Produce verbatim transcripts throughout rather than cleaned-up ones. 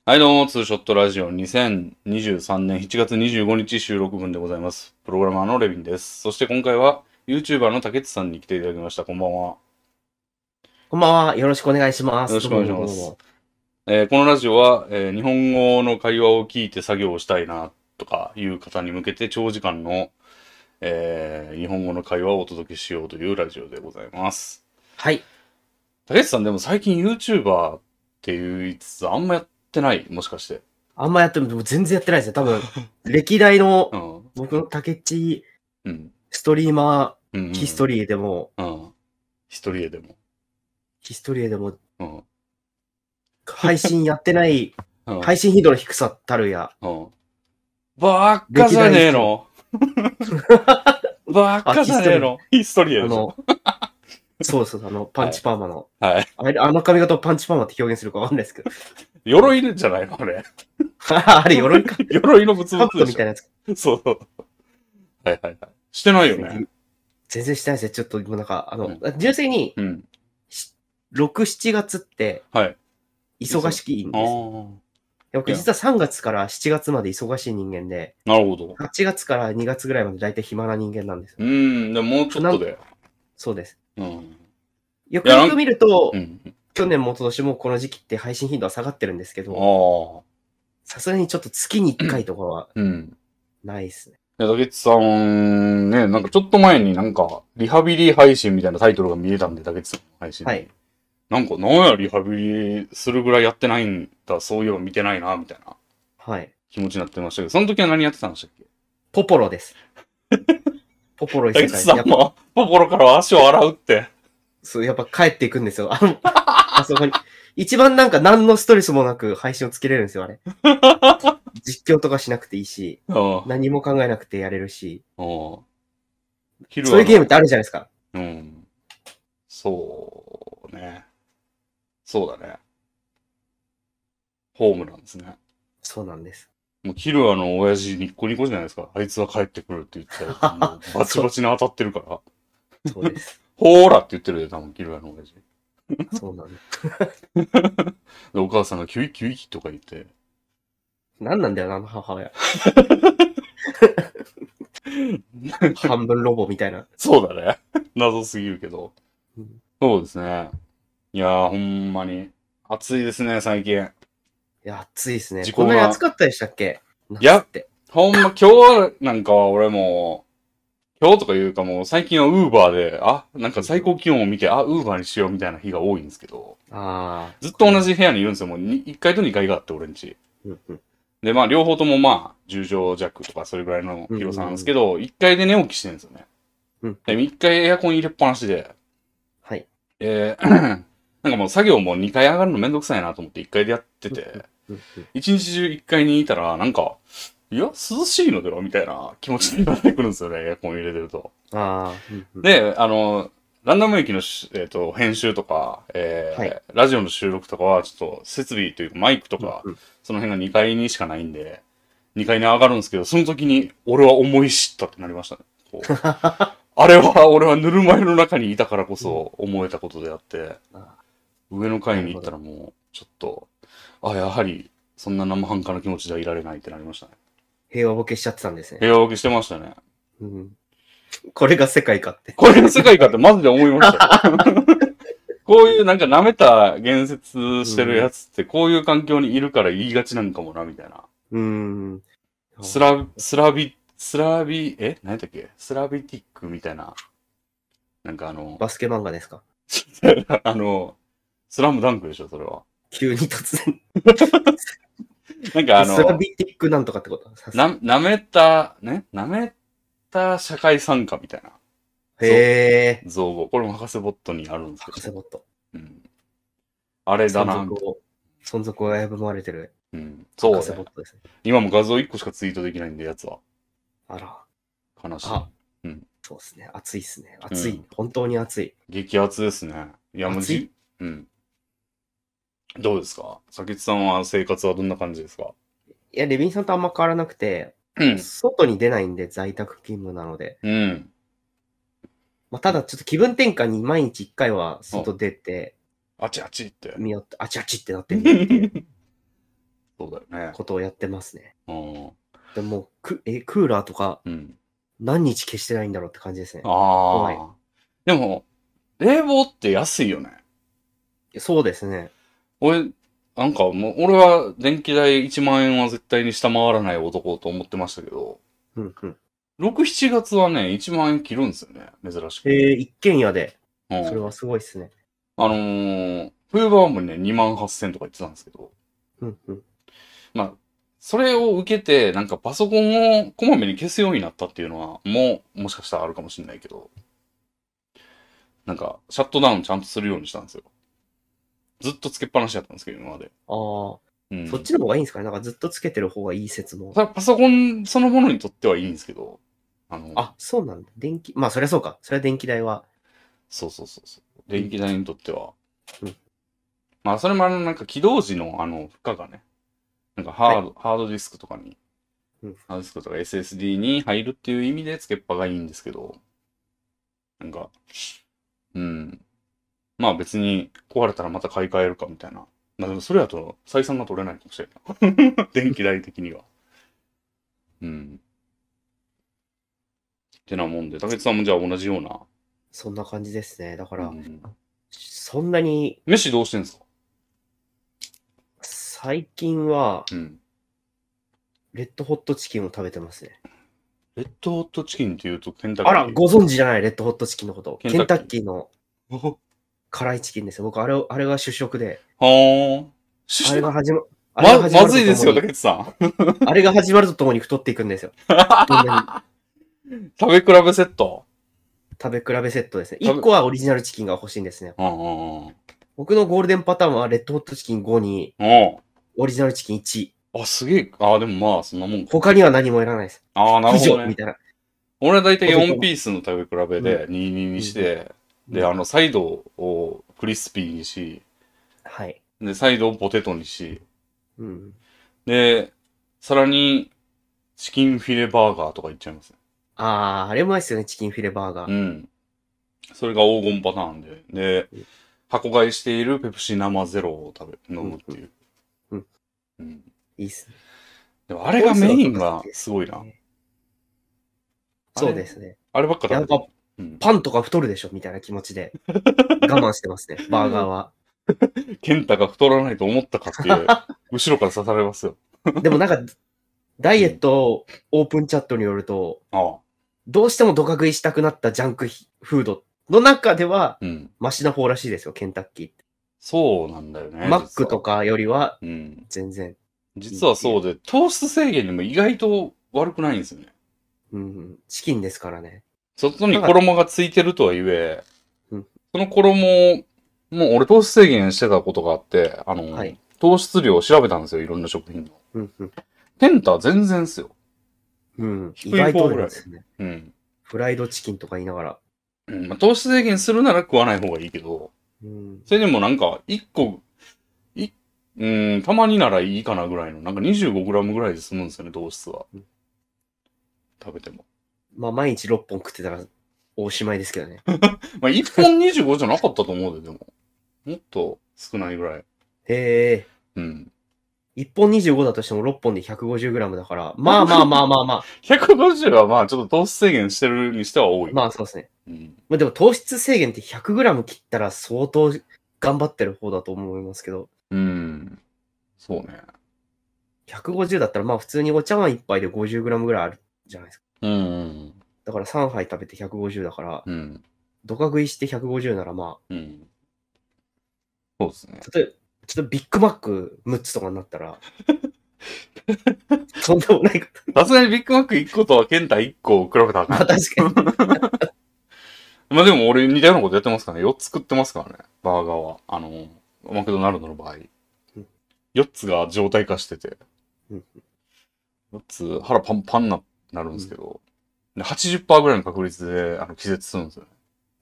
はい、どうも、ツーショットラジオにせんにじゅうさんねんしちがつにじゅうごにち収録分でございます。プログラマーのレビンです。そして今回は YouTuber の竹内さんに来ていただきました。こんばんは。よこんばんは。よろしくお願いします。どうもろしくお願いします。 どうもどうも。 えーこのラジオは、えー日本語の会話を聞いて作業をしたいなとかいう方に向けて長時間の、えー日本語の会話をお届けしようというラジオでございます。 はい。 竹内さんでも最近 YouTuber って言いつつあんまやってないもしかして。 あんまやっても、でも全然やってないですね。多分、歴代のうん。 僕の竹内うん。 ストリーマうんうーヒストんリーでも、 うん。うん。一人ででも。 ヒストリーでもうん。 配信やってない、 うん。 配信頻度の低さたるや、 うん。ばっかじ歴ゃ代一の、 ねえの。ばっあ、 かじヒストリー、 ゃねえの。ヒストリアでしょ。 あの、そうそう、あの、パンチはい。 パーマの、 はい。 あれ、あの髪型をパンチパーマって表現するかわかんないですけど、 鎧じゃないのあれ。 あれ、鎧か。 鎧のブツブカブツでしょ。 トみたいなやつ。 そうそう。はいはいはい。してないよね、 ね。 全然してないですね。ちょっと、もうなんか、あの、 うん。 純粋に、 うん。 しろく、しちがつってはい。いつ忙あしいんです。 あ。い僕や、 実はさんがつからしちがつまで忙しい人間で、 なるほど。 はちがつからにがつぐらいまで大体暇な人間なんですよ。 うーん、でももうちょっなんとで。 そうです。 うん。いよくや、なんか、 よく見ると、 うん。 去年も今年もこの時期って配信頻度は下がってるんですけあど、 あ。 さすがにちょっと月にいっかいとかはうん。 ないですね。 いや、竹内さん、ね、なんかちょっと前になんか、リハビリ配信みたいなタイトルが見えたんで、竹内さんの配信に。 はい。 なんか、なんやリハビリするぐらいやってないんだ、そういえば見てないな、みたいなはい。 気持ちになってましたけど、その時は何やってたんでしたっけ？ ポポロです。ポポロ異竹世界です。やっぱ、 内さんも、心から足を洗うって。 そう、やっぱ帰っていくんですよ。あの、あそこに。一番なんか何のストレスもなく配信をつけれるんですよ、あれ。実況とかしなくていいし、 うん。 何も考えなくてやれるし、 うん。昼あの、 そういうゲームってあるじゃないですか。 うん。そうね。そうだね。ホームなんですね。 そうなんです。 もう、キルアの親父ニッコニコじゃないですか。あいつは帰ってくるって言ったやつ、もうバチそう、 バチに当たってるから。 そうです。 ほーらって言ってるで、多分、キルアの親父。 そうなんです。 で、お母さんがキュイキュイとか言って、 何なんだよな、あの母親。半分ロボみたいな。 そうだね。謎すぎるけど。 うん、 そうですね。いやー、ほんまに。暑いですね、最近。 いや、暑いですね。 時こんなに暑効が。 かったでしたっけいや、 夏って。 ほんま、今日なんかは俺も、今日とかいうかもう最近はウーバーで、あ、なんかうんうん、 最高気温を見て、あ、ウーバーにしようみたいな日が多いんですけど、 ああ、 ずっわかります。 と同じ部屋にいるんですよ。もうにいっかいとにかいがあって、俺んち。 うんうん。 で、まあ、両方ともまあ、じゅう畳弱とかそれぐらいのうん広さなんうんうん。 ですけど、いっかいで寝起きしてるんですよね。で、 うんうん。 いっかいエアコン入れっぱなしで、 はい。 えーなんかもう作業もにかい上がるのめんどくさいなと思っていっかいでやってうんうんて、 うんうん。 一日中いっかいにいたら、なんか、いや、涼しいのではみたいな気持ちになってくるんですよね、エアコン入れてると。 ああ、うんうん。 で、あの、ランダム駅のし、えっと、編集とか、 はい。 えー、ラジオの収録とかは、ちょっと設備というかマイクとか、 うんうん。 その辺がにかいにしかないんで、にかいに上がるんですけど、その時に、俺は思い知ったってなりましたね。こうあれは、俺はぬるま湯の中にいたからこうん、 そ思えたことであって、 あ上のー、なるほど。 階に行ったらもう、ちょっと、あ、やはり、そんな生半可な気持ちではいられないってなりましたね。 平和ボケしちゃってたんですね。 部屋分けしてましたね。 うん。これが世界かって。 これが世界かってマジで思いましたよ。こういうなんか舐めた言説してるやうん。 つってこういう環境にいるから言いがちなんかもな、みたいな。 うん。 スラ、スラビ、スラビ、え何だっけスラビティックみたいな。なんかあの、 バスケ漫画ですか？ あの、スラムダンクでしょ、それは。 急に突然。 なんかあスラの、 ビティックなんとかってことさす。 な、舐めた、ね舐めた社会参加みたいな。 へ造、 え。 造語。これも博士ボットにあるんですけど。 博士ボット。 うん。あれだ存な、みたい続を、存続を危ぶまれてるな。うん。そ博うね。 士ボットですね。 今も画像いっこしかツイートできないんで、やつは。 あら。 悲しい。 あ、 うん。 そうですね。暑いっすね。暑い。 うん。 本当に暑い。 激アツですね。いや、もう暑い。 じ、うん。どうですか佐吉さんは生活はどんな感じですか？ いや、レビンさんとあんま変わらなくて、 うん。 外に出ないんで在宅勤務なので。 うん。 まあ、ただちょっと気分転換に毎日一回はあ、 外出て、 あちあちって。 見よって、あちあちってなってみるっていう。 そうだよね。 ことをやってますね。 うん。 でもく、え、クーラーとかうん。 何日消してないんだろうって感じですね。怖い。 ああ。でも、冷房って安いよね。 そうですね。 俺、なんかもう、俺は電気代いちまん円は絶対に下回らない男と思ってましたけど、 うんうん。 ろく、しちがつはね、いちまん円切るんですよね。珍しく。 えー、一軒家で。 うん。 それはすごいっすね。 あのー、冬場はもうね、にまんはっせんとか言ってたんですけど、 うんうん。 まあ、それを受けて、なんかパソコンをこまめに消すようになったっていうのは、もう、もしかしたらあるかもしれないけど、なんか、シャットダウンちゃんとするようにしたんですよ。ずっとつけっぱなしだったんですけど、今まで。 ああ、 うん。 そっちの方がいいんですかね。なんかずっとつけてる方がいい説も。 それはパソコンそのものにとってはいいんですけど、あの、 あ、そうなんだ。電気、まあそりゃそうか。それは電気代は。 そうそうそうそう。電気代にとっては。 うんまあ、それもあの、なんか起動時のあの、負荷がね、なんかハード、ハードディスクとかに、 うんハードディスクとか エスエスディー に入るっていう意味でつけっぱがいいんですけど、なんか、うん。まあ別に壊れたらまた買い替えるかみたいな。まあでもそれだと採算が取れないかもしれない。電気代的には。うん。ってなもんで、竹内さんもじゃあ同じような。 そんな感じですね。だから、 うん、 そんなに、 飯どうしてんすか？ 最近は、 うん。 レッドホットチキンを食べてますね。 レッドホットチキンって言うとケンタッキー。 あら、ご存知じゃない、レッドホットチキンのこと。 ケンタッキーケンタッキーの辛いチキンですよ。僕、あれを、あれが主食で、 はー。 あれが始ま、あれがま、 始まるとまずいですよ、 ともに、 竹内さん。 あれが始まるとともに太っていくんですよ。みんなに食べ比べセット。 食べ比べセットですね。 食べいっこはオリジナルチキンが欲しいんですね。 うんうんうん。 僕のゴールデンパターンはレッドホットチキンごに、 うんオリジナルチキンいち。 あ、すげえ。あ、でもまあ、そんなもんか。 他には何もいらないです。 ああ、なる以ほどね。 上みたいな。 俺はだいたいよんピースの食べ比べでにににして、 うんで、あの、サイドをクリスピーにし、 はい。 で、サイドをポテトにし、 うん。 で、さらに、チキンフィレバーガーとかいっちゃいますね。 あー、あれうまいっすよね、チキンフィレバーガー。 うん。それが黄金パターンで。でうん、 箱買いしているペプシ生ゼロを食べ、飲むっていう。 うんうん。 いいっすね。 でもあれがメインがすごいな。 そうですね。 あればっか食べてやっぱ、 うん、 パンとか太るでしょみたいな気持ちで我慢してますね、バーガーは。 ケンタが太らないと思ったかっていう、後ろから刺されますよ。 でもなんか、ダイエットオープンチャットによると、 ああ。 どうしてもドカ食いしたくなったジャンクフードの中では、 うん。 マシな方らしいですよ、ケンタッキーって。 そうなんだよね。 マックとかよりは、 うん。 全然。 実はそうで、糖質制限でも意外と悪くないんですよね。 うん、チキンですからね。 外に衣がついてるとはいえ、 うんその衣、もう俺糖質制限してたことがあって、あの、 はい糖質量を調べたんですよ、いろんな食品の。 うんうんケンタ全然っすよ。 うん、 低い方意外とぐらいですね。 うん。 フライドチキンとか言いながら。 うんまあ、糖質制限するなら食わない方がいいけど、 うん、 それでもなんか、一個、い、うん、たまにならいいかなぐらいの、なんか にじゅうごグラム ぐらいで済むんですよね、糖質は。 うん食べても。 まあ、毎日ろっぽん食ってたらおしまいですけどね。 まあ、いっぽんにじゅうごじゃなかったと思うで、でも。もっと少ないぐらい。 へえ。 うん。 いっぽんにじゅうごだとしてもろっぽんで ひゃくごじゅうグラム だから、まあまあまあまあまあ。 ひゃくごじゅうはまあちょっと糖質制限してるにしては多い。 まあそうですね。 うん。 まあでも糖質制限って ひゃくグラム 切ったら相当頑張ってる方だと思いますけど、 うん。そうね。 ひゃくごじゅうだったらまあ普通にお茶碗いっぱいで ごじゅうグラム ぐらいあるじゃないですか。 うん。 だからさんはい食べてひゃくごじゅうだから、 うん。 ドカ食いしてひゃくごじゅうならまうん。そうですね。 あ、例えば、ちょっとビッグマックむっつとかになったら、そんなもないか。 さすがにビッグマックいっことはケンタいっこ比べたらあかん。 まあ確かに。 まあでも俺似たようなことやってますからね。よっつ食ってますからね。バーガーは。あの、マクドナルドの場合。よっつが状態化してて。 うんよっつ腹パンパンな、なるんですけど、で はちじゅっパーセント ぐらいの確率であの気絶するんですよね。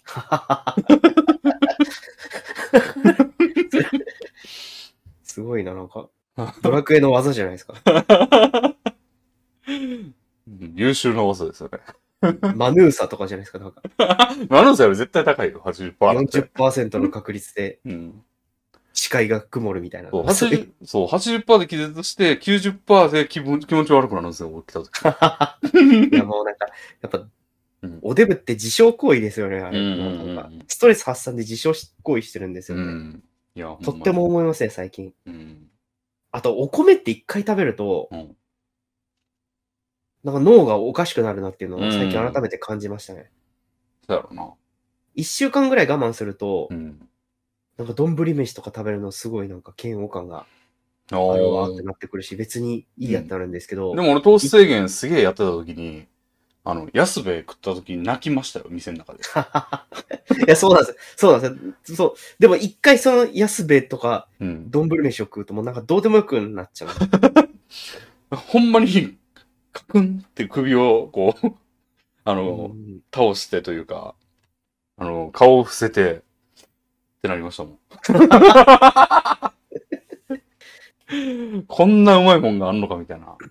すごいな、なんか、ドラクエの技じゃないですか。 優秀な技ですよね。 マヌーサとかじゃないですか、なんか。 マヌーサより絶対高いよ、はちじゅっパーセントよんじゅっパーセントの確率で。 うん。 視界が曇るみたいな。 そう、 あそれはちじゅう、そう、はちじゅっパーセントで気絶して、きゅうじゅっパーセントで気分気持ち悪くなるんですよ、起きた時。 いやもうなんか、やっぱ、 うんおデブって自傷行為ですよね、あれ。 うんうんうんもうなんか、ストレス発散で自傷行為してるんですよね。 うん。いや、ほんまにとっても思いますね、最近。 うん。 あと、お米って一回食べると、 うん。 なんか脳がおかしくなるなっていうのを最近うん改めて感じましたね。 そうやろな。 一週間ぐらい我慢すると、 うん。 なんか丼飯とか食べるのすごいなんか嫌悪感がああるわってーなってくるし、別にいいやってなるんですけど、 でも俺糖質制限すげえやってた時に、あの、安兵衛食った時に泣きましたよ、店の中で。 いや、そうなんですよ。そうなんですよ。そう。でも一回その安兵衛とか、 うん。 丼飯を食うともうなんかどうでもよくなっちゃう。 ほんまに、カクンって首をこう、あの、 うん倒してというか、あの、顔を伏せて、ってなりましたもん。こんなうまいもんがあんのかみたいな。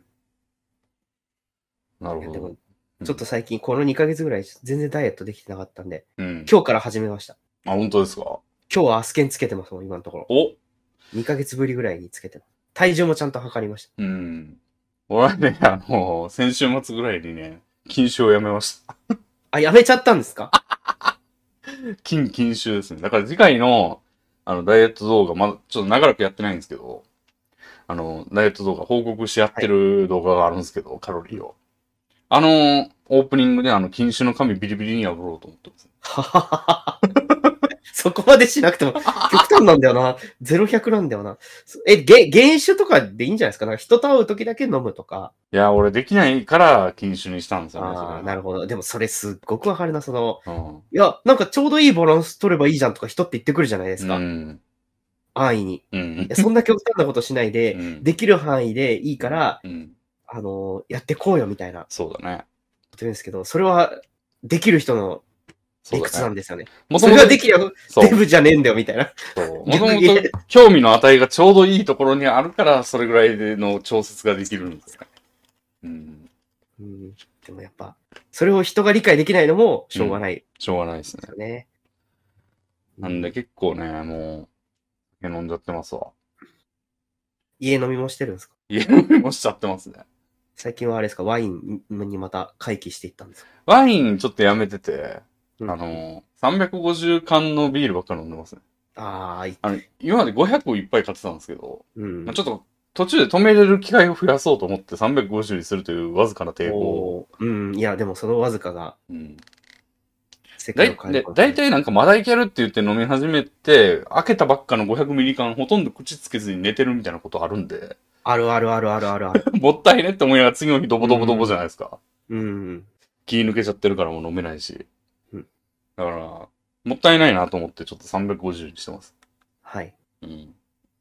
なるほど。 いやでも、ちょっと最近このにかげつぐらい全然ダイエットできてなかったんで、 うん。 今日から始めました。 あ、本当ですか？ 今日はアスケンつけてますもん、今のところ。 おにかげつぶりぐらいにつけてます。体重もちゃんと測りました。 うん。俺はね、あの、先週末ぐらいにね、禁酒をやめました。 あ、やめちゃったんですか？ 禁、禁酒ですね。だから次回の、あの、ダイエット動画、まだちょっと長らくやってないんですけど、あの、ダイエット動画報告し合ってる動画があるんですけど、カロリーを。あの、オープニングであの、禁酒の紙ビリビリに破ろうと思ってます。 はははは。そこまでしなくても、極端なんだよな。ゼロひゃくなんだよな。そえ、げ、原酒とかでいいんじゃないですか？なんか人と会う時だけ飲むとか。 いや、俺できないから禁酒にしたんですよね、それああ、 は。 なるほど。でもそれすっごくわかるな。その、 うん。 いや、なんかちょうどいいバランス取ればいいじゃんとか人って言ってくるじゃないですか。 うん。 安易に。 うんいや、そんな極端なことしないで、 うんできる範囲でいいから、 うん。 あの、やってこうよみたいなこそうだね。 と言うんですけど、それはできる人のそう理屈なだね。 んですよね。 もそれができりゃそうデブじゃねえんだよみたいな。 そう。もともと興味の値がちょうどいいところにあるから、それぐらいでの調節ができるんですよね。うん。 うん、でもやっぱ、それを人が理解できないのもしょうがないでしょうがないですね。 すよね。 なんで結構ね、もう、酒飲んじゃってますわ。 家飲みもしてるんですか？ 家飲みもしちゃってますね。 最近はあれですか？ワインにまた回帰していったんですか？ ワインちょっとやめてて、 うんあの、さんびゃくごじゅう缶のビールばっかり飲んでますね。 ああ、いあの、今までごひゃくいっぱい買ってたんですけど、 うん。 まあ、ちょっと途中で止めれる機会を増やそうと思ってさんびゃくごじゅうにするというわずかな抵抗を。 おーうん。いや、でもそのわずかがうん。 世だい界を変えるか、もしれない。 だいたいなんかまだいけるって言って飲み始めて、開けたばっかのごひゃくミリ缶ほとんど口つけずに寝てるみたいなことあるんで、 あるあるあるあるあるある。 もったいねって思いながら次の日ドボドボドボじゃないですか。 うん。 気抜けちゃってるからもう飲めないし。 うんだから、もったいないなと思ってちょっとさんびゃくごじゅうにしてます。 はい。 うん。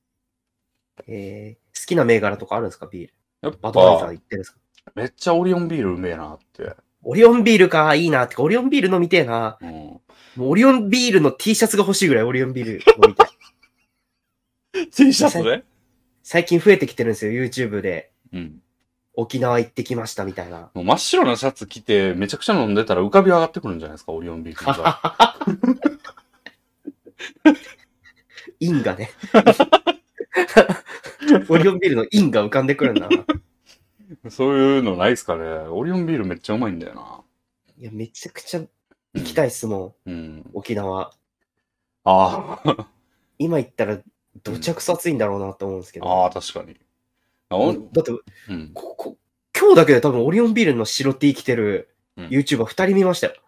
えー、好きな銘柄とかあるんですか？ビール。 やっバドワイザーぱ、 行ってるんですか？ めっちゃオリオンビールうめえなって。 オリオンビールか、いいなってか、オリオンビール飲みてえな。 うん。 もうオリオンビールの T シャツが欲しいぐらいオリオンビール飲みたい。 T シャツで最近増えてきてるんですよ、YouTube で。 うん。 沖縄行ってきましたみたいな。 もう真っ白なシャツ着てめちゃくちゃ飲んでたら浮かび上がってくるんじゃないですか、オリオンビールが。 インがね。オリオンビールのインが浮かんでくるんだな。 そういうのないですかね。オリオンビールめっちゃうまいんだよな。 いや、めちゃくちゃ行きたいっすもん、 うん。 沖縄。 ああ。 今行ったらどちゃくそ暑いんだろうなと思うんですけど。 ああ、確かに。あおだって、 うん。 ここ今日だけで多分オリオンビールの白 T 着てるうん YouTuber 二人見ましたよ。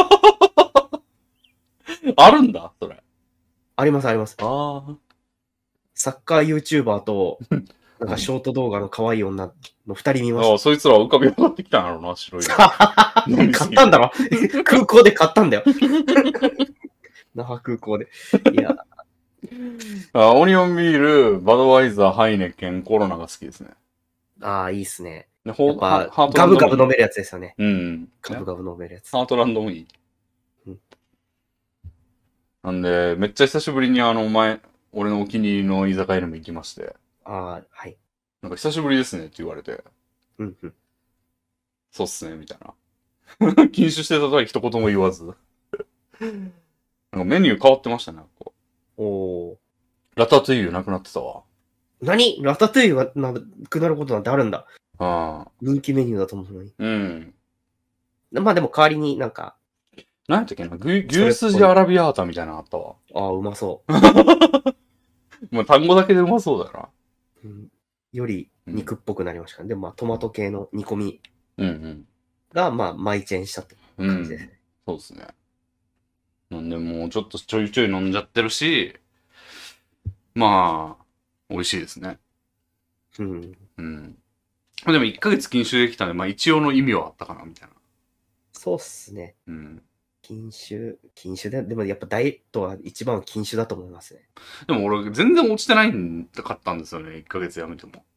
あるんだ、それ。 ありますあります。 ああ。 サッカー YouTuber と、なんかショート動画の可愛い女の二人見ましああ、そいつらは浮かび上がってきたんやろな、白いの。 た。 飲みすぎて買ったんだろ空港で買ったんだよ。那覇空港で。いや、 あオニオンビール、バドワイザー、ハイネケン、コロナが好きですね。 ああ、いいっすね。 でほやっぱ、 ハートガブランドもいいガブ飲めるやつですよね。 うん。 ガブガブ飲めるやつ。 ハートランドもいい。 うんなんで、めっちゃ久しぶりにあの、前、俺のお気に入りの居酒屋にも行きまして、 ああ、はい。 なんか久しぶりですねって言われて、 うんうん。 そうっすね、みたいな。禁酒してたとは一言も言わず。なんかメニュー変わってましたね、こおー。 ラタトゥイユなくなってたわ。 何ラタトゥイユがなくなることなんてあるんだ。 ああ。 人気メニューだと思うのに。 うん。 まあでも代わりになんか、 何やったっけな牛牛すじアラビアータみたいなのあったわ。 ああ、うまそう。 まあ単語だけでうまそうだよな。 うん、より肉っぽくなりましたね。でもまあトマト系の煮込みうんうん。 がまあマイチェンしたって感じですね。 そうですね。なんでもうちょっとちょいちょい飲んじゃってるし、まあ、美味しいですね。 うん。 うん。でもいっかげつ禁酒できたんで、まあ一応の意味はあったかな、みたいな。 そうっすね。 うん。 禁酒、禁酒で、でもやっぱダイエットは一番は禁酒だと思いますね。 でも俺全然落ちてないんかったんですよね、いっかげつやめても。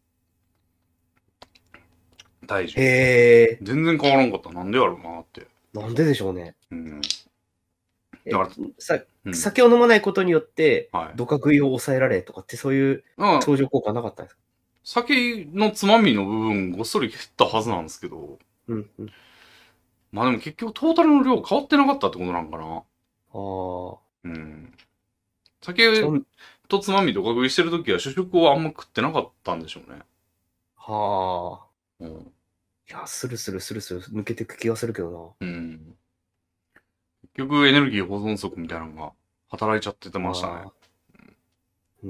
体重。 へえ。 全然変わらんかった。なんでやろうなって。 なんででしょうね。 うん。 えだから、 さ、 うん、 酒を飲まないことによって、 はい。 ドカ食いを抑えられとかってそういうまあ、 相乗効果なかったんですか？ 酒のつまみの部分ごっそり減ったはずなんですけど、 うんうん。 まあでも結局トータルの量変わってなかったってことなんかな。 ああ。 うん。酒そん、 とつまみとか食いしてるときは主食をあんま食ってなかったんでしょうね。 はあ。 うん。 いや、スルスルスルスル抜けてく気がするけどうん。結局エネルギー保存則みたいなのが働いちゃっててな。 ましたね。 ああ。うん。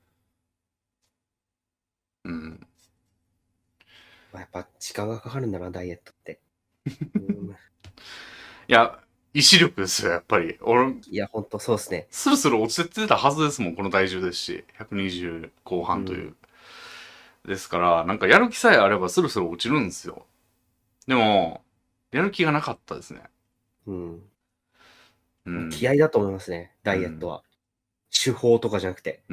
うん。 まあ、やっぱ時間がかかるんだな、ダイエットって。うん、 いや、意志力ですよ、やっぱり。俺、 いや、ほんとそうですね。 スルスル落ちてたはずですもん、この体重ですし。ひゃくにじゅう後半という。 うんですから、なんかやる気さえあればスルスル落ちるんですよ。でも、やる気がなかったですね。 うん。 うん。 気合だと思いますね、ダイエットは。手法とかじゃなくて。 うん。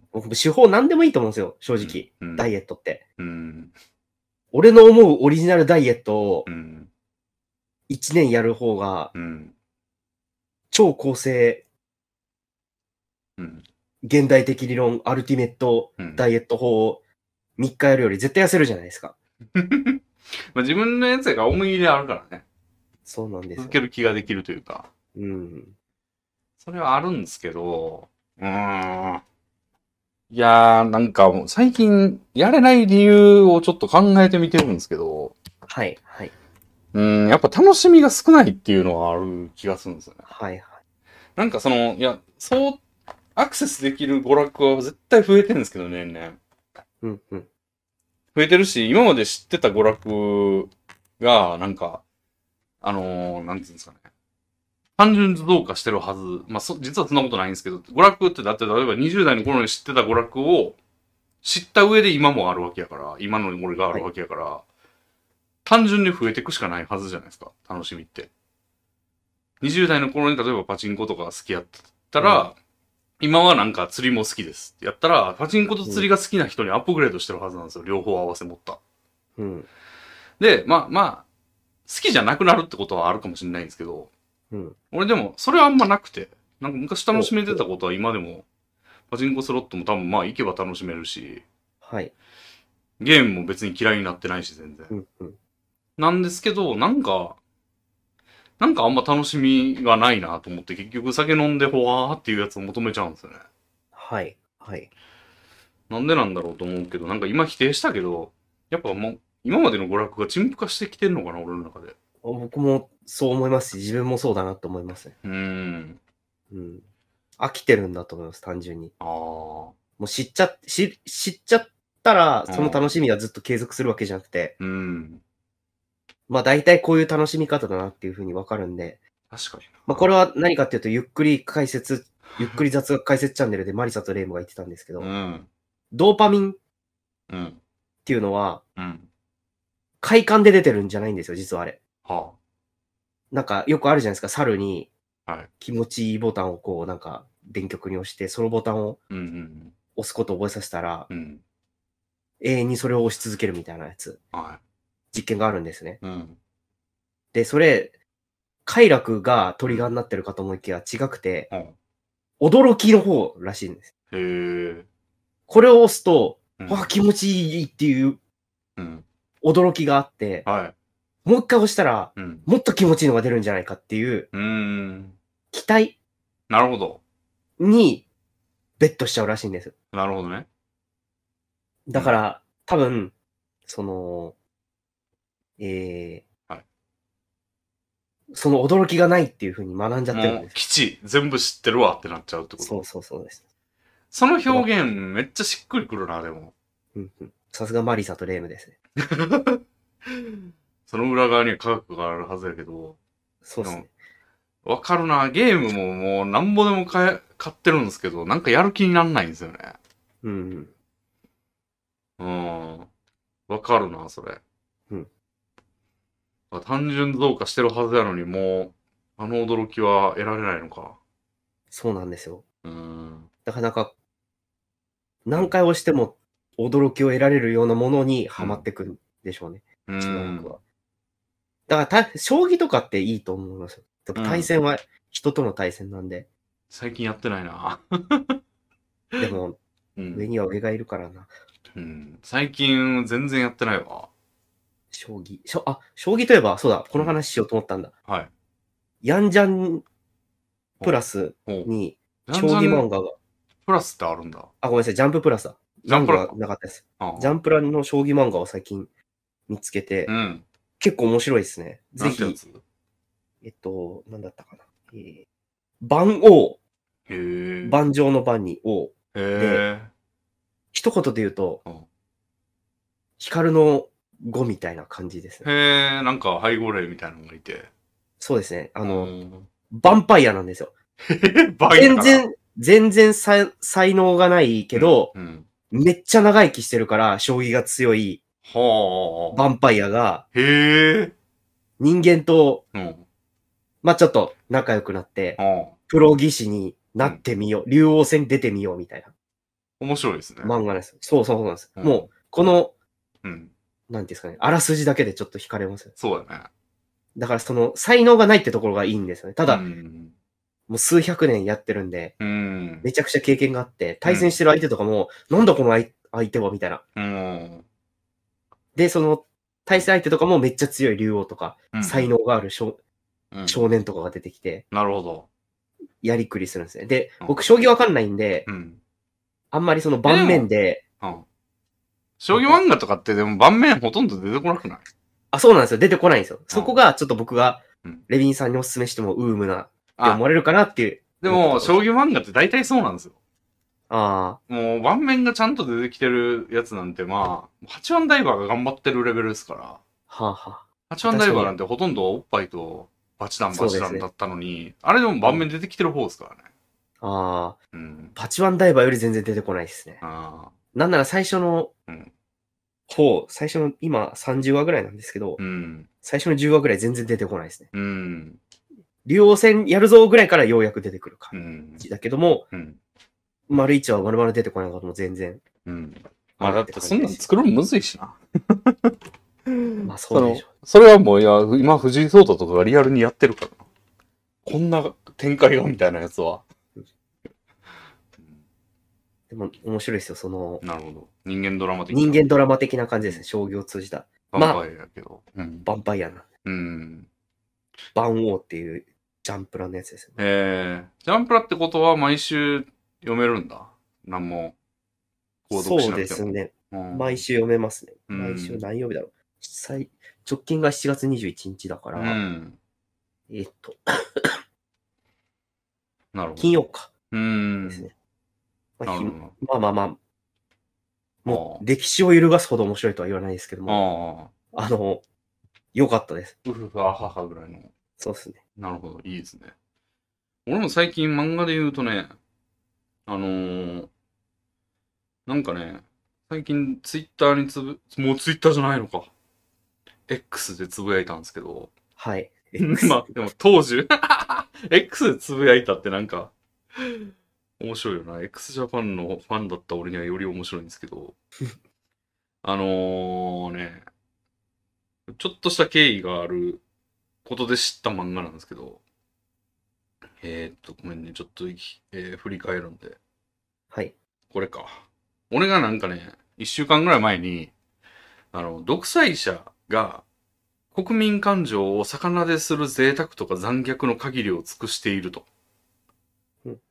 僕、手法何でもいいと思うんですよ、正直。 うん。 ダイエットって。 うん。 俺の思うオリジナルダイエットをうん。 いちねんやる方が、 うん。 超高性うん。 現代的理論アルティメットうん。 ダイエット法をみっかやるより絶対痩せるじゃないですか。 まあ自分のやつが思い入れあるからね。 そうなんですよ。 続ける気ができるというか。 うん。 それはあるんですけど、うーん。いやー、なんかもう最近やれない理由をちょっと考えてみてるんですけど、 はい、はい。 うーん、やっぱ楽しみが少ないっていうのはある気がするんですよね。 はい、はい。 なんかその、いや、そう、アクセスできる娯楽は絶対増えてるんですけどね、年々。 うん、うん。 増えてるし、今まで知ってた娯楽が、なんか、あのー、なんていうんですかね。単純増加してるはず。まあ、そ、実はそんなことないんですけど、娯楽ってだって例えばにじゅう代の頃に知ってた娯楽を知った上で今もあるわけやから、今の俺があるわけやから、はい、単純に増えていくしかないはずじゃないですか、楽しみって。にじゅう代の頃に例えばパチンコとかが好きやったら、うん、今はなんか釣りも好きですってやったら、パチンコと釣りが好きな人にアップグレードしてるはずなんですよ。両方合わせ持った。 うん。 で、まあまあ、好きじゃなくなるってことはあるかもしれないんですけど、 うん、 俺でも、それはあんまなくて、なんか昔楽しめてたことは今でも、パチンコスロットも多分まあ行けば楽しめるし、 はい。 ゲームも別に嫌いになってないし、全然。 うんうん、 なんですけど、なんか、なんかあんま楽しみがないなと思って、結局酒飲んでほわーっていうやつを求めちゃうんですよね。 はい。はい。 なんでなんだろうと思うけど、なんか今否定したけど、やっぱもう、今までの娯楽が陳腐化してきてんのかな、俺の中で。 僕もそう思いますし、自分もそうだなと思いますね。 うーん。 うん。飽きてるんだと思います、単純に。 ああ。 もう知っちゃ、知、知っちゃったら、その楽しみはずっと継続するわけじゃなくて、 うん。 まあ大体こういう楽しみ方だなっていうふうにわかるんで、 確かにな。 まあこれは何かっていうと、ゆっくり解説、ゆっくり雑学解説チャンネルでマリサとレイムが言ってたんですけど、 うん。 ドーパミンうん。 っていうのは、 うん。 快感で出てるんじゃないんですよ、実はあれ。 はなんかよくあるじゃないですか、猿にあ。はい。 気持ちいいボタンをこうなんか電極に押して、そのボタンをうんうん押すことを覚えさせたら、 うん。うん。 永遠にそれを押し続けるみたいなやつ、 は実験があるんですね。 い。うん。 で、それ、快楽がトリガーになってるかと思いきや違くて、 うん。 驚きの方らしいんです。 へえ。 これを押すと、 うんわあ、気持ちいいっていううん。 驚きがあって、 はい。 もう一回押したら、 うん。 もっと気持ちいいのが出るんじゃないかっていううーん。 期待なるほど。 にベットしちゃうらしいんです。 なるほどね。 だから、多分、その、えーはいその驚きがないっていう風に学んじゃってるんもう、 です。 基地、全部知ってるわってなっちゃうってこと。 そうそうそうです。 その表現、めっちゃしっくりくるな、でも。 うんうん、さすがマリサとレームですね。 その裏側には科学があるはずやけど。 そうですね。 わかるな。ゲームももうなんぼでも買え、買ってるんですけど、なんかやる気になんないんですよね。 うんうん。わかるな、それ。 うん。 単純増加してるはずやのに、もう、あの驚きは得られないのか。 そうなんですよ。 うん。 なかなか、何回押しても驚きを得られるようなものにはまってくるんでしょうね。 うしばらくん。 は。だからた、将棋とかっていいと思いますよ。やっぱ対戦は人との対戦なんで。 最近やってないな。 でも、 うん。 上には上がいるからな。 うん。最近全然やってないわ。 将棋。しょあ、将棋といえば、そうだ、この話しようと思ったんだ。 はい。 ヤンジャンプラスほう。 に、 ジャ将ンジャン棋漫画が、 プラスってあるんだ。 あ、ごめんなさい、ジャンププラスだ。 ジャンプラ漫画がなかったです。 ああジャンプラの将棋漫画を最近見つけて、 うん。 結構面白いですね。ぜひ、 なんてやつえっと、なんだったかな。えー、盤王、 へえ。 盤上の盤に王。 へえ。 一言で言うとうん、 光の語みたいな感じですね。 へえ、なんか背後霊みたいなのがいて。 そうですね。あうの、 ん。 ヴァンパイアなんですよ。 へへ、バイカ全然、全然才才能がないけど、 うん。うんめっちゃ長生きしてるから、将棋が強いはあ。 ヴァンパイアが、 へえ。 人間と、 うん。 まあ、ちょっと仲良くなって、 はあ。 プロ棋士になってみよう。竜王戦出てみようみたいな面白いですね。 漫画です。そうそうそうなんです。 うんもう、この、 うん。 なんていうんですかね、あらすじだけでちょっと惹かれますよ。 そうだね。 だからその、才能がないってところがいいんですよね。ただ、 うん。 もう数百年やってるんで、 うん。 めちゃくちゃ経験があって、対戦してる相手とかも、なんだこの相相手はみたいな。 うん。 で、その、対戦相手とかもめっちゃ強い竜王とか、 うん才能がある少うん。 少年とかが出てきて、 なるほど。 やりくりするんですね。でうん、 僕、将棋わかんないんで、 うん。 あんまりその盤面で、 うん。将棋漫画とかってでも盤面ほとんど出てこなくないあ、そうなんですよ。出てこないんですよ。そこがちょっと僕がうん、 レビンさんにお勧めしても、ウームなってあ思われるかなっていう。 でも、将棋漫画って大体そうなんですよ。 あもう盤面がちゃんと出てきてるやつなんてまあ、八番ダイバーが頑張ってるレベルですから。 あ、はあはあ。 八番ダイバーなんてほとんどおっぱいとバチダンバチダンだったのに、 ね、 あれでも盤面出てきてる方ですからね。 ああ、 うん。 パチワンダイバーより全然出てこないですね。 ああ。 なんなら最初のうん。 方、最初の今さんじゅうわぐらいなんですけど、 うん。 最初のじゅうわぐらい全然出てこないですね。 うん。 竜王戦やるぞぐらいからようやく出てくるうん。 感じだけども、 うん。 丸一は丸々出てこないことも全然。 うん。まあだってそんなん作るのむずいしな。 まあそうでしょう。 それはもういや、今藤井聡太とかがリアルにやってるからな。こんな展開がみたいなやつは。 でも面白いですよ、その。 なるほど。人間ドラマ的な。 人間ドラマ的な感じですね、将棋を通じた。 ヴァンパイアやけど。 まあ、うん、ヴァンパイアな。 うん。 盤王っていうジャンプラのやつですよね。 えー、ジャンプラってことは毎週読めるんだ。なんも。 そうですね。 うん、 毎週読めますね。 うん、 毎週何曜日だろう。最直近がしちがつにじゅういちにちだから、 うん、 えー、っと、 なるほど。 金曜か。 うん。 ですね。まあ、 なるほど。 まあまあまあ、もう歴史を揺るがすほど面白いとは言わないですけども、あ, あの、良かったです。 うふふあははぐらいの。 そうですね。 なるほど、いいですね。俺も最近漫画で言うとね、あのー、なんかね、最近ツイッターにつぶ、もうツイッターじゃないのか。X でつぶやいたんですけど。 はい。 まあ、でも当時、X でつぶやいたってなんか、面白いよな。x ジャパンのファンだった俺にはより面白いんですけど。あのーね、ちょっとした経緯があることで知った漫画なんですけど、えー、っと、ごめんね、ちょっと、えー、振り返るんで。 はい。 これか。俺がなんかね、一週間ぐらい前に、あの、独裁者が国民感情を逆なでする贅沢とか残虐の限りを尽くしていると。 うんうん、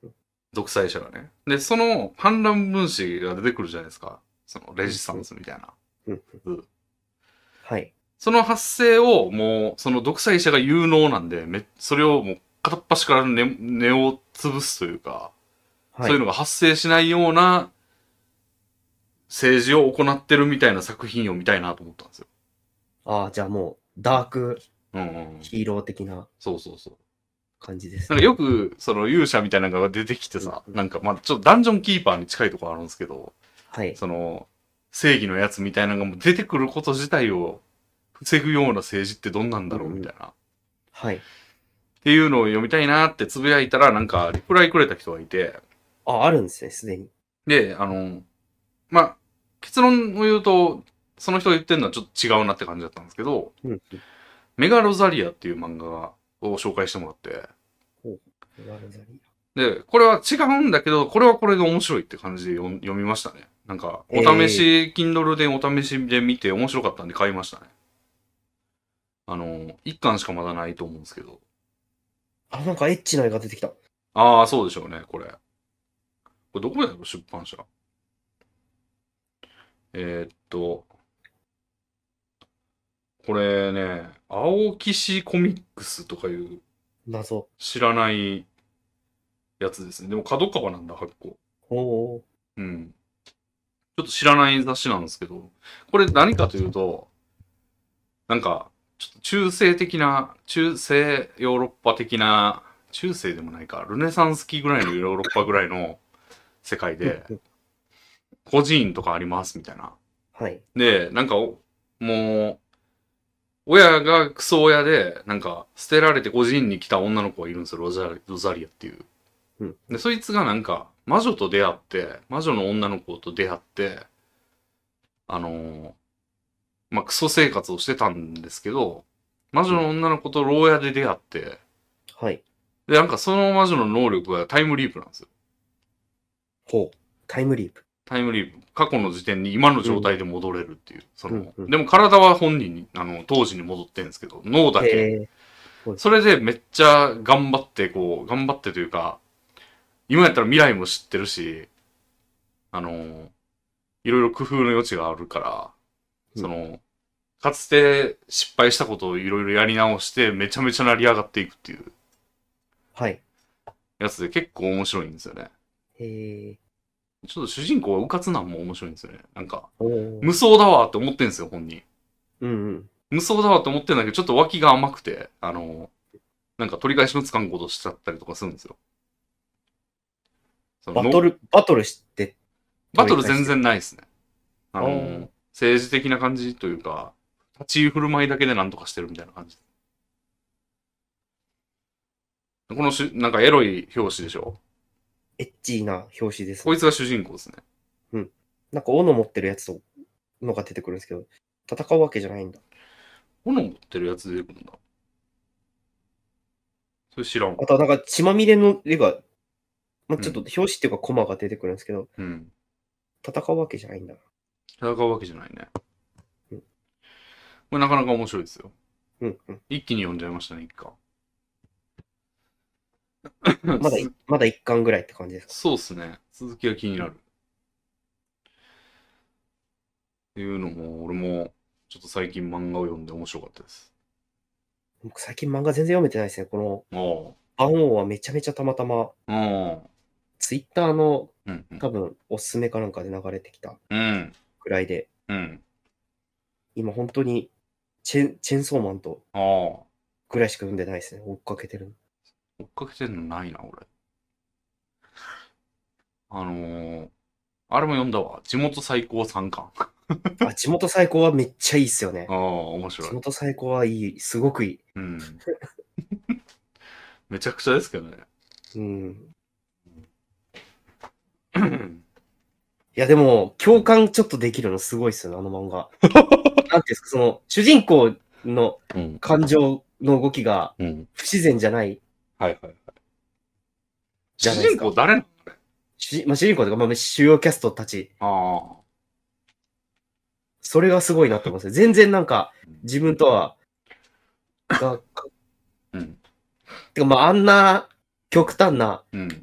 独裁者がね。で、その反乱分子が出てくるじゃないですか。そのレジスタンスみたいな。 うんうんはい。 その発生をもう、その独裁者が有能なんで、め、それをもう片っ端から根、根を潰すというか、 はい。 そういうのが発生しないような政治を行ってるみたいな作品を見たいなと思ったんですよ。 ああ、じゃあもう、ダークうんうんうん。 ヒーロー的なそうそうそう。 感じですね。 なんかよく、その勇者みたいなのが出てきてさ、 うんなんかまあちょっとダンジョンキーパーに近いところあるんですけど、 はい。 その、正義のやつみたいなのがもう出てくること自体を防ぐような政治ってどんなんだろうみたいな。っはい。 ていうのを読みたいなってつぶやいたら、なんかリプライくれた人がいて、 あ、あるんですね、すでに。 で、あの、まあ、結論を言うと、その人が言ってるのはちょっと違うなって感じだったんですけど、 うんうん。 メガロザリアっていう漫画を紹介してもらって、 ほう。メガロザリで、これは違うんだけど、これはこれで面白いって感じで読読みましたね。なんか、お試し、Kindle でお試しで見て面白かったんで買いましたね。あの、一巻しかまだないと思うんですけど。 ア。あ、なんかエッチな絵が出てきた。 ああ、そうでしょうね、これ。これどこだろう、出版社。えーっと、これね、青騎士コミックスとかいう謎。 知らないやつですね。でも角川なんだ、発行。 おー。 うん。ちょっと知らない雑誌なんですけど、これ何かというと、なんか、ちょっと中世的な、中世ヨーロッパ的な、中世でもないか、ルネサンス期ぐらいのヨーロッパぐらいの世界で、 うんうん孤児院とかありますみたいな。 はい。 で、なんかお、もう、親がクソ親で、なんか、捨てられて孤児院に来た女の子がいるんですよ、ロザロザリアっていう。 うんで、そいつがなんか、魔女と出会って、魔女の女の子と出会って、あのーまあ、クソ生活をしてたんですけど、魔女の女の子と牢屋で出会って、 はい。 で、なんかその魔女の能力がタイムリープなんですよ。 ほう。タイムリープ。 タイムリープ。過去の時点に今の状態で戻れるっていう。その、 うんうんでも体は本人に、あの、当時に戻ってるんですけど、脳だけ。 へーそれでめっちゃ頑張って、こう、頑張ってというか、今やったら未来も知ってるし、あの、いろいろ工夫の余地があるから、その、かつて失敗したことをいろいろやり直してめちゃめちゃ成り上がっていくっていうはい。 やつで結構面白いんですよね。 へえ。 ちょっと主人公はうかつなんも面白いんですよね。なんか、 おー無双だわって思ってんですよ、本人。 うんうん。 無双だわって思ってんだけど、ちょっと脇が甘くて、あの、なんか取り返しのつかんことしちゃったりとかするんですよ。そのバトル、バトルして、 バトル全然ないですね。あおーの、政治的な感じというか、立ち振る舞いだけでなんとかしてるみたいな感じ。このし、なんかエロい表紙でしょ。 エッチーな表紙ですこいつが主人公ですね。 なんか斧持ってるやつとのが出てくるんですけど、戦うわけじゃないんだ。 斧持ってるやつ出てくるんだ。それ知らん。 あとはなんか血まみれの絵が、まあ、 うんちょっと表紙っていうかコマが出てくるんですけど、 うん。 戦うわけじゃないんだ。 戦うわけじゃないね。 うんこれなかなか面白いですよ。 うんうん。 一気に読んじゃいましたね、一巻。 まだい、まだ一巻ぐらいって感じですか。 そうっすね。続きが気になる。っていうのも、俺も、ちょっと最近漫画を読んで面白かったです。 僕最近漫画全然読めてないですね。この、 あ番王はめちゃめちゃたまたま、 あ。ああ。 ツイッターのうんうん。 多分おすすめかなんかで流れてきたうん。 くらいで、 うん。 今本当にチェン、チェンソーマンとああ。追ぐらいしか読んでないですね。追っかけてるの。 っかけてんのないな、俺。あのー、あれも読んだわ。地元最高さんかん。 あ、地元最高はめっちゃいいっすよねあ。あ、面白い。 地元最高はいい。すごくいい。 うん。めちゃくちゃですけどね。 うん。いや、でも、共感ちょっとできるのすごいっすよね、あの漫画。なんていうんですか、その、主人公のうん。 感情の動きがうん。 不自然じゃない。 はいはいはい。主じゃないですか人公誰なの主人まあ、主人公というか、まあ、主要キャストたち。 ああ。 それがすごいなと思いますね。全然なんか、自分とは、が、かうん。 てかまあ、あんな極端なうん。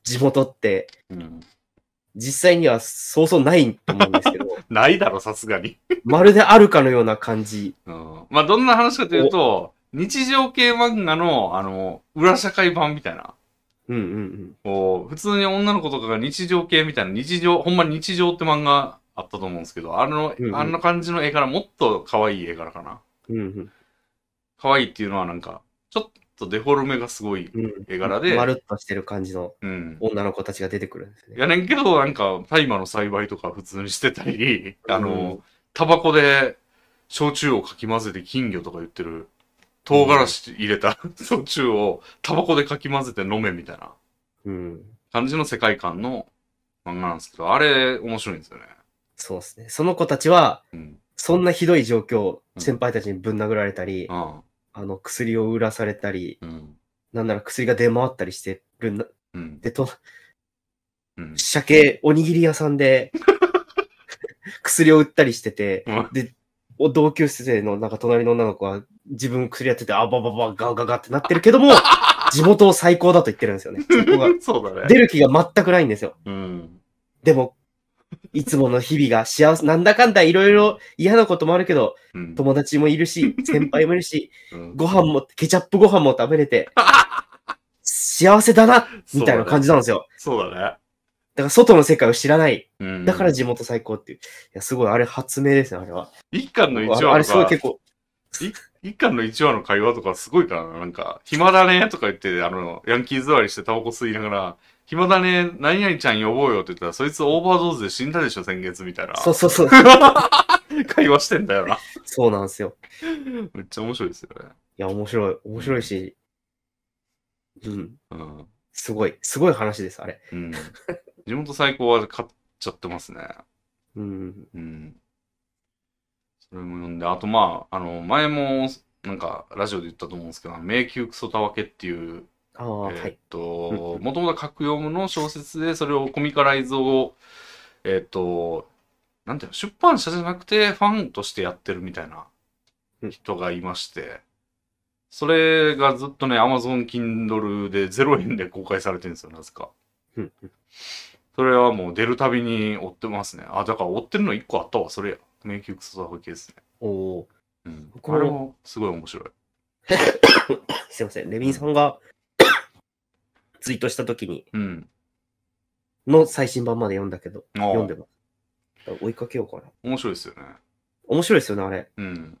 地元って、 うん。 実際にはそうそうないと思うんですけど、 ないだろ、さすがに。 まるであるかのような感じ。 うん。まあ、どんな話かというと、日常系漫画の、あの、裏社会版みたいな。 うんうんうん。 こう、普通に女の子とかが日常系みたいな、日常、ほんまに日常って漫画あったと思うんですけど、あの、 うんうんあんな感じの絵柄、もっと可愛い絵柄かな。 うんうん可愛いっていうのはなんか、ちょっとデフォルメがすごい絵柄うん。まるで、 っとしてる感じのうん。 女の子たちが出てくるんですね。 やねんけど、なんか、大麻の栽培とか普通にしてたり、あうんの、タバコで焼酎をかき混ぜて金魚とか言ってる、唐辛子入れた焼酎をタバコでかき混ぜて飲めみたいなうん。 感じの世界観の漫画なんですけど、あれ面白いんですよね。 そうですね。その子たちは、 うん。 そんなひどい状況、 うん先輩たちにぶん殴られたり、 ああの、薬を売らされたり、 あ。うん。 なんなら薬が出回ったりしてるんだ。 うん。 で、と、 うん。 鮭、おにぎり屋さんで薬を売ったりしてて、 うんで、お同級生のなんか隣の女の子は自分薬やってて、あばばばガガガってなってるけども、地元を最高だと言ってるんですよね。そこが。 そうだね。 出る気が全くないんですよ。 うん。 でも、いつもの日々が幸せ、なんだかんだいろいろ嫌なこともあるけど、 うん。 友達もいるし、先輩もいるし、 うん。 ご飯も、ケチャップご飯も食べれて、幸せだなみたいな感じなんですよ。 そうだね。 だから外の世界を知らない。 うん。 だから地元最高っていう。いや、すごい、あれ発明ですね、あれは。 一巻の一あれあれ話とか、 すごい結構、 い一巻の一話の会話とかすごいからな。なんか、暇だねとか言って、あの、ヤンキー座りしてタバコ吸いながら、暇だね、何々ちゃん呼ぼうよって言ったら、そいつオーバードーズで死んだでしょ、先月みたいな。 そうそうそう。 会話してんだよな。 そうなんですよ。 めっちゃ面白いですよね。 いや、面白い。面白いし、うん。 うん。 すごい。すごい話です、あれ。 うん。地元最高は買っちゃってますね。 うん。 うん。それも読んで、あとまあ、あの、前も、なんか、ラジオで言ったと思うんですけど、迷宮クソたわけっていう、 ああ、はえーっい。うんと、 うんもともとは格読むの小説で、それをコミカライズを、えーっと、なんていうの、出版社じゃなくて、ファンとしてやってるみたいなうん人がいまして、それがずっとね、Amazon Kindle でゼロえんで公開されてるんですよ、なぜか。 うんうんそれはもう出るたびに追ってますね。あ、だから追ってるのいっこあったわ、それや。迷宮クソたわけですね。 おお。 うん。 僕もあれもすごい面白い。 すいません。レビンさんがツイートした時に、 うん。 の最新版まで読んだけど、 ああ読んでます。追いかけようかな。 面白いですよね。 面白いですよね、あれ。 うん。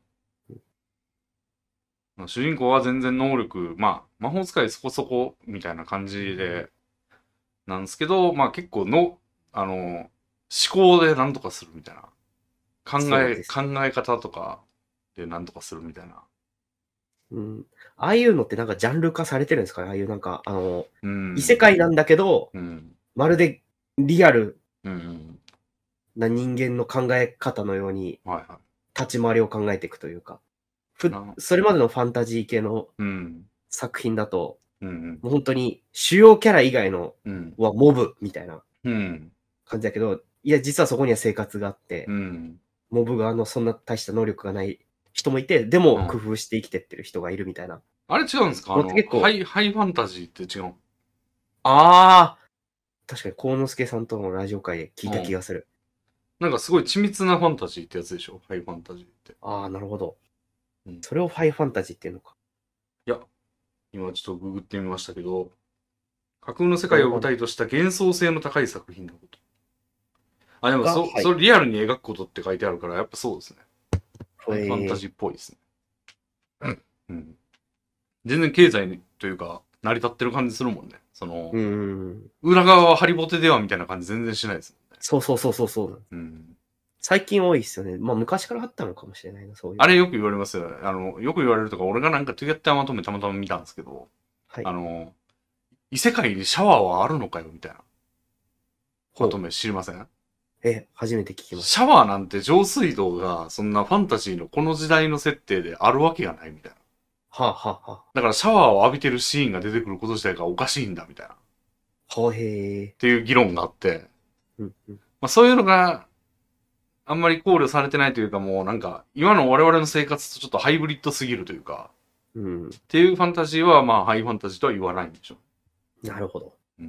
主人公は全然能力、まあ、魔法使いそこそこみたいな感じで、なんですけど、まあ結構の、あの、思考で何とかするみたいな。考え、 そうです考え方とかで何とかするみたいな。 うん。ああいうのってなんかジャンル化されてるんですかね、ああいうなんか、あの、 うん。 異世界なんだけど、 うん。 まるでリアルうんうん。 な人間の考え方のようにはいはい。 立ち回りを考えていくというか、ふなそれまでのファンタジー系のうん。 作品だと、 うんうん。 もう本当に主要キャラ以外のうん。 はモブみたいなうん。 感じだけど、いや、実はそこには生活があって、 うん。 モブがあの、そんな大した能力がない人もいて、でも工夫して生きてってる人がいるみたいな。 あれ違うんですかあの、 結構ハイ、ハイファンタジーって違う。 ああ確かに、幸之助さんとのラジオ会で聞いた気がする。 なんかすごい緻密なファンタジーってやつでしょハイファンタジーって。 ああ、なるほど、 うんそれをファイファンタジーっていうのか。 いや、今ちょっとググってみましたけど、架空の世界を舞台とした幻想性の高い作品のこと。あ、でもそ、 はいそれリアルに描くことって書いてあるから、やっぱそうですね。ハイへーファンタジーっぽいですね。うん。全然経済というか、成り立ってる感じするもんね。その、 うーん。 裏側はハリボテではみたいな感じ全然しないですもんね。 そうそうそうそうそう。 うん。 最近多いっすよね。まあ昔からあったのかもしれないな、そういう。 あれよく言われますよ。あの、よく言われるとか、俺がなんかトゥギャッターまとめたまたま見たんですけど、 はい。 あの、異世界にシャワーはあるのかよみたいな。 ほうまとめ知りませんえ、初めて聞きましシャワーなんて上水道がそんなファンタジーのこの時代の設定であるわけがないみたいな。 た。はあ、はあはだからシャワーを浴びてるシーンが出てくること自体がおかしいんだみたいな。っあ、はあ、へえ。 ていう議論があって、 うんうん。 まあそういうのがあんまり考慮されてないというかもうなんか今の我々の生活とちょっとハイブリッドすぎるというか、 うん。 っていうファンタジーはまあハイファンタジーとは言わないんでしょなるほど。 う。うん。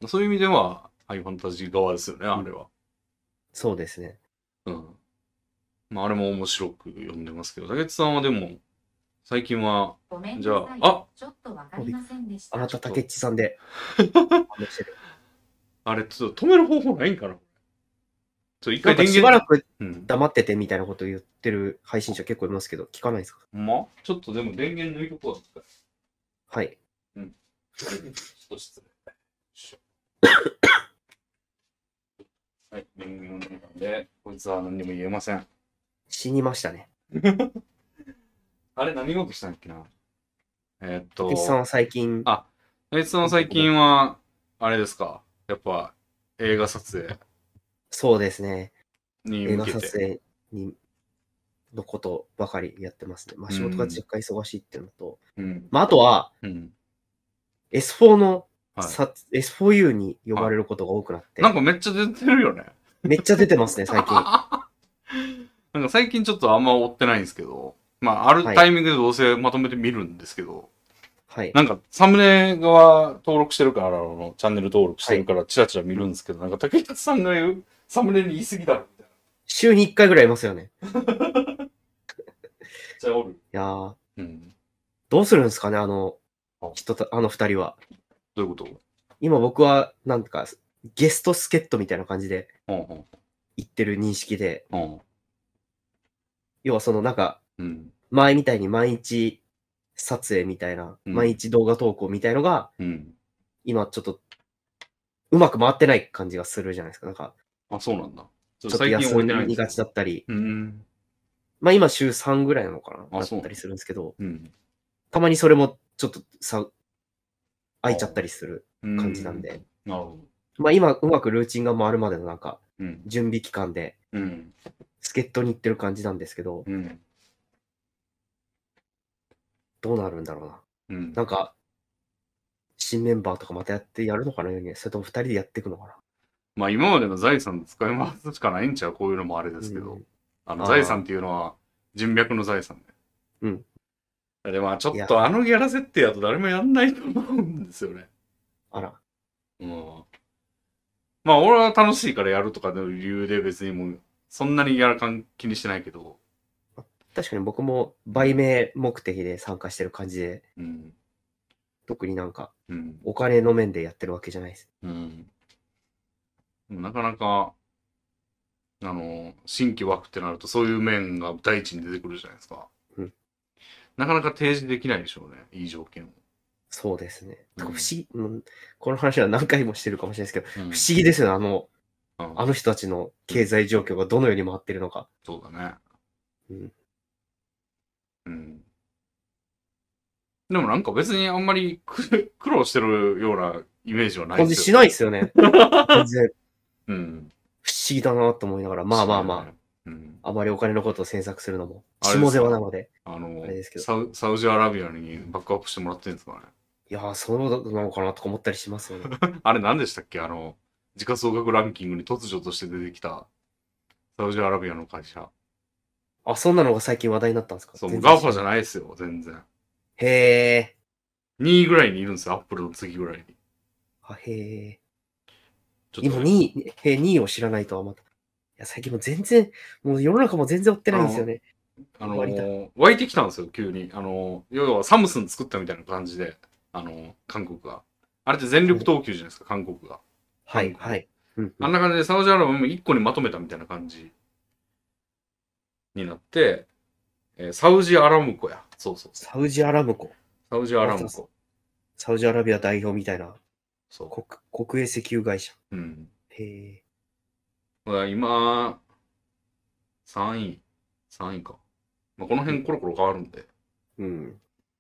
そういう意味では、ハイファンタジー側ですよね、あれは。 そうですね。 うん。まあ、あれも面白く読んでますけど、竹内さんはでも、最近は、じゃあ、あちょっとわかりませんでした。 あなた竹内さんで話してる。 あれ、ちょっと止める方法ないんかなちょっと一なんか回電源。 しばらくうん。 黙っててみたいなこと言ってる配信者結構いますけど、聞かないですか？ ほんまちょっとでも電源抜いとこうか。 はい。 ちょっと失礼。よいしょはい、電源抜いたんで、こいつは何にも言えません。 死にましたね。 あれ、何言おうとしたんだっけなえーっと、 竹内さんは最近、 あ、竹内さんは最近は、あれですかやっぱ、映画撮影そうですね。映画に向けて。 撮影にのことばかりやってますね。まあ仕事が若干忙しいっていうのと、 うん。 まああとはうん。 エスフォー のはいさ、エスフォーユー に呼ばれることが多くなって、 なんかめっちゃ出てるよね。 めっちゃ出てますね、最近。 なんか最近ちょっとあんま追ってないんですけど、まあ、あるはいタイミングでどうせまとめて見るんですけど、 はい。 なんかサムネ側登録してるから、あの、チャンネル登録してるから、チラチラ見るんですけど、なんか竹内さんが言うサムネに言い過ぎだろ、みたいな。 週にいっかいぐらいいますよね。 じゃあおる。 いやー、 うん。 どうするんですかね、あのあ、 人た、あの二人は。 どういうこと今僕は、なんか、ゲスト助っ人みたいな感じでうんうん言ってる認識で、 うん要はそのなんか、 うん前みたいに毎日撮影みたいな、 うん毎日動画投稿みたいのが、 うん。 今ちょっと、うまく回ってない感じがするじゃないですか。なんか、 あ、そうなんだ。ちょちょっと最近休置いてないんですみがちだったり、 うん。 まあ今週さんぐらいなのかなあそうだったりするんですけど、 うん。 たまにそれもちょっとさ、空いちゃったりするうん。 感じなんで。 なるほど。 まあ今うまくルーチンが回るまでのなんか、 うん。 準備期間で、 うん。 助っ人に行ってる感じなんですけど、 うん。 どうなるんだろうな。 うん。 なんか、新メンバーとかまたやってやるのかなそれとも二人でやっていくのかな。 まあ今までの財産使い回すしかないんちゃうこういうのもあれですけど。 うんあの、 あー財産っていうのは人脈の財産ね。 うん。 で、まあちょいやっとあのギャラ設定やと誰もやんないと思うんですよね。 あら。 うん。まあ俺は楽しいからやるとかの理由で別にもう、そんなにギャラ感気にしてないけど。 確かに僕も売名目的で参加してる感じで、 うん。 特になんかうん。 お金の面でやってるわけじゃないです。 うん。でもなかなか、あの、新規枠ってなるとそういう面が第一に出てくるじゃないですか。 うんなかなか提示できないでしょうね。いい条件を。 そうですね。 うん不思議、うんこの話は何回もしてるかもしれないですけど、 うん不思議ですよね。あの、 うんあの人たちの経済状況がどのように回ってるのか。 そうだね。 うん、 うん。でもなんか別にあんまり苦苦労してるようなイメージはない感じしないですよね。全然うん。 不思議だなと思いながら、まあまあまあ、 あ。うん。 あまりお金のことを詮索するのも、 あれですか下世話なので。 あのあれですけどサウ、サウジアラビアにバックアップしてもらってるんですかね。 いやー、そうなのかなとか思ったりしますよね。 あれ何でしたっけあの、時価総額ランキングに突如として出てきたサウジアラビアの会社。 あ、そんなのが最近話題になったんですかそう、もう全然ガファじゃい。 ないですよ、全然。 へえ。 にいぐらいにいるんですよ、アップルの次ぐらいに。 あ、へえ。 ちょっと今にい、へえ、にいを知らないとはまた。いや、最近もう全然、もう世の中も全然追ってないんですよね。 あの割とー、湧いてきたんですよ、急に。あのー、要はサムスン作ったみたいな感じで、あのー、韓国が。あれって全力投球じゃないですか、韓国が。 はい、はい。うんうんあんな感じでサウジアラビアも一個にまとめたみたいな感じになって、えーサウジアラムコや。そうそうそう。 サウジアラムコ。 サウジアラムコ。 サウジアラビア代表みたいなそ国国営石油会社。 う。うん。 へえ。 だから今、さんい。さんいか。まあ、この辺コロコロ変わるんで。 うん。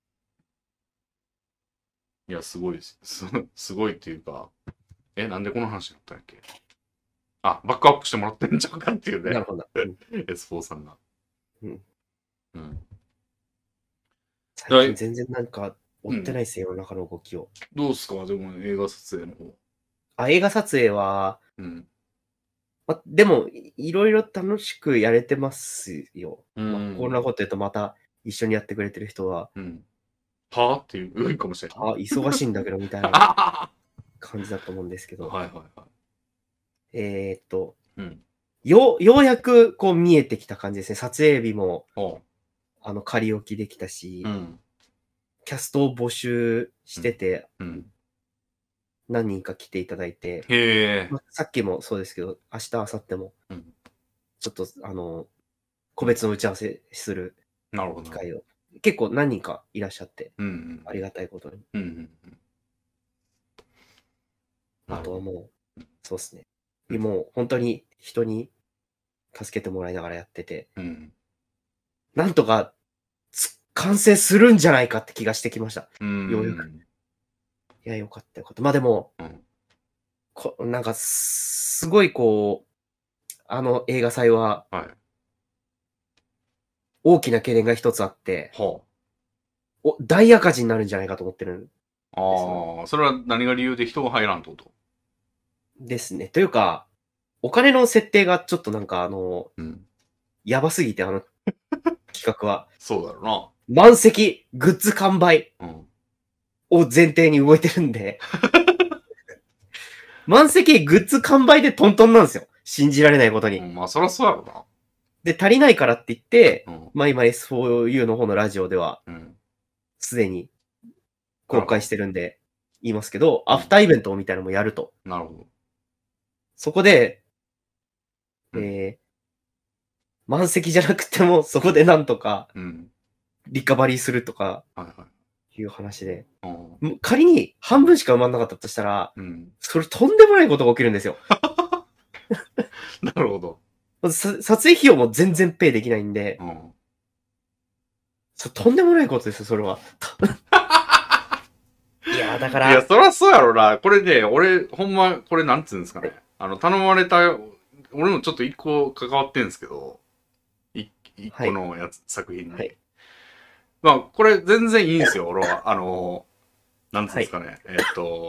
いや、すごいです。すすごいっていうか、え、なんでこの話だったんやっけあ、バックアップしてもらってんじゃんかっていうね。 なるほど。うん、 エスフォー さんが。 うん。 うん。 最近全然なんか追ってないですよ、世の中の動きを。 どうすかでも映画撮影の方。 あ、映画撮影は、 うん。 ま、でも、いいろいろ楽しくやれてますよ。 うんまこんなこと言うとまた一緒にやってくれてる人は、 うん。はぁっていう、言うかもしれない。 あ、忙しいんだけどみたいな。 あ感じだと思うんですけど、 はいはいはい。 えーっと、 うん。 よう、ようやくこう見えてきた感じですね。撮影日も、 おう。 あの、仮置きできたし、 うん。 キャストを募集してて、 うん。 何人か来ていただいて、 へえ。 まあ、さっきもそうですけど、明日、明後日も、 うん。 ちょっと、あの、個別の打ち合わせするなるほど。 機会を、結構何人かいらっしゃって、 うんうん。 ありがたいことに。 うんうんうん。 あとはもう、そうですね。 うんもう本当に人に助けてもらいながらやってて、 うん。 なんとかつ完成するんじゃないかって気がしてきました。 うん。 ようやく。いや、よかったよかった。まあでも、 うん。 こなんか、すごいこう、あの映画祭ははい。 大きな懸念が一つあって、 はお、大赤字になるんじゃないかと思ってるあ。ああ、それは何が理由で人が入らんってこと？ んですね。というか、お金の設定がちょっとなんかあの、 うん。 やばすぎて、あの企画は。 そうだろ満席、グッズ完売うな。うん。 を前提に動いてるんで、満席、グッズ完売でトントンなんですよ。信じられないことに。 うん、まあ、そらそうやろな。 で、足りないからって言って、 うん。 まあ今 エスフォーユー の方のラジオでは、 うん。 すでに公開してるんで、言いますけど、 うんアフターイベントみたいなのもやると。 なるほど。 そこで、 うんえー、満席じゃなくても、そこでなんとかうん。 リカバリーするとかはいはい。 いう話で、 うん。 もう仮に半分しか埋まんなかったとしたら、 うん。 それとんでもないことが起きるんですよ。 なるほど。 まずさ撮影費用も全然ペイできないんで、 うん。 そとんでもないことですよ、それは。いやー、だかいや、 ら、 そらそうやろな。これね、俺、ほんま、これなんつうんですかね。あの、頼まれた、俺もちょっと一個関わってんですけど、い一個のやつ、作品に。 はいまあ、これ全然いいんですよ、俺は。あの、なんつうんですかね。えーっと、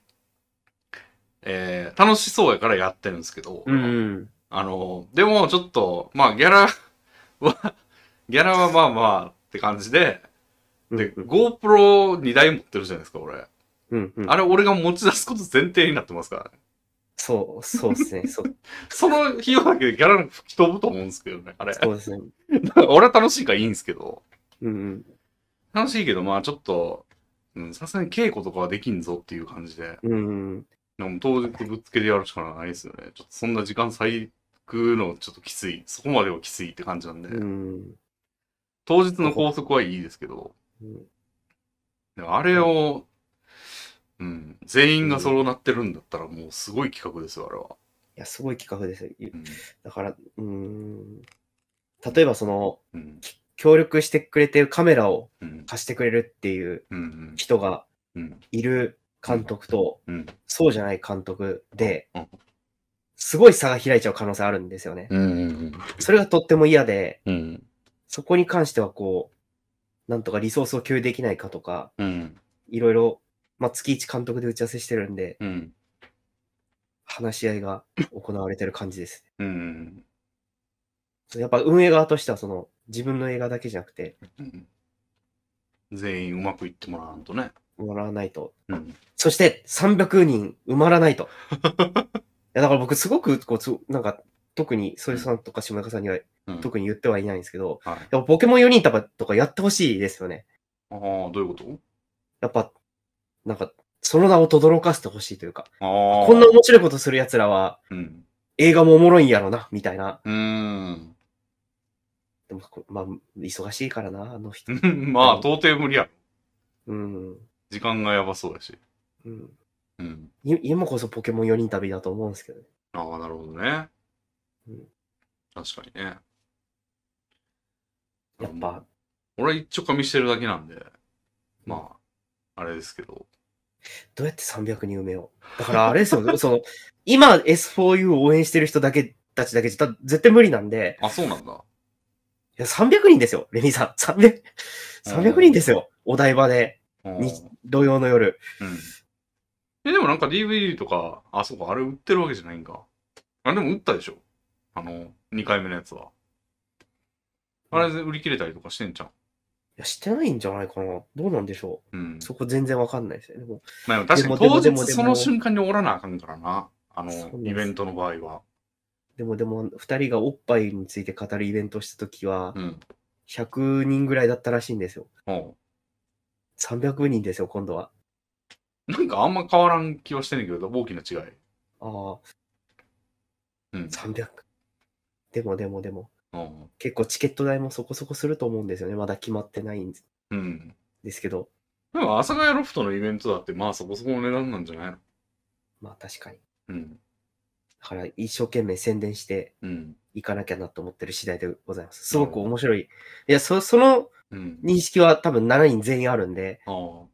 えー、楽しそうやからやってるんですけど、 うんうん。 あの、でもちょっと、まあ、ギャラは、ギャラはまあまあって感じで、で、 うんゴープロに 台持ってるじゃないですか、俺。 うんうん。 あれ、俺が持ち出すこと前提になってますからね。 そう、そうですね。そう、 その費用だけでギャラ吹き飛ぶと思うんですけどね、あれ。 そうですね。 俺は楽しいからいいんですけど。 うんうん。 楽しいけど、まあちょっと、うんさすがに稽古とかはできんぞっていう感じで。 うんうん。 でも当日ぶっつけでやるしかないですよね。ちょっとそんな時間割くのちょっときつい。そこまではきついって感じなんで。 うん当日の高速はいいですけど。 うん。 でもあれを、うん、全員がそうなってるんだったらもうすごい企画ですよ、あれは。 いや、すごい企画ですよ。 うん。 だから、うーん。例えばその、 うん。 協力してくれてるカメラをうん。 貸してくれるっていううん。 人がうん。 いる監督と、 うん。 そうじゃない監督で、 うん。 すごい差が開いちゃう可能性あるんですよね。 うん。 それがとっても嫌で、 うん。 そこに関してはこう、なんとかリソースを共有できないかとか、 うん。 いろいろ、まあ、月一監督で打ち合わせしてるんで、 うん。 話し合いが行われてる感じです。 うん。 やっぱ運営側としてはその、自分の映画だけじゃなくて、 うん全員うまくいってもらわんとね。 もらわないと。 うん。 そして、さんびゃくにん埋まらないと。いや、だから僕すごく、こうつ、なんか、特に、ソイさんとか下中さんにはうん、 特に言ってはいないんですけど、 はい。 やっぱポケモンよにんとかとかやってほしいですよね。 ああ、どういうこと？ やっぱ、なんか、その名を轟かせてほしいというか、 ああ。 こんな面白いことする奴らは、 うん。 映画もおもろいんやろな、みたいな。 うーん。 でも、こまあ、忙しいからな、あの人。 まあ、到底無理やろ。 うん。 時間がやばそうだし。 うん。 うん。 い今こそポケモンよにん旅だと思うんですけどね。 ああ、なるほどね。 うん確かにね。 やっぱ、 俺は一丁噛みしてるだけなんで、まあ、あれですけど。 どうやってさんびゃくにん埋めよう。だからあれですよ、その、今 エスフォーユー を応援してる人だけ、たちだけじゃ絶対無理なんで、 あ、そうなんだ。 いや、さんびゃくにんですよ、レミさん。さんびゃく、さんびゃくにんですよ。お台場で、 うん。 に土曜の夜。 うん。え、でもなんか ディーブイディー とか、あ、そうか、あれ売ってるわけじゃないんか。あ、でも売ったでしょ。あの、にかいめのやつは。あれで売り切れたりとかしてんじゃん。 や、してないんじゃないかな。どうなんでしょうんう。。そこ全然わかんないですよね。でもまあ確かにでも当でもでも日その瞬間におらなあかんからな。あのそうなん、ですイベントの場合は。 でも、でも、二人がおっぱいについて語るイベントをしたときは、 うん。 ひゃくにんぐらいだったらしいんですよ。 おうさんびゃくにんですよ、今度は。 なんかあんま変わらん気はしてんねんけど、大きな違い。 ああ、 うん。 さんびゃく。でも、でも、でも、 おう結構チケット代もそこそこすると思うんですよね。まだ決まってないんうん。 ですけど。 でも、阿佐ヶ谷ロフトのイベントだって、まあそこそこの値段なんじゃないの？ まあ確かに。 うん。 だから一生懸命宣伝してうん。 いかなきゃなと思ってる次第でございます。すごく面白い。いや、そ、そのうん。 認識は多分しちにん全員あるんで、 ああ、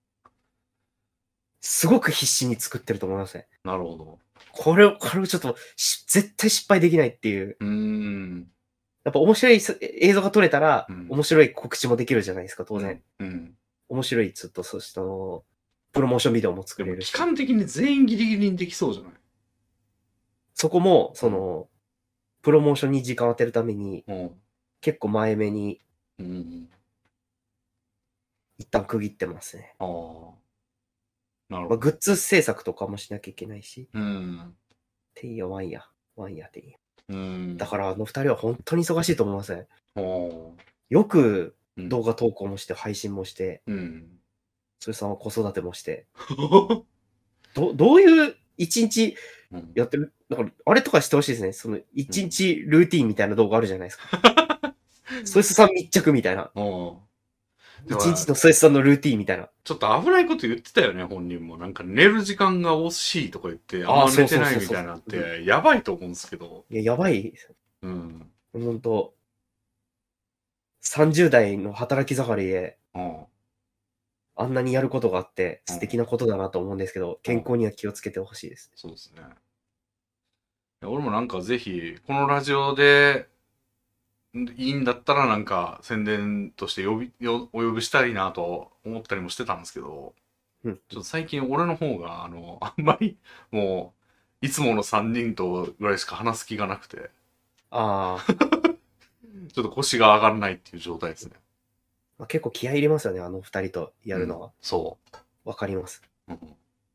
すごく必死に作ってると思いますね。 なるほど。 これを、これをちょっとし、絶対失敗できないっていう。 うーん。 やっぱ面白いす映像が撮れたら、 うん面白い告知もできるじゃないですか、当然。 うん。 面白い、ちょっと、そして、あの、プロモーションビデオも作でも、 れるし。 期間的に全員ギリギリにできそうじゃない？ そこも、その、プロモーションに時間を当てるために、 うん。 結構前目にうん。 一旦区切ってますね。 ああ。なるまあ、 ほど。 グッズ制作とかもしなきゃいけないし。 うん。 てんやワンや。ワンやてんや。 うん。 だからあの二人は本当に忙しいと思いますね。 およくうん。 動画投稿もして、配信もして、 うん。 それさんは子育てもして。ど、どういう一日うんやってるだから、あれとかしてほしいですね。その一日ルーティンみたいな動画あるじゃないですか。ソイスさん密着みたいな。 おで一も日のソイスさんのルーティンみたいな。 ちょっと危ないこと言ってたよね、本人も。なんか寝る時間が惜しいとか言って、あんああま寝てそうそうそうそうないみたいなのって、やばいと思うんですけど。 いや、やばいですよ。 うん。 本当さんじゅう代の働き盛りで、 うん。 あんなにやることがあって、素敵なことだなと思うんですけど、健康には気をつけてほしいです。 そうですね。いや俺もなんかぜひ、このラジオで、いいんだったらなんか宣伝として呼び、よお呼びしたいなと思ったりもしてたんですけど、 うん。 ちょっと最近俺の方が、あの、あんまり、もう、いつものさんにんとぐらいしか話す気がなくて、 ああ、 ちょっと腰が上がらないっていう状態ですね。 まあ、結構気合い入れますよね、あの二人とやるのは。 うんそわ、かります。 う、うん。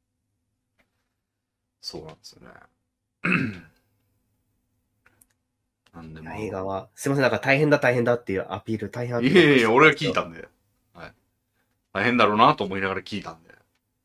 そうなんですよね。なんでまあ。 映画は、すいません、なんか大変だ大変だっていうアピール、大変アピーいル。 やいや俺が聞いたんで。はい。大変だろうなと思いながら聞いたんで。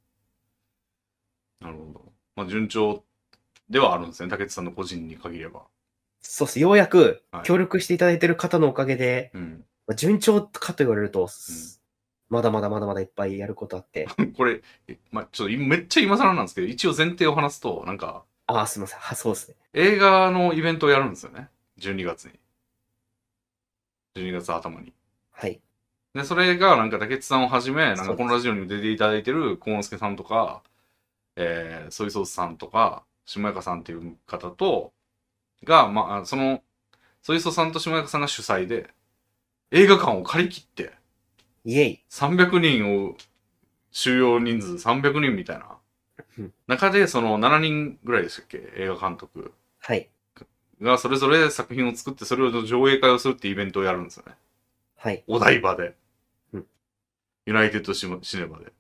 なるほど。まあ、順調ではあるんですね。竹内さんの個人に限れば。 そうっす。ようやくはい協力していただいてる方のおかげで、 うん。 まあ、順調かと言われると、まだまだまだまだいっぱいやることあって。 これ、えまあ、ちょっと今めっちゃ今更なんですけど、一応前提を話すと、なんか、 ああ、すいません。は、そうですね。 映画のイベントをやるんですよね。じゅうにがつに。じゅうにがつ頭に。 はい。 で、それが、なんか、竹内さんをはじめ、なんそうですか、このラジオにも出ていただいてる、幸之助さんとか、えー、ソイソースさんとか、下やかさんっていう方と、が、まあ、その、ソイソースさんと下やかさんが主催で、映画館を借り切って、 イエイ。 さんびゃくにんを、収容人数さんびゃくにんみたいなうん。 中で、その、しちにんぐらいでしたっけ？映画監督はい。 が、それぞれ作品を作って、それを上映会をするっていうイベントをやるんですよね。 はい。 お台場で。 うんユナイテッドシシネマで。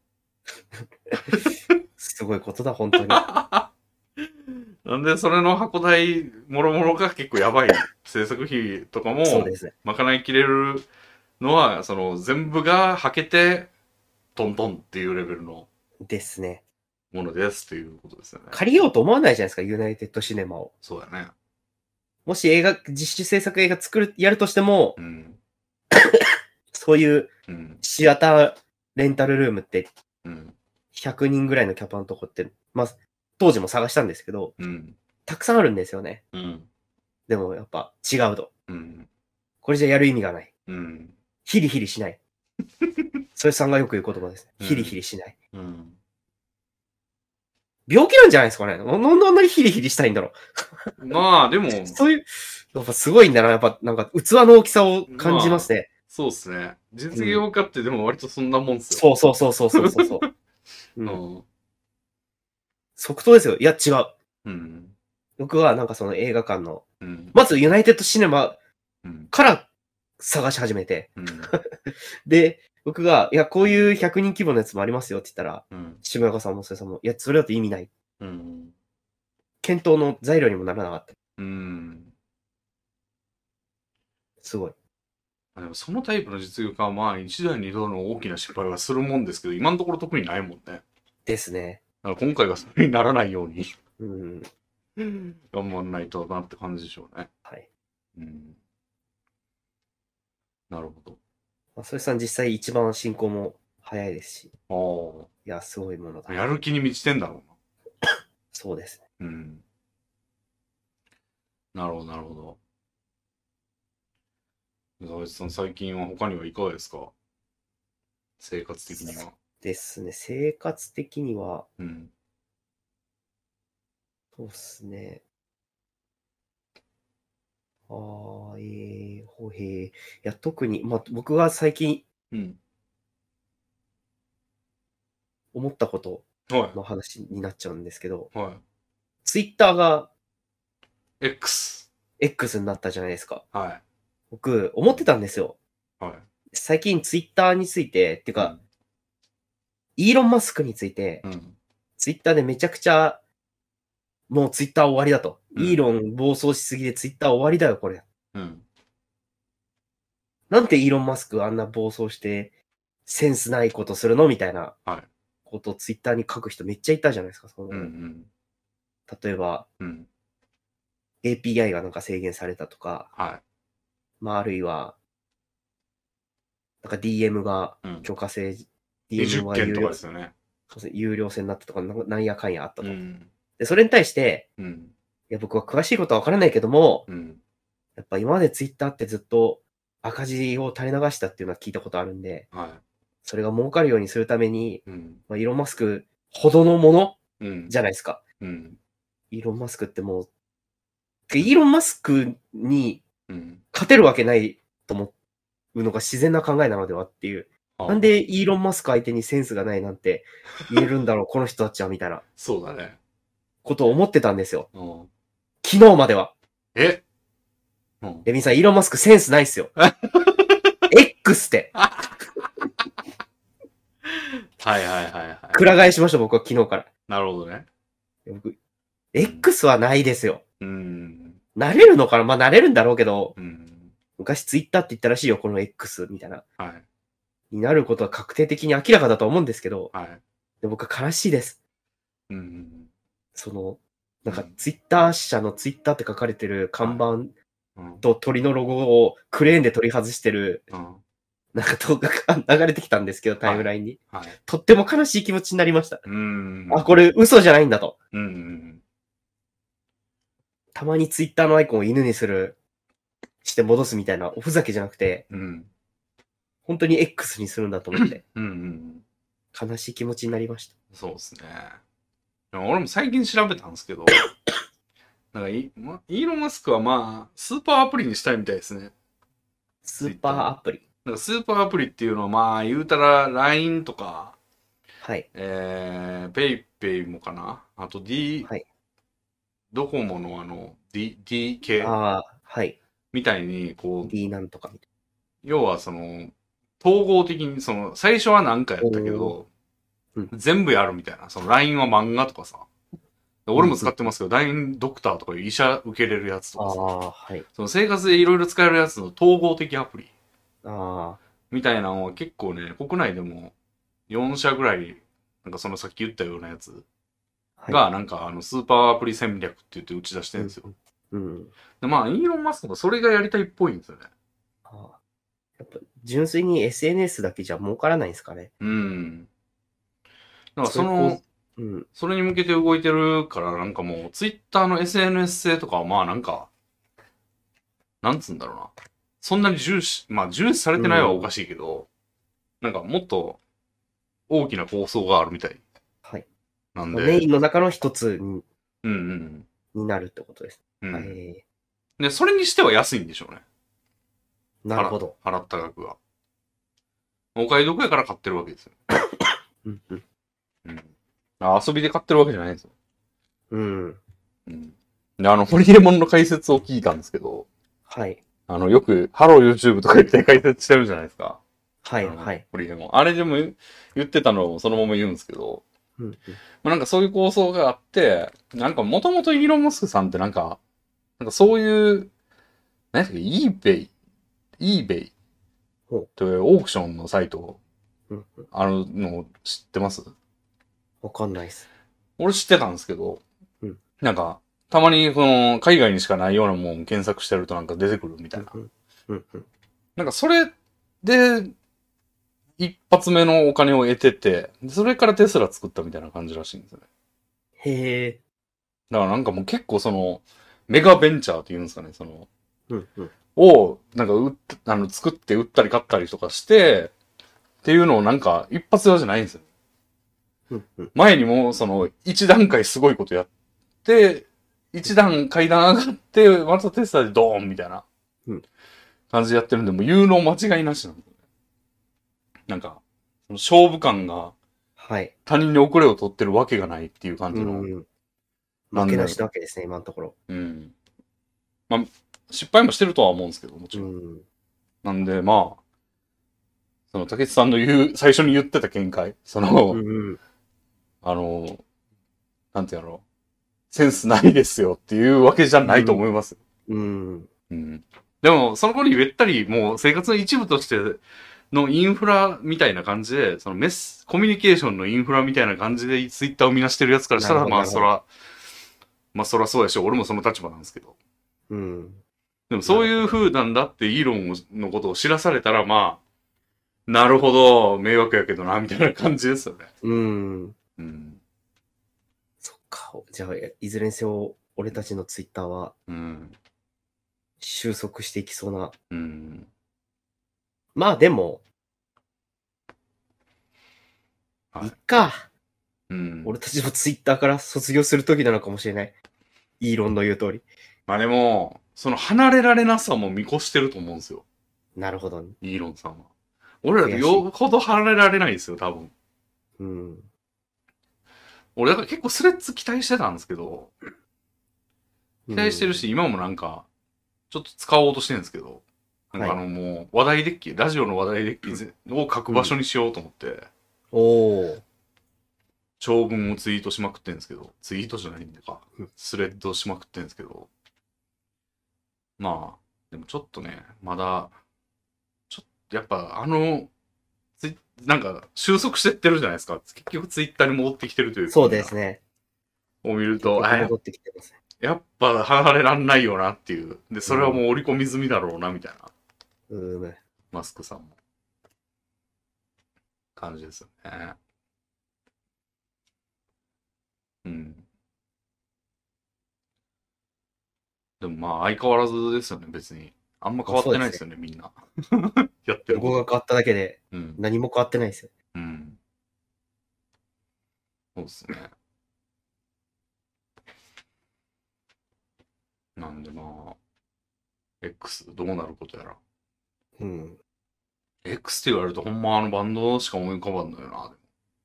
すごいことだ、本当に。 なんで、それの箱代、もろもろが結構やばい制作費とかも、 そうですね。 賄いきれるのは、その、全部がはけて、トントンっていうレベルのですね。 ものですっていうことですよね。 借りようと思わないじゃないですか、ユナイテッドシネマを。 そうだね。 もし映画、実施制作映画作る、やるとしてもう、ん。 そういううん。 シアターレンタルルームってうん。 ひゃくにんぐらいのキャパのとこって、まあ、当時も探したんですけど、 うん。 たくさんあるんですよね。 うん。 でもやっぱ違うと。 うん。 これじゃやる意味がない。 うん。 ヒリヒリしない。それさんがよく言う言葉ですね。 うんヒリヒリしない。 うん。 病気なんじゃないですかね。ななんであんなにヒリヒリしたいんだろまあ、でも、 う。そういう、やっぱすごいんだな。やっぱなんか器の大きさを感じますね。 そうっすね。実業家ってでも割とそんなもんっすよ。 そうそうそうそうそうそう。う、 うんん。 即答ですよ。いや、違う。 うん。 僕はなんかその映画館の、 うん。 まずユナイテッドシネマうん。 から探し始めて。 うん。 で、僕が、いや、こういうひゃくにん規模のやつもありますよって言ったら、 うん。 下中さんもそれさんも、いや、それだと意味ない。 うん。 検討の材料にもならなかった。 うん。 すごい。 でもそのタイプの実力はまあ一度や二度の大きな失敗はするもんですけど、今のところ特にないもんね。 ですね。 だから今回がそれにならないようにうん。 頑張んないとなって感じでしょうね。 はい。 うん。なるほど。 まあ、それさん実際一番進行も早いですし。 ああ。 いや、すごいものだ。 やる気に満ちてんだろそうですね。 うな。うん。なるほど、なるほど。ザワチさん、最近は他にはいかがですか？生活的には。 ですね。生活的には、 うん。 そうですね。ああ、ええほへえ。いや、特に、まあ、僕が最近うん。 思ったことはの話になっちゃうんですけど、 い。はツイッターがい。X。 X になったじゃないですか。 は僕、思ってたんですよ。 い。はい。 最近ツイッターについて、っていうか、 うんイーロン・マスクについて、 うん。 ツイッターでめちゃくちゃ、もうツイッター終わりだと。 うんイーロン暴走しすぎでツイッター終わりだよ、これ。 うん。 なんでイーロン・マスクあんな暴走して、センスないことするのみたいなはい。 ことをツイッターに書く人めっちゃいたじゃないですか。そのうんうん。 例えば、 うん。 エーピーアイ がなんか制限されたとか、 はまあ、あるいは、なんか ディーエム がい。うん。 許可制、 にディーエムじゅっけんとかは有料ですよね。 そうですね有料制になったとか、なんなんやかんやあったと。 うん。 で、それに対して、 うん。 いや、僕は詳しいことはわからないけども、 うん。 やっぱ今までツイッターってずっと赤字を垂れ流したっていうのは聞いたことあるんで、 はそれが儲かるようにするために、 い。うん。 まあ、イーロン・マスクほどのものうん。 じゃないですか。 うん。 イーロン・マスクってもう、てかイーロン・マスクにうん。 勝てるわけないと思うのが自然な考えなのではっていう。 あなんでイーロン・マスク相手にセンスがないなんて言えるんだろう、この人たちは、みたいなそうだね。 ことを思ってたんですよ。 うん。 昨日までは。 えうん。 レミさん、イーロン・マスクセンスないっすよ。X って。 はいはいはいはい。 くら替えしました、僕は昨日から。 なるほどね。 僕、X はないですよ。 うん。 なれるのかなまあ、なれるんだろうけど、 うん。 昔ツイッターって言ったらしいよ、この X みたいな。 はい。 になることは確定的に明らかだと思うんですけど、 はい。 で僕は悲しいです。 うん。 その、なんかうんツイッター社のツイッターって書かれてる看板うん。 と鳥のロゴをクレーンで取り外してる、 うん。 なんか動画が流れてきたんですけど、タイムラインに。 はい。 とっても悲しい気持ちになりました。 うん。 あ、これ嘘じゃないんだと。 うん。 たまにツイッターのアイコンを犬にする、して戻すみたいなおふざけじゃなくて、 うん。 本当に X にするんだと思って、 うん。 悲しい気持ちになりました。 そうですね。でも俺も最近調べたんですけど、なんかイまイーロン・マスクはまあ、スーパーアプリにしたいみたいですね。 スーパーアプリ。 なんかスーパーアプリっていうのはまあ、言うたら ライン とか、 はい。 えー、ペイペイもかなあと D、 はい。 ドコモのあの、D、D 系ああ、はい。 みたいに、こう、 D なんとかみたい要はその、統合的に、その、最初は何かやったけど、 おー全部やるみたいな。その ライン は漫画とかさ。俺も使ってますけど、ライン ドクターとかいう医者受けれるやつとな。 かさ。 ああ、はい。 その生活でいろいろ使えるやつの統合的アプリあみたいなのは結構ね、国内でもよん社ぐらい、なんかそのさっき言ったようなやつあ、はい。 が、なんかあのスーパーアプリ戦略って言って打ち出してるんですよ。 うん。 でまあ、イーロン・マスクもそれがやりたいっぽいんですよね。 ああやっぱ純粋に エスエヌエス だけじゃ儲からないんですかね。 うん。だからそそういうの構、うん。 それに向けて動いてるから、なんかもう、ツイッターの エスエヌエス 性とかは、まあなんか、なんつうんだろうな。そんなに重視、まあ重視されてないはおかしいけど、なんかもっと大きな構想があるみたい。 はい。 なんメイで、 ンの中の一つにうんうんになるってことです。 うん。うんはい。 で、それにしては安いんでしょうね。 なるほど。 払った額が。お買い得やから買ってるわけですよ。 うんうん。 うん。あ遊びで買ってるわけじゃないんですよ。 うん。 うん。で、あの、ホリエモンの解説を聞いたんですけど、 はい。 あの、よく、ハロー YouTube とか言って解説してるじゃないですか。 はい、 あのはい。 ホリエモン。あれでも言言ってたのをそのまま言うんですけど、 うんうんまあ、なんかそういう構想があって、なんかもともとイーロン・マスクさんってなんか、なんかそういう、何ですか、eBay、eBay ほう。 というオークションのサイトうんうん。 あるのを知ってます？ わかんないっす。 俺知ってたんですけど、 うんなんか、たまにその、海外にしかないようなもん検索してるとなんか出てくるみたいな。 うんうん。うんうん。 なんかそれで、一発目のお金を得てて、それからテスラ作ったみたいな感じらしいんですよね。 へえ。 だからなんかもう結構その、メガベンチャーって言うんですかね、その、 うんうん。 を、なんか売っ、あの、作って売ったり買ったりとかして、っていうのをなんか一発屋じゃないんですよ。 うんうん。 前にも、その、一段階すごいことやって、一段階段上がって、またテスラでドーンみたいなうん感じでやってるんで、もう有能間違いなしなんですよね。なんか、その勝負感がはい。 他人に遅れを取ってるわけがないっていう感うじの。 ん。 なんで負けなしなわけですね、今のところ。 うん。まあ、失敗もしてるとは思うんですけど、もちうろん。 ん。 なんで、まあ、その、竹内さんの言う、最初に言ってた見解、その、 うんうん。 あの、なんていうの、センスないですよっていうわけじゃないと思います。 うん。 うん。でも、その頃に言ったり、もう生活の一部としてのインフラみたいな感じで、そのメス、コミュニケーションのインフラみたいな感じでツイッターを見なしてるやつからしたら、 なるほどまあ、そら、まあ、そらそうやし、俺もその立場なんですけど。 うん。 でも、そういう風なんだってイーロンのことを知らされたら、まあ、なるほど、迷惑やけどな、みたいな感じですよね。 うん。 うん。 そっか。じゃあ、いずれにせよ、俺たちのツイッターはうん。 収束していきそうな。 うん。 まあでも、 はいいっか。 うん。 俺たちもツイッターから卒業する時なのかもしれない。イーロンの言う通り。 まあでも、その離れられなさも見越してると思うんですよ。 なるほど、ね。 イーロンさんは。俺らとよほど離れられないですよ、多分。 うん。 俺だから結構スレッズ期待してたんですけど、期待してるし、今もなんか、ちょっと使おうとしてるんですけど、なんかあのもう、話題デッキ、ラジオの話題デッキを書く場所にしようと思って、 おー。 長文をツイートしまくってんですけど、ツイートじゃないんだかうん、 スレッドしまくってんですけど、まあ、でもちょっとね、まだ、ちょっとやっぱあの、ツイなんか収束してってるじゃないですか。結局ツイッターに戻ってきてるというか。 そうですね。 を見ると、あ、 戻ってきてますね。 やっぱ離れらんないよなっていう。で、それはもう織り込み済みだろうな、みたいな。 うん。 マスクさんも。感じですよね。うん。でもまあ相変わらずですよね、別に。あんま変わってないですよね、みんな。やってること。 ロゴが変わっただけでうん。 何も変わってないですよ。 うん。そうですね。なんでまあ、X どうなることやら。 うん。 X って言われるとほんまあのバンドしか思い浮かばんのよな。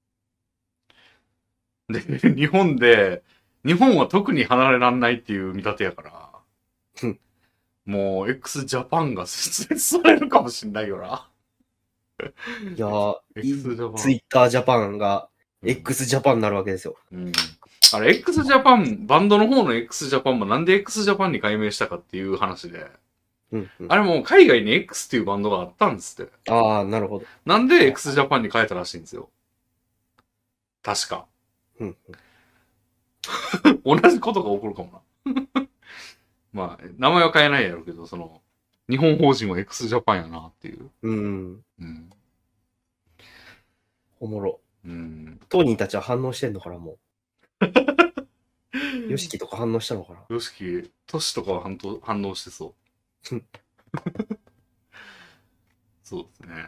で、日本で、日本は特に離れらんないっていう見立てやからうん、 もう x ジャパンが設立されるかもしんないよな。 いやー、 X ジャパンツイッタージャパンがうん X ジャパンになるわけですよ。 うん。あれ、x ジャパン、バンドの方の x ジャパンもなんで x ジャパンに改名したかっていう話で、 うんうん、 あれもう海外に X っていうバンドがあったんですって。 ああ、なるほど。 なんで x ジャパンに変えたらしいんですよ。確か。 うんうん、 同じことが起こるかもな。まあ、名前は変えないやろうけど、その、日本法人は x ジャパンやなっていう。 うん。 うん。 おもろ。 うん。 当人たちは反応してんのかな、もう。ヨシキとか反応したのかな。 よしき、トシとかは反応反応してそう。そうですね。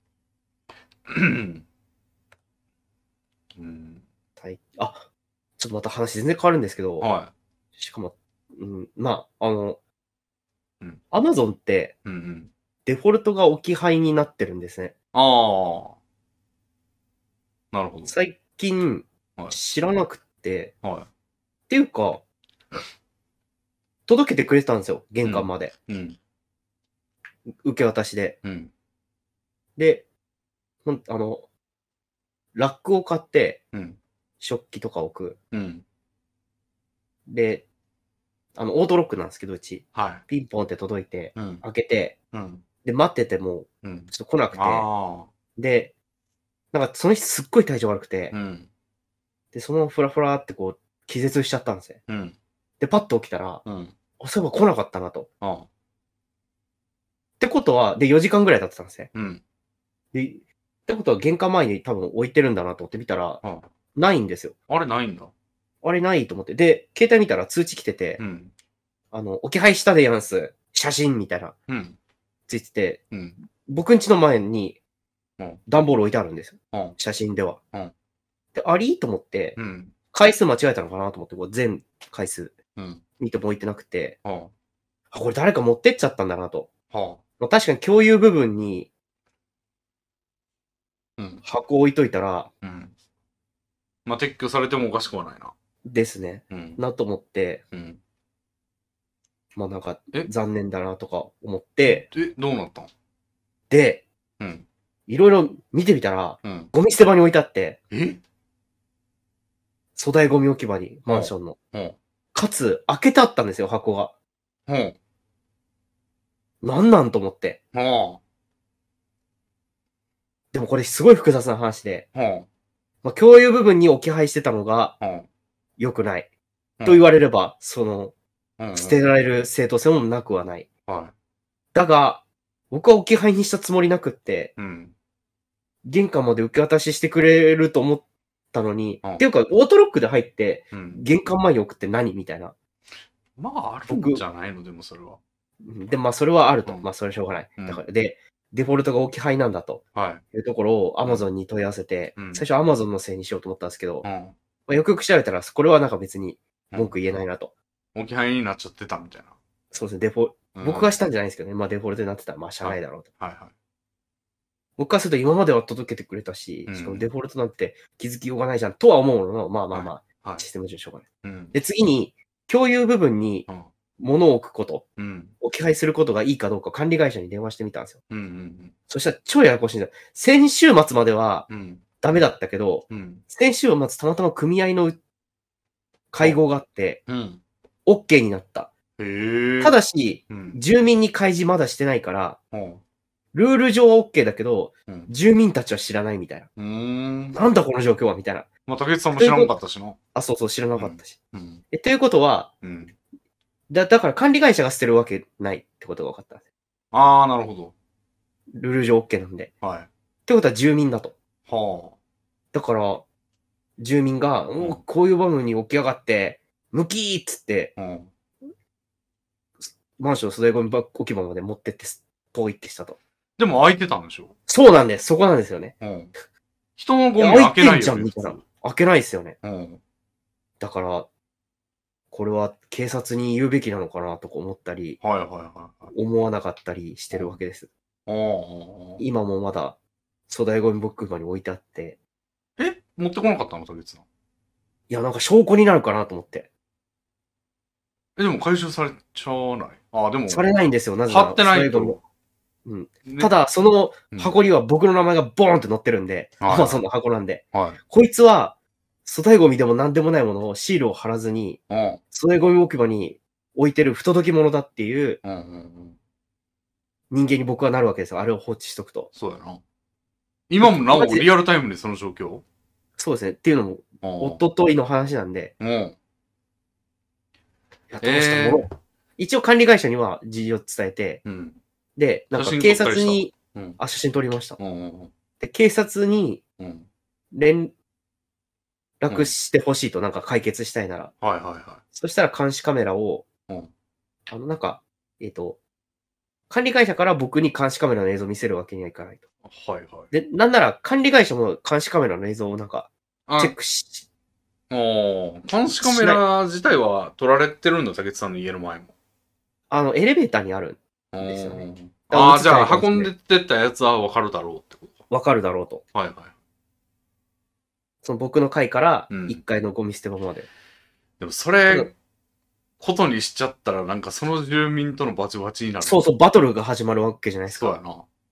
うん。 あ、ちょっとまた話全然変わるんですけど、 はしかも、うん、まあ、あの、 うん、 アマゾンってい。うんうん。 デフォルトが置き配になってるんですね。 ああ。なるほど。 最近はい、 知らなくって、 はっていうか、届けてくれてたんですよ、玄関まで。 い。うん。 受け渡しで。 うん。 で、ほん、あの、ラックを買って、 うん。 食器とか置く。 うん。 で、あの、オートロックなんですけど、うち。 はい。 ピンポンって届いて、 うん。 開けて、 うん。 で、待ってても、 うん。 ちょっと来なくて、 ああ。 で、なんかその日すっごい体調悪くて、 うん。 で、そのままフラフラってこう、気絶しちゃったんですよ。 うん。 で、パッと起きたら、 うん。 あ、そういえば来なかったなと。 ああ。 ってことは、で、よじかんぐらい経ってたんですね。 うん。 で、ってことは玄関前に多分置いてるんだなと思って見たら、 あないんですよ。 あ。あれないんだ。 あれないと思って。で、携帯見たら通知来てて、 うん。 あの、置き配したでやんす。写真みたいな、 うん。 ついてて、 うん。 僕ん家の前にうん。 段ボール置いてあるんですよ。 うん。 写真では。 うんで、ありと思って、 うん。 回数間違えたのかなと思って、こう全回数うん。 見ても置いてなくて、 はあ、これ誰か持ってっちゃったんだなと。 あ。はあ。 まあ、確かに共有部分にうん。 箱置いといたら、 うん。まあ、撤去されてもおかしくはないな。 ですね。 うん。 なと思って、 うん。 まあなんかえ残念だなとか思って、 え、どうなったん？ で、 うん。 いろいろ見てみたら、 うん。 ゴミ捨て場に置いてあって、 え粗大ゴミ置き場に、マンションの。 ほかつ、開けてあったんですよ、箱が。 う。ほう。 なんなんと思って。 はでもこれすごい複雑な話で、 あ。はまあ、共有部分に置き配してたのがあ。は良くない。 あ。 と言われれば、その、 うん。 捨てられる正当性もなくはない。 はだが、僕は置き配にしたつもりなくって、 い。うん。 玄関まで受け渡ししてくれると思ったのに、 うんっていうか、オートロックで入って、 うん。 玄関前に置くって何みたいな。 まあ、あるんじゃないのでもそれは。 うんで、まあ、それはあると。 うんまあ、それはしょうがない。 うんだから、で、デフォルトが置き配なんだとはい。 いうところを Amazon に問い合わせて、 うん最初 Amazon のせいにしようと思ったんですけど、まうん。 あ、よくよく調べたら、これはなんか別に文句言えないなと。 置き配になっちゃってたみたいそうですね、デフォ、 な。 僕がししたんじゃないんですけどね、まあデフォルトになってたら、まあしゃあないだろうと。 た。はいはい。 僕からすると今までは届けてくれたしう、んしかもデフォルトなんて気づきようがないじゃんとは思うのの、まあまあまあ、 はい。 システム上しょうがない。 うん。 で、次に、共有部分にうん。 物を置くこと、 うん。 置き配することがいいかどうか管理会社に電話してみたんですよ。 うん。うん。 そしたら超ややこしいんだよ。先週末まではうん。 ダメだったけど、 うん。 先週末たまたま組合の会合があって、 うん。 OK になった。 へえ。 ただし、 うん。 住民に開示まだしてないから、 ほルール上は OK だけど、 う。うん。 住民たちは知らないみたいな。 うーん。 なんだこの状況はみたいな。 まあ、竹内さんも知らんかったしな。 あ、そうそう、知らなかったし。 うん。 え、ということは、 うん。 だ、だから管理会社が捨てるわけないってことが分かったんです。 ああ、なるほど。 ルール上 OK なんで。 はい。 ってことは住民だと。 はだから、住民が、 んおこういう場面に起き上がって、ムキーっつって、 あ。うん。 マンションの粗大ゴミ置き場まで持ってって、ポイってしたと。 でも開いてたんでしょ？ そうなんです。そこなんですよね。 うん。人のゴミ開いてん開けないよね。 じゃんみたいな。開けないですよね。 うん。 だから、これは警察に言うべきなのかなとか思ったり、 はいはいはいはい。 思わなかったりしてるわけです。 ああ。 今もまだ粗大ゴミ置き場に置いてあって、 え持ってこなかったの竹内さん。 いや、なんか証拠になるかなと思って。 え、でも回収されちゃわない。ああ、でも。 されないんですよ、なぜなら。 貼ってない粗大ゴミと。 うんねた、だ、そのうん箱には僕の名前がボーンって載ってるんで、 はいまあその箱なんで、 はい。 こいつは粗大ゴミでも何でもないものをシールを貼らずに、 うん。 粗大ゴミ置き場に置いてる不届き者だっていううんうんうん。 人間に僕はなるわけですよ。あれを放置しとくと。 そうやな。今もなおリアルタイムでその状況？ そうですね。っていうのも、 お一昨日の話なんで、 うん。 いやどうしたもの、一応管理会社には事情を伝えて、 うん。 で、なんか写真警撮ったりした察に、 うん。 あ、写真撮りました。 うんうんで、警察にうん。うん。 連絡してほしいと、なんか解決したいなら。 はいはいはそしたら監視カメラを、 うんあの、なんか、えっ、と、管理会社から僕に監視カメラの映像を見せるわけにはいかないと。 い。はいはい。 で、なんなら管理会社も監視カメラの映像をなんか、 あチェックし、 おー監視カメラ自体は撮られてるんだ、竹内さんの家の前も。 あの、エレベーターにある、 ですよね。 ああ、じゃあ映ってないかもしれない運んでってったやつはわかるだろうってことか。 わかるだろうと。 はいはい。 その僕の階からうんいっかいのゴミ捨て場まで。 でもそれ、 ことにしちゃったら、なんかその住民とのバチバチになる。 そうそう、バトルが始まるわけじゃないですか。 そうや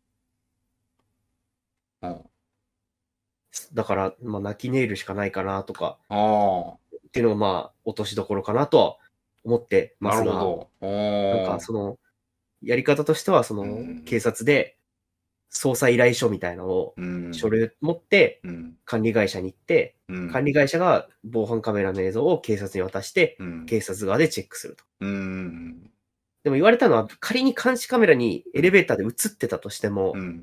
な。うん。 だから、まあ、泣きネイルしかないかなとか、 あっていうのがまあ、落としどころかなとは思ってあ、 ますが、 なるほど。 なんかその、やり方としては、そのうん、 警察で捜査依頼書みたいなのを、 うん。 書類持ってうん。 管理会社に行って、 うん。 管理会社が防犯カメラの映像を警察に渡して、 うん。 警察側でチェックすると。 うん。 でも言われたのは、仮に監視カメラにエレベーターで映ってたとしても、 うん。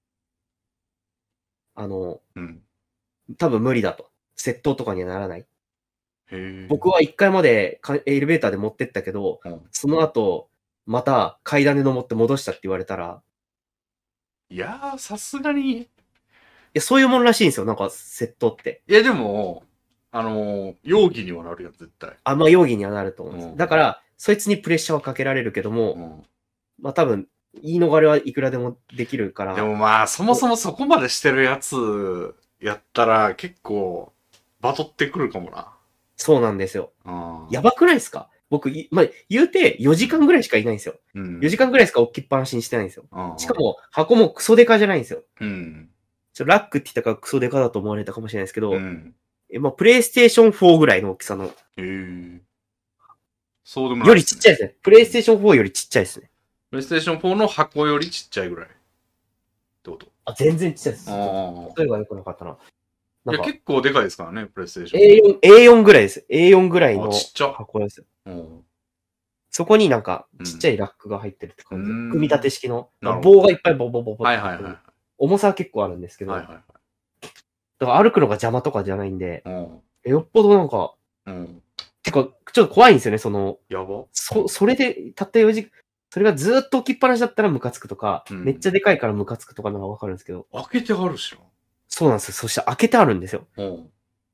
あの、 うん。 多分無理だと。窃盗とかにはならない。 へえ。 僕はいっかいまでかエレベーターで持ってったけど、 うんその後、また階段で登って戻したって言われたら、 いやー、さすがに。 いや、そういうもんらしいんですよ、なんか窃盗って。 いや、でも、あのー、容疑にはなるやん、絶対。 あんま容疑にはなると思うんです。 うんだから、そいつにプレッシャーはかけられるけども、 うん。 まあ多分、言い逃れはいくらでもできるから。 でもまあ、そもそもそこまでしてるやつやったら、結構、バトってくるかもな。 そうなんですよ。 うん。 やばくないですか僕、いまあ、言うてよじかんぐらいしかいないんですよ。 うん。 よじかんぐらいしか置きっぱなしにしてないんですよ。 うん。 しかも、箱もクソデカじゃないんですよ。 うん。 ちょラックって言ったからクソデカだと思われたかもしれないですけど、 うん。 えまあ、プレイステーションフォーぐらいの大きさの、 へえ。そうでもない。 よりちっちゃいですね。プレイステーションフォーよりちっちゃいですね。 プレイステーションフォーの箱よりちっちゃいぐらい。ってことあ、全然ちっちゃいです。 ああ。 例えば良くなかったな。 いや、 なんか、 結構でかいですからね、プレイステーション。 エーよん、エーよん ぐらいです。エーよん ぐらいのあちっちゃ箱です。 うん。 そこになんか、 うんちっちゃいラックが入ってるって感じで。 うん組み立て式のなるほど棒がいっぱいボボボボってはいはいはい。 重さは結構あるんですけど、 はいはいはい。 だから歩くのが邪魔とかじゃないんで、 うん。 よっぽどなんか、 うん。 てか、ちょっと怖いんですよね、その、 やばそ、それで、たったよじ、それがずーっと置きっぱなしだったらムカつくとか、 うんめっちゃでかいからムカつくとかのがわかるんですけど、 開けてあるしそうなんですよ。そして開けてあるんですよ。 な。うん。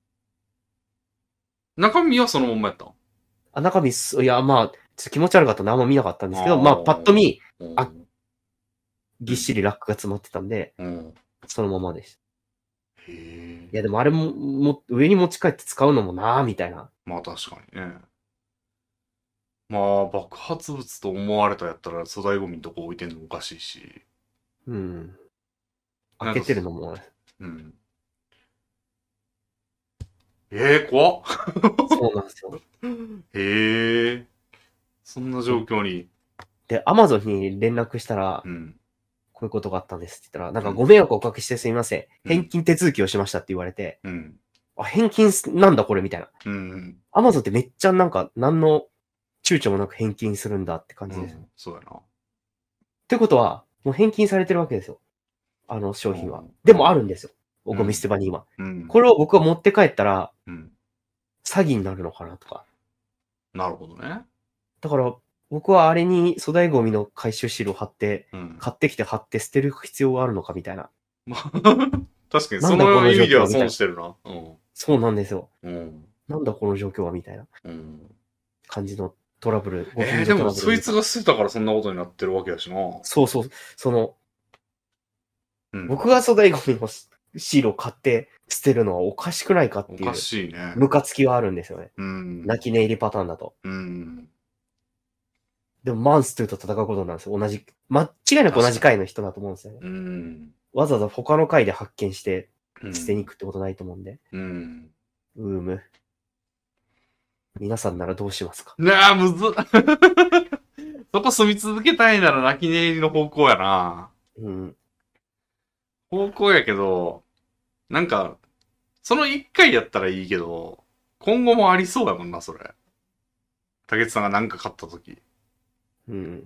中身はそのまんまやったんあ、中身す、いや、まあ、ちょっと気持ち悪かったんであんま見なかったんですけど、 あーまあ、パッと見、 うんあぎっしりラックが詰まってたんで、 うん。 そのままでした。 へえ。 いや、でもあれも、も、上に持ち帰って使うのもなぁ、みたいな。 まあ確かにね。まあ爆発物と思われたやったら粗大ゴミのとこ置いてんのおかしいし。 うん。 なんか開けてるのも、 うん。ええー、怖っ。 そうなんですよ。 へえ。そんな状況に。 で、アマゾンに連絡したらう、ん。 こういうことがあったんですって言ったら、なんかご迷惑をおかけしてすみません。 うん返金手続きをしましたって言われて、 うん。 あ、返金すなんだこれみたいな。 うん。 アマゾンってめっちゃなんか、何の躊躇もなく返金するんだって感じです。っうん、そうやな。 てことは、もう返金されてるわけですよ。あの商品はうん。 でもあるんですよ。おゴミ捨て場に今。 うん。 これを僕が持って帰ったら、 うん。 詐欺になるのかなとか。 なるほどね。 だから、僕はあれに粗大ゴミの回収シールを貼って、 うん。 買ってきて貼って捨てる必要があるのかみたいな。 まあ確かに、そなんだこのの意味では状況みたいな損してるな。うん。 そうなんですよ。 うん。 なんだこの状況はみたいなうん。 感じのトラブル。ごえー、 近所でも、 トラブルそいつが捨てたからそんなことになってるわけやしな。 そうそう。その、 うん。 僕が粗大ゴミのシールを買って捨てるのはおかしくないかっておかいう、 しいね。 ムカつきはあるんですよね。 うん。 泣き寝入りパターンだと。 うん。 でも、マンストゥと戦うことなんですよ。同じ、間違いなく同じ回の人だと思うんですよね。 うん。 わざわざ他の回で発見してうん捨てに行くってことないと思うんで。 うん。 うーむ。皆さんならどうしますか？ なあ、むずっ。そこ住み続けたいなら泣き寝入りの方向やな。 うん。 方向やけど、なんか、その一回やったらいいけど、今後もありそうやもんな、それ。竹内さんが何か買ったとき。 うん。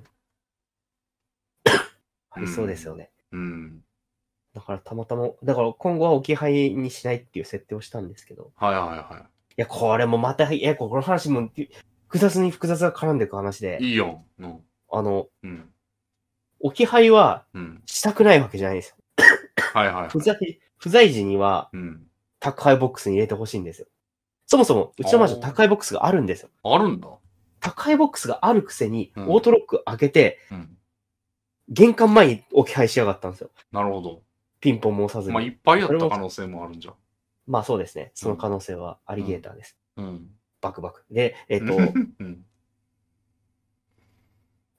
ありそうですよね。 うん。 だからたまたま、だから今後は置き配にしないっていう設定をしたんですけど。 はいはいはいや、これもまた、いや、この話も複雑に複雑が絡んでいく話で、 い。いいよ。うん。 あの、 うん。 置き配はうん。 したくないわけじゃないですよ。 はいはいはい。 不在、不在時にはうん。 宅配ボックスに入れてほしいんですよ。そもそも、うちのマンション宅配ボックスがあるんですよ。 あるんだ。 宅配ボックスがあるくせに、 うんオートロック開けて、 うん。 玄関前に置き配しやがったんですよ。 なるほど。 ピンポンも押さずに。 まあ、いっぱいやった可能性もあるんじゃん。 まあそうですね。その可能性はアリゲーターです。 うん。 バクバク。で、えっ、と、 うん。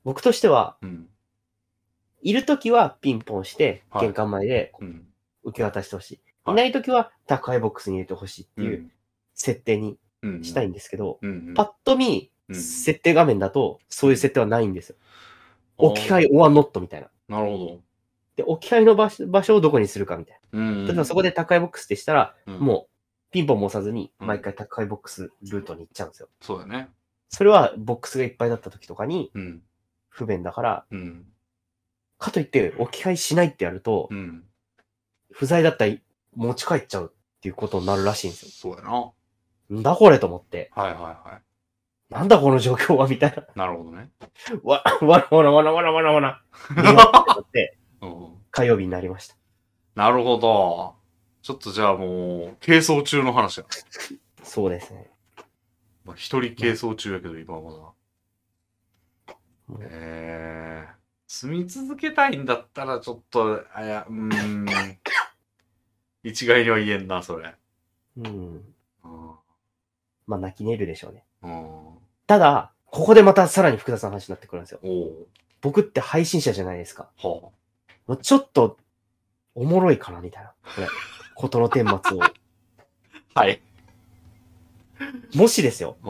僕としては、 うん。 いるときはピンポンして、 はい玄関前でうん。 受け渡してほしい。 はいいないときは宅配ボックスに入れてほしいっていう設定にうん。 したいんですけど、 うん。うん。 パッと見、 うん設定画面だと、そういう設定はないんですよ。置き配い。 オアノットみたいな。 なるほで、置き配の場所場所をどこにするかみたいど。うん。 な。例えばそこで宅配ボックスってしたら、 うんもう、ピンポンも押さずに、 うん毎回宅配ボックスルートに行っちゃうんですよ。 そうだね。 それは、ボックスがいっぱいだった時とかにうん。 不便だから、 うん。 かといって置き配しないってやるとう、ん。 不在だったら持ち帰っちゃうっていうことになるらしいんですよ。 そうやな。はんだこれと思って。 いはいはなんだこの状況はみたいな。 い。なるほどね。 わ、わらわらわらわらわらわら。見ようって思って、 うん。 火曜日になりました。 なるほど。ちょっとじゃあもう、軽装中の話や。 そうですね。 まあ、一人軽装中やけど、今はまだ。 もうえー、住み続けたいんだったら、ちょっと、あや、うーん。一概には言えんな、それ。 うん。 うん。 まあ、泣き寝るでしょうね。 うん。 ただ、ここでまたさらに複雑な話になってくるんですよ。 おう。 僕って配信者じゃないですか。 はもうちょっと、おもろいかなみたいな。これ、ことの顛末を。 あ。はい。 もしですよ、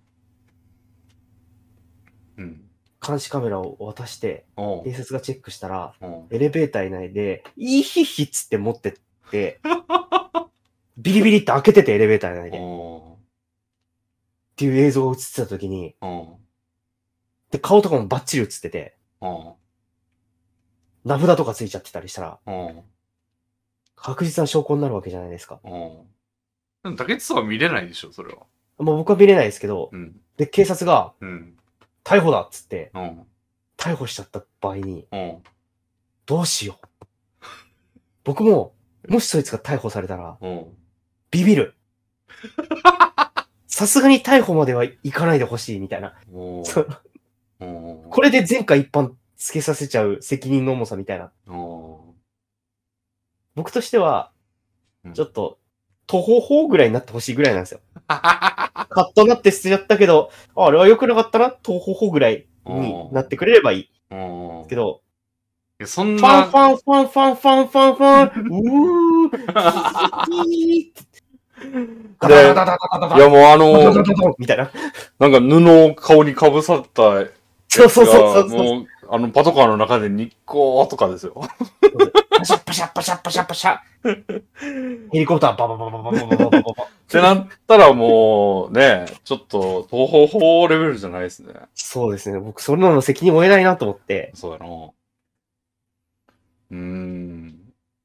うん。うん。 監視カメラを渡して、 おう。 警察がチェックしたら、 おう。 エレベーター内で、いいひひっつって持ってって、ビリビリって開けてて、エレベーター内で。っおていう映像が映ってた時に、 う。おう。 で、顔とかもバッチリ映ってて、 おう。 名札とかついちゃってたりしたら、 おう。 確実な証拠になるわけじゃないですか。 おう。でも、竹内さんは見れないでしょ、それは。 もう僕は見れないですけど、 うん。 で、警察が、 うん。 逮捕だっつって、 うん。 逮捕しちゃった場合に、 うん。 どうしよう。僕も、もしそいつが逮捕されたら、 うん。 ビビる。さすがに逮捕まではいかないでほしいみたいな。 おう。 そうおう。 これで前回一般つけさせちゃう責任の重さみたいな。 おう。 僕としてはうん、 ちょっと、途方法ぐらいになってほしいぐらいなんですよ。カッとなって捨てちゃったけど、ああれは良くなかったな、途方法ぐらいになってくれればいい。 おう。 けど、 いやそんファンフな、 ァンファンファンファンファンファン、うー、ピーって、ダダダダダダダダいやもうあダダダの、 ダダみたいな。 なんか布を顔にかぶさったやつが、 そうそうそうそう。 もう、あの、パトカーの中で日光とかですよ。 パシャパシャパシャパシャパシャ。ヘリコプターバババババババババババ。 ってなったらもう、ね、ちょっと、東方法レベルじゃないですね。 そうですね。僕、それなの責任を負えないなと思って。 そうやな。うーん。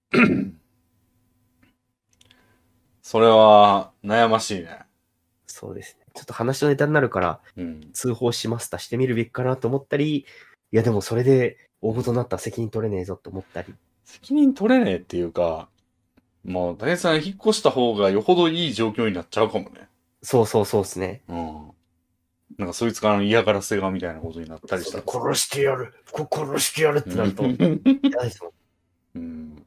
それは、悩ましいね。 そうですね。ちょっと話のネタになるから、 うん。 通報しますたしてみるべきかなと思ったり、いやでもそれで大事になったら責任取れねえぞと思ったり。 責任取れねえっていうか、もう、大さん引っ越した方がよほどいい状況になっちゃうかもね。 そうそうそうですね。 うん。なんかそいつからの嫌がらせがみたいなことになったりしたら。 殺してやるこ殺してやるってなると、 う嫌ですもん。 ん。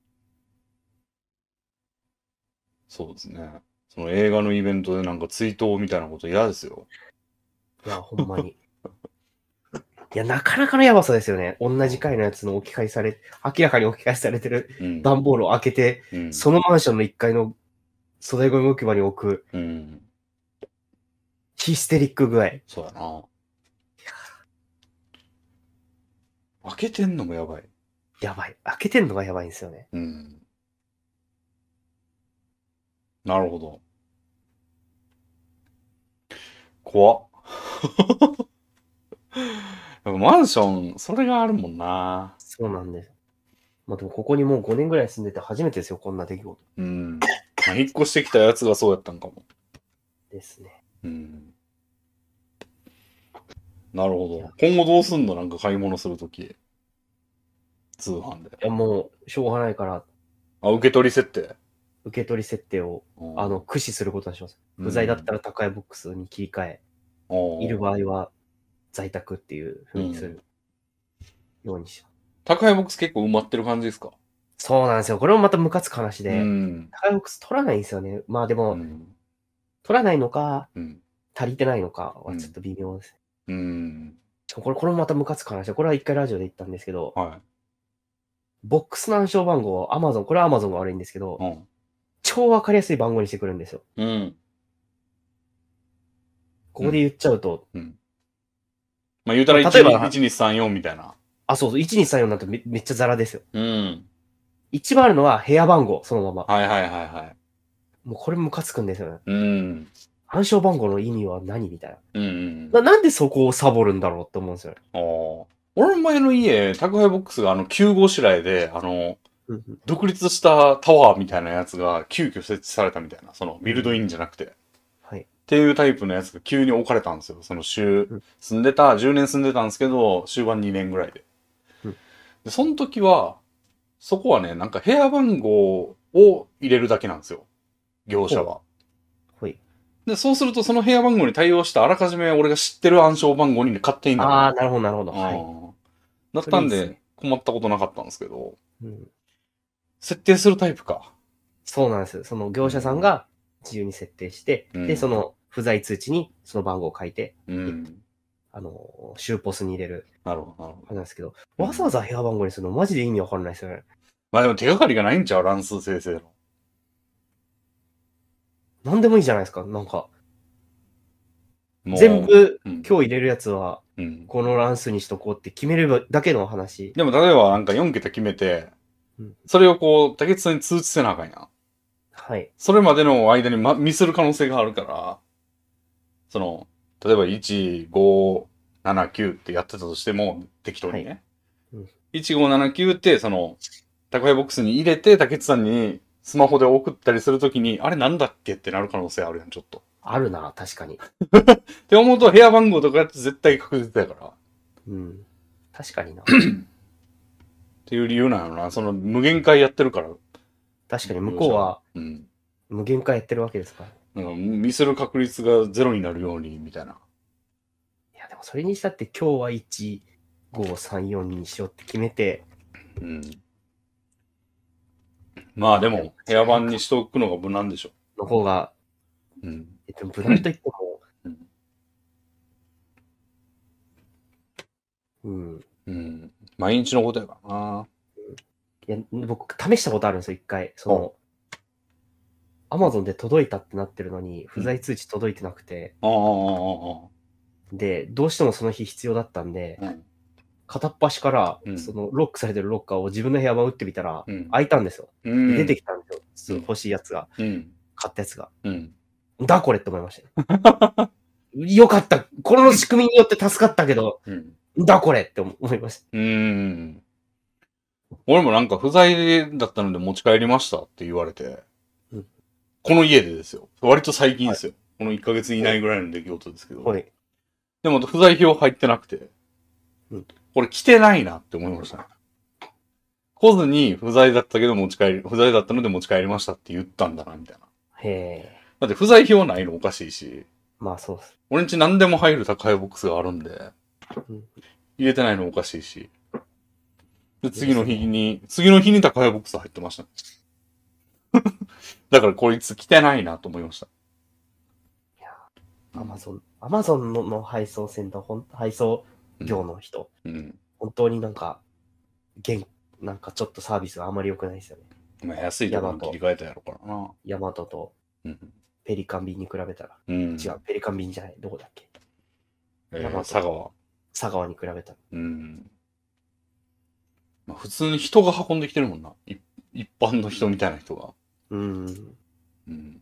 そうですね。その映画のイベントでなんか追悼みたいなこと嫌ですよ。 いや、ほんまに。いや、なかなかのやばさですよね。同じ回のやつの置き換えされ、明らかに置き換えされてるうん。 段ボールを開けて、 うん。 そのマンションのいっかいの粗大ゴミ置き場に置くうん。 ヒステリック具合。 そうやな。開けてんのもやばい。 やばい。開けてんのがやばいんですよね。 うん。なるほど。怖っ。やっぱマンション、それがあるもんな。 そうなんです。まあでもここにもうごねんぐらい住んでて初めてですよ、こんな出来事うん。まあ、引っ越してきたやつがそうやったんかも。 ですね。 うん。なるほど。今後どうすんのなんか買い物するとき。通販で。 いや、もう、しょうがないから、 あ、受け取り設定。 受け取り設定を、 うんあの、駆使することにします。不在だったら宅配ボックスに切り替え、 うんいる場合は在宅っていう風にするようにします。 宅配ボックス結構埋まってる感じですか？ そうなんですよ。これもまたムカつく話で、 うん。 宅配ボックス取らないんですよね。まあでも、 うん。 取らないのか、 うん。 足りてないのかはちょっと微妙ですね。 うん。 しかもこれ、これもまたムカつく話で、これは一回ラジオで言ったんですけど、 はボックスの暗証番号を Amazon、これは Amazon が悪いんですけど、 い。うん。 超わかりやすい番号にしてくるんですよ。 うん。 ここで言っちゃうと、 うん。まあ言うたらまあ例えばいちにさんよんみたいな。 あ、そうそう、いちにさんよんなんて め, めっちゃザラですよ。 うん。 一番あるのは部屋番号、そのまま。 はいはいはいはい。 もうこれムカつくんですよね。 うん。 暗証番号の意味は何みたいな。 うんうん。 な。なんでそこをサボるんだろうって思うんですよね。 ああ。俺の前の家、宅配ボックスがあのきゅう号白井で、あの、 うんうん独立したタワーみたいなやつが急遽設置されたみたいな。そのビルドインじゃなくて。っはい。 ていうタイプのやつが急に置かれたんですよ。その週うん、 住んでた、じゅうねん住んでたんですけど、終盤にねんぐらいで。 うんで、その時は、そこはね、なんか部屋番号を入れるだけなんですよ。業者は。 ほい。 で、そうするとその部屋番号に対応したあらかじめ俺が知ってる暗証番号に勝手になる。 ああ、なるほど、なるほど。はい。 うんだったんでそれいいっすね困ったことなかったんですけど、 うん、 設定するタイプか。 そうなんです。その業者さんが自由に設定して、 うんで、その不在通知にその番号を書いて、 うん。 あの、シューポスに入れるなるほど、なるほど。 感じなんですけど、 うんわざわざ部屋番号にするのマジで意味わかんないですよね。 まあでも手がかりがないんちゃう乱数生成の。 なんでもいいじゃないですか。なんか、 もう全部うん今日入れるやつは、 うん。 この乱数にしとこうって決めるだけの話。 でも例えばなんかよん桁決めてうん、 それをこう、竹内さんに通知せなあかんやん。 はい。 それまでの間に、ま、ミスる可能性があるから、その、例えばいち、ご、なな、きゅうってやってたとしても、適当にね。 はいうん、 いち、ご、なな、きゅうって、その、宅配ボックスに入れて、竹内さんにスマホで送ったりするときに、あれなんだっけってなる可能性あるやん、ちょっと。 あるな、確かに。 って思うと、部屋番号とかやって絶対確実だから。っうん。確かにな。 ていう理由なんやろな。その、無限回やってるから。 確かに向こうはうん。 無限回やってるわけですから。 なんか、ミスる確率がゼロになるように、みたいな。 いや、でもそれにしたって今日はいち、ご、さん、よんにしようって決めて、 うん。まあでも、部屋番にしておくのが無難でしょ。 の方が、 うん。 えっと、無難と言っても、うん。 うん。毎日のことやからな。 いや、僕、試したことあるんですよ、一回。その、アマゾンで届いたってなってるのに、不在通知届いてなくて、 ああ、ああ、 で、どうしてもその日必要だったんで、 ああ。うん。 片っ端からう、んその、ロックされてるロッカーを自分の部屋番打ってみたら、 うん開いたんですよ。でうん。 出てきたんですよ。普通うん欲しいやつが、 うん。 買ったやつが。 うん。 だこれって思いましたね。よかった。この仕組みによって助かったけど、 うん。 だこれって思いました。 うん。俺もなんか不在だったので持ち帰りましたって言われて、 うんこの家でですよ。割と最近ですよ。このいっかげつ以内ぐらいの出来事ですけど。 はい。 でも不在票入ってなくて、 うんこれ来てないなって思いましたね。来ずに不在だったけど持ち帰り、不在だったので持ち帰りましたって言ったんだな、みたいな。 へえ。 だって不在票ないのおかしいし、 まあそうっす。 俺んち何でも入る宅配ボックスがあるんで、 うん入れてないのおかしいし。で、次の日に、次の日に宅配ボックス入ってました。だからこいつ来てないなと思いました。 アマゾン、アマゾンのの配送センター、ほん配送業の人、 うん。 本当になんか、現、なんかちょっとサービスがあまり良くないですよね。 まあ安いところに切り替えたやろからな。 ヤマトとうん。 ペリカン便に比べたら。 うん。 違う、ペリカン便じゃない。どこだっけえー、 ヤマト佐川。 佐川に比べたら。 うん。まあ普通に人が運んできてるもんな。い一般の人みたいな人が。 うーん。 うん。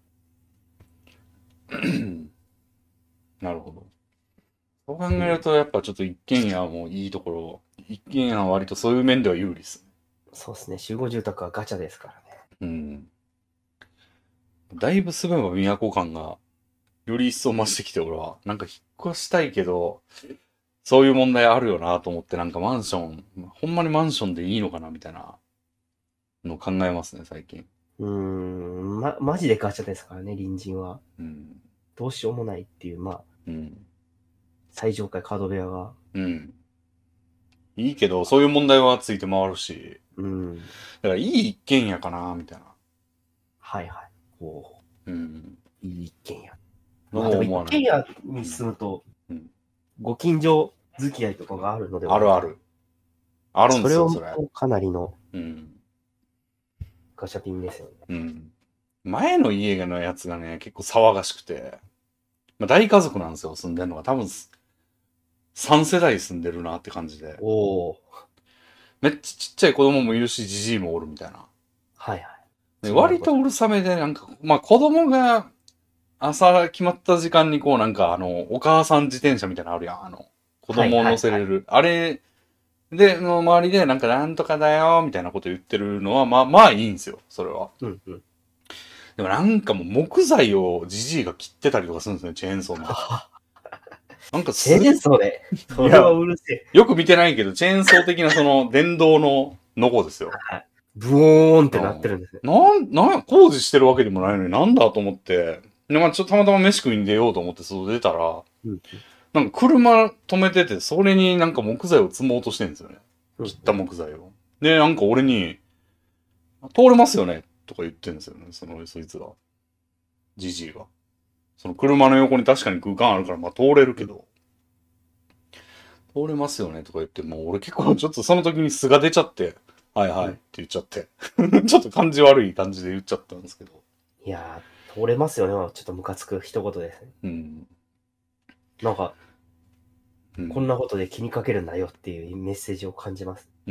なるほど。そう考えると、やっぱちょっと一軒家もいいところ、一軒家は割とそういう面では有利ですね。 そうですね。集合住宅はガチャですからね。 うん。だいぶ住めば都感がより一層増してきて、俺は。なんか引っ越したいけど、そういう問題あるよなと思って、なんかマンション、ほんまにマンションでいいのかなみたいなのを考えますね、最近。 うーん。ま、マジでガチャですからね、隣人は。 うん。 どうしようもないっていう、まあ、 うん。 最上階カード部屋が。 うん。いいけど、そういう問題はついて回るし、 うん。 だからいい一軒家かなみたいな。 はいはい。おうん。 いい一軒家。 のまあでも思わない。 一軒家に住むとうん、 ご近所付き合いとかがあるのではあるある。あるんですよ、それ。 それをかなりのうん。 ガチャピンですよね。 うん。前の家のやつがね、結構騒がしくて、まあ、大家族なんですよ、住んでるのが。多分、さん世代住んでるなって感じで。 おお。 めっちゃちっちゃい子供もいるし、じじいもおるみたいな。 はいはい。 で割とうるさめで、なんか、まあ子供が朝決まった時間にこうなんかあの、お母さん自転車みたいなのあるやん。あの、子供を乗せれる。あれで、の周りでなんかなんとかだよ、みたいなこと言ってるのは、まあまあいいんですよ、それは。 うんうん。 でもなんかもう木材をじじいが切ってたりとかするんですね、チェーンソーみたいな。なんかチェーンソーで、それはうるせえ。 よく見てないけど、チェーンソー的なその電動のノコですよ。 ブオーンってなってるんですね。 なん、なん、工事してるわけでもないのになんだと思って、で、まあちょっとたまたま飯食いに出ようと思って外出たら、 うん、 なんか車止めてて、それになんか木材を積もうとしてるんですよね。切った木材を。で、なんか俺に、通れますよねとか言ってるんですよね、その、そいつが。じじいが。その車の横に確かに空間あるから、まあ通れるけど、通れますよねとか言って、もう俺結構ちょっとその時に素が出ちゃって、はいはいって言っちゃって。ちょっと感じ悪い感じで言っちゃったんですけど。 いやー、通れますよね。ちょっとムカつく一言ですね。 うん。 なんか、 うん、 こんなことで気にかけるなよっていうメッセージを感じます。 うん。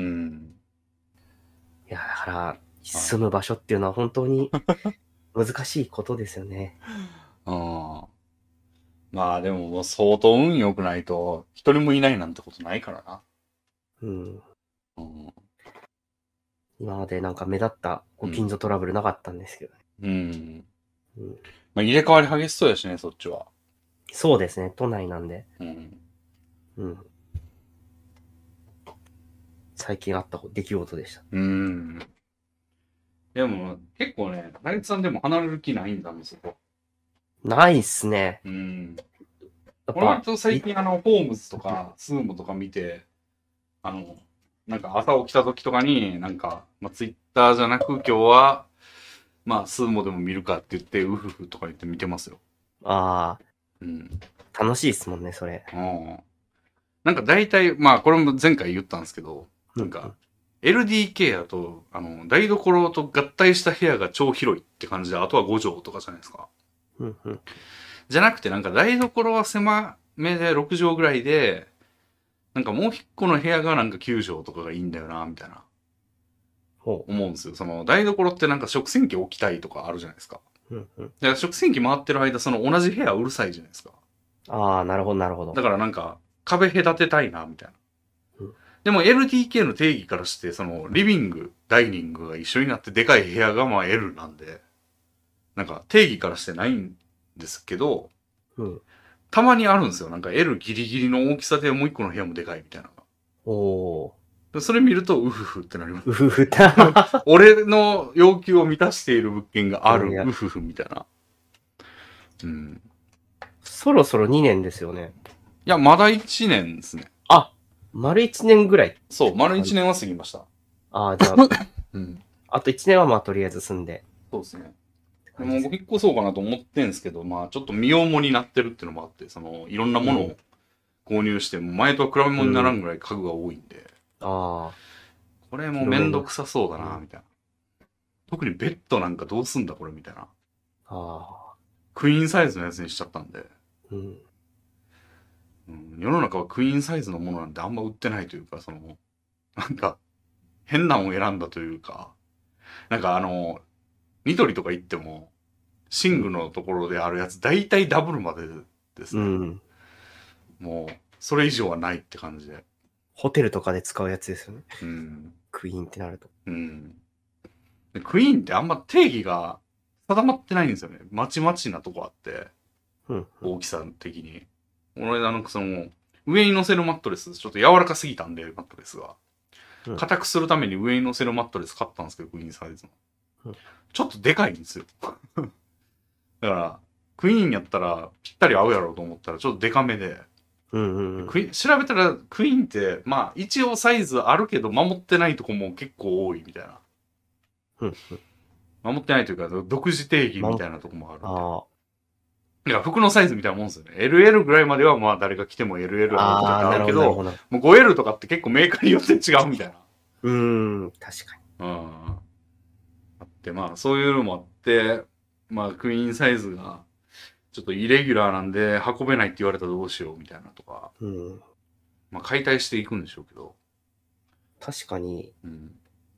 いや、だから、住む場所っていうのは本当に難しいことですよね。 ああ。まあでももう相当運良くないと、一人もいないなんてことないからな。 うん。 うん。 今までなんか目立ったご近所トラブルなかったんですけどね。 うん。 うん、 まあ入れ替わり激しそうやしね、そっちは。 そうですね。都内なんで。 うん。 うん。最近あった出来事でした。 うん。でも、結構ね、大地さんでも離れる気ないんだもん、そこ。 ないっすね。 うん。 やっ俺割ぱ、 と最近あの、ホームズとか、スーモとか見て、あの、なんか朝起きた時とかに、なんか、まあ、ツイッターじゃなく今日は、まあ、スーモでも見るかって言って、うふふとか言って見てますよ。 あうん。 あ、楽しいっすもんね、それ。 うん。なんか大体、まあこれも前回言ったんですけど、なんか、エルディーケー だと、あの、台所と合体した部屋が超広いって感じで、あとはご畳とかじゃないですか。 うんうん、 じゃなくて、なんか台所は狭めでろく畳ぐらいで、なんかもう一個の部屋がなんかきゅう畳とかがいいんだよな、みたいな。 ほ思うんですよ。その台所ってなんか食洗機置きたいとかあるじゃないですか。 うんうん、 だから食洗機回ってる間、その同じ部屋うるさいじゃないですか。 ああ、なるほど、なるほど。 だからなんか壁隔てたいな、みたいな。 うん、 でも エルディーケー の定義からして、そのリビング、ダイニングが一緒になってでかい部屋がまあ L なんで、なんか定義からしてないんですけど、 うん、 たまにあるんですよ。なんか L ギリギリの大きさでもう一個の部屋もでかいみたいなのが。 おでそれ見ると、うふふってなります。 うふふた。 俺の要求を満たしている物件がある、 いやうふふみたいな。うん。 そろそろにねんですよね。 いや、まだいちねんですね。 あ、丸いちねんぐらい。 そう、丸いちねんは過ぎました。 ああ、じゃあ、 うん。 あといちねんはまあとりあえず住んで。 そうですね。でも、引っ越そうかなと思ってんすけど、まあ、ちょっと身重になってるっていうのもあって、その、いろんなものを購入して、も前とは比べ物にならんぐらい家具が多いんで、 ああ、 これもめんどくさそうだな、みたいな。特にベッドなんかどうすんだ、これ、みたいな。 ああ、 クイーンサイズのやつにしちゃったんで、 うん。 うん、世の中はクイーンサイズのものなんてあんま売ってないというか、その、なんか、変なのを選んだというか、なんかあの、ニトリとか行っても、寝具のところであるやつ、大体ダブルまでですうね。 ん。 もう、それ以上はないって感じで。 ホテルとかで使うやつですよね。 うん。 クイーンってなると。 うん。でクイーンってあんま定義が定まってないんですよね。まちまちなとこあって、 うん。 大きさ的に。俺、なんかその、上に乗せるマットレス、ちょっと柔らかすぎたんで、マットレスが。 うん硬くするために上に乗せるマットレス買ったんですけど、クイーンサイズの。 うんちょっとでかいんですよ。だから、クイーンやったらぴったり合うやろうと思ったらちょっとデカめで、 うんうんうん。 クイ調べたらクイーンってまあ一応サイズあるけど守ってないとこも結構多いみたいな。 うんうん。 守ってないというか独自定義みたいなとこもあるみたいな。 ああ。 だから服のサイズみたいなもんですよね。エルエル ぐらいまではまあ誰が着ても エルエル はああ、なるほど、なるほど。 もう ごエル とかって結構メーカーによって違うみたいな。 うーん、確かに。 うん。あってまあそういうのもあって、まあクイーンサイズがちょっとイレギュラーなんで運べないって言われたらどうしようみたいなとか。 うん。 まあ解体していくんでしょうけど。 確かに。 うん。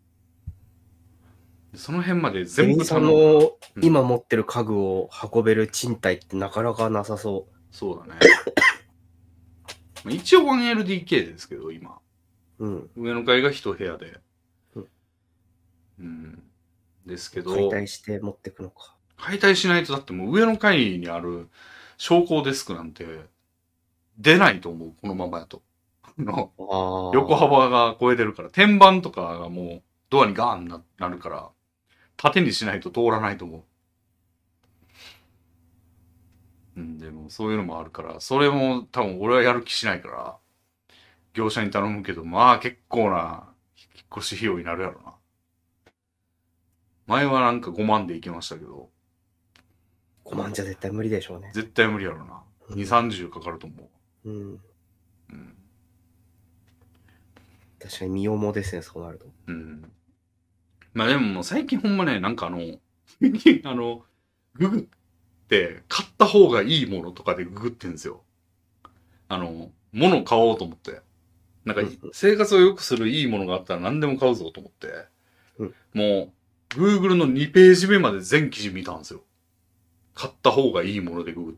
その辺までレ全部ミさん頼むのうん今持ってる家具を運べる賃貸ってなかなかなさそそうだね。まあ一応 ワンエルディーケー ですけど、今。 う。うん。 上の階が一部屋で。 うん。 うん。ですけど、 解体して持ってくのか。 解体しないとだってもう上の階にある昇降デスクなんて出ないと思う、このままやと。あのああ。 横幅が超えてるから、天板とかがもうドアにガーンななるから、縦にしないと通らないと思う。うん、でもそういうのもあるから、それも多分俺はやる気しないから、業者に頼むけど、まあ結構な引っ越し費用になるやろな。前はなんかごまんで行きましたけど、 ごまんじゃ絶対無理でしょうね。 絶対無理やろな。に、さんじゅうかかると思うん。 う。うん。 確かに身重ですね、そうなると。 うん。まあでももう最近ほんまね、なんかあの、あの、ググって買った方がいいものとかでググってんですよ。あの、物を買おうと思って。なんかうんうん生活を良くするいいものがあったら何でも買うぞと思って。 うんもう、Google のにページ目まで全記事見たんですよ。買った方がいいものでググって。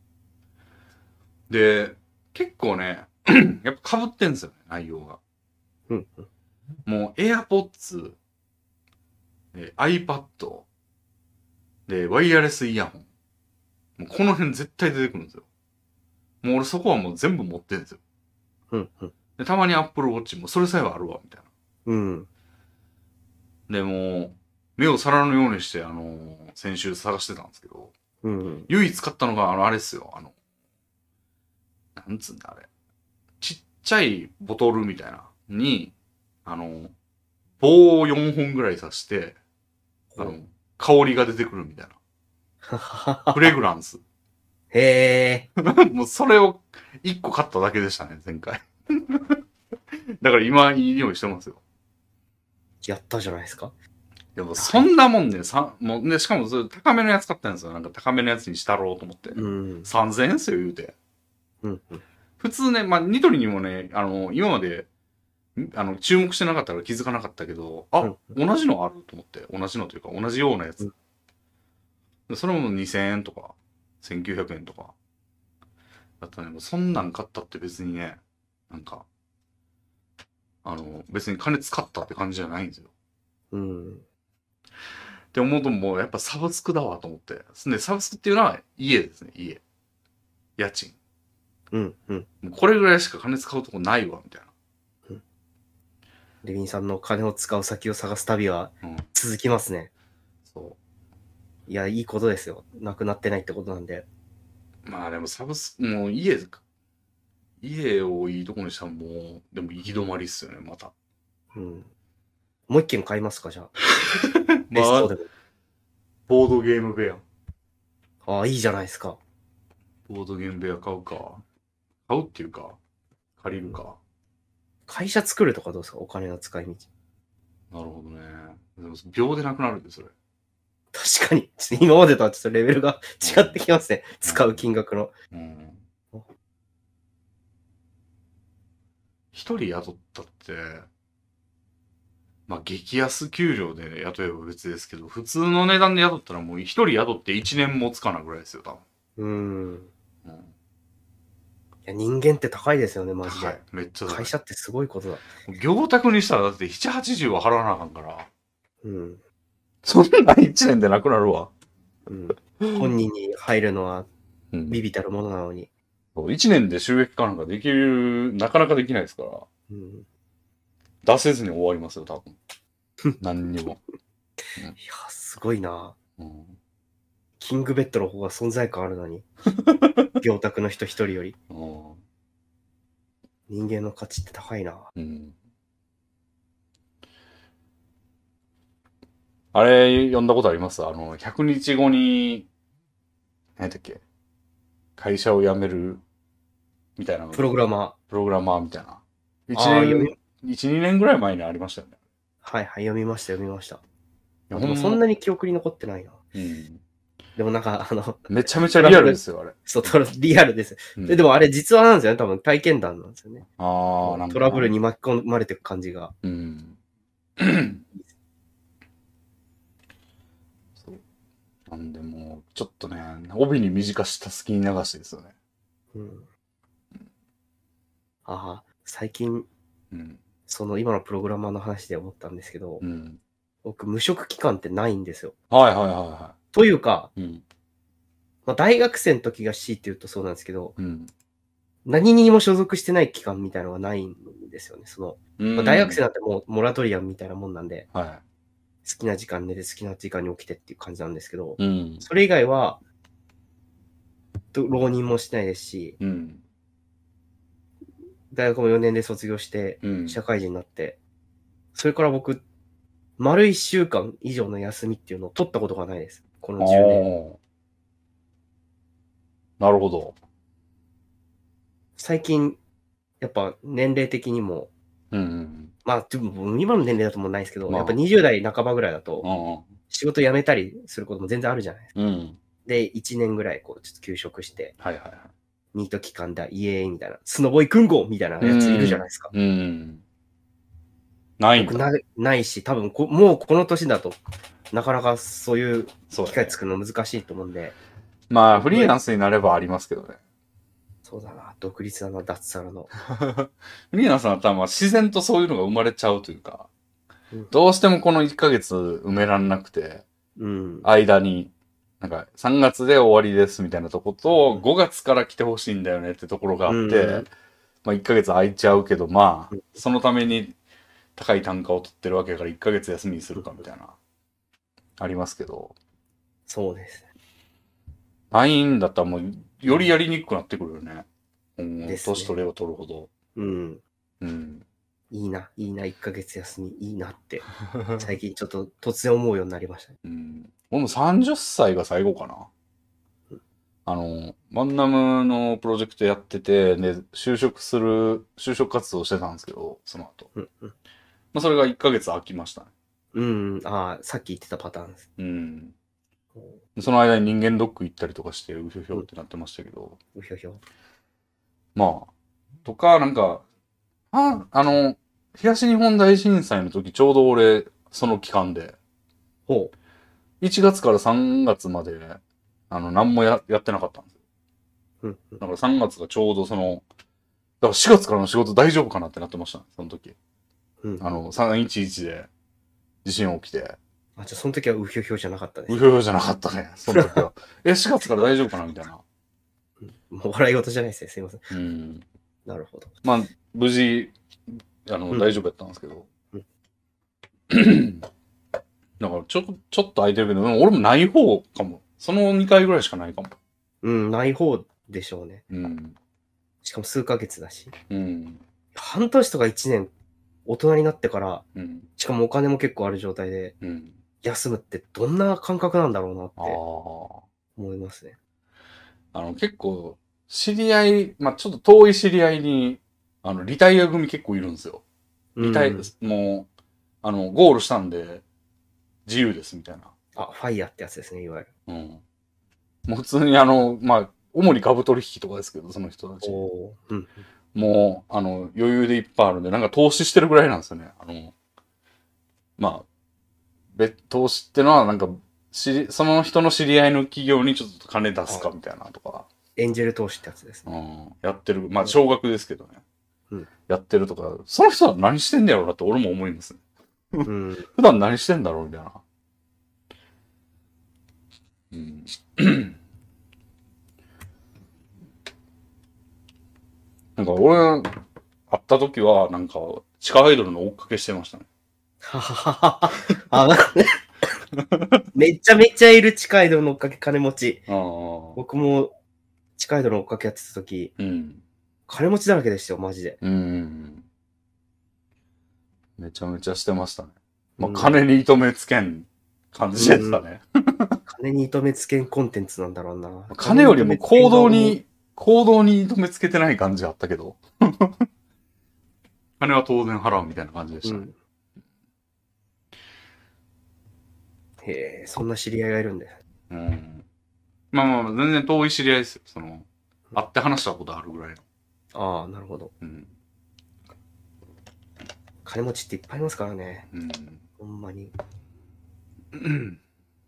で、結構ね、やっぱ被ってんですよね、内容が。 うんうん。 もう AirPods、え iPad、で、ワイヤレスイヤホン。もうこの辺絶対出てくるんですよ。もう俺そこはもう全部持ってるんですよ。 うんうん。 で、たまに Apple Watch もそれさえはあるわ、みたいな。 うん。 で、もう、目を皿のようにして、あのー先週探してたんですけど、 うん。 唯一買ったのが、あの、あれっすよ、あの、なんつうんだ、あれ。ちっちゃいボトルみたいな、に、あの、棒をよんほんぐらい刺して、あの、香りが出てくるみたいな。フレグランス。 へえ。 もうそれをいっこ買っただけでしたね、前回。だから今いい匂いしてますよ。 やったじゃないですか。 でもそんなもんね、さもうね、しかもそれ高めのやつ買ったんですよ。なんか高めのやつにしたろうと思って。 うん。 さんぜんえんっすよ、言うて。 うんうん。 普通ね、まあ、ニトリにもね、あの、今まで、んあの、注目してなかったから気づかなかったけど、あ、 うん同じのあると思って。同じのというか、同じようなやつ。 うんでそれもにせんえんとか、せんきゅうひゃくえんとか。だったね。もうそんなん買ったって別にね、なんか、あの、別に金使ったって感じじゃないんですよ。 うん。 って思うともうやっぱサブスクだわと思って。で、サブスクっていうのは家ですね、家。家賃。 うん。うん。 もうこれぐらいしか金使うとこないわ、みたいレビンさんの金を使う先を探す旅はな。うん。 続きますね。 そいや、いいことですよ。なくなってないってことなんで。 う。まあでもサブスク、もう家、家をいいとこにしたらもう、でも行き止まりっすよね、また。 うん。もう一軒買いますか、じゃあ。ベまあストでも。 ボードゲーム部屋。 ああ、いいじゃないですか。 ボードゲーム部屋買うか。買うっていうか、借りるか。 会社作るとかどうですか、お金の使い道。 なるほどね。でも秒でなくなるで、それ。 確かに。ちょっと今までとはちょっとレベルが違ってきますね。使う金額の。 うん。一人雇ったって、まあ激安給料で雇えば別ですけど、普通の値段で雇ったらもう一人雇って一年持つかなぐらいですよ、多分。 うーん。 うん。 いや、人間って高いですよね、マジ高いで。。 めっちゃ高い。 会社ってすごいことだ。 業託にしたらだってなな、はちじゅうは払わなあかんから。 うん。 そんな一年でなくなるわ。 うん。本人に入るのはうん。 ビビたるものなのに。 そう一年で収益化なんかできる、なかなかできないですから。 うん。 出せずに終わりますよ、多分。何にも。 いや、すごいな。 うん。 キングベッドの方が存在感あるのに。業託の人一人より。 うん人間の価値って高いな。 うん。あれ、読んだことありますあの、ひゃくにちごに、何だっけ会社を辞めるみたいなのプログラマプログラマーみたいな。一あー読年、一、二年ぐらい前にありましたよね。 ー。はいはい、読みました、読みました。 いやでもそほんまんなに記憶に残ってないな。 うん。 でもなんか、あの、 めちゃめちゃリアルですよ、あれ。 そう、トラリアルです。 うんででもあれ実話なんですよね。多分体験談なんですよね。 ああ、なんか。 トラブルに巻き込まれていく感じが。 うん。そう。なんでもう、ちょっとね、帯に短したスキー流しですよね。 うん。ああ、最近、 うん。 その今のプログラマーの話で思ったんですけど、 うん。 僕、無職期間ってないんですよ。 はいはいはいはというか、 い。うん。 まあ、大学生の時が C って言うとそうなんですけど、 うん。 何にも所属してない期間みたいなのがないんですよね。その、 うんまあ、大学生なんてもうモラトリアムみたいなもんなんで、 は好きな時間寝て好きな時間に起きてっていう感じなんですけど、 い。うん。 それ以外は、と浪人もしてないですし、 うん。 大学もよねんで卒業して、 うん。 社会人になって、それから僕、丸いっしゅうかん以上の休みっていうのを取ったことがないです。このじゅうねん。 ああ。なるほど。 最近、やっぱ年齢的にも、 うんうんまあ、でも今の年齢だともうないですけど、 まあやっぱにじゅう代半ばぐらいだと、 うん。 仕事辞めたりすることも全然あるじゃないですか。 うん。うん。 で、いちねんぐらいこう、ちょっと休職して、 はいはいはい。 ニート期間だ、イエーイみたいな、スノボ行くんごみたいなやついるじゃないですか。 うん。ないんだ。 僕なないし、多分こもうこの年だと、なかなかそういうそうだね機会作るの難しいと思うんで、 まあ、フリーランスになればありますけどね。 そうだな、独立だな、脱サラの。 フリーランスになったらまあ自然とそういうのが生まれちゃうというか、 うんどうしてもこのいっかげつ埋めらんなくて、 うん。 間に、なんかさんがつで終わりですみたいなとこと、ごがつから来てほしいんだよねってところがあって、 うんまあいっかげつ空いちゃうけど、まあうん、 そのために高い単価を取ってるわけだからいっかげつ休みにするかみたいな、ありますけど、 そうです。 ないんだったらもうよりやりにくくなってくるよね。うん、 ですね年取れば取るほど。 うん。 うん。 いいな、いいな、いっかげつ休み、いいなって、最近ちょっと突然思うようになりましたね。 うん。俺もさんじゅっさいが最後かな。あの、マンナムのプロジェクトやってて、で、就職する、就職活動してたんですけど、その後。 うん、うん。 まあ、それがいっかげつ空きましたね。 うん、ああ、さっき言ってたパターンです。 うん。その間に人間ドック行ったりとかして、うひょひょってなってましたけど。 うひょひょ。 まあ、とか、なんか、あ、あの、東日本大震災の時、ちょうど俺、その期間で、 ほいちがつからさんがつまで、あの、何もややってなかったんですよ。 う。うん、うん。 だからさんがつがちょうどその、だからしがつからの仕事大丈夫かなってなってましたね、その時。 うん、 あの、さんいちいちで地震起きて、 あ、じゃあその時はうひょひょじゃなかったです。 うひょひょじゃなかったね、その時は。え、しがつから大丈夫かなみたいな。 もう笑い事じゃないですね。すいません。 うん。 なるほど。 まあ、無事、あの、 うん大丈夫やったんですけど。 うんだから、ちょ、ちょっと空いてるけど、でも俺もない方かも。そのにかいぐらいしかないかも。 うん、ない方でしょうね。 うん。 しかも数ヶ月だし。 うん。 半年とかいちねん、大人になってから、 うん。 しかもお金も結構ある状態でうん。 休むってどんな感覚なんだろうなってああ。 思いますね。 あの、結構、知り合い、まあ、ちょっと遠い知り合いに、あの、リタイア組結構いるんですよ。リタイア、 うんもう、あの、ゴールしたんで、自由です、みたいな。 あ、ファイヤーってやつですね、いわゆる。 うん。もう普通にあの、まあ、主に株取引とかですけど、その人たち。 おーうん。 もう、あの、余裕でいっぱいあるんで、なんか投資してるぐらいなんですよね。あの、まあ、べ、投資ってのは、なんか、知り、その人の知り合いの企業にちょっと金出すかみたいなとか、 エンジェル投資ってやつですね。 うん、やってる。まあ、少額ですけどね。 うんやってるとか、その人は何してんだろうなって俺も思いますね。 うん。 普段何してんだろうみたいな。うん。なんか俺、会った時は、なんか、地下アイドルの追っかけしてましたね。 はははは。あ、なんかね。めちゃめちゃいる地下アイドルの追っかけ金持ち。 ああ。 僕も地下アイドルの追っかけやってた時、 うん。 金持ちだらけでしたよ、マジで。 うん。めちゃめちゃしてましたね。まあ、 うん金に糸目つけん感じでしたね。 金に糸目つけんコンテンツなんだろうな。 金よりも行動に行動に止めつけてない感じあったけど。金は当然払うみたいな感じでしたね。 うん。へえ、そんな知り合いがいるんだよ。 うん。まあまあまあ、全然遠い知り合いですよ。その、会って話したことあるぐらいの。 ああ、なるほど。 うん。 金持ちっていっぱいいますからね。 うん。 ほんまに。 うん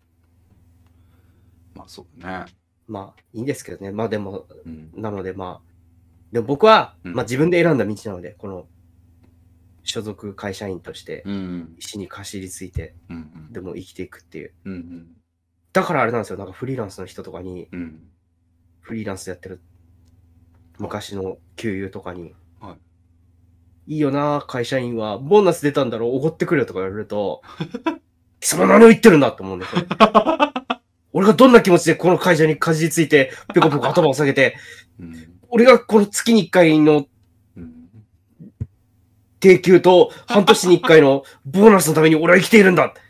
まあそうね。 まあ、いいんですけどね。まあでも、 うん。 なのでまあ、でも僕は、 うんまあ自分で選んだ道なので、この、所属会社員としてう、ん。 石にかしりついて、 うん。 でも生きていくっていう。 うん。うん。 だからあれなんですよ。なんかフリーランスの人とかに、 うん。 フリーランスやってる昔の給油とかに、 はいいいよな、会社員は、ボーナス出たんだろう、おごってくれよとか言われると、貴様何を言ってるんだと思うんですよ。俺がどんな気持ちでこの会社にかじりついて、ペコペコ頭を下げて、 うん。 俺がこの月にいっかいのうん。 定給と半年にいっかいのボーナスのために俺は生きているんだって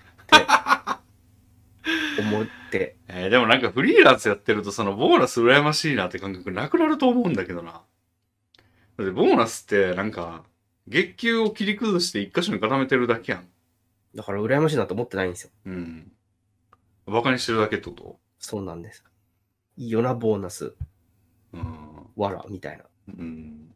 思って。 えー、でもなんかフリーランスやってるとそのボーナス羨ましいなって感覚なくなると思うんだけどな。だってボーナスってなんか、月給を切り崩して一箇所に固めてるだけやん。 だから羨ましいなと思ってないんですよ。 うん。バカにしてるだけってことそうなんです。いいよな、ボーナス。 うん。 わら、みたいな。 うん。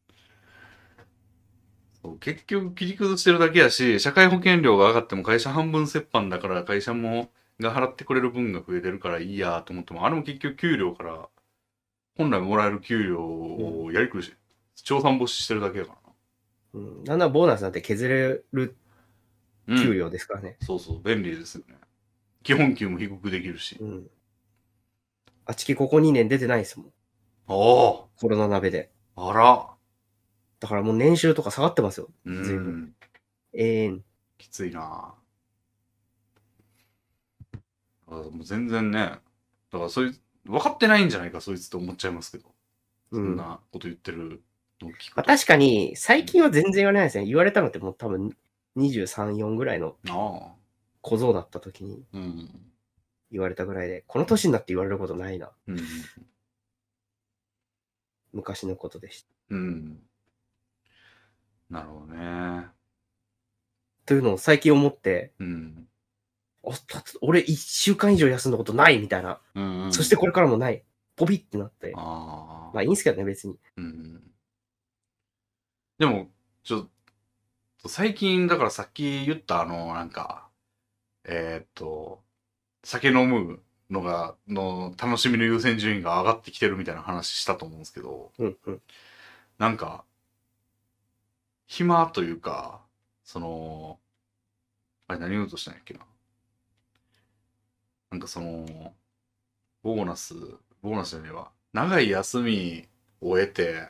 そう結局切り崩してるだけやし、社会保険料が上がっても会社半分折半だから会社もが払ってくれる分が増えてるからいいやと思っても、あれも結局給料から本来もらえる給料をやりくりし、調査干ししてるだけやからうん。なんならボーナスなんて削れるな。 給料ですからね。 そうそう、便利ですよね。基本給も低くできるし。 うん。あちきここにねん出てないですもん。 あコロナ鍋で。 あ、あら。 だからもう年収とか下がってますよ。 う随分。 ん。 ええん。 きついなあもう全然ね。だからそういう、分かってないんじゃないか、そいつって思っちゃいますけど。そんなこと言ってるのを聞くと。 まあ、確かに、最近は全然言われないですね。言われたのってもう多分にじゅうさん、よんぐらいのああ。 小僧だった時にうん。 言われたぐらいで、この年になって言われることないな。 うん。 昔のことでした。 うん。なるほどね。 というのを最近思って、 うん。 おだって俺いっしゅうかん以上休んだことないみたいな。 うん、うん。 そしてこれからもない。ポビってなって。 ああ。 まあいいんすけどね、別に。 うん。でも、ちょっと、最近、だからさっき言ったあの、なんか、えーっと、酒飲むのが、の楽しみの優先順位が上がってきてるみたいな話したと思うんですけど、 うんうん。 なんか、暇というか、その、あれ何言おうとしたんやっけな。なんかその、ボーナス、ボーナスじゃねえわ。長い休みを得て、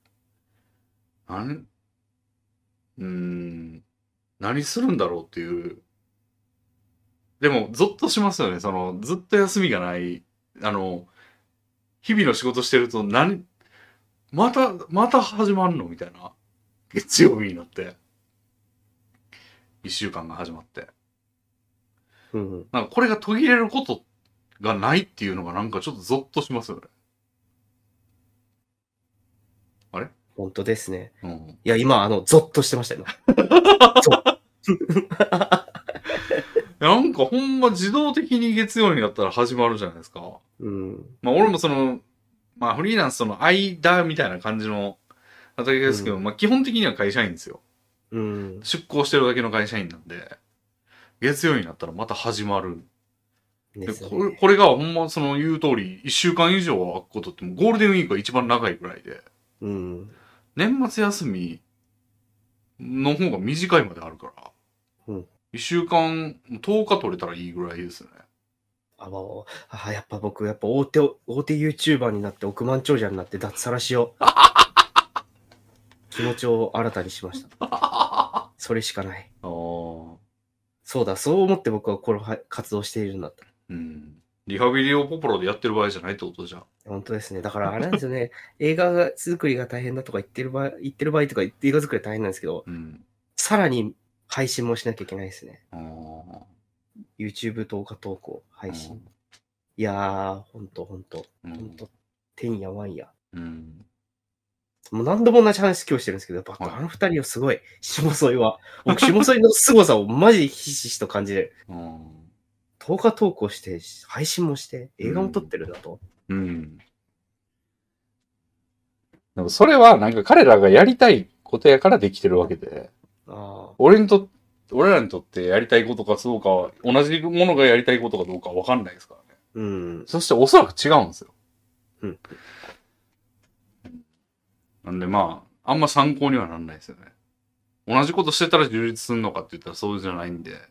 なん、うーん、何するんだろうっていう。でも、ゾッとしますよね。その、ずっと休みがない、あの、日々の仕事してると、何、また、また始まんのみたいな。月曜日になって。一週間が始まって。 うんうん。 なんかこれが途切れることがないっていうのがなんかちょっとゾッとしますよね。あれ本当ですね。 うん。 いや、今、あの、ゾッとしてましたよ。そう。 なんかほんま自動的に月曜になったら始まるじゃないですか。 うん。 まあ俺もその、まあフリーランスとの間みたいな感じの働きですけど、 うまあ基本的には会社員ですよ。 うん。 出向してるだけの会社員なんで、月曜になったらまた始まる。 でですこれね。 これがほんまその言う通り、一週間以上空くことってもうゴールデンウィークが一番長いぐらいで、 うん。 年末休みの方が短いまであるから、 うん一週間、とおか取れたらいいぐらいですよね。 あ、もう、あ、やっぱ僕、やっぱ大手、大手 YouTuber になって億万長者になって脱サラしよう。気持ちを新たにしました。それしかない。 ああ。 そうだ、そう思って僕はこのは活動しているんだった。 うん。リハビリをポポロでやってる場合じゃないってことじゃん。 本当ですね。だからあれなんですよね。映画作りが大変だとか言ってる場合、言ってる場合とか映画作り大変なんですけど、 うん。 さらに配信もしなきゃいけないですね。 ああ。 YouTube 動画投稿、配信。 うんいやー、ほんとほんと。 うんほんと、てんやわんや。 うん。 もう何度も同じ話今日してるんですけど、やっぱはいあの二人はすごい、下添いは。僕、下添いの凄さをマジひしひしと感じる。 うん。 動画投稿して、配信もして、映画も撮ってるんだと。 うん。でもそれはなんか彼らがやりたいことやからできてるわけで、 ああ。 俺にとっ俺らにとってやりたいことかどうかは、同じものがやりたいことかどうかはわかんないですからね。 うん。 そしておそらく違うんですよ。 うん。 なんでまあ、あんま参考にはなんないですよね。同じことしてたら充実するのかって言ったらそうじゃないんで、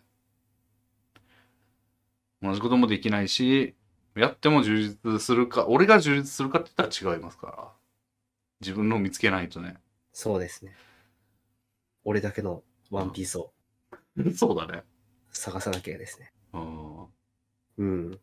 同じこともできないし、やっても充実するか、俺が充実するかって言ったら違いますから。自分のを見つけないとね。 そうですね。俺だけのワンピースをそうだね。 探さなきゃですね。 うん。 うん。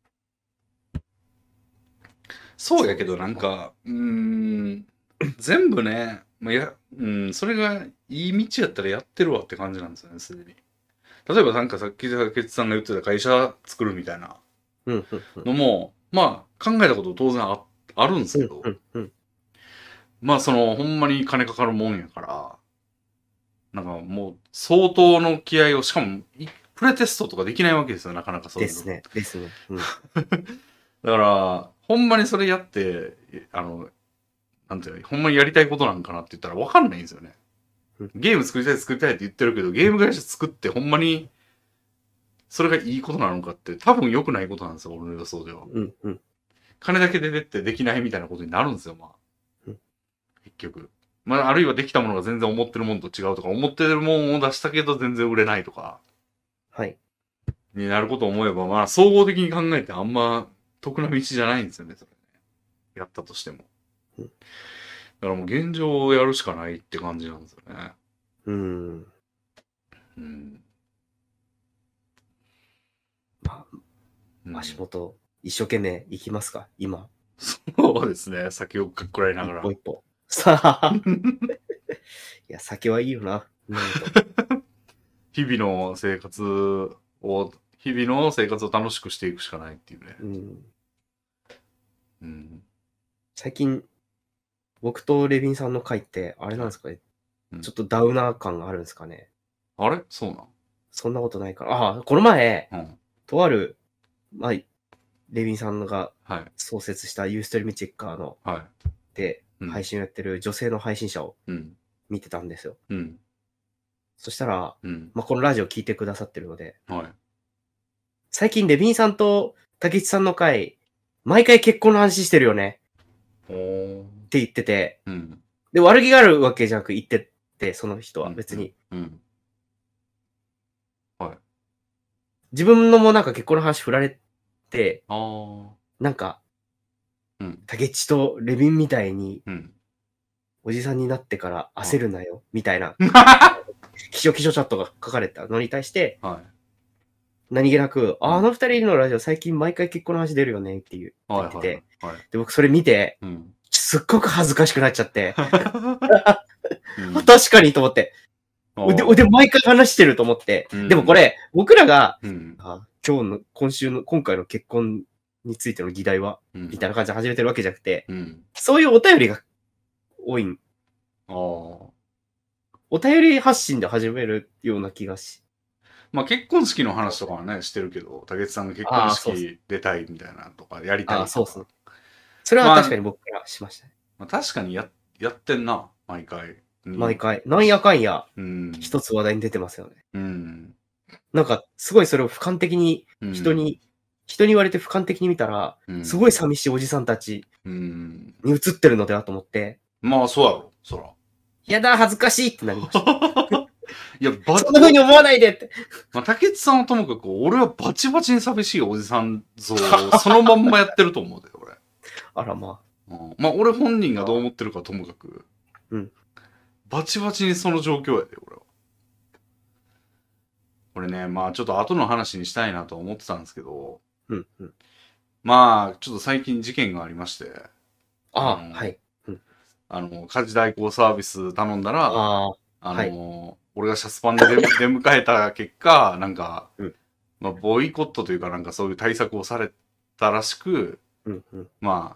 そうやけどなんか、うーん、全部ね、まあ、や、うん、それがいい道やったらやってるわって感じなんですよね、すでに。例えばなんかさっき竹内さんが言ってた会社作るみたいなうん、うん、うん。 のも、まあ考えたこと当然あ、あるんですけど、 うん、うん。 まあそのほんまに金かかるもんやから、なんかもう相当の気合を、しかもいプレテストとかできないわけですよ、なかなかそういうの。 ですね。ですね。うん。 だから、ほんまにそれやって、あの、なんていうの、ほんまにやりたいことなんかなって言ったら分かんないんですよね。 うんゲーム作りたい作りたいって言ってるけど、ゲーム会社作ってほんまに、それがいいことなのかって多分良くないことなんですよ、俺の予想では。 うん、うん。 金だけ出てってできないみたいなことになるんですよ、まあうん。 結局。まあ、あるいはできたものが全然思ってるものと違うとか、思ってるものを出したけど全然売れないとか、 はい。 になることを思えば、まあ、総合的に考えてあんま得な道じゃないんですよね、それね。やったとしても。 うんだからもう現状をやるしかないって感じなんですよね。 うん。 うん。 まうんあ、足元、一生懸命行きますか今。 そうですね。先をかっこらいながら一歩。一歩。さあ。いや、酒はいいよな。なんと。 日々の生活を、日々の生活を楽しくしていくしかないっていうね。 うん。 うん。 最近、僕とレビンさんの回って、あれなんですかね、 うんちょっとダウナー感があるんですかね。 あれそうなんそんなことないから。ああ、この前、 うん。 とある、まあ、レビンさんがはい。 創設したユーストリームチェッカーのはでうん配信をやってる女性の配信者をい。うん。 見てたんですよ。 うん。 そしたら、 うん。 まあ、このラジオ聞いてくださってるので、 はい。 最近レビンさんと竹内さんの回、毎回結婚の話してるよねおー。 って言ってて、 うん。 で、悪気があるわけじゃなく言ってて、その人は別に。 うん。はい。 自分のもなんか結婚の話振られて、 あー。 なんか、 うん。 竹内とレビンみたいにうん。 おじさんになってから焦るなよ、みたいな、キショキショチャットが書かれたのに対して、 はい。 何気なく、あうんあの二人のラジオ最近毎回結婚の話出るよねっていう言はい。 ってて、 はい。はい。 で、僕それ見て、 うん。 すっごく恥ずかしくなっちゃって、 うん確かにと思って、 あーで、で、毎回話してると思って、 うんでもこれ、僕らが、 うん。 あ今日の、今週の、今回の結婚についての議題は、 うん。 みたいな感じで始めてるわけじゃなくて、 うん。 そういうお便りが多いん、 ああ。 お便り発信で始めるような気がし、 まあ結婚式の話とかはね、してるけど、竹内さんが結婚あーそう式出たいみたいなとか、やりたいとか。 ああ、そうそう。それは確かに僕からしましたね。 まあ、確かにや、やってんな、毎回。うん毎。回。なんやかんや、 うん。 一つ話題に出てますよね。 うん。 なんか、すごいそれを俯瞰的に、 うん。 人に、人に言われて俯瞰的に見たら、 うん、 すごい寂しいおじさんたちうん。 に映ってるのではと思って、 まあ、そうやろ、そら。 やだ、恥ずかしいってなりました。 いや、ば、 そんな風に思わないでって。 まあ、竹内さんはともかく、俺はバチバチに寂しいおじさん像をそのまんまやってると思うで、俺。 あら、まうん、まあ、俺本人がどう思ってるかともかく、 うん。 バチバチにその状況やで、俺は。これね、まあ、ちょっと後の話にしたいなと思ってたんですけど、 あ、うん、うん。 まあ、ちょっと最近事件がありまして、 ああ、 うんはい。 あの、家事代行サービス頼んだら、 ああ、 あの、 はい俺がシャスパンで出出迎えた結果、なんか、 うんまあ、ボイコットというかなんかそういう対策をされたらしく、 うん、うん。 まあ、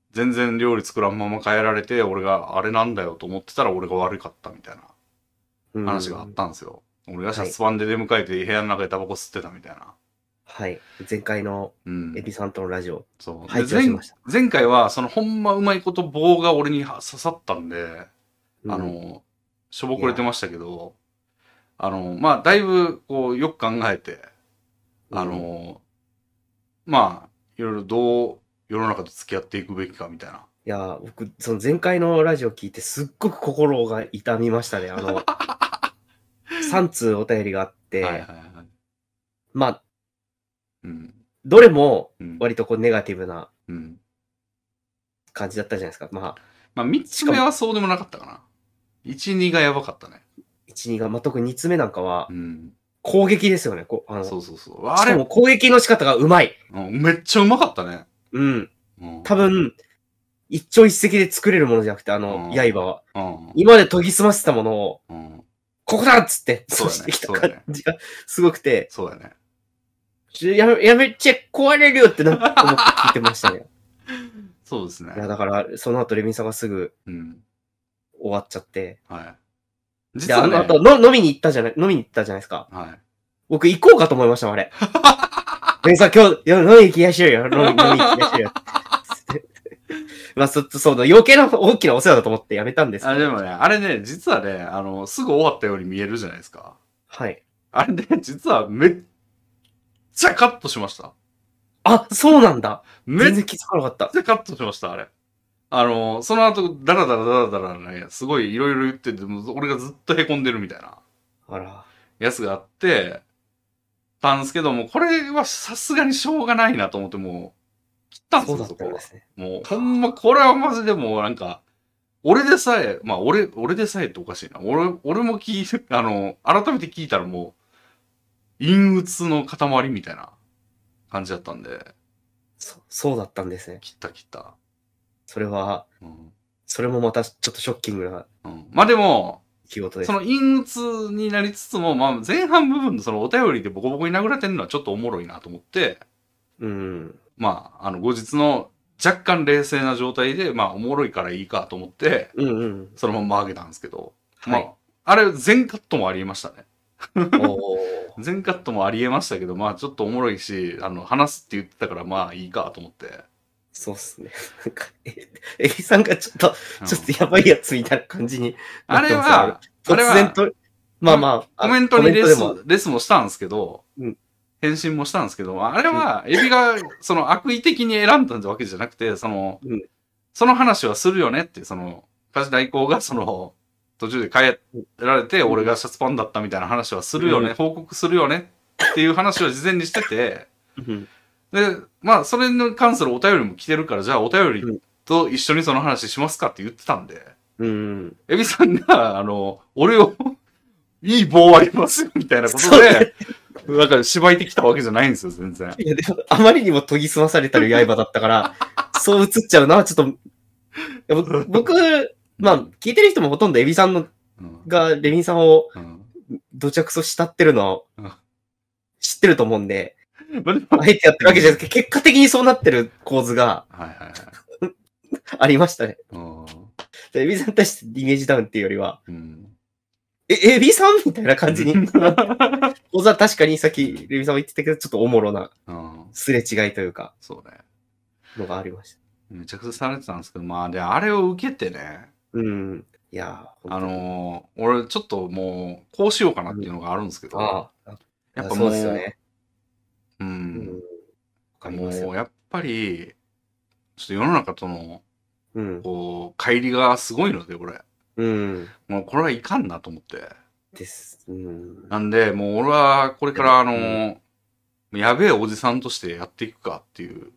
全然料理作らんまま変えられて、俺があれなんだよと思ってたら俺が悪かったみたいな話があったんですよ。俺がシャツパンで出迎えて部屋の中でタバコ吸ってたみたいな。 はい。前回のうんエ。ビさんとのラジオ。 そう。 拝で前聴しました。 前回は、そのほんまうまいこと棒が俺に刺さったんで、 うんあの、しょぼくれてましたけど、あの、まあ、だいぶ、こう、よく考えて、あの、まあ、いろいろどう世の中と付き合っていくべきかみたいな。 いや、僕、その前回のラジオ聞いてすっごく心が痛みましたね。あの、さん通お便りがあって、 はいはいはい。 まあ、 うん。 どれもうん。 割とこうネガティブなうん。 感じだったじゃないですか。まあ、 まあ、三つ目はそうでもなかったかな。一、二がやばかったね。 いち、にが、まあ、特ににつめなんかはうん。 攻撃ですよね。こうあのそうそうそう。あれ、 しかも攻撃の仕方がうまい。 うんめっちゃうまかったね。 うん。 うん。 多分、一朝一夕で作れるものじゃなくて、あの、 うん刃は。 うん。 今まで研ぎ澄ませたものを、 うん。 ここだっつって、 そうだね刺してきたそうだね感じがすごくて、 そうだね。 ちょやめ、やめちゃ壊れるよってな思って聞いてましたね。 そうですね。 いや、だから、その後レミさんがすぐうん。 終わっちゃって。 はい。 で、 実はね、 あの後、の飲みに行ったじゃない、飲みに行ったじゃないですか。 はい。 僕行こうかと思いましたもん、あれ。レミさん今日、いや飲み行きやしょうよ。飲み、飲み行きやしょうよ。まあ、そ、その余計な大きなお世話だと思ってやめたんですけあ、 ど。 でもね、あれね、実はね、あの、すぐ終わったように見えるじゃないですか。 はい。 あれね、実はめっちゃカットしました。 あ、そうなんだ。 めっ全然気づかなかった。 ちゃカットしました、あれ。あの、その後、ダラダラダラダラね、すごいいろいろ言ってて、もう俺がずっと凹んでるみたいなあら。 やつがあって、たんですけども、これはさすがにしょうがないなと思って、もう、切ったんですよ、 そうだっそこはたんで。すね。 もう、ほんま、これはマジでもうなんか、俺でさえ、まあ俺、俺でさえっておかしいな。俺、俺も聞いて、あの、改めて聞いたらもう、陰鬱の塊みたいな感じだったんで、 そ、そうだったんですね。 切った切った。 それは、 うん。 それもまたちょっとショッキングなうん。まあでも、 出来事です。 その陰鬱になりつつも、まあ前半部分のそのお便りでボコボコに殴られてるのはちょっとおもろいなと思って、 うん。 まあ、あの、後日の若干冷静な状態で、まあおもろいからいいかと思って、 うんうん。 そのまま上げたんですけど、 はい。 まあ、あれ全カットもありえましたね。 おー。 全カットもありえましたけど、まあちょっとおもろいし、あの、話すって言ってたからまあいいかと思って。 そうっすね。なんか、え、エビさんがちょっと、 うんちょっとやばいやつみたいな感じになあれってますよ。 は、あれは、 突然と、まあまあ、 コメントにレスコメントでも、 レスもしたんですけど、 うん返信もしたんですけど、あれは、エビが、その悪意的に選んだわけじゃなくて、その、 うんその話はするよねって、その、家事代行がその、途中で帰られて、 うん俺がシャツパンだったみたいな話はするよね、 うん報告するよねっていう話は事前にしてて、 うんで、まあ、それに関するお便りも来てるから、じゃあお便うんりと一緒にその話しますかって言ってたんで、 うん。 エビさんが、あの、俺を、いい棒ありますよ、みたいなことそうで、なんか芝居てきたわけじゃないんですよ、全然。 いや、でも、あまりにも研ぎ澄まされたる刃だったから、そう映っちゃうな、ちょっと。いや僕、僕まあ、聞いてる人もほとんどエビさんのうん。 が、レミンさんをうん。 どちゃくそ慕ってるのうんは知ってると思うんで、 まあでもあえてやってるわけじゃなくて、結果的にそうなってる構図がはいはいはい。 ありましたね。 うんエビさんに対してイメージダウンっていうよりは、 うん。 え、エビさんみたいな感じに。構図は確かにさっきレミさんも言ってたけど、ちょっとおもろなうん。 すれ違いというか、 そうね。 のがありました。 めちゃくちゃされてたんですけど、まあ、で、あれを受けてね、 うん。いやー、 あのー、俺ちょっともう、こうしようかなっていうのがあるんですけど、 ああ、 やっぱもう、 そうですよね。 ううん。 ん。 わかりますよ。 もう、やっぱり、ちょっと世の中との、 うん。 こう、乖離がすごいので、俺。 うん。 もう、これはいかんなと思って。 です。うん。 なんで、もう俺は、これから、あのー、やべえおじさんとしてやっていくかっていう。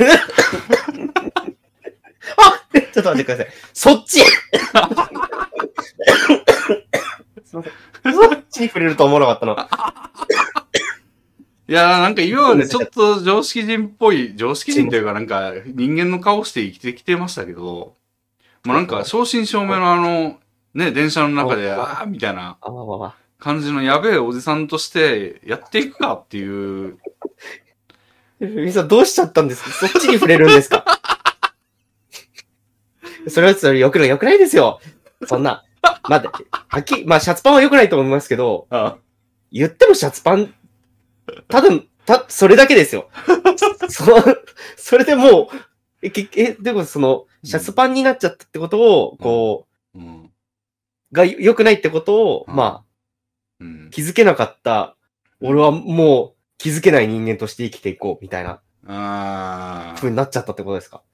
あちょっと待ってください。そっちすいません。そっちに触れると思わなかったの。 いやーなんか今までちょっと常識人っぽい、常識人というかなんか人間の顔して生きてきてましたけど、もうなんか正真正銘のあの、ね、電車の中で、あーみたいなあわわわ。 感じのやべえおじさんとしてやっていくかっていう、 みさんどうしちゃったんですかそっちに触れるんですかそれはそれよくない、よくないですよ。そんな。まあ、はっきり、まあ、シャツパンはよくないと思いますけど、 あ言ってもシャツパン、ただ、た、それだけですよ。その、それでもう、え、けえ、でもその、シャツパンになっちゃったってことを、こうん。うん。 う、が良くないってことを、 うんまあ、 うん。 気づけなかった、俺はもう気づけない人間として生きていこう、みたいなあ風になっちゃったってことですか？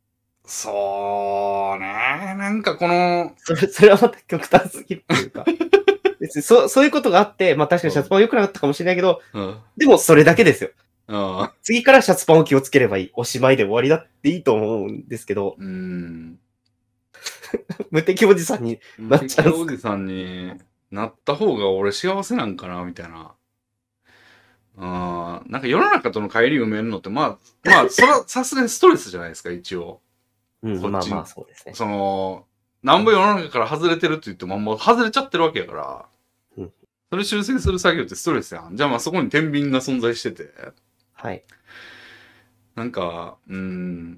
そうね。なんかこの、 それ、それはまた極端すぎるっていうか。別にそ、そういうことがあって、まあ確かにシャツパンは良くなかったかもしれないけど、 うん。 でもそれだけですよ。 うん。 次からシャツパンを気をつければいい。おしまいで終わりだっていいと思うんですけど、 うん。 無敵おじさんになっちゃうんですか？ おじさんになった方が俺幸せなんかなみたいな。うん。なんか世の中との乖離埋めるのって、まあ、まあ、それはさすがにストレスじゃないですか、一応。 うん、 こっちまあまあそうですね。 その、なんぼ世の中から外れてるって言っても、もう外れちゃってるわけやから、 うんそれ修正する作業ってストレスやん。じゃあまあそこに天秤が存在してて、 はい。 なんか、うん、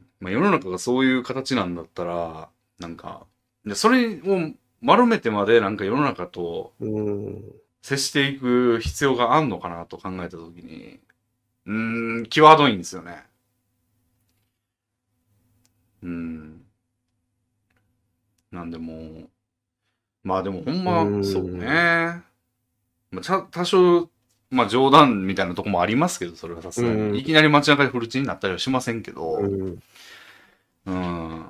まあ世の中がそういう形なんだったら、なんか、でそれを丸めてまでなんか世の中とうーん。 接していく必要があんのかなと考えたときに、うーん、際どいんですよね。うん。なんでもう、まあでもほんうーま、 んそうね。まあ、ちゃ多少、まあ冗談みたいなとこもありますけど、それはさすがうんに。いきなり街中でフルチンになったりはしませんけど、 うん。 うん。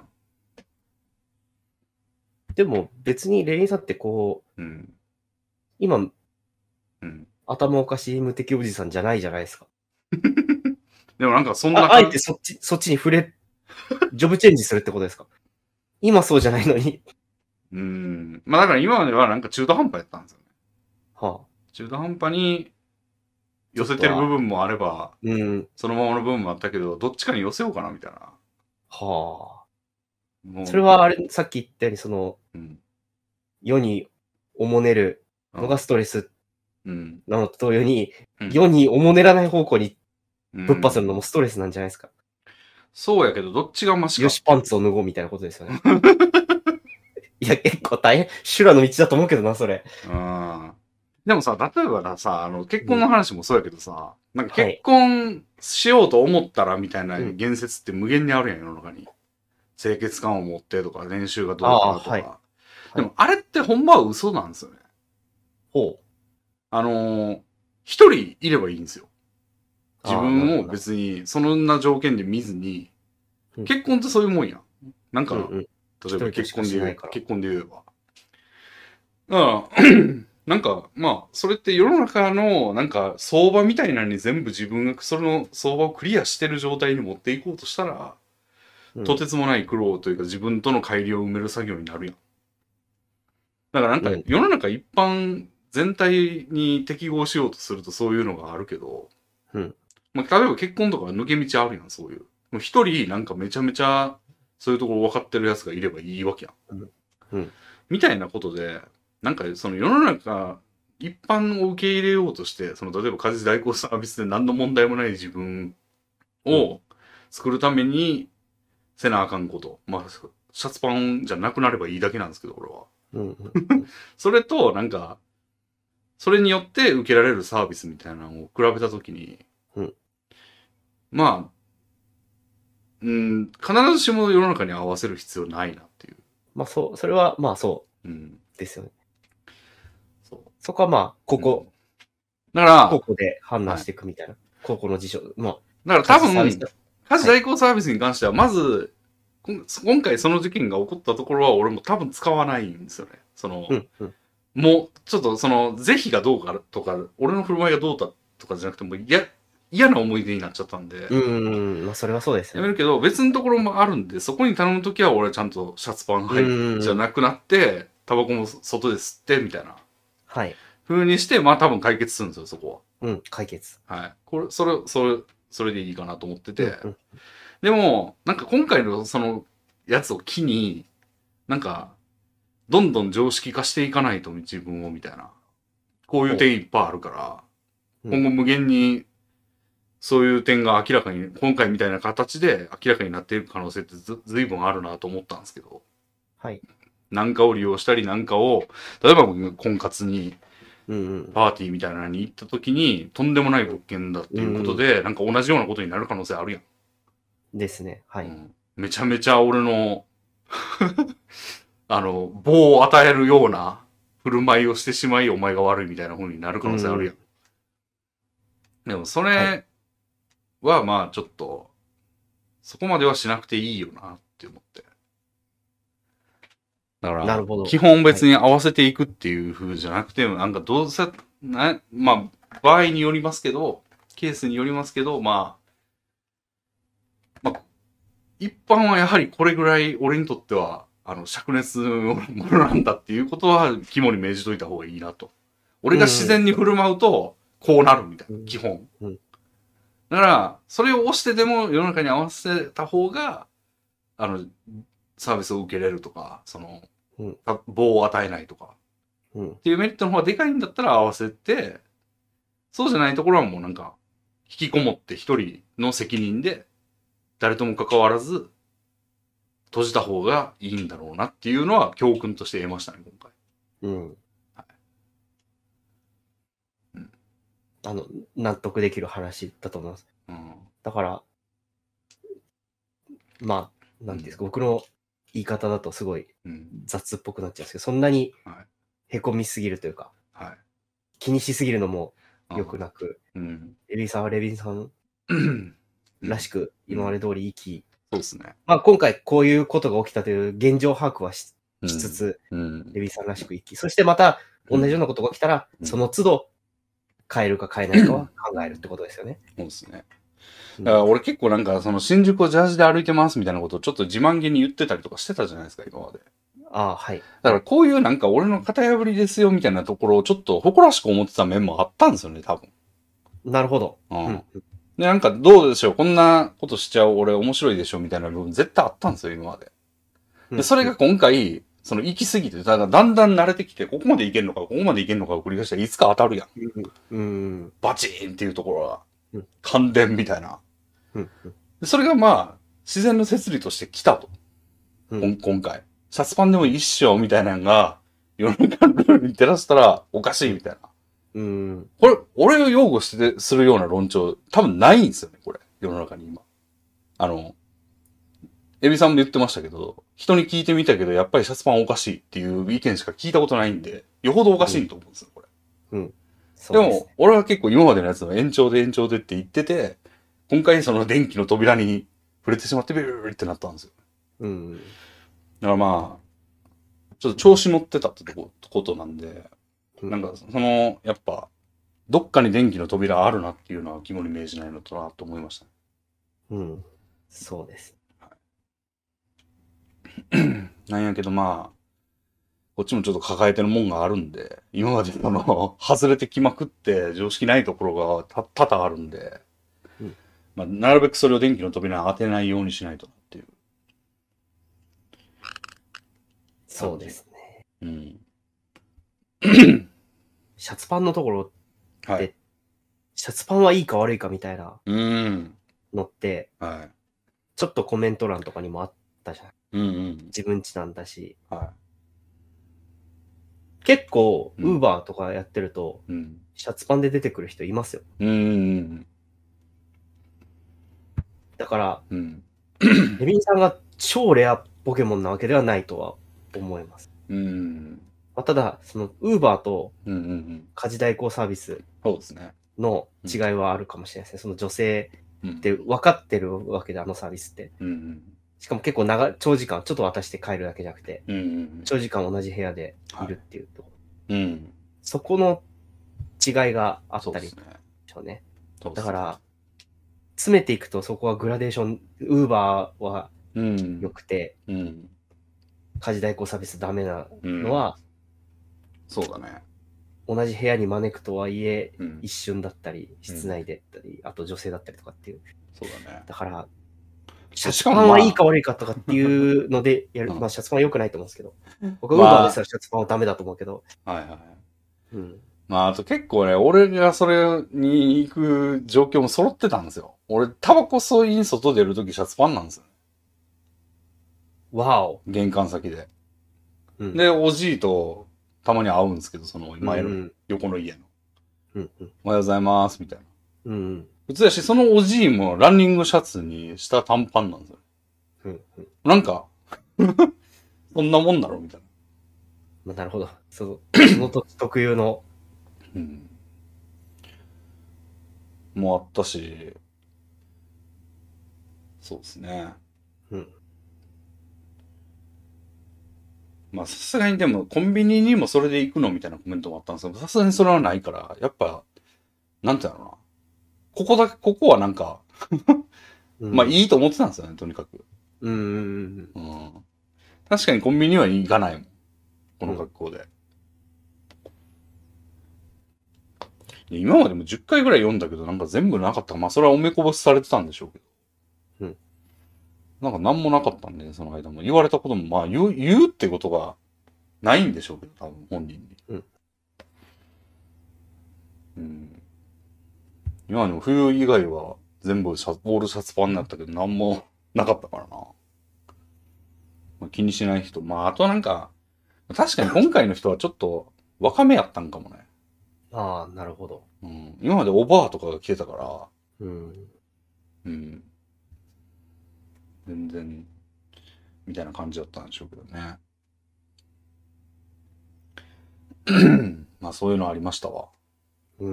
でも別にレニーさんってこう、 うん。 今、 うん。 頭おかしい無敵おじさんじゃないじゃないですか。 でもなんかそんなあ、あえ感てそっち、そっちに触れ、ジョブチェンジするってことですか？今そうじゃないのに。 うん。まあだから今まではなんか中途半端やったんですよね。 はあ。 中途半端に寄せてる部分もあれば、 うん。 そのままの部分もあったけど、どっちかに寄せようかなみたいな。 はもうあ。それはあれ、さっき言ったようにその、 うん。 世におもねるのがうん。 ストレスうん。 なのと同様に、 うん世におもねらない方向にうんぶっ破するのもストレスなんじゃないですか。 そうやけど、どっちがマシか。 よし、パンツを脱ごうみたいなことですよね。いや、結構大変、修羅の道だと思うけどな、それ。 うん。でもさ、例えばさ、あの、結婚の話もそうやけどさ、なんかはい結婚しようと思ったらみたいなうん言説って無限にあるやん、世の中に。清潔感を持ってとか、年収がどうかとか。 ああはいでも、あれってほんまは嘘なんですよね。 ほう。 あのー、一人いればいいんですよ。自あーなる分をほど別に、そんな条件で見ずに、 うん結婚ってそういうもんやん。なんか、 うんうん。 例えば一人としか結婚で言えしないから結婚で言えば。だから、なんか、まあ、それって世の中の、なんか、相場みたいなのに全部自分がその相場をクリアしてる状態に持っていこうとしたら、 うんとてつもない苦労というか自分との乖離を埋める作業になるやん。だからなんかうん、 世の中一般全体に適合しようとするとそういうのがあるけど、 うんまあ、例えば結婚とか抜け道あるやん、そういう。もう一人なんかめちゃめちゃそういうところ分かってるやつがいればいいわけやん。 うんうんみたいなことで、なんかその世の中一般を受け入れようとして、その例えば家事代行サービスで何の問題もない自分を作るためにせなあかんこと。まあ、シャツパンじゃなくなればいいだけなんですけど、俺は。 うんうんそれと、なんか、それによって受けられるサービスみたいなのを比べたときに、 うんまあ、うん、必ずしも世の中に合わせる必要ないなっていう。 まあそう、それはまあそうん。 うですよね。 そう。 そこはまあ、ここ、 だから、 ここで判断していくみたいな。ここの事象。まあ、 だから多分家事サービス、 家事代行サービスに関しては、まず、こん今回その事件が起こったところは俺も多分使わないんですよね。その、 うんうんもう、ちょっとその、是非がどうかとか、俺の振る舞いがどうだとかじゃなくても、いや、嫌な思い出になっちゃったんで、 うんうんうん。まあそれはそうですよね。 やめるけど、別のところもあるんで、そこに頼むときは俺ちゃんとシャツパン入うんっじゃなくなって、タバコも外で吸って、みたいなはい。 風にして、まあ多分解決するんですよ、そこうん、解決。 は。はい。これ、それ、それ、それでいいかなと思ってて。 うんうんでも、なんか今回のそのやつを機に、なんか、どんどん常識化していかないと自分をみたいな。こういう点いっぱいあるから、 うん今後無限にそういう点が明らかに、今回みたいな形で明らかになっている可能性ってずずいぶんあるなと思ったんですけど、 はい。 なんかを利用したりなんかを、例えば僕が婚活に、 うんうん。 パーティーみたいなのに行った時に、とんでもない物件だっていうことで、なんか同じようなことになる可能性あるやん。 ですね。はい。 うんめちゃめちゃ俺の、あの、棒を与えるような振る舞いをしてしまい、お前が悪いみたいな風になる可能性あるやん。でもそはれはまあちょっと、そこまではしなくていいよなって思って。だからなるほど、 基本別に合わせていくっていう風じゃなくて、なんかどうせ、な、まあ、場合によりますけど、ケースによりますけど、まあ、まあ、一般はやはりこれぐらい俺にとっては、あの、灼熱のものなんだっていうことは肝に銘じといた方がいいなと。俺が自然に振る舞うと、こうなるみたいな、 うん基本。 うんだから、それを押してでも世の中に合わせた方が、あの、サービスを受けれるとか、その、 うん棒を与えないとか、 うん。 っていうメリットの方がでかいんだったら合わせて、そうじゃないところはもうなんか、引きこもって一人の責任で、誰とも関わらず、閉じた方がいいんだろうなっていうのは教訓として得ましたね、今回。 うん。 はいうんあの、納得できる話だと思います。 うん。 だから、まあ、なんていうんですか、僕の言い方だとすごいうん。 雑っぽくなっちゃうんですけど、そんなにはい。 へこみすぎるというか、 はい。 気にしすぎるのも良くなく、 うん。 レビンさんはレビンさんうんらしく、今まで通り生き、 そうですね。 まあ今回こういうことが起きたという現状把握はしうんしつつ、 うん。 レビンさんらしく生き、そしてまた同じようなことが起きたら、 うんその都度変えるか変えないかは考えるってことですよね。 そうですね。 うんだから俺結構なんかその新宿をジャージで歩いてますみたいなことをちょっと自慢げに言ってたりとかしてたじゃないですか、今まで。 ああ、はい。 だからこういうなんか俺の型破りですよみたいなところをちょっと誇らしく思ってた面もあったんですよね、多分。 なるほど。 うんうんで、なんかどうでしょう、こんなことしちゃう俺面白いでしょみたいな部分絶対あったんですよ、今まで。 うんで、それが今回、その行き過ぎて、だからだんだん慣れてきて、ここまでいけんのか、ここまでいけんのかを繰り返したらいつか当たるやん。 うんうんバチーンっていうところはうん、 感電みたいな。 うんでそれがまあ、自然の摂理として来たと。 うんこん今回。シャツパンでも一緒みたいなのが、世の中のルールに照らしたらおかしいみたいな。 うんこれ、俺を擁護して、するような論調、多分ないんですよね、これ。世の中に今。あの、エビさんも言ってましたけど、人に聞いてみたけど、やっぱりシャツパンおかしいっていう意見しか聞いたことないんで、よほどおかしいと思うんですよ、これ。 そうですでも、俺は結構今までのやつの延長で延長でって言ってて、今回その電気の扉に触れてしまってビューってなったんですよ。 うんだからまあ、ちょっと調子乗ってたってとこことなんで、 うんなんかその、やっぱ、どっかに電気の扉あるなっていうのは肝に銘じないのとなと思いました。 うん。そうです。 なんやけどまあ、こっちもちょっと抱えてるもんがあるんで、今までその、外れてきまくって常識ないところがた多々あるんで、 うんまあ、なるべくそれを電気の扉に当てないようにしないとなっていう。 そうですね。 うん。 シャツパンのところ、 はい。 でシャツパンはいいか悪いかみたいなうん。 のって、 はい。 ちょっとコメント欄とかにもあったじゃん。 うんうん。 自分ちなんだし。 は結構、 うんウーバーとかやってると、 い。うん。 シャツパンで出てくる人いますよ。 うんうんだから、 うん。 レビンさんが超レアポケモンなわけではないとは思います。 うん。 まあ、ただ、その、ウーバーとうんうんうん。 家事代行サービスそうですね。 の違いはあるかもしれないですね。その女性うん。 って分かってるわけで、あのサービスって。 うんうん。 しかも結構長、長時間、ちょっと渡して帰るだけじゃなくて、 うんうん長時間同じ部屋でいるっていうところ、 うん。うん。 そこの違いがあったりそうですね。 でしょうね。 そうっすねだから、詰めていくとそこはグラデーション、ウーバーはうん。 良くて、 うん。 家事代行サービスダメなのは、 そうだね。 同じ部屋に招くとはいえ、 うん。 一瞬だったり、室内でだったり、あと女性だったりとかっていう。 そうだね。 だから、シしャツかもまあパンはいいか悪いかとかっていうのでやる。 うんまあ、シャツパンは良くないと思うんですけど。僕はウーまあバーでしたらシャツパンはダメだと思うけど。 はいはいはい。 うん。 まあ、あと結構ね、俺がそれに行く状況も揃ってたんですよ。俺、タバコ吸いに外出るときシャツパンなんですよ。 わお。 玄関先で。 うん。 で、おじいとたまに会うんですけど、その前のうん横の家の。 うんうん。 おはようございます、みたいな。 うん普通やし、そのおじいもランニングシャツに下短パンなんですよ。 うんうん。 なんか、そんなもんだろ、みたいな。 まあ、なるほど。その、その土地特有の。 うん。もうあったし、そうですね。 うん。 まあさすがにでもコンビニにもそれで行くのみたいなコメントもあったんですけど、さすがにそれはないから、やっぱ、なんていうのかな。ここだけ、ここはなんか、 うん、 まあいいと思ってたんですよね、とにかく。 うんうんうん。 うん。確かにコンビニは行かないもん。この格好で。いや今までもじゅっかいぐらい読んだけど、なんか全部なかった。まあそれはおめこぼしされてたんでしょうけど。 うん。 なんか何もなかったんで、その間も。言われたことも、まあ言う、言うってことがないんでしょうけど、多分本人に。 うん。 うん。今でも冬以外は全部シャオールシャツパンになったけど、何もなかったからな。まあ、気にしない人。まああとなんか、確かに今回の人はちょっと若めやったんかもね。 ああ、なるほど。 うん。今までおばあとかが来てたから、 うん。 うん。全然、みたいな感じだったんでしょうけどね。まあそういうのありましたわ。 うん。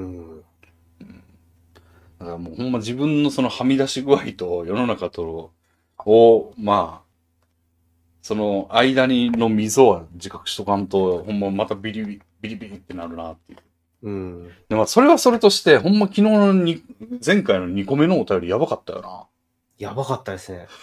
だからもうほんま自分のそのはみ出し具合と世の中とを、まあ、その間にの溝は自覚しとかんと、ほんままたビリビリ、ビリビリってなるなっていう。 うん。 でもそれはそれとして、ほんま昨日のに前回のにこめのお便りやばかったよな。 やばかったですね。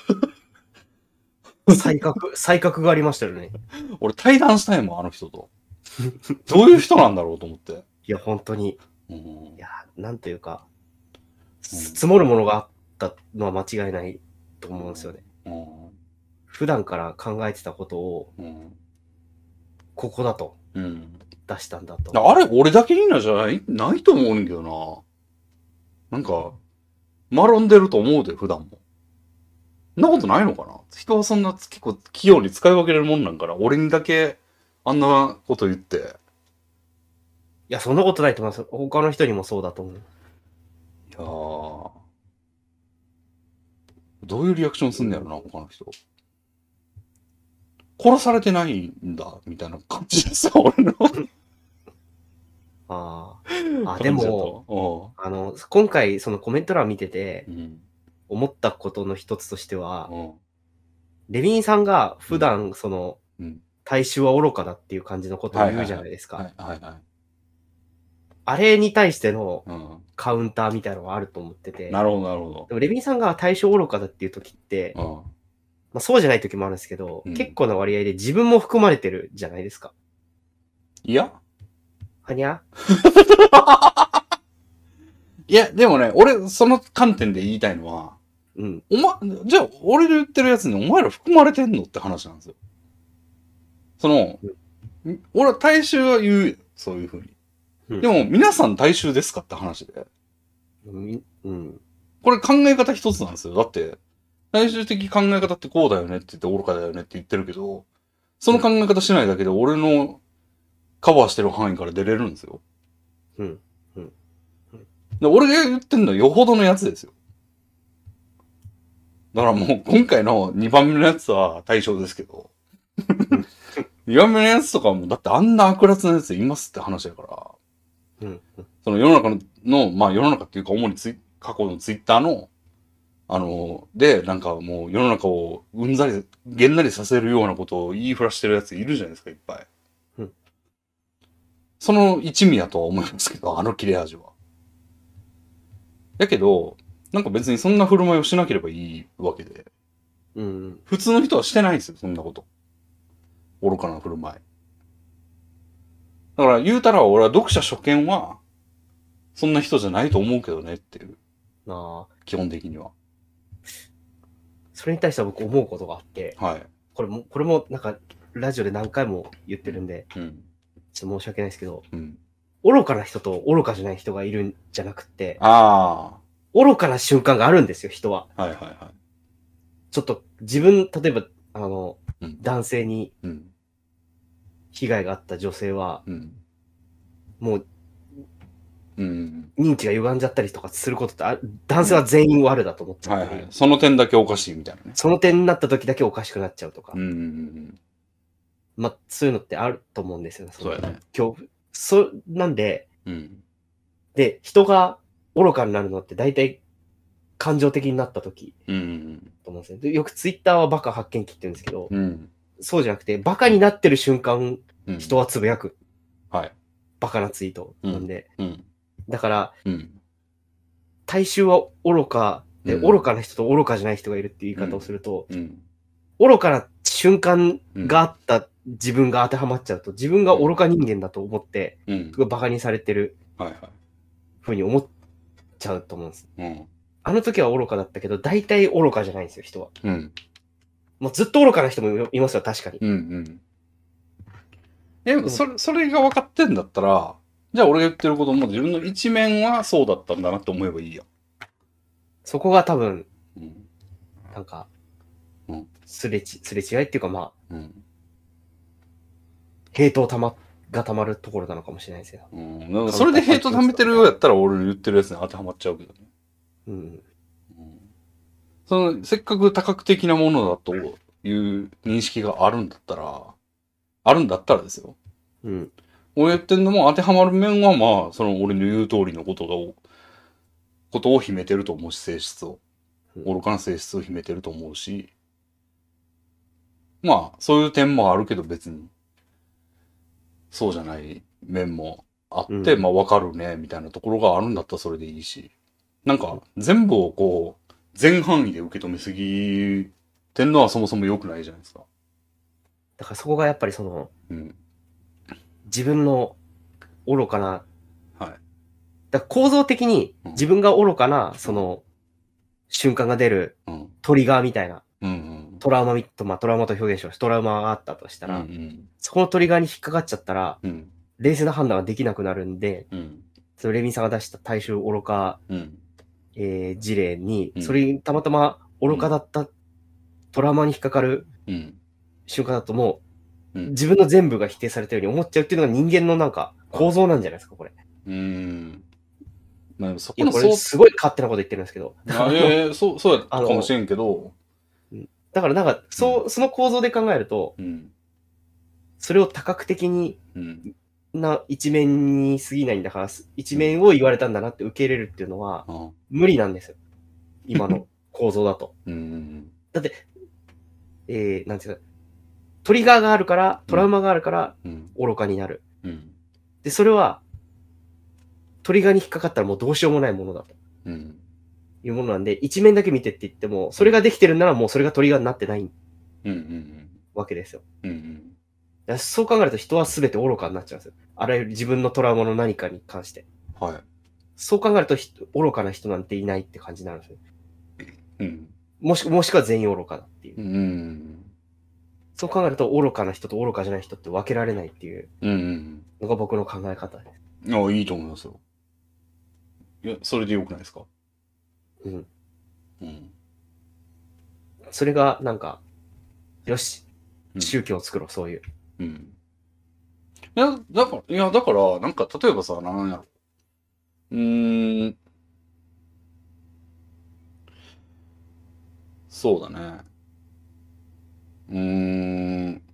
才覚、才覚がありましたよね。 俺対談したいもん、あの人と。どういう人なんだろうと思って。 いや、本当に。 うん、 いや、なんというか、 うん積もるものがあったのは間違いないと思うんですよね。 うん普段から考えてたことを、 うんここだとうん出したんだと。 あれ、俺だけいいなじゃない、ないと思うんけどな。なんか、マロんでると思うで、普段も。そんなことないのかな。人はそんな結構器用に使い分けれるもんなんかな。俺にだけあんなこと言って。 いや、そんなことないと思います。他の人にもそうだと思う。 いやー。どういうリアクションすんねやろな、他の人。殺されてないんだ、みたいな感じですよ、俺の。 ああ。あ、でも、 も、 あの、今回そのコメント欄見ててう、ん。 思ったことの一つとしては、 うん。 レビンさんが普段その、 うん。 大衆は愚かだっていう感じのことを言うじゃないですか。 はいはいはい。 あれに対してのうん。 カウンターみたいなのがあると思ってて。 なるほどなるほど。 でもレビンさんが大衆愚かだっていう時って、 うん。 まあ、そうじゃない時もあるんですけど、 うん結構な割合で自分も含まれてるじゃないですか。 いやはにゃいや、でもね、俺、その観点で言いたいのは、 うん。 おま、じゃあ、俺の言ってるやつにお前ら含まれてんのって話なんですよ。その、俺は大衆は言うよ、そういうふうに。 うんでも、皆さん大衆ですかって話で。 うん。うん。 これ考え方一つなんですよ。だって、大衆的考え方ってこうだよねって言って愚かだよねって言ってるけど、その考え方しないだけで俺のカバーしてる範囲から出れるんですよ。 うん。 で俺が言ってんのはよほどのやつですよ。だからもう今回のにばんめのやつは対象ですけど、にばんめのやつとかもだってあんな悪辣なやついますって話だから、 うん。 その世の中の、のまあ世の中っていうか主にツイ過去のツイッターの、あの、で、なんかもう世の中をうんざり、げんなりさせるようなことを言いふらしてるやついるじゃないですか、いっぱい。 うん、 その一味やとは思いますけど、あの切れ味は。だけど、なんか別にそんな振る舞いをしなければいいわけで。 うん。 普通の人はしてないんですよ、そんなこと。愚かな振る舞い。だから言うたら俺は読者初見は、そんな人じゃないと思うけどねっていう。 なあ。 基本的には。 それに対しては僕思うことがあって、 はい。 これも、これもなんか、ラジオで何回も言ってるんで、 うん。 ちょっと申し訳ないですけど、 うん。 愚かな人と愚かじゃない人がいるんじゃなくて、 あ愚かな瞬間があるんですよ、人は。 あ。はいはいはちょっと自分、例えば、あの、 い。うん。 男性にうん。 被害があった女性は、 うん。 もううん。 認知が歪んじゃったりとかすることってあ、男性は全員悪だと思っちゃってる、 はいはい。その点だけおかしいみたいなね。 その点になった時だけおかしくなっちゃうとか。 うんうんうんまあ、そういうのってあると思うんですよね。 そうやね。 恐怖。そ、なんで、 うん。うん。 で、人が愚かになるのって大体感情的になった時うんうんと思うんですよ。でよくツイッターはバカ発見器って言うんですけど、 うん。うん。 そうじゃなくて、バカになってる瞬間、 うん。 人はつぶやく。 はい。 バカなツイートなんで。 うん。 だから、 うん。 大衆は愚かで、 うん愚かな人と愚かじゃない人がいるっていう言い方をすると、 うん。 愚かな瞬間があった自分が当てはまっちゃうと、自分が愚か人間だと思って、 うん。 バカにされてるはいはい。 ふうに思っちゃうと思うんです。 うん。 あの時は愚かだったけど、大体愚かじゃないんですよ、人は。 うん。 もうずっと愚かな人もいますよ、確かに。 うんうん。でも、それ、それが分かってんだったら、じゃあ俺が言ってることも自分の一面はそうだったんだなって思えばいいや。 そこが多分、 うん。 なんかうん、 すれち、すれ違いっていうかまあ、 うん。 ヘイトをたま、がたまるところなのかもしれないですよ。 うん。だからそれでヘイト溜めてるようやったら俺の言ってるやつに当てはまっちゃうけどね。 うん。 うん。その、せっかく多角的なものだという認識があるんだったら、あるんだったらですよ。 うん。 俺言ってんのも当てはまる面はまあ、その俺の言う通りのことが、ことを秘めてると思うし、性質を。愚かな性質を秘めてると思うし、まあ、そういう点もあるけど別に、そうじゃない面もあって、 うんまあわかるね、みたいなところがあるんだったらそれでいいし、なんか全部をこう、全範囲で受け止めすぎてんのはそもそも良くないじゃないですか。 だからそこがやっぱりその、 うん。 自分の愚かな、 はい。 だから構造的にうん自分が愚かな、その、瞬間が出るうん。 トリガーみたいな、 うんうん。 トラウマみと、まあトラウマと表現します。トラウマがあったとしたうんうら、 ん。 そこのトリガーに引っかかっちゃったら、 うん。 冷静な判断ができなくなるんで、 うん。 そのレミンさんが出した大衆愚か、 うん。 えー事例に、 うんそれにたまたま愚かだったトラウマに引っかかるうん。 瞬間だともう、 うん。 自分の全部が否定されたように思っちゃうっていうのが人間のなんか構造なんじゃないですか、これ。 うーん。まあでもそいや、 このそう、 これすごい勝手なこと言ってるんですけど。 あいやいやそう、そうやったかもしれんけど、 だからなんか、そう、その構造で考えると、 うん。 それを多角的にうん。 な一面に過ぎないんだから、一面を言われたんだなって受け入れるっていうのはあ無理なんですよ。今の構造だと。 うん。 えー、なんていうか、トリガーがあるから、トラウマがあるからうん。 愚かになる。 うん。 で、それは、トリガーに引っかかったらもうどうしようもないものだとうん。 いうものなんで、一面だけ見てって言っても、それができてるならもうそれがトリガーになってないうん。うん。 わけですよ。 うん。 だからそう考えると人は全て愚かになっちゃうんですよ。あらゆる自分のトラウマの何かに関して。 はい。 そう考えるとひ愚かな人なんていないって感じになるんですよ。 うん。 もしもしくは全員愚かだっていう。 うん。 そう考えると愚かな人と愚かじゃない人って分けられないっていううん。 のが僕の考え方です。 ああ、いいと思いますよ。いや、それでよくないですか？ うん。 うん。 それがなんか、よし、 うん宗教を作ろう、そういう。 うん。いや、だから、いや、だから、なんか、例えばさ、なんやろ。うーん。そうだね。うーん。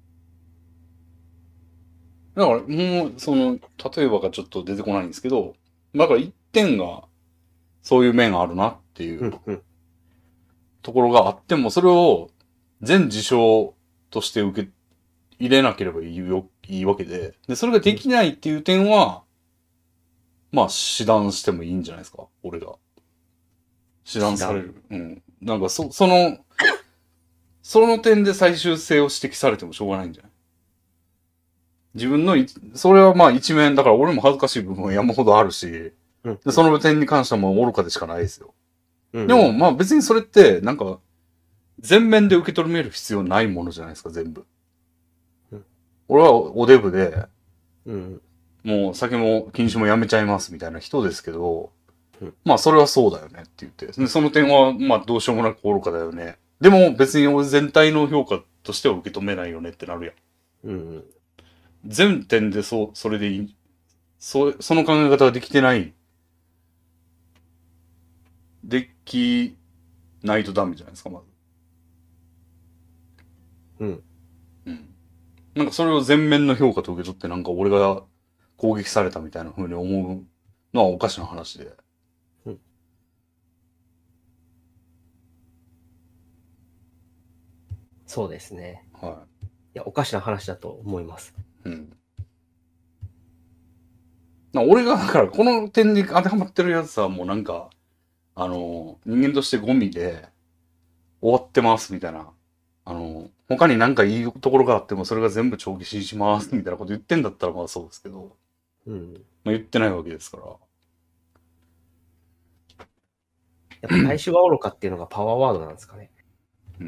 だから、もう、その、例えばがちょっと出てこないんですけど、だから一点が、そういう面あるなっていううんうん。 ところがあっても、それを全事象として受け入れなければいいよ、いいわけで、で、それができないっていう点は、まあ、示談してもいいんじゃないですか、俺が。示談される。うん。なんか、そ、その、その点で最終性を指摘されてもしょうがないんじゃない？自分のい、それはまあ一面、だから俺も恥ずかしい部分は山ほどあるし、 うん。 でその点に関してはもう愚かでしかないですよ。 うん、 でも、まあ別にそれって、なんか、全面で受け止める必要ないものじゃないですか、全部。 うん俺はおデブで、 うん。 もう酒も禁酒もやめちゃいますみたいな人ですけど、 うんまあそれはそうだよねって言って、でその点はまあどうしようもなく愚かだよね。でも別に俺全体の評価としては受け止めないよねってなるやん。 うん。 全点でそう、それでいい。そ、その考え方ができてない。できないとダメじゃないですか、まず。 うん。 うん。なんかそれを全面の評価と受け取ってなんか俺が攻撃されたみたいな風に思うのはおかしな話で。 うん。そうですね。 はいや、おかしな話だと思います。 い。うん。な俺が、だからこの点に当てはまってるやつはもうなんか、あの、人間としてゴミで終わってますみたいな。あの、他になんかいいところがあってもそれが全部帳消しにしますみたいなこと言ってんだったらまあそうですけど、 うん。 まあ、言ってないわけですから。 やっぱ大衆は愚かっていうのがパワーワードなんですかね。 うん。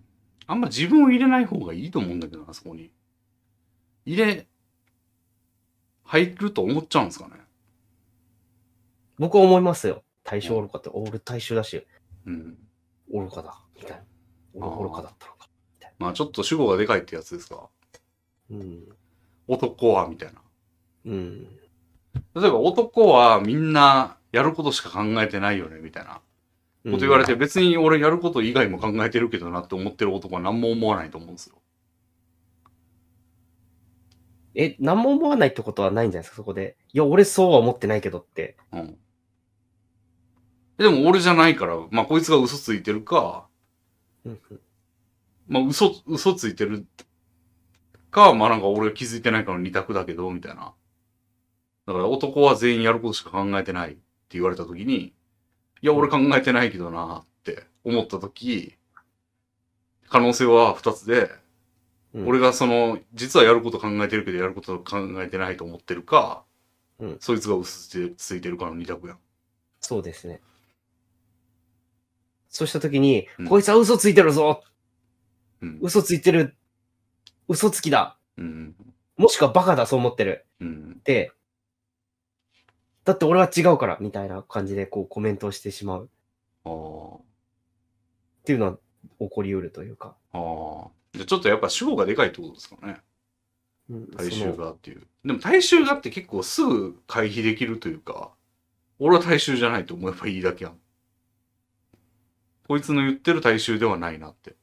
あんま自分を入れない方がいいと思うんだけどな、そこに。入れ、入ると思っちゃうんですかね。 僕は思いますよ。大衆愚かって、俺大衆だし、 うん。 愚かだ、みたいな。俺愚かだったのか。 まあちょっと主語がでかいってやつですか。 うん。 男は、みたいな。 うん。 例えば男はみんなやることしか考えてないよね、みたいなこと言われて、別に俺やること以外も考えてるけどなって思ってる男は何も思わないと思うんですよ。 え、何も思わないってことはないんじゃないですか、そこで。いや、俺そうは思ってないけどって。 うん。でも俺じゃないから、まあこいつが嘘ついてるか、 うんうん、 まあ嘘、嘘ついてるか、まあなんか俺が気づいてないから二択だけど、みたいな。だから男は全員やることしか考えてないって言われたときに、いや俺考えてないけどなって思ったとき、可能性は二つで、 うん、 俺がその、実はやること考えてるけどやること考えてないと思ってるか、 うん、 そいつが嘘ついてるかの二択やん。 そうですね。そうしたときに、 うん、 こいつは嘘ついてるぞ、 うん、 嘘ついてる嘘つきだ、 うん、 もしくはバカだ、そう思ってる。 うん、 で、だって俺は違うから、みたいな感じでこうコメントをしてしまう。 ああ。 っていうのは起こりうるというか。 ああ。じゃあちょっとやっぱ主語がでかいってことですかね。 うん、 大衆がっていう。でも大衆がって結構すぐ回避できるというか、俺は大衆じゃないと思えばいいだけやん。こいつの言ってる大衆ではないなって。だ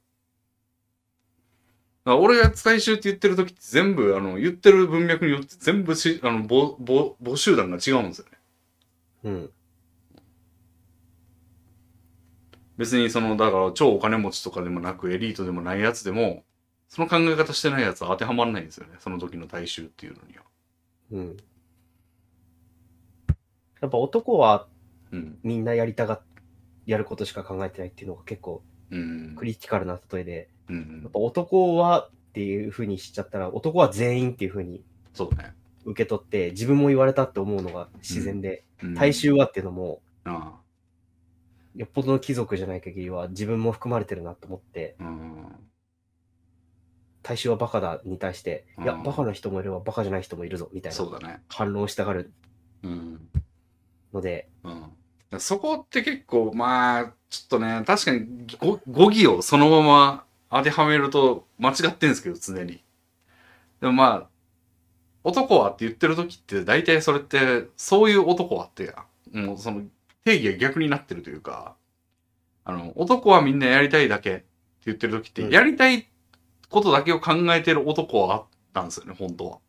から俺が大衆って言ってる時って全部、あの、言ってる文脈によって全部し、あの、母、母、母集団が違うんですよね。 うん。 別にその、だから超お金持ちとかでもなくエリートでもないやつでも、その考え方してないやつは当てはまらないんですよね。その時の大衆っていうのには。 うん。やっぱ男はうん。 みんなやりたが、やることしか考えてないっていうのが結構うん。 クリティカルな例えで、 うんやっぱ男はっていう風にしちゃったら、男は全員っていう風にそうね。 受け取って、自分も言われたって思うのが自然で、 うん大衆はっていうのも、 あよっぽどの貴族じゃない限りは自分も含まれてるなと思って、 あ。うん。 大衆はバカだに対して、 うんいや、バカな人もいればバカじゃない人もいるぞ、みたいなそうだね。 反論をしたがるうん。 ので、 うん。そこって結構、まあ、ちょっとね、確かに語語義をそのまま当てはめると間違ってんですけど、常に。でもまあ、男はって言ってる時って大体それってそういう男はってもうその定義が逆になってるというか、あの男はみんなやりたいだけって言ってる時って、 うんやりたいことだけを考えてる男はなんですよね、本当は。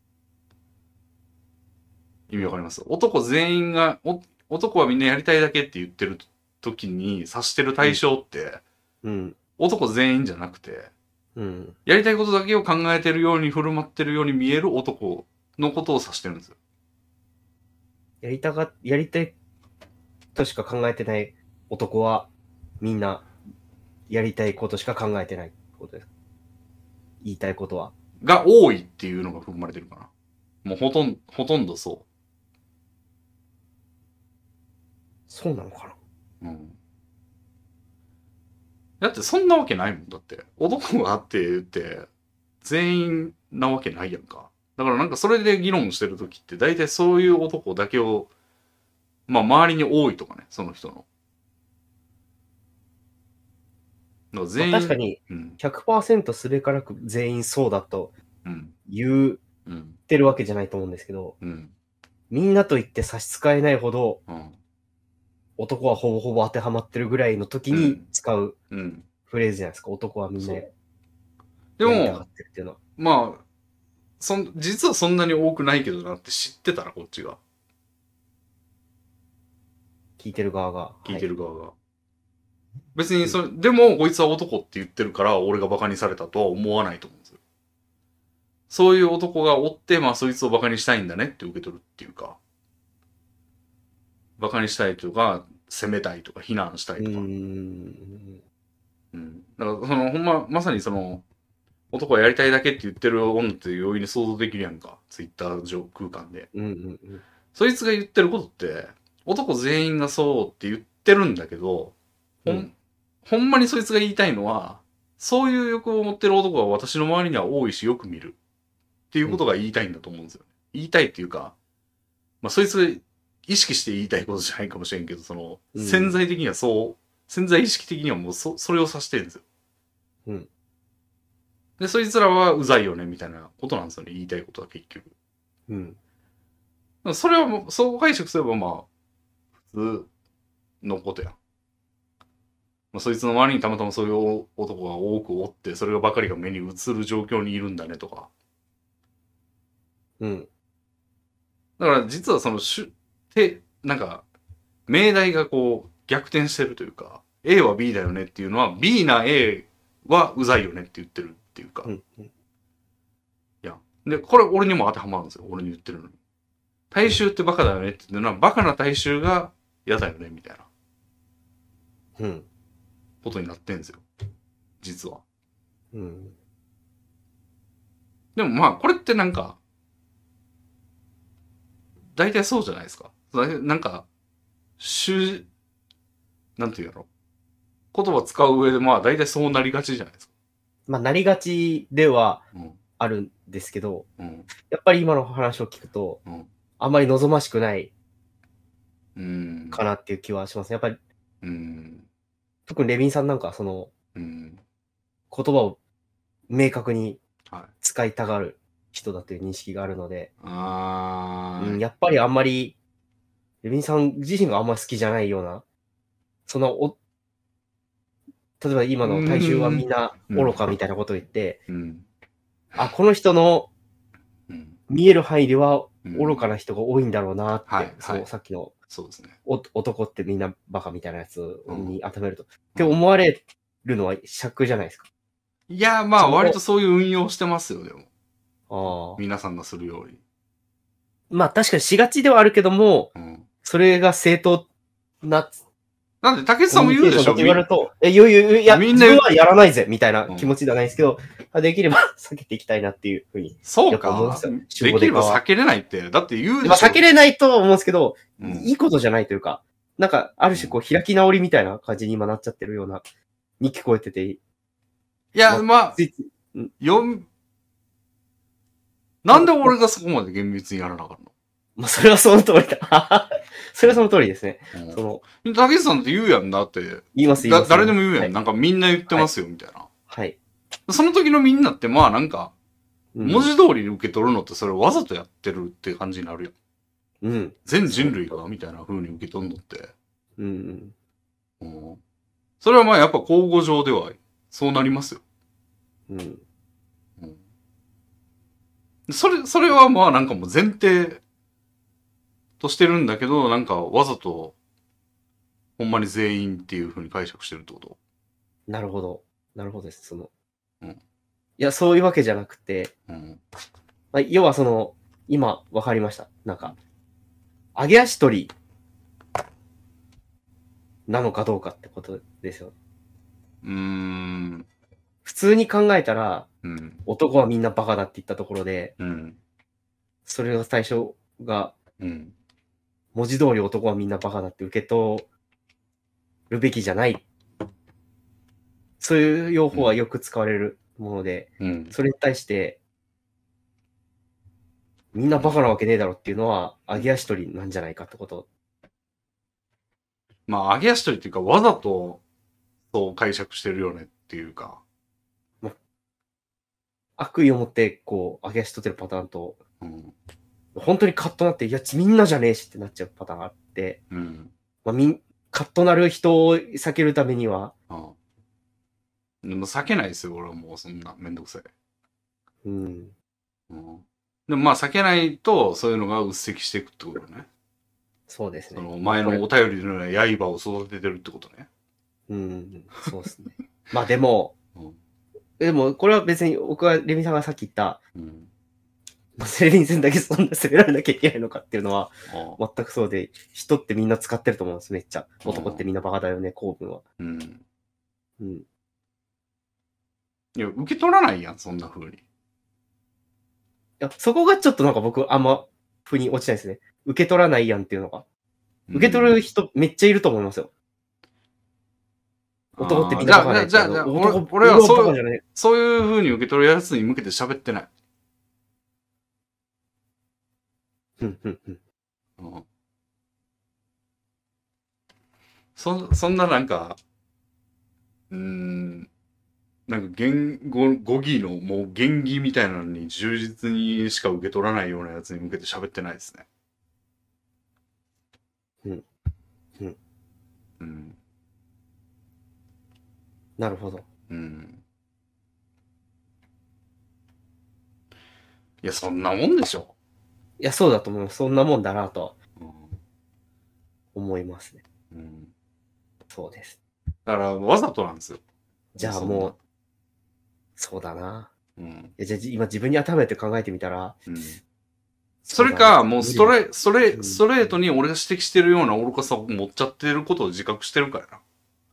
意味わかります？男全員がお男はみんなやりたいだけって言ってる時に指してる対象って、 うん、 男全員じゃなくて、 うん、 やりたいことだけを考えてるように振る舞ってるように見える男のことを指してるんですよ。 やりたが、やりたいとしか考えてない男は、みんな、やりたいことしか考えてないってことです。言いたいことは。 が多いっていうのが含まれてるかな。もうほとんど、ほとんどそそうなのかな。 う。うん。だってそんなわけないもん。だって。男があって言って、全員なわけないやんか。 だからなんかそれで議論してる時って大体そういう男だけを、まあ周りに多いとかね、その人の。だからまあ全員、 確かにうん、 ひゃくパーセントすべからく全員そうだとうん、 言っうん、 てるわけじゃないと思うんですけど、 うん、 みんなと言って差し支えないほどうん、 男はほぼほぼ当てはまってるぐらいの時に使ううん。 フレーズじゃないですか。男はみんなそうやでりたがもっ、てるっていうのは。 まあ、そん、実はそんなに多くないけどなって知ってたらこっちが、 聞いてる側が。 聞いてる。 る側が。別にそれ、でもこいつは男って言ってるから俺がバカにされたとは思わないと思うんですよ。そういう男がおって、まあそいつをバカにしたいんだねって受け取るっていうか、バカにしたいとか、責めたいとか、非難したいとか。 うーん。 うん。だからその、ほんま、まさにその、男はやりたいだけって言ってる女って容易に想像できるやんか。ツイッター上空間で。 うんうんうん。 そいつが言ってることって、男全員がそうって言ってるんだけど、ほん、 うんほんまにそいつが言いたいのは、そういう欲を持ってる男は私の周りには多いしよく見る。っていうことが言いたいんだと思うんですよね。言いたいっていうか、まあそいつが意識して言いたいことじゃないかもしれんけど、その、 うん潜在的にはそう、潜在意識的にはもうそ、それを指してるんですよ。 うん。 で、そいつらはうざいよね、みたいなことなんですよね。言いたいことは結局。 うん。 それはもう、そう解釈すればまあ、普通のことやん。まあ、そいつの周りにたまたまそういう男が多くおって、それがばかりが目に映る状況にいるんだねとか。 うん。 だから実はそのしゅ、て、なんか、命題がこう逆転してるというか、A は B だよねっていうのは、B な A はうざいよねって言ってるっていうか。 うん。うん。 いや。で、これ俺にも当てはまるんですよ。俺に言ってるのに。大衆ってバカだよねっていうのは、バカな大衆が嫌だよねみたいなうん。 ことになってんですよ。実は。 うん。 でもまあ、これってなんか、大体そうじゃないですか。なんか、しゅ、なんていうの言葉使う上でまあ大体そうなりがちじゃないですか。 まあ、なりがちではうん。 あるんですけど、 うん。 やっぱり今の話を聞くと、 うん。 あんまり望ましくないうん。 かなっていう気はしますね。やっぱり、 うん。 特にレビンさんなんかそのうん。 言葉を明確にはい。 使いたがる人だという認識があるので、 あー。 うん、やっぱりあんまり、レビンさん自身があんまり好きじゃないような、そのお、例えば今の大衆はみんな愚かみたいなことを言って、 うん。 あ、この人のうん。 見える範囲ではうん愚かな人が多いんだろうなって、 はいそうはいさっきのそうですね。 お男ってみんなバカみたいなやつに当てはめると、ってうん思われるのは尺じゃないですか。 いや、まあその割とそういう運用してますよ、でも。 ああ。 皆さんがするように。 まあ確かにしがちではあるけども、 うん。 それが正当ななんで、竹内さんも言うでしょコミュニケーションだと言われると、え、言う言う言う、いや、 みんな言う自分はやらないぜ、みたいな気持ちではないですけど、まあできれば避けていきたいなっていうふうに。 そうやっぱ思いまか。 すよできれば避けれないって。だって言うでしょ。 まあ避けれないと思うんですけど、 うんいいことじゃないというか、なんか、ある種こう、開き直りみたいな感じに今なっちゃってるような、に聞こえてて、 いや、まあ、 ついついよん、なんで俺がそこまで厳密にやらなあかんのまあそれはその通りだ。それはその通りですね。その、 うん。竹内さんって言うやんだって。 言います言います。 だ誰でも言うやん、 はいなんかみんな言ってますよ、みたいな。 はい。 その時のみんなってまあなんか、 うん文字通りに受け取るのってそれわざとやってるって感じになるやん。 うん。 全人類がみたいな風に受け取るのって。 うん。 うん。それはまあやっぱ交互上ではそうなりますよ。 うん。 うん。それ、それはまあなんかもう前提としてるんだけど、なんかわざとほんまに全員っていう風に解釈してるってことなるほど。なるほどです。その、 うんいや、そういうわけじゃなくて、 うん。 まあ、要はその、今、わかりました。なんか、揚げ足取りなのかどうかってことですよ。 うーん。 普通に考えたら、 うん。 男はみんなバカだって言ったところで、 うん。 それが最初が、 うん。 文字通り男はみんなバカだって受け取るべきじゃない。そういう用法はよく使われるもので、 うん。 それに対して、 みんなバカなわけねえだろっていうのは、揚げ足取りなんじゃないかってこと。 まあ、揚げ足取りっていうか、わざと、そう解釈してるよねっていうか。 悪意を持って、こう、揚げ足取ってるパターンと、 うん。 本当にカッとなって、いや、みんなじゃねえしってなっちゃうパターンがあって、 うん。 まあ、みん、カッとなる人を避けるためには、 ああでも避けないですよ、俺はもうそんなめんどくさい。 うん、 うん。でもまあ避けないと、そういうのがうっせきしていくってことね。 そうですね。 その前のお便りのような刃を育ててるってことね。 うん、そうですね。まあでも、 うん。 でも、これは別に、僕はレミさんがさっき言った、 うん。 セレビン戦だけそんな攻められなきゃいけないのかっていうのは、 ああ全くそうで、人ってみんな使ってると思うんです、めっちゃ。 うん男ってみんなバカだよね、構文は。 うん。 うん。 いや、受け取らないやん、そんな風に。 いや、そこがちょっとなんか僕、あんま、腑に落ちないですね。受け取らないやんっていうのが。受け取る人めっちゃいると思いますよ。男ってみんなバカなやつじゃあ、じゃあ、じゃあ、 男、 俺俺はそうバカじゃない。 そういう風に受け取るやつに向けて喋ってない。 うんうんうん。 うん。そ、そんななんか、うーん、なんか言語、語義のもう言義みたいなのに忠実にしか受け取らないようなやつに向けて喋ってないですね。 うん。うん。 うん。 なるほど。 うん。いや、そんなもんでしょ。 いや、そうだと思います。そんなもんだなとうん。 思いますね。 うん。 そうです。 だから、わざとなんですよ。 じゃあもう、そうだな。 うん。 いやじゃあ今自分に当てはめて考えてみたら、 うん。それか、もうストレ、ストレ、ストレートに俺が指摘してるような愚かさを持っちゃってることを自覚してるからな。だ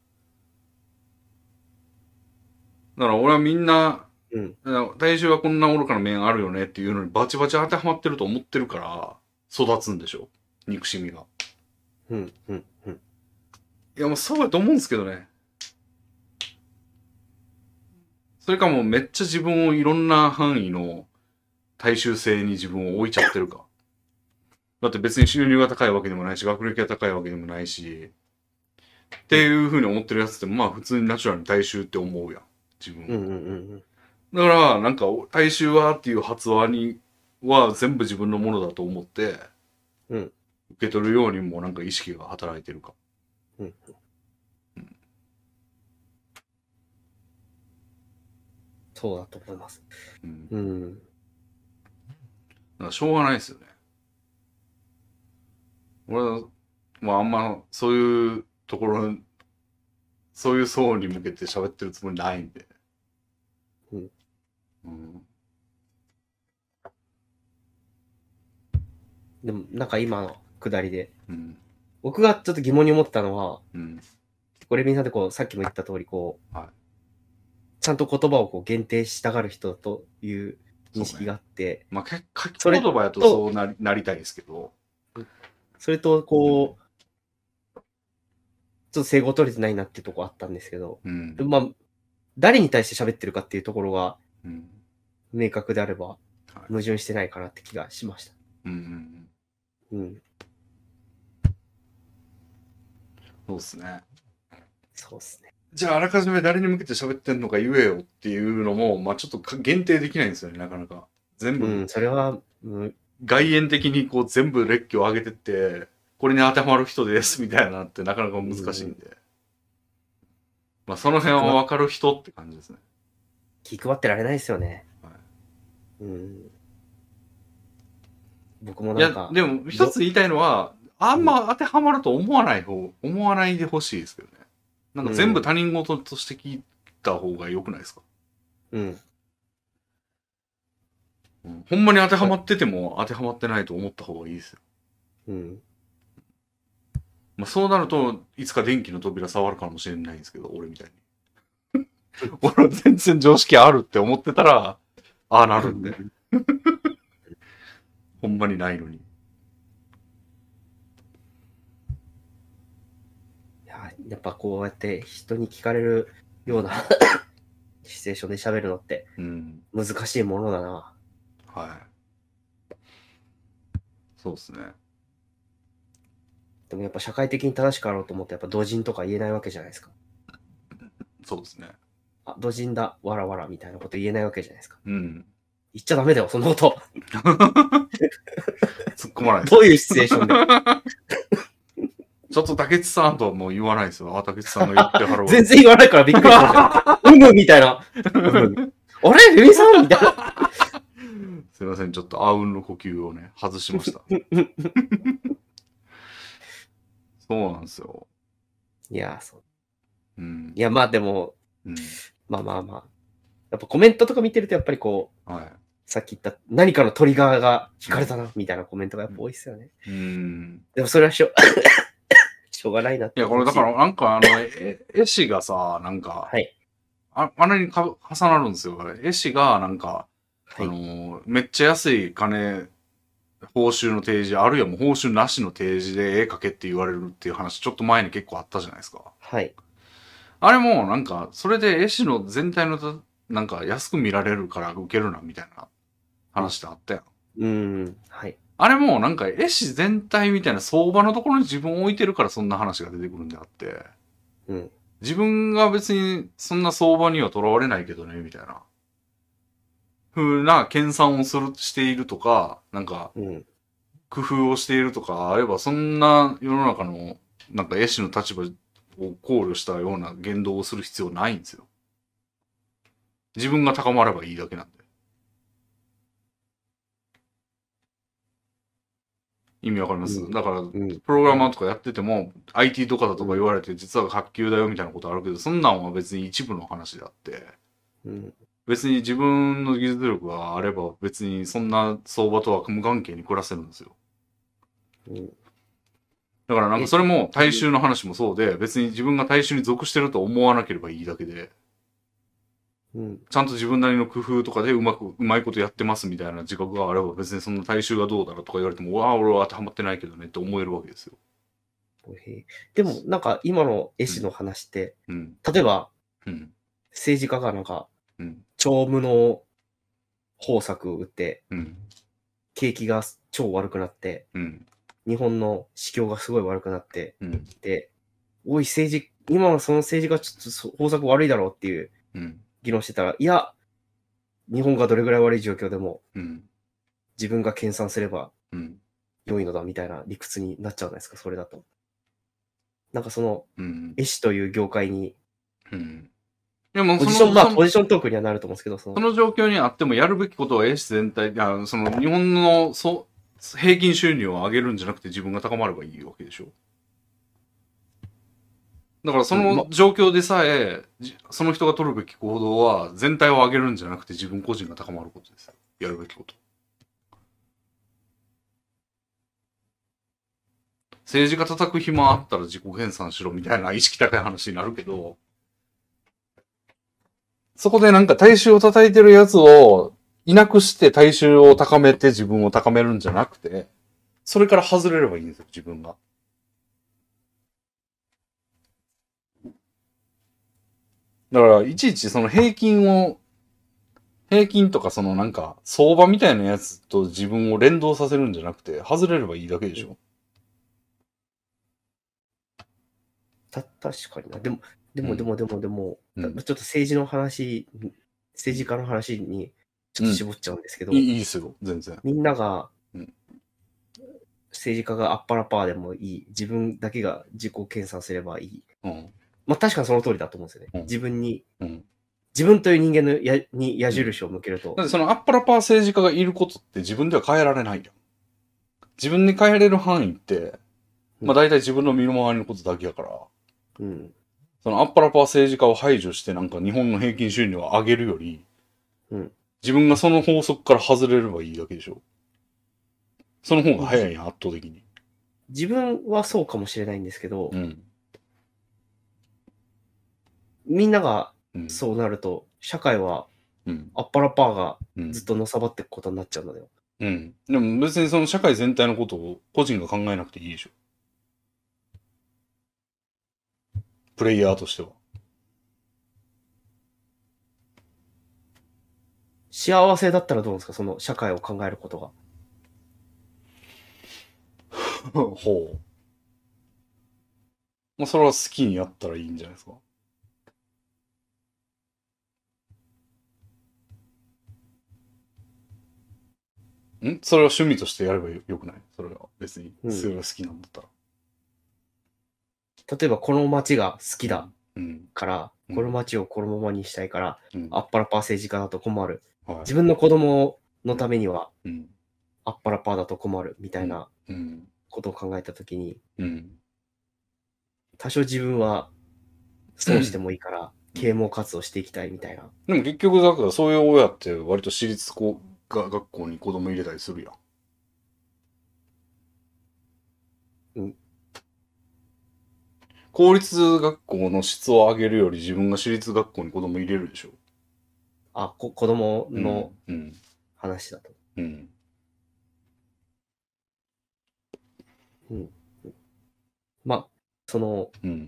から俺はみんな、 うん。 大衆はこんな愚かな面あるよねっていうのにバチバチ当てはまってると思ってるから、育つんでしょ。憎しみが。 うん。うん。うん。 いや、もうそうだと思うんですけどね。それかもうめっちゃ自分をいろんな範囲の大衆性に自分を置いちゃってるか。だって別に収入が高いわけでもないし、学歴が高いわけでもないし、っていう風に思ってるやつってまあ普通にナチュラルに大衆って思うやん。自分を。 うん。うん。うん。 だから、なんか大衆はっていう発話には全部自分のものだと思って、 うん。 受け取るようにもなんか意識が働いてるか。 うん。そうだと思います。 うん。 うん。 だからしょうがないですよね。俺は、まああんまそういうところ、そういう層に向けて喋ってるつもりないんで。 うん。 うん。 でも、なんか今のくだりで、 うん。 僕がちょっと疑問に思ったのは、 うん。 これみんなでこう、さっきも言った通り、こう、 はい。 ちゃんと言葉をこう限定したがる人だという認識があって、 まあ、け書きそれ言葉やとそうなりなりたいですけど。 それとこう、ちょっと整合取れてないなっていうところあったんですけど、 うん。 まあ、誰に対して喋ってるかっていうところがうん。 明確であれば、 はい。 矛盾してないかなって気がしました。 うんうんうん。 うん。 そうっすね。 そうですね。 じゃあ、あらかじめ誰に向けて喋ってんのか言えよっていうのも、まあちょっとか限定できないんですよね、なかなか。全部、 うん、それは、うん、 外縁的にこう全部列挙を上げてって、これに当てはまる人ですみたいなのってなかなか難しいんで。まあその辺は分かる人って感じですね。 気配ってられないですよね。 はい、 うん。僕もいやなんか、、 でも一つ言いたいのは、あんま当てはまると思わない方、思わないでほしいですけどね。なんか全部他人事として聞いた方が良くないですか？ うん。 うん、ほんまに当てはまってても当てはまってないと思った方がいいですよ。 うん。 まあそうなると、いつか電気の扉触るかもしれないんですけど、俺みたいに。俺は全然常識あるって思ってたら、ああなるんで。ほんまにないのに。 いや、やっぱこうやって人に聞かれるようなシチュエーションで喋るのってうん。 難しいものだな。 はい。 そうですね。 でもやっぱ社会的に正しくあろうと思ってやっぱ同人とか言えないわけじゃないですか。 そうですね。 あ、同人だ、わらわらみたいなこと言えないわけじゃないですか。 うん。 言っちゃダメだよ、そのこと。 突っ込まないです。 どういうシチュエーションで。 ちょっと竹内さんとはもう言わないですよ。あ、竹内さんが言ってはるわ。 全然言わないからびっくりしたじゃん。うむみたいな。うんあれフェミさんみたいな。 すいません、ちょっとあうんの呼吸をね、外しました。そうなんですよ。 いや、そう。 うんい。や、まあでも、 うん。 まあまあまあ。やっぱコメントとか見てるとやっぱりこう、 はい。 さっき言った何かのトリガーが引かれたな、みたいなコメントがやっぱ多いっすよね。 うん。 でもそれはしょ、しょうがないなっていや、これだから、なんかあの、え絵師がさ、なんか、 はい。 ああれにか重なるんですよ。絵師が、なんか、 はい。 あの、めっちゃ安い金、報酬の提示、あるいはもう報酬なしの提示で絵描けって言われるっていう話、ちょっと前に結構あったじゃないですか。 はい。 あれも、なんか、それで絵師の全体のた、なんか安く見られるから受けるな、みたいな話ってあったやん。 うーん。はい。 あれも、なんか絵師全体みたいな相場のところに自分を置いてるからそんな話が出てくるんであって、 うん。 自分が別にそんな相場にはとらわれないけどね、みたいな。風な研鑽をする、しているとか、なんか、 うん。 工夫をしているとかあれば、そんな世の中の、なんか絵師の立場を考慮したような言動をする必要ないんですよ。自分が高まればいいだけなんで。意味わかります、 うんだから、 うん。 プログラマーとかやってても、アイティー とかだとか言われて、実は卓球だよみたいなことあるけど、そんなんは別に一部の話であって、 うん。 別に自分の技術力があれば、別にそんな相場とは無関係に暮らせるんですよ。 うん。 だからなんかそれも大衆の話もそうで、別に自分が大衆に属してると思わなければいいだけで、 うん。 ちゃんと自分なりの工夫とかでうまく、うまいことやってますみたいな自覚があれば、別にその大衆がどうだろうとか言われても、わあ、俺は当てはまってないけどねって思えるわけですよ。 へでも、なんか今の絵師の話って、 うん。 例えばうん。 政治家がなんか、 うん。 超無能方策を打って、 うん。 景気が超悪くなって、 うん。 日本の市況がすごい悪くなって、 うん。 で、おい政治、今のその政治がちょっとそ方策悪いだろうっていううん。 議論してたら、いや、日本がどれぐらい悪い状況でもうん。 自分が研鑽すればうん。 良いのだみたいな理屈になっちゃうんですか、それだと。なんかその、 うん。 絵師という業界に、 うん。でもその、 ポジション、まあそのポジショントークにはなると思うんですけど、その、 その状況にあってもやるべきことは絵師全体、あその日本のそう平均収入を上げるんじゃなくて自分が高まればいいわけでしょ。だからその状況でさえ、じその人が取るべき行動は全体を上げるんじゃなくて自分個人が高まることですよ。やるべきこと。政治家叩く暇あったら自己研鑽しろみたいな意識高い話になるけど、そこでなんか大衆を叩いてるやつをいなくして大衆を高めて自分を高めるんじゃなくて、それから外れればいいんですよ、自分が。だから、いちいちその平均を、平均とかそのなんか相場みたいなやつと自分を連動させるんじゃなくて、外れればいいだけでしょ。 た、確かにな。でも、でも、 うんでも、でも、でも、 うんちょっと政治の話、政治家の話にちょっと絞っちゃうんですけど、 いいいいっすよ、全然。 みんながうん、 政治家があっぱらパーでもいい、自分だけが自己研鑽すればいい。 うん。 まあ確かにその通りだと思うんですよね。 うん自分に、 うん。 自分という人間のやに矢印を向けるとだっ、てそのアッパラパー政治家がいることって自分では変えられないやん。自分で変えれる範囲って、まあ大体自分の身の回りのことだけやから、 うん、 そのアッパラパー政治家を排除してなんか日本の平均収入を上げるより、 うん自分がその法則から外れればいいだけでしょ。その方が早いやん、圧倒的に。 自分はそうかもしれないんですけど、 うん。 みんながうん。 そうなると、社会はうん。 あっぱらパーがうん。 ずっとのさばっていくことになっちゃうので、 うん。でも別にその社会全体のことを個人が考えなくていいでしょ。プレイヤーとしては。 幸せだったらどうですか、その社会を考えることが。 ほう。まあ、それは好きにやったらいいんじゃないですか。んそれは趣味としてやればよよくないそれは別に。 うんそれが好きなんだったら。 例えばこの街が好きだうん。 から、 うんこの街をこのままにしたいから、 うん。 あっぱらパー政治家だと困る。 はい。 自分の子供のためには、 うん。 あっぱらパーだと困るみたいなうん。 ことを考えたときに、 うん。 多少自分は損してもいいから、 うん啓蒙活動していきたいみたいな。 でも結局だからそういう親って割と私立校が学校に子供入れたりするやん。 うん。 公立学校の質を上げるより自分が私立学校に子供入れるでしょ。 あ、こ子供うんのうん。 話だと。 うん。 うん。まあ、その、 うん。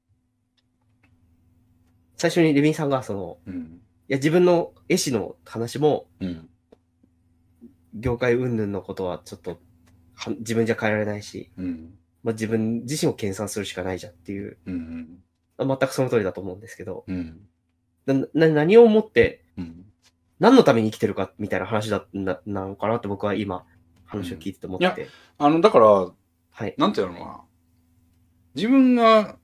最初にレビンさんが、その、 うん。 いや、自分の絵師の話も、 うん。 業界云々のことはちょっとは自分じゃ変えられないし、 うん。 まあ、自分自身を研鑽するしかないじゃんっていう、 うん。 全くその通りだと思うんですけど、 うん。 なな何をもって、 うん。 何のために生きてるかみたいな話だななのかなって僕は今、話を聞いてて思ってて。 あの、だから、 はい。 なんていうのかな。自分が、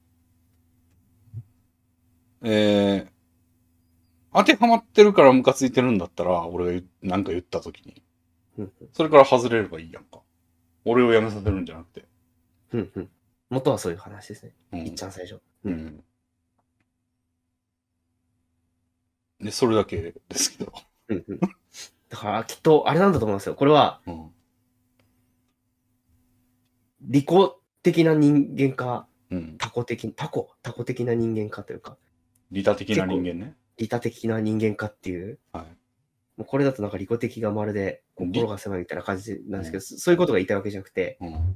えー、当てはまってるからムカついてるんだったら、俺が言なんか言ったときに、 うんそれから外れればいいやんか。俺を辞めさせるんじゃなくて。 うんうん。元はそういう話ですね。 うんいっちゃん最初。 ううん。 ん。で、それだけですけど。 うんうん。だから、きっと、あれなんだと思いますよ。これは、 うん。 利己的な人間か、 うん。 他己的、他己、他己的な人間かというか、 利他的な人間ね。 利他的な人間かっていう、 はい。 もうこれだとなんか利己的がまるで利心が狭いみたいな感じなんですけど、 うんそそういうことが言いたいわけじゃなくて、 うん。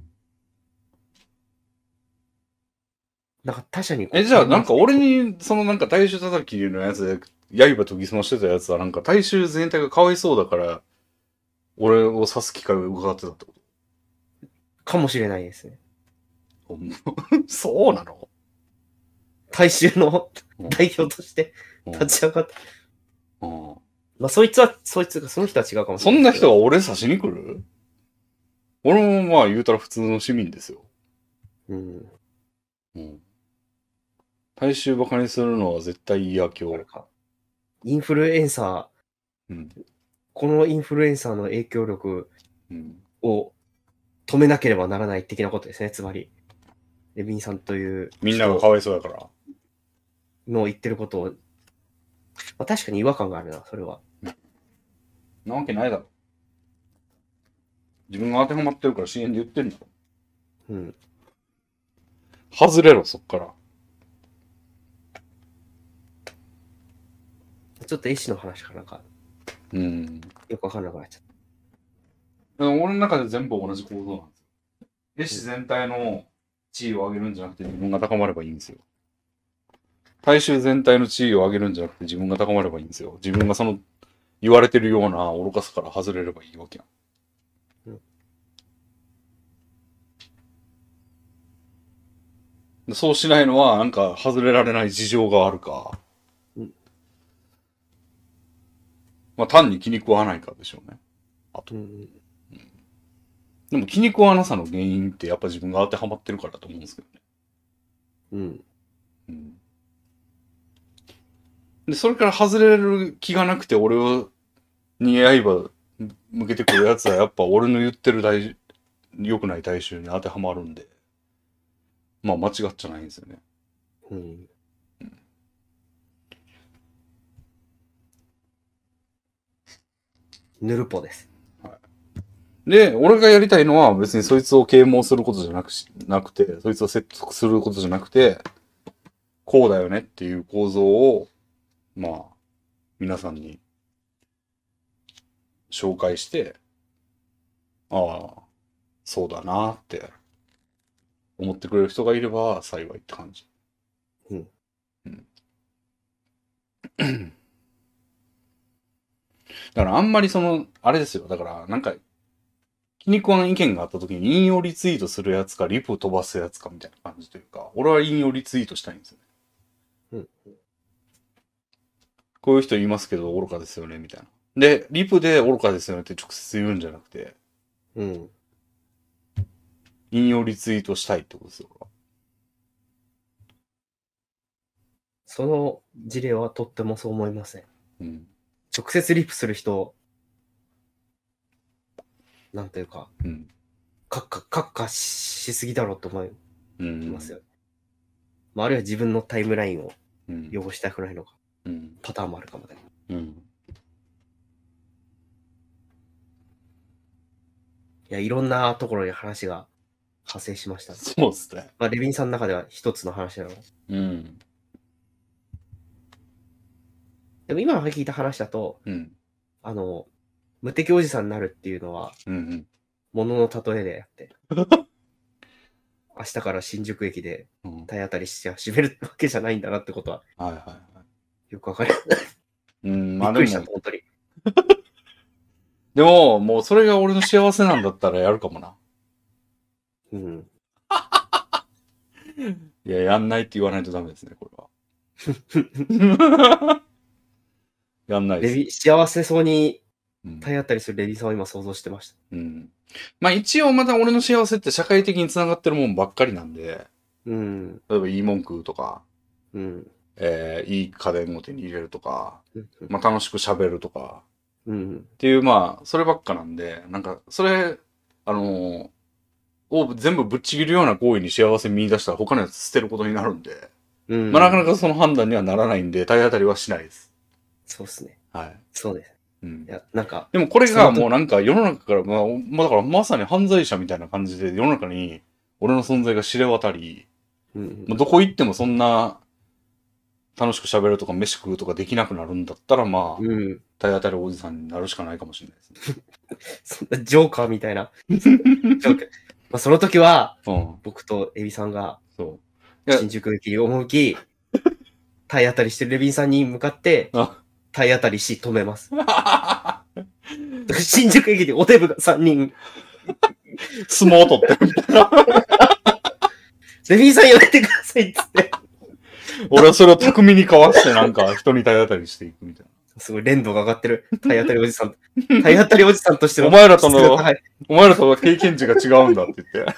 なんか他者にこうえ、じゃあなんか俺に、そのなんか大衆叩きのやつで、刃研ぎ澄ましてたやつはなんか大衆全体がかわいそうだから、俺を刺す機会を伺ってたってこかもしれないですね。 とそうなの大衆のうん代表としてうん立ち上がって、 うんまあそいつは、そいつが、その人は違うかもしそんれなですけど。 ない人が俺刺しに来る俺もまあ言うたら普通の市民ですよ。 うん。 うん。大衆馬鹿にするのは絶対嫌今日。 なんか、インフルエンサー、 うん。 このインフルエンサーの影響力うん。 を止めなければならない的なことですね。つまり、レビンさんというみんながかわいそうだから。 の言ってることを、まあ、確かに違和感があるな、それは。 なわけないだろ。自分が当てはまってるから シーエム で言ってんだろ。 うん。 外れろ、そっから。 ちょっと絵師の話がなんか、 うん。 よくわかんなくなっちゃっでも俺の中で全部同じ構造なんですよ。絵師全体の地位を上げるんじゃなくて自分が高まればいいんですよ。大衆全体の地位を上げるんじゃなくて自分が高まればいいんですよ。自分がその言われてるような愚かさから外れればいいわけやん。 うんでそうしないのはなんか外れられない事情があるか、 うんまあ単に気に食わないかでしょうね。あとた。うん。 でも気に食わなさの原因ってやっぱ自分が当てはまってるからだと思うんですけどね。 うん。 うんで、それから外れる気がなくて俺をに刃向けてくるやつはやっぱ俺の言ってる大良くない大衆に当てはまるんで、まあ間違っちゃないんですよね。 うん。ヌルポです。 で、俺がやりたいのは別にそいつを啓蒙することじゃなくし、なくて、そいつを説得することじゃなくて、こうだよねっていう構造を、まあ、皆さんに紹介して、ああ、そうだなって思ってくれる人がいれば幸いって感じ。 うん。 うん。だからあんまりその、あれですよ。だからなんか、 気に食わん意見があった時に引用リツイートするやつか、リプ飛ばすやつかみたいな感じというか、俺は引用リツイートしたいんですよね。 うん。 こういう人言いますけど、愚かですよね、みたいな。で、リプで愚かですよねって直接言うんじゃなくて、 うん。 引用リツイートしたいってことですよ、俺は。 その事例はとってもそう思いません。 うん。 直接リプする人、なんというか、 うん。 カッカ、カッカしすぎだろうと思いうん。 ますよ。まあ、あるいは自分のタイムラインをうん。 汚したくないのか、 うん。 パターンもあるかもね。 うん。 いや、いろんなところに話が派生しましたね。 そうですね。 まあ、レビンさんの中では一つの話なの。 うん。 でも今聞いた話だと、 うん。 あの、無敵おじさんになるっていうのは、 うん。 ものの例えであって、明日から新宿駅でうん。 体当たりして閉めるわけじゃないんだなってことは、 はいはいはい。 よくわかります。 うん、 びまあでもっくりした、、本当に。 でも、もうそれが俺の幸せなんだったらやるかもな。 うん。 いや、やんないって言わないとダメですね、これは。やんないです。 レビ、幸せそうにうん。 体当たりするレビンさんを今想像してました。 うん。まあ一応また俺の幸せって社会的に繋がってるもんばっかりなんで、 うん。 例えばいい文句とか、 うん。 えー、いい家電を手に入れるとか、 うん。 まあ楽しく喋るとか、 うん。 っていう、まあ、そればっかなんで、なんか、それ、あのーを全部ぶっちぎるような行為に幸せ見出したら他のやつ捨てることになるんで、 うん。 まあなかなかその判断にはならないんで、体当たりはしないです。 そうっすね。 はい。 そうです。 うんい。や、なんか、 でもこれがもうなんか世の中から、まあ、まあだからまさに犯罪者みたいな感じで世の中に俺の存在が知れ渡り、 うん。 まあどこ行ってもそんな楽しく喋るとか飯食うとかできなくなるんだったら、まあ、 うん。 体当たりおじさんになるしかないかもしれないですね。 そんなジョーカーみたいな。ジョーカー。まあ、その時は、 うん。 僕とエビさんがそう。いや新宿駅に思いき、体当たりしてるレビンさんに向かって、 あ体当たりし止めます。新宿駅でおデブがさんにん。 相撲を取ってるみたいな。 レビンさんやめてくださいっつって。 俺はそれを巧みにかわしてなんか人に体当たりしていくみたいな。 すごい連動が上がってる。体当たりおじさん。体当たりおじさんとしての。 お前らとの質が高いお前らとは経験値が違うんだって言って。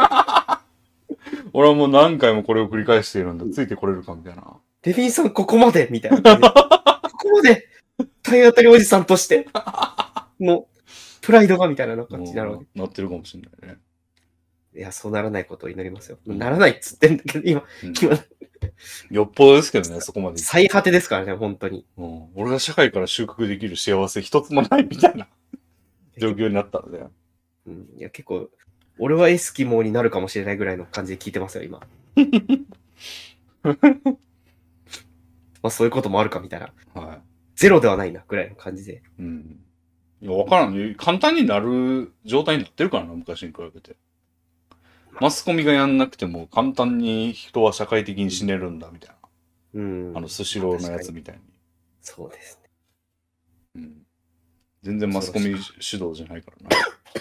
俺はもう何回もこれを繰り返しているんだ。ついてこれるかみたいな。 レビンさんここまでみたいな感じで。ここまで体当たりおじさんとしてのプライドがみたいな感じになるわけ。 なってるかもしれないね。 いや、そうならないことを祈りますよ。ならないっつってんだけど、今、 うん今、 よっぽどですけどね、そこまで。 最果てですからね、本当に。 うん、俺が社会から収穫できる幸せ一つもないみたいな状況になったらね。 うん、いや、結構、俺はエスキモーになるかもしれないぐらいの感じで聞いてますよ、今。まあ、そういうこともあるかみたいな。 はゼロではないな、ぐらいの感じで。 い。うん。いや、わからん。簡単になる状態になってるからな、昔に比べて。マスコミがやんなくても簡単に人は社会的に死ねるんだ、みたいな。 うん。 あの、スシローのやつみたいに。 そうですね。 うん。全然マスコミ主導じゃないからな。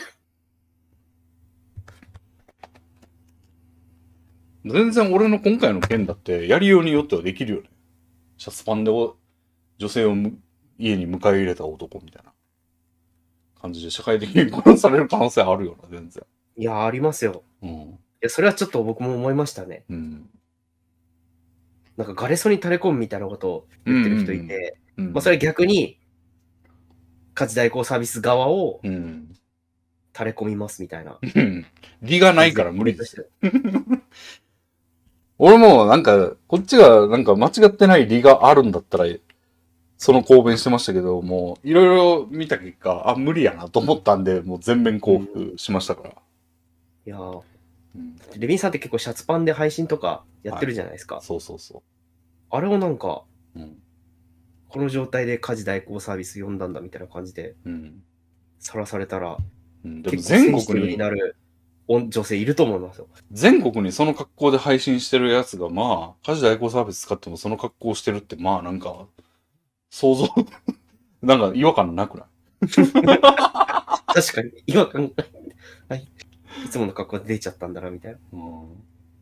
全然俺の今回の件だってやりようによってはできるよね。シャツパンでお女性をむ家に迎え入れた男みたいな感じで社会的に殺される可能性あるよな、全然。 いや、ありますよ。 うん。 いや、それはちょっと僕も思いましたね。 うん。 なんか、ガレソに垂れ込むみたいなことを言ってる人いて、 うん。 まあ、それ逆に、家事代行サービス側をうん。 垂れ込みますみたいな。 うん。利がないから無理ですよ。俺もなんか、こっちがなんか間違ってない利があるんだったら、その公弁してましたけど、もういろいろ見た結果、あ、無理やなと思ったんで、もう全面降伏しましたから。 いやー、 うん、 レビンさんって結構シャツパンで配信とかやってるじゃないですか。 はい、そうそうそあれをなんか、 う。うん。 この状態で家事代行サービス呼んだんだみたいな感じで、 うん。 さらされたら、 うん、でも結構セ全ンシティブ国に、 になる女性いると思いますよ。 全国にその格好で配信してるやつが、まあ、家事代行サービス使ってもその格好してるって、まあなんか、想像、なんか違和感なくない確かに、違和感が。 はい。いつもの格好で出ちゃったんだな、みたいな。 うん。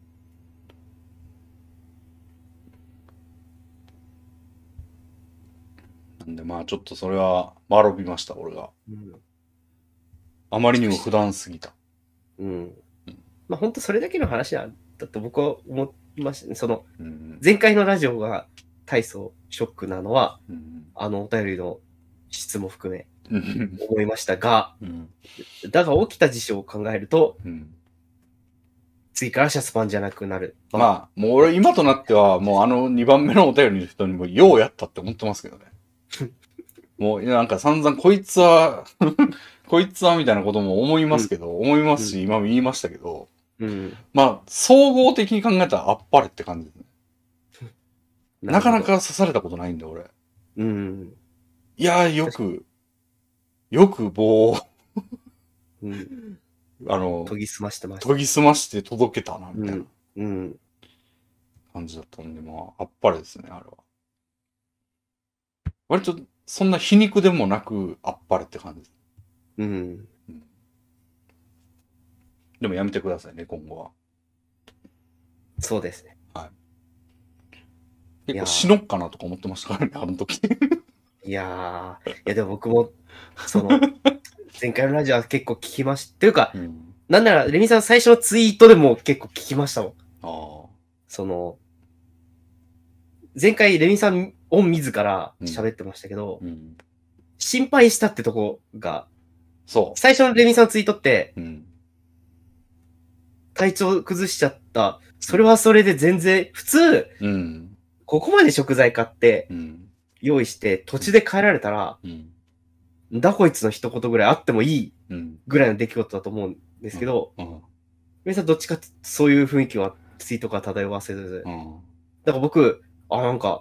なんでまあちょっとそれは学びました、俺が。 うん。 あまりにも普段すぎた。 うん。 うんまあ本当それだけの話なんだと僕は思いましたね。その、 うん前回のラジオが大層ショックなのは、 うんあのお便りの質も含めうん思いましたが、 うんだが起きた事象を考えると、 うん次からシャツパンじゃなくなる。 まあ、もう俺今となっては、もうあのにばんめのお便りの人にもようやったって思ってますけどね。もうなんか散々こいつは、こいつはみたいなことも思いますけど、思いますし、今も言いましたけど、 うん。 まあ、総合的に考えたらあっぱれって感じですね。なかなか刺されたことないんで、俺。 うん。 いやー、よく、よく棒を、 うん。 あの、 研ぎ澄ましてました。 研ぎ澄まして届けたな、みたいなうん。 感じだったんで、まあ、あっぱれですね、あれは。割と、そんな皮肉でもなく、あっぱれって感じです。 うん。 でもやめてくださいね、今後は。 そうですね。 結構死のっかなとか思ってましたからね、あの時。 いやー、いやでも僕も、その、前回のラジオは結構聞きました。っていうか、 うん。 なんなら、レミさん最初のツイートでも結構聞きましたもん。 ああ。 その、前回レミさんを自ら喋ってましたけど、 うん。 心配したってとこが、 そ最初のレミさんのツイートって、 う。うん。 体調崩しちゃった。それはそれで全然、普通、 うん。 ここまで食材買ってうん。 用意して途中で帰られたら、 うん。 んだこいつの一言ぐらいあってもいいうん。 ぐらいの出来事だと思うんですけど、 うん。 レミさんどっちかってそういう雰囲気はツイートから漂わせず、 うん。 だから僕、あ、なんか、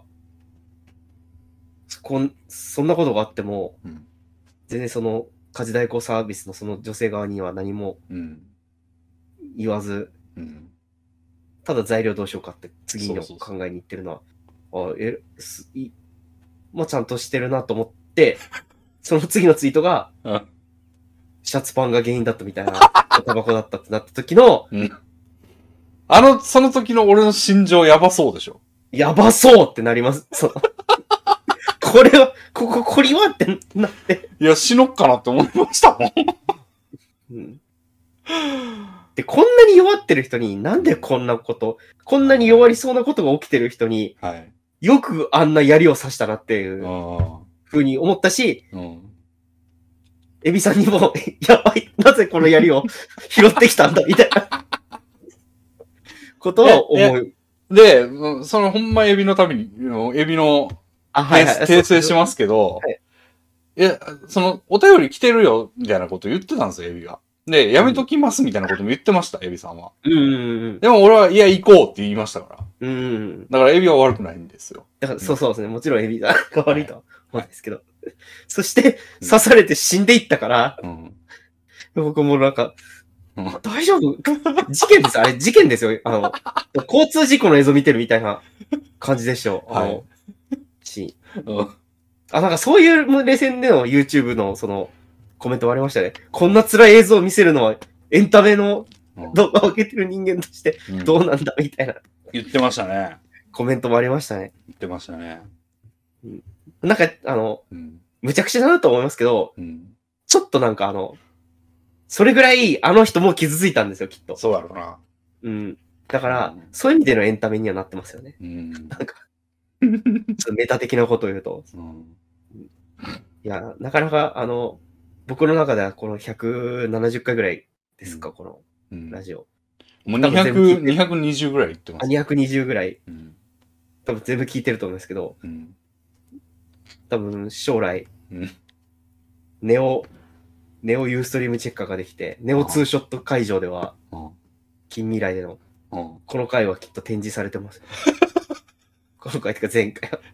こん、そんなことがあっても、 うん。 全然その、家事代行サービスのその女性側には何もうん。 言わず、 うん。 ただ材料どうしようかって次のそうそうそ考えに行ってるのは、あ、え、すい、まあ、ちゃんとしてるなと思って、その次のツイートが、 うんシャツパンが原因だったみたいな、タバコだったってなった時の、 うん。あの、その時の俺の心情やばそうでしょ。 やばそうってなります。そう。これは、ここ、これはってなって。 いや、死のっかなって思いましたもん。 うんで、こんなに弱ってる人に、なんでこんなこと、こんなに弱りそうなことが起きてる人に、 はい。 よくあんな槍を刺したなっていうあふうに思ったし、 あ。うん。 エビさんにも、やばい、なぜこの槍を拾ってきたんだ、みたいなことを思う。 で、うんそのほんまエビのために、エビのあ、はいはい。 訂正しますけど、 はいいや、その、お便り来てるよ、みたいなこと言ってたんですよ、エビが。で、やめときます、みたいなことも言ってました、エビさんは。 うんうんでも俺は、いや、行こうって言いましたから。 うん。うん。 だからエビは悪くないんですよ。 だから、そうそうですね。もちろんエビが悪いとは思うんですけど。そして、刺されて死んでいったから、 うん。 僕もなんか、 うん大丈夫事件です。あれ、事件ですよ。あの、交通事故の映像見てるみたいな感じでしょ。あの、 はいシーン。 うんあ、なんかそういう目線での YouTube のそのコメントもありましたね。こんな辛い映像を見せるのはエンタメのうん動画を上げてる人間としてうんどうなんだみたいな言ってましたね。 コメントもありましたね。 言ってましたね。 なんか、あの、 うん。 むちゃくちゃだなと思いますけど、 うん。 ちょっとなんかあの、それぐらいあの人も傷ついたんですよ、きっと。 そうだろうな。 うん。だからうん、 そういう意味でのエンタメにはなってますよね。 うん。 なんか、ちょっとメタ的なことを言うと。 うん。 いや、なかなか、あの、僕の中ではこのひゃくななじゅっかいぐらいですか、 うんこのうんラジオ。 もう多分全部聞いにひゃく、 てるにひゃくにじゅうぐらい言ってまあ、 す。 にひゃくにじゅうぐらい、 うん。 多分全部聞いてると思うんですけど、 うん。 多分将来、 うん。 ネオ、ネオユーストリームチェッカーができて、ネオツーショット会場では、 うん。 近未来での、 うん。 この回はきっと展示されてます。この回とか前回は。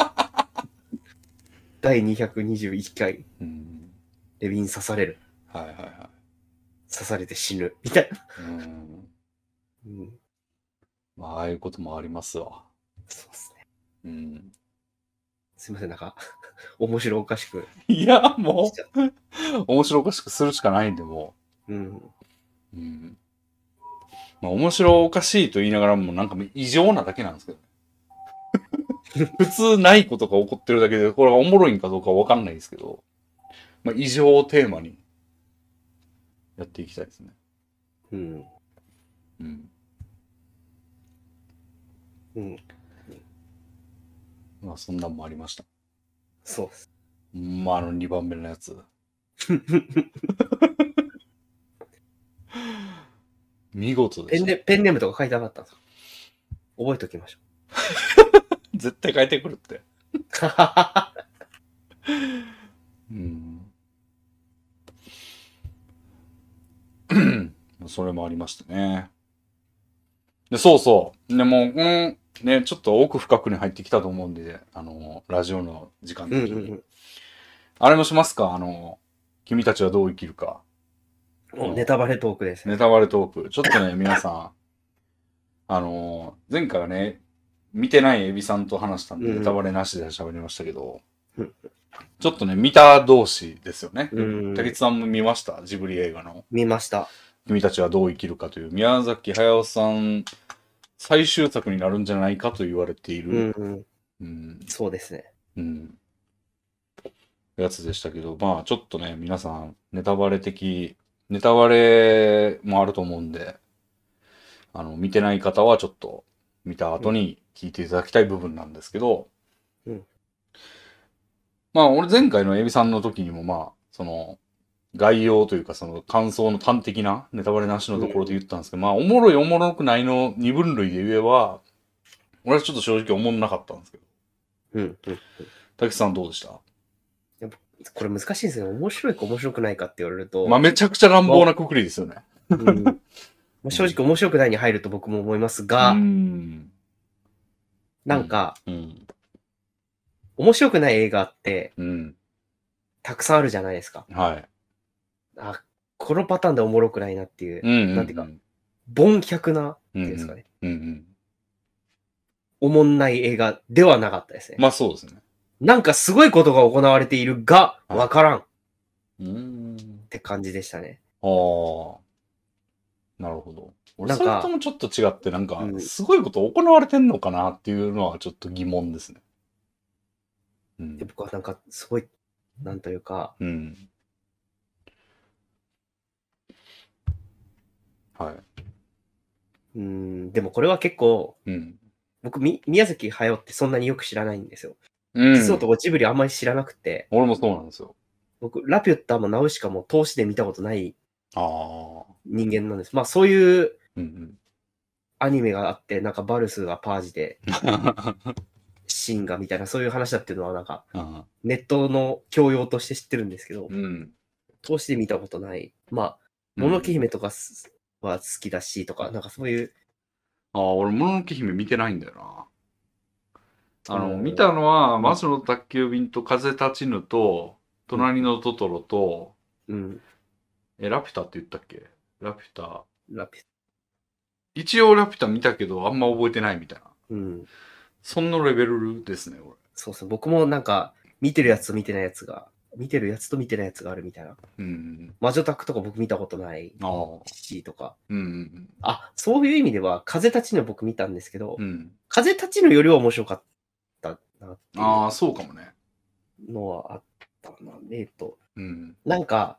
だいにひゃくにじゅういっかい、 うん。 レビン刺される。 はいはいは刺されて死ぬ。みたいな。 い。うん。 うん、 まあ、ああいうこともありますわ。 そうですね。 うん。 すいません、なんか、面白おかしくいや、もしちゃっう、面白おかしくするしかないんで、もうん。 うん。まあ、面白おかしいと言いながらも、なんか異常なだけなんですけどね。普通ないことが起こってるだけで、これがおもろいんかどうかわかんないですけど、まあ、異常をテーマにやっていきたいですね。 うん。 うん。 うん。 まあ、そんなんもありました。 そうです。 まあ、あのにばんめのやつ。見事でした。 ペンネ、ペンネームとか書いてなかったんですか？覚えておきましょ絶対変えてくるって。 う。 うん。それもありましたね。で、そうそう。でも、うん、ね、ちょっと奥深くに入ってきたと思うんで、あの、ラジオの時間的に。 うんうんあれもしますか？あの、君たちはどう生きるか。 うん。おネタバレトークですね。 ネタバレトーク。ちょっとね、皆さん、あの、前回はね、見てないエビさんと話したんで、 うんネタバレなしで喋りましたけど、 うんちょっとね、見た同士ですよね。 うん竹内さんも見ました？ジブリ映画の。 見ました。 君たちはどう生きるかという、宮崎駿さん最終作になるんじゃないかと言われている、 うんうん。 うん、 そうですね。 うん、やつでしたけど、まあちょっとね、皆さん、ネタバレ的、ネタバレもあると思うんで、あの、見てない方はちょっと見た後に聞いていただきたい部分なんですけど、 うんまあ俺前回のエビさんの時にもまあ、その、概要というかその感想の端的なネタバレなしのところで言ったんですけど、まあおもろいおもろくないの二分類で言えば、俺はちょっと正直思んなかったんですけど、 うんうん。 竹内さんどうでした？ これ難しいんですよ。面白いか面白くないかって言われると。 まあめちゃくちゃ乱暴なくくりですよね。 うんまあ、正直面白くないに入ると僕も思いますが、 ん。 なんか、 うん。 面白くない映画ってうん。 たくさんあるじゃないですか。 はい。 あ、このパターンでおもろくないなっていう、 うんうんうん。 なんていうか、凡客な、ってうんうん、 いうんですかね。 うんうん。 おもんない映画ではなかったですね。 まあそうですね。 なんかすごいことが行われているが、わからんっうーん。 て感じでしたね。 ああ。なるほど。俺なんかそれともちょっと違って、なんかう、んすごいこと行われてんのかなっていうのはちょっと疑問ですね。うんで。僕はなんかすごい、なんというか、 うん。はい。 うーん、でもこれは結構、 うん。 僕、み、宮崎駿ってそんなによく知らないんですよ。 うん。 実のところジブリあんまり知らなくて、 俺もそうなんですよ。 僕、ラピュッタもナウシカも通しで見たことないああ。 人間なんです。まあそういううんアニメがあって、なんかバルスがパージで、 うん。 シンガみたいなそういう話だっていうのはなんか、 あネットの教養として知ってるんですけど、 うん。 通しで見たことない。まあ、もののけ姫とかすは好きだしとか、なんかそういう、 ああ、俺、もののけ姫見てないんだよな。あの、 うん見たのは、 ん魔女の宅急便と風立ちぬと、隣のトトロと、 うん、 え、ラピュタって言ったっけ？ラピュタ。 ラピュ一応ラピュタ見たけど、あんま覚えてないみたいな。 うん。 そんなレベルですね、俺。 そうそう、僕もなんか、見てるやつと見てないやつが、見てるやつと見てないやつがあるみたいな。 うん。 魔女宅とか僕見たことないああ。 しとか。 うんうんあ、そういう意味では、風立ちぬ僕見たんですけど、 うん。うん。 風立ちぬよりは面白かったなっていああ、そうかもね。 うのはあったな。えっと、 うん。 なんか、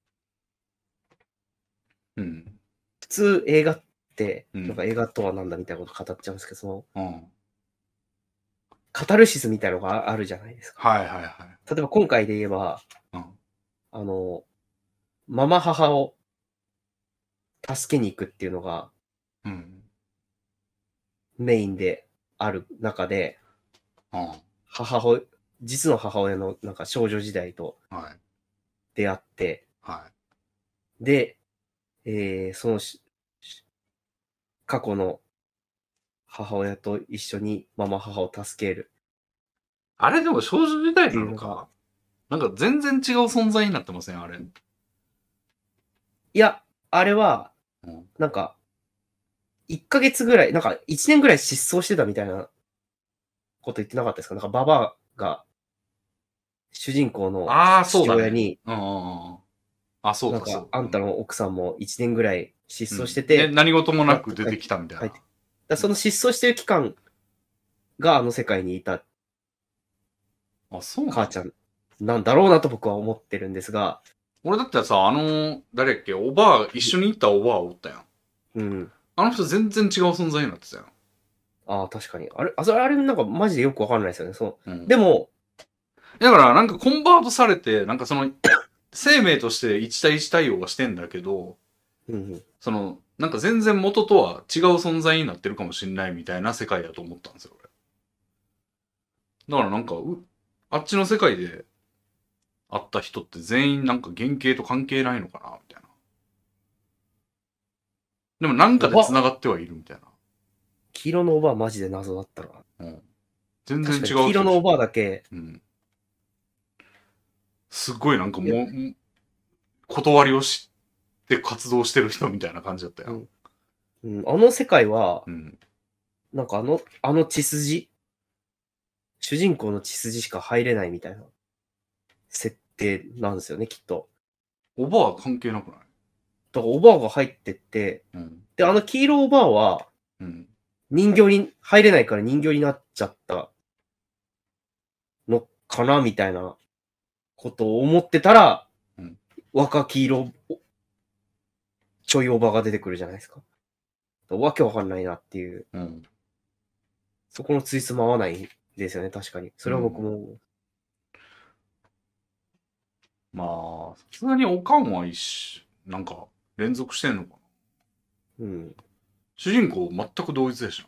うん。 普通映画って、 うんなんか映画とはなんだみたいなこと語っちゃうんですけど、その、 うん。 カタルシスみたいなのがあるじゃないですか。 はいはいはい。 例えば今回で言えば、 うん。 あの、ママ母を助けに行くっていうのがうん。 メインである中で、 うん。 母親、実の母親のなんか少女時代とはい。 出会って、 はで、えーそのしし過去の母親と一緒にママ母を助ける。 い。あれでも少女時代なのっていうのか？なんか全然違う存在になってません、あれ。 いや、あれは、 うん。 なんか、いっかげつぐらい、なんかいちねんぐらい失踪してたみたいなこと言ってなかったですか？なんかババアが、主人公のああ、そうだね。 父親に、 うんうんうん。 あ、そうなんか、そうか、あんたの奥さんもいちねんぐらい失踪してうんて、 で何事もなく出てきたみたいな。 帰ってだからその失踪してる期間があの世界にいたあ、そうなの母ちゃんなんだろうなと僕は思ってるんですが、 俺だってさ、あの、誰やっけ、おばあ、一緒に行ったおばあおったやん。 うん。 あの人全然違う存在になってたよ。 ああ、確かに。あれ、あ、それ、あれなんかマジでよくわかんないですよね。そう。 うん、 でも、 だからなんかコンバートされて、なんかその、生命として一対一対応はしてんだけど、 うんうん、 その、なんか全然元とは違う存在になってるかもしんないみたいな世界だと思ったんですよ、俺。だからなんか、う、あっちの世界で会った人って全員なんか原型と関係ないのかな、みたいな。でもなんかで繋がってはいるみたい黄色のおばあマジで謎だったな。 な。うん。全然違う確人かに黄色のおばあだけ、 うん。すっごいなんかもう、断りをして活動してる人みたいな感じだったよ。 うんうん、あの世界は、 うん。 なんかあの、あの血筋、主人公の血筋しか入れないみたいな設定なんですよね、きっと。 おばあ関係なくない？ だからおばあが入ってって、 うん。 で、あの黄色おばあはうん。 人形に入れないから人形になっちゃったのかなみたいなことを思ってたら、 うん若黄色、ちょいおばが出てくるじゃないですか。わけわかんないなっていう。 うん。 そこのツイストも合わないですよね、確かに。それは僕も。 まあ、さすがにおかんは一緒、なんか、連続してんのかな。 うん。 主人公全く同一でしな。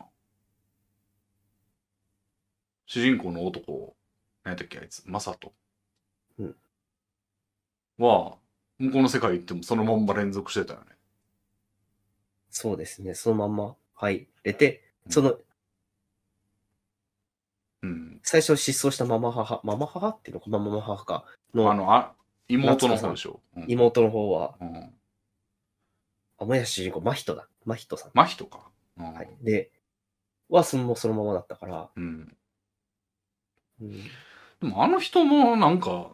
主人公の男、何やったっけあいつ、マサト。 うんは、向こうの世界行ってもそのまんま連続してたよね。 そうですね、そのまんま入れて、 うんその、 うん。 最初失踪したママ母、ママ母っていうのか、ママ母か、のあの、あ、妹の方でしょ。うん、 妹の方は、 うん。 あ、もやし主人公、真人だ。真人さん。 真人か。うん。 はい。で、はそのそのままだったから、 うん。 うん、 でもあの人もなんか、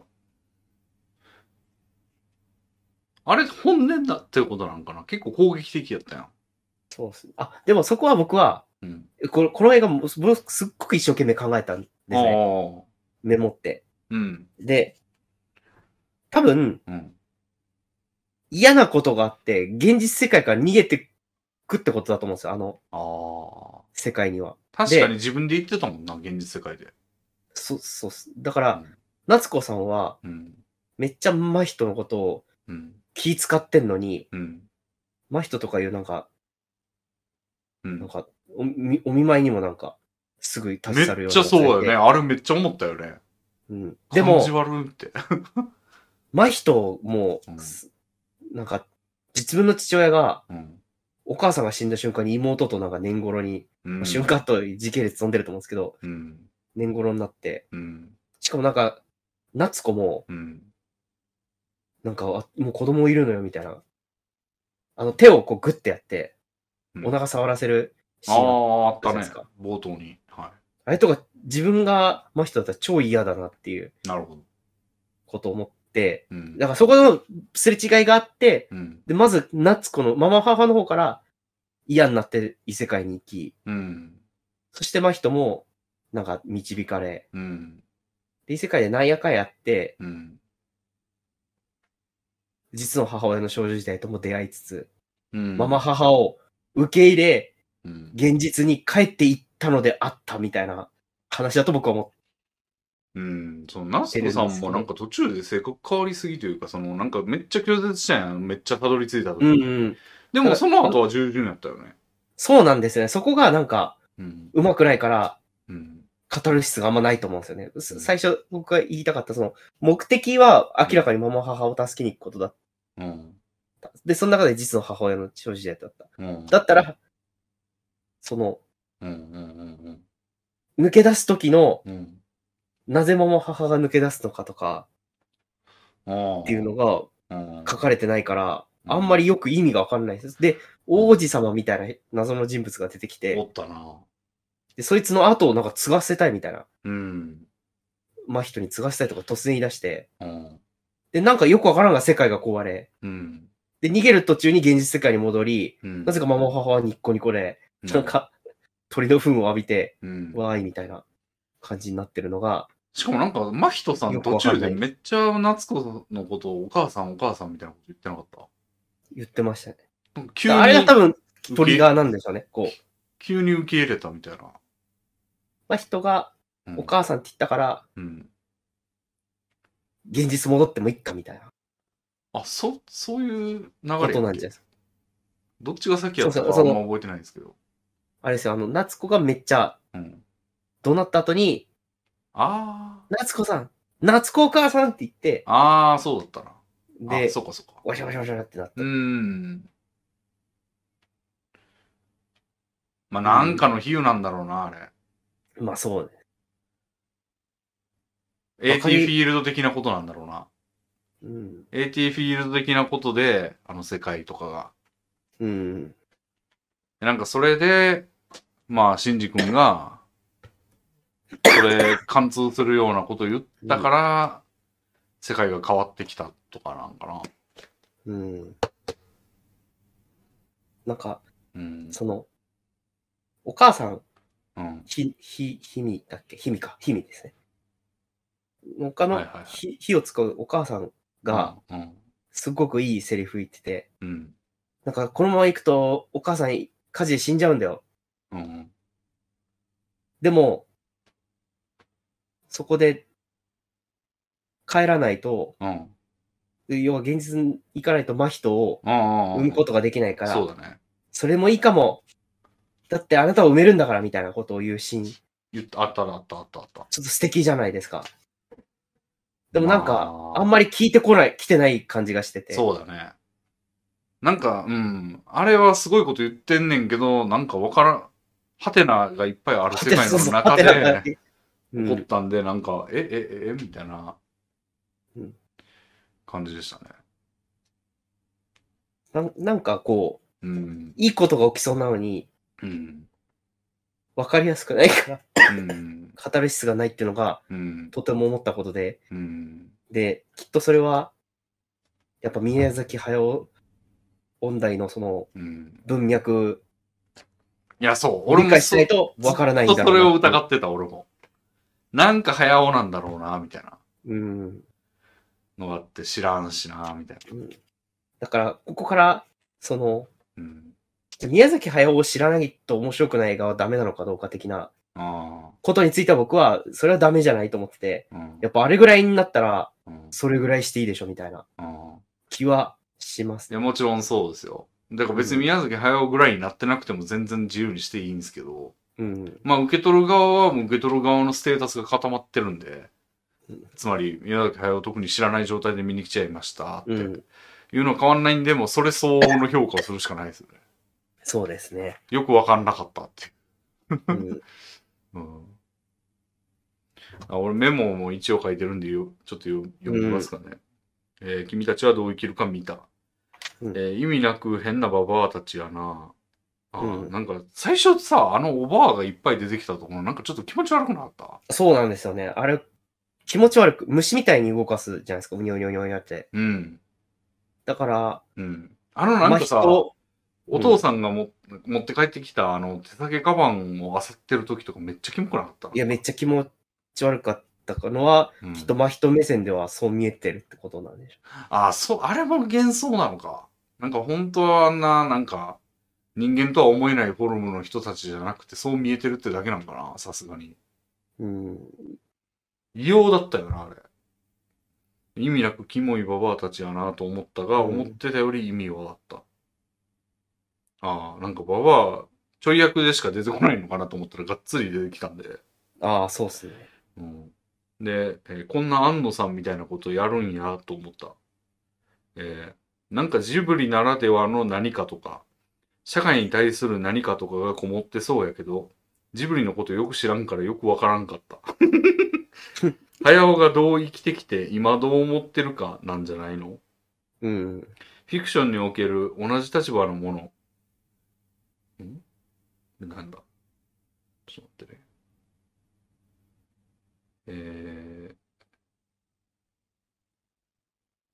あれ本音だってことなんかな。結構攻撃的やったやん。 そうっす。あ、でもそこは僕は、 うん。 このこの映画もものすっごく一生懸命考えたんですね。 ああ。 メモって。 うん。 で、多分、 うん。 嫌なことがあって、現実世界から逃げてくってことだと思うんですよ、あのああ。 世界には。 確かに自分で言ってたもんな、現実世界で。 そ、そうっす。だから、 うん夏子さんは、 うん。 めっちゃ真人のことをうん。 気使ってんのに、 うん。 真人とかいうなんか、 うんなんか、お見お見舞いにもなんか、すぐ立めち去るような。 っちゃそうだよね。。あれめっちゃ思ったよね。 うん。でも感じ、悪いって。 真人も、 うんなんか、自分の父親が、 うん。 お母さんが死んだ瞬間に妹となんか年頃に、 うん。 瞬間と時系列飛んでると思うんですけど、 うん。 年頃になって、 うん。 しかもなんか、夏子も、 うん。 なんか、あもう子供いるのよ、みたいな。あの、手をこうグッてやって、 うんお腹触らせるシあーンああ、あったねじゃないですか。。 冒頭に。はあれとか、自分が真人だったら超嫌だなっていうい。なるほど。 ことを思って、 うん。 だからそこのすれ違いがあって、 うん。 で、まず、夏子のママ母の方から嫌になって異世界に行き、 うん。 そして真人も、なんか導かれ、 うん。 で異世界でなんやかんやって、 うん。 実の母親の少女時代とも出会いつつ、 うん。 ママ母を受け入れ、 うん。 現実に帰っていったのであったみたいな話だと僕は思うん。その、ナスコさんもなんか途中で性格変わりすぎというか、その、なんかめっちゃ拒絶したやん。めっちゃたどり着いた時。 う。うんうん。 でもその後は従順やったよね。 そうなんですよね。そこがなんか、 うん。 うまくないから、 うん。 カタルシスがあんまないと思うんですよね。 うん最初僕が言いたかった、その、目的は明らかにママ母を助けに行くことだっうん。 た。で、その中で実の母親の少女時代だった。 うん。 だったら、その、 うん。うん。 抜け出す時の、 うん。うん。 なぜママ母が抜け出すのかとかああ。 っていうのがうん。 書かれてないから、 うんあんまりよく意味がわかんないです。で、王子様みたいな謎の人物が出てきおて、 ったな。 で、そいつの後をなんか継がせたいみたいな、 うん。 真人に継がせたいとか突然言い出して、 うん。 で、なんかよくわからんが世界が壊れ、 うん。 で、逃げる途中に現実世界に戻り、 うん。 なぜかママ母はニッコニコで、 うんなんか、鳥の糞を浴びて、 うん。 わーいみたいな感じになってるのが、 しかもなんか、真人さんよく途わかんない中でめっちゃ夏子のことをお母さんお母さんみたいなこと言ってなかった言ってましたね。 なんか急だからあれがに多、分トリガーなんでしょうね。こう、 急に受け入れたみたいな。 まあ、人がうん。 お母さんって言ったから、 うん。 現実戻ってもいいかみたいなあ、そ、そういう流れやっけことなんじゃないですか。 どっちが先やったかそうそうそのあんま覚えてないんですけど。 あれですよ、あの、夏子がめっちゃうん。 怒鳴った後に、 あ夏子さん、夏子お母さんって言って、 あ。ああ、そうだったな。あ、 でそ、うかそうか。 わしゃわしゃわしゃってなった。 うーん。まあ、なんかの比喩なんだろうな、あれ。 まあそうね。 エーティーわかりフィールド的なことなんだろうな。 うん。 エーティーフィールド的なことで、あの世界とかが。 うん。 なんかそれで、まあ、シンジ君が、それ、貫通するようなことを言ったから、世界が変わってきたとかなんかな。 うん。なんか、 うん。 その、お母さん、 うん。 ひ、ひ、ひみだっけひみか。ひみですね。他のはいはいはいひ、火を使うお母さんが、 うん。うん。 すっごくいいセリフ言ってて、 うん。 なんかこのまま行くと、お母さん火事で死んじゃうんだよ。 うん。 でも、そこで帰らないと、 うん。 要は現実に行かないと真人をうん。 産むことができないから、 そうだね。 それもいいかも。だってあなたを産めるんだからみたいなことを言うシーン、ち言った、あったあったあったあった。 ょっと素敵じゃないですか。でもなんか、 まああんまり聞いてこない、来てない感じがしてて。 そうだね。なんか、うん。あれはすごいこと言ってんねんけど、なんかわからん、ハテナがいっぱいある世界の中ハテナがでうん起こったんで、なんか、え、え、え、えみたいなうん感じでしたね。 ななんかこう、 うん。 いいことが起きそうなのに、 うん。 わかりやすくないから、 うん。 カタルシスがないっていうのが、 うん。 とても思ったことで、 うん。 で、きっとそれは、やっぱ宮崎駿音大のそのうん。 文脈いや、そう。 を俺も理解しないとわからないんだろうな。 ずっとそれを疑ってた、俺も。なんか早尾なんだろうな、みたいなうん。 のがあって知らんしな、みたいな。 うんだから、ここから、その、 うん。 宮崎駿を知らないと面白くない映画はダメなのかどうか的なあことについては僕は、それはダメじゃないと思ってて、 あ。うん。 やっぱあれぐらいになったら、 うん。 それぐらいしていいでしょみたいなうん気はしますいや、もちろんそうですよ。だから別に宮崎駿ぐらいになってなくても全然自由にしていいんですけど、 うん。 まあ受け取る側はもう受け取る側のステータスが固まってるんで、 うんつまり宮崎駿を特に知らない状態で見に来ちゃいましたってうん。 いうのは変わんないんで、もうそれ相応の評価をするしかないですよね。 そうですね。 よくわかんなかったっていう。 うん。 うんあ俺メモも一応書いてるんでよちょっと読読みますかね、えー君たちはどう生きるか見た、 うんえー意味なく変なババアたちやなあー、 うんなんか最初さあのおばあがいっぱい出てきたところなんかちょっと気持ち悪くなかったそうなんですよね。あれ、気持ち悪く、虫みたいに動かすじゃないですか。うにょうにょうにょにょって。 うんだから、 うんあのなんかさ、 真人お父さんがも、持って帰ってきたあの手提げカバンを漁ってる時とかめっちゃキモくなかったいや、めっちゃ気持ち悪かったのは、 うんきっと真人目線ではそう見えてるってことなんでしょああ、そう、あれも幻想なのか。なんか本当はあんな、なんか、人間とは思えないフォルムの人たちじゃなくて、そう見えてるってだけなのかな、さすがに。 う。うん。 異様だったよな、あれ。意味なくキモいババアたちやなと思ったが、 うん思ってたより意味はあった。ああ、なんかババア、ちょい役でしか出てこないのかなと思ったらがっつり出てきたんで。 ああ、そうっすね。 うん、で、えーこんな安野さんみたいなことやるんやと思った。えーなんかジブリならではの何かとか、社会に対する何かとかがこもってそうやけど、ジブリのことよく知らんからよくわからんかった。早尾がどう生きてきて今どう思ってるかなんじゃないの？ うん。 フィクションにおける同じ立場のもの。んなんだちょっと待ってね。え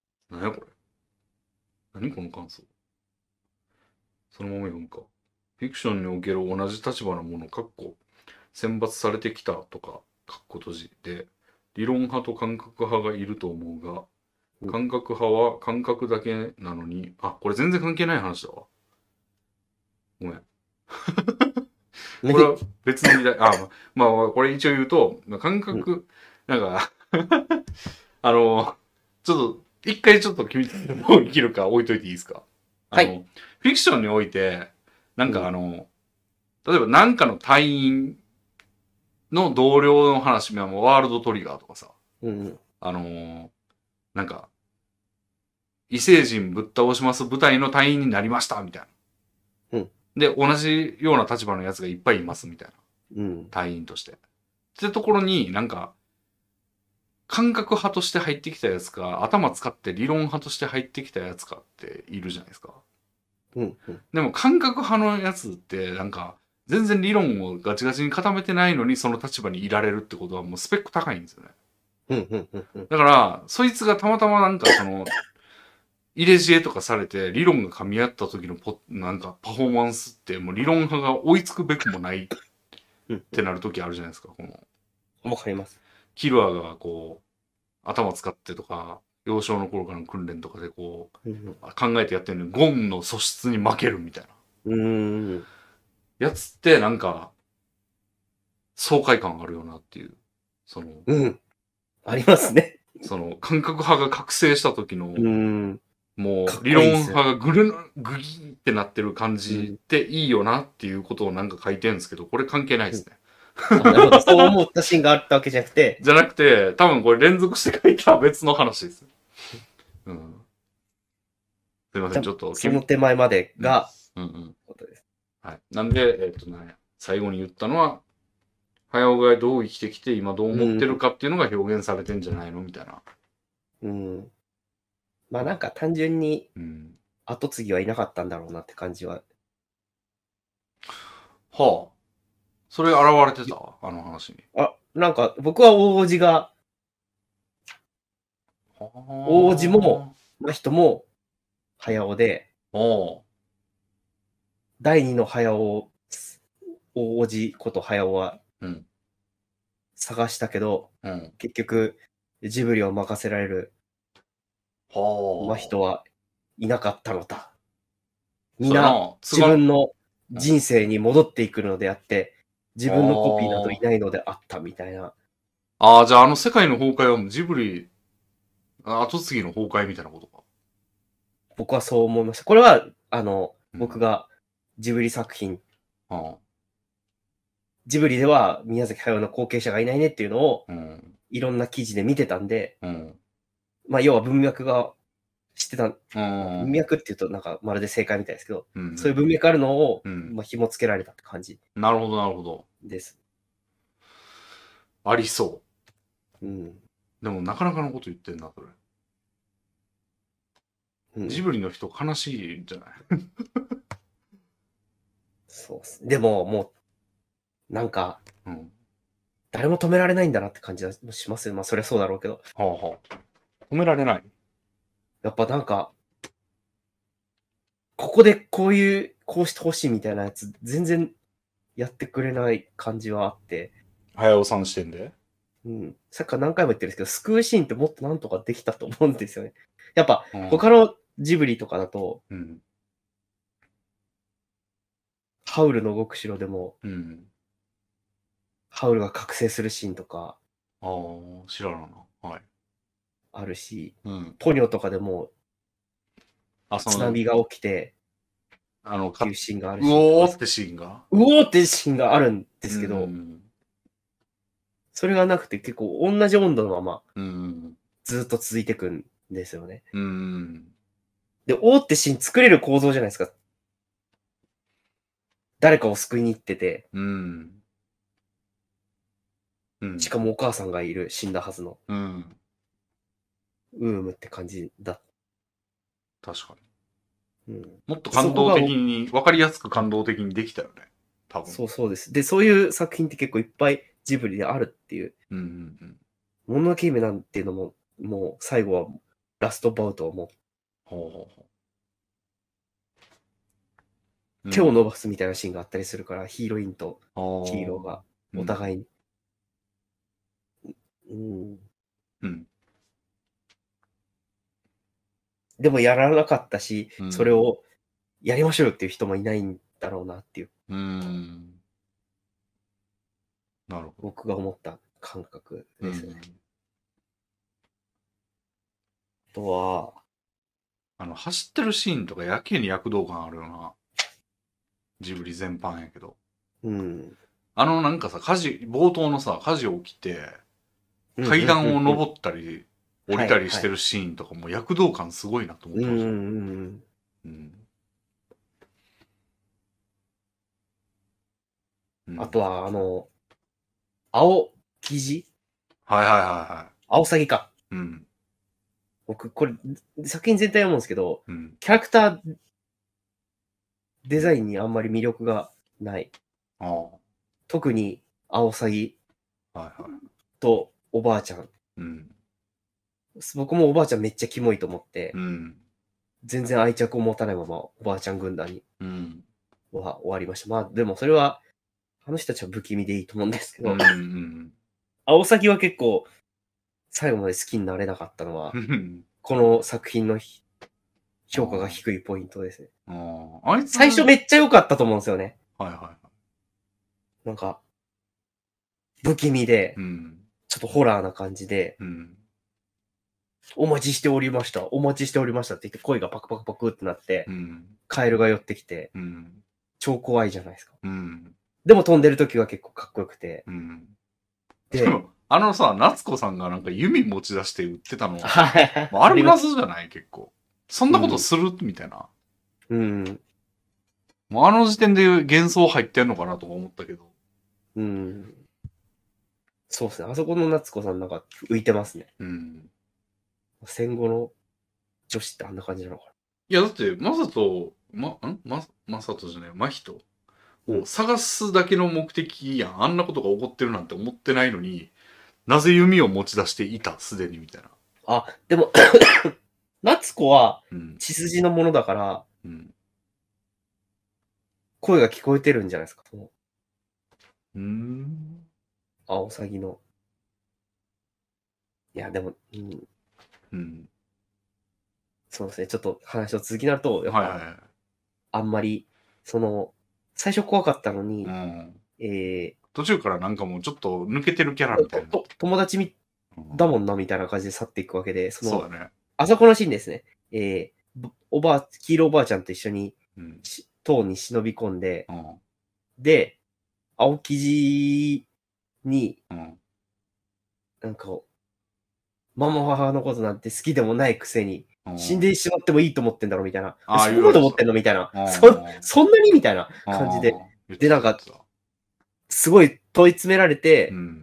何この感想。そのまま読むか。フィクションにおける同じ立場のもの、かっこ選抜されてきたとか、かっこ閉じで、理論派と感覚派がいると思うが、 うん感覚派は感覚だけなのに、あ、これ全然関係ない話だわ。ごめん。これは別の議題。あ、まあ、まあ、これ一応言うと、感覚、なんか、あの、ちょっと、一回ちょっと君どう生きるか置いといていいですか。あの、 はいフィクションにおいて、なんかあの、例えばなんかの隊員の同僚の話、まあもうワールドトリガーとかさ、 うん。 あのーなんか、異星人ぶっ倒します部隊の隊員になりましたみたいな。 うんで、同じような立場のやつがいっぱいいますみたいな。 うん。 隊員として。ってところになんか、感覚派として入ってきたやつか、頭使って理論派として入ってきたやつかっているじゃないですか。 うん。うん。 でも感覚派のやつってなんか、全然理論をガチガチに固めてないのにその立場にいられるってことはもうスペック高いんですよね。 うん。うん。うん。うん。 だから、そいつがたまたまなんかその、入れ知恵とかされて理論が噛み合った時のポなんかパフォーマンスってもう理論派が追いつくべくもないってなる時あるじゃないですか。このわかります。 キルアがこう頭使ってとか幼少の頃からの訓練とかでこううん。 考えてやってるのにゴンの素質に負けるみたいなうん。 やつってなんか爽快感あるよなっていうそのうん。ありますね。 その感覚派が覚醒した時のうん。 もかっう理論こいいっすよ派がぐるぐぎーってなってる感じっていいよなっていうことをなんか書いてるんですけど、これ関係ないですね。 あなるほど。そう思ったシーンがあったわけじゃなくて、 じゃなくて、多分これ連続して書いた別の話です。うん。すいません、ちょっとその手前までが、 うんうん。 ことです。 はい。なんで、えっ、とね、最後に言ったのは、早尾がどう生きてきて今どう思ってるかっていうのが表現されてんじゃないのみたいな。 うん。まあなんか単純にうん。 後継ぎはいなかったんだろうなって感じは。 はあ。それ現れてたあの話に。 あ、なんか僕は大叔父が、王子も、真人も早尾で、 おう第二の早尾、大叔父こと早尾はうん。 探したけど、 うん。 結局ジブリを任せられるはあ。 真人はいなかったのだ。みそうんやなな自分の人生に戻っていくのであって、自分のコピーなどいないのであったみたいな。 ああ、じゃああの世界の崩壊はジブリ、あ後継ぎの崩壊みたいなことか。 僕はそう思いました。これは、あの、 うん僕がジブリ作品、 あジブリでは宮崎駿の後継者がいないねっていうのをあ。うん。 いろんな記事で見てたんで、 うん。 まあ要は文脈が知ってた、 うん。 文脈っていうとなんかまるで正解みたいですけど、 うん。 そういう文脈あるのを、 うんまあ紐付けられたって感じなるほど、なるほど。 です。 ありそうん。 う。でもなかなかのこと言ってんな、それ。 うん、 ジブリの人悲しいんじゃないそうっす。でももう、なんか、 うん。 誰も止められないんだなって感じはしますよ。まあそりゃそうだろうけど。 はあはあ。止められない。 やっぱなんか、ここでこういう、こうしてほしいみたいなやつ、全然やってくれない感じはあって、 早尾さん視点でうん。さっきから何回も言ってるんですけど、救うシーンってもっとなんとかできたと思うんですよね。やっぱ、 うん他のジブリとかだと、 うん。 ハウルの動く城でも、 うん。 ハウルが覚醒するシーンとかああ、知らんな。はい。 あるし、 うん。 ポニョとかでもあ、その、 津波が起きてあの、かっていうシーンがあるうし、 おーってシーンが。 うおーってシーンがあるんですけど、 うん。 それがなくて結構同じ温度のままうん。 ずっと続いていくんですよね。 うん。 で、おーってシーン作れる構造じゃないですか。誰かを救いに行ってて、 うん。うん。 しかもお母さんがいる死んだはずのうん。 ウームって感じだ。 確かうん、 に。もっと感動的に、わかりやすく感動的にできたよね。多分。 そうそうです。で、そういう作品って結構いっぱいジブリであるっていう。 うんうんうん。 もののけ姫なんていうのも、もう最後はラストバウトはもうほうほうほ手を伸ばすみたいなシーンがあったりするから、ヒーロインとヒヒーローがお互いに。うん。 うん。 でもやらなかったし、 うんそれをやりましょうよっていう人もいないんだろうなっていう、 うん。なるほど。 僕が思った感覚ですね。あとは、 あの、走ってるシーンとかやけに躍動感あるよな。ジブリ全般やけど。 うん。 あのなんかさ、火事、冒頭のさ、火事起きて、階段を登ったり、降りたりしてるシーンとかも躍動感すごいなと思ってました。 うんうんうん。 うんあとは、あの、青生地はいはいはいは青サギか。 い。うん。 僕、これ、作品全体思うんですけど、 うん。 キャラクターデザインにあんまり魅力がない。 あ特に、青サギあ。はいはい。 とおばあちゃん。 うん。 僕もおばあちゃんめっちゃキモいと思って、 うん。 全然愛着を持たないままおばあちゃん軍団にうん。 は終わりました。まあ、でもそれは、あの人たちは不気味でいいと思うんですけど、 うん。うん。 青サギは結構、最後まで好きになれなかったのは、この作品のひ評価が低いポイントですね。 ああ。あいつ最初めっちゃ良かったと思うんですよね。 はいはいはい。 なんか、不気味でう、ん。 ちょっとホラーな感じで、 うん。 お待ちしておりました、お待ちしておりましたって言って声がパクパクパクってなってう、ん。 カエルが寄ってきて、 うん。 超怖いじゃないですか。 うん。 でも飛んでる時は結構かっこよくて、 うん。 でで、も、あのさ、夏子さんがなんか弓持ち出して撃ってたの、 はい。 あれが謎じゃない結構。そんなことする、みたいな。 うん。 もうあの時点で幻想入ってんのかなとか思ったけど。 うん。そうですね。あそこの夏子さんなんか浮いてますね。 うん。 戦後の女子ってあんな感じなのかいや、だって、まさと、ま、んま、まさとじゃない、まひとを探すだけの目的やん。あんなことが起こってるなんて思ってないのに、なぜ弓を持ち出していた、すでに、みたいな。 な。あ、でも、夏子はうん。 血筋のものだから、 うん。 声が聞こえてるんじゃないですか。そのうーん。 アオサギの。いや、でも、うん、 うん。 そうですね。ちょっと話の続きになると、やっぱ、 はいはいはい。 あんまり、その、最初怖かったのに、 うん。 え途中からなんかもうちょっと抜けてるキャラみたいな。 ーとと友達みうんだもんな、みたいな感じで去っていくわけで、その、 そうだね。 あそこのシーンですね。えー、ぼおばあ、黄色おばあちゃんと一緒に、 うん。 し塔に忍び込んで、 うん。 で、青生地に、 うん。 なんか、ママ母のことなんて好きでもないくせに、 うん死んでしまってもいいと思ってんだろみたいな。 あーそんなと思ってんのみたいな言わ。れてそた、 そんなにみたいな感じで、 うん。 でなんか言ってたすごい問い詰められてう、ん。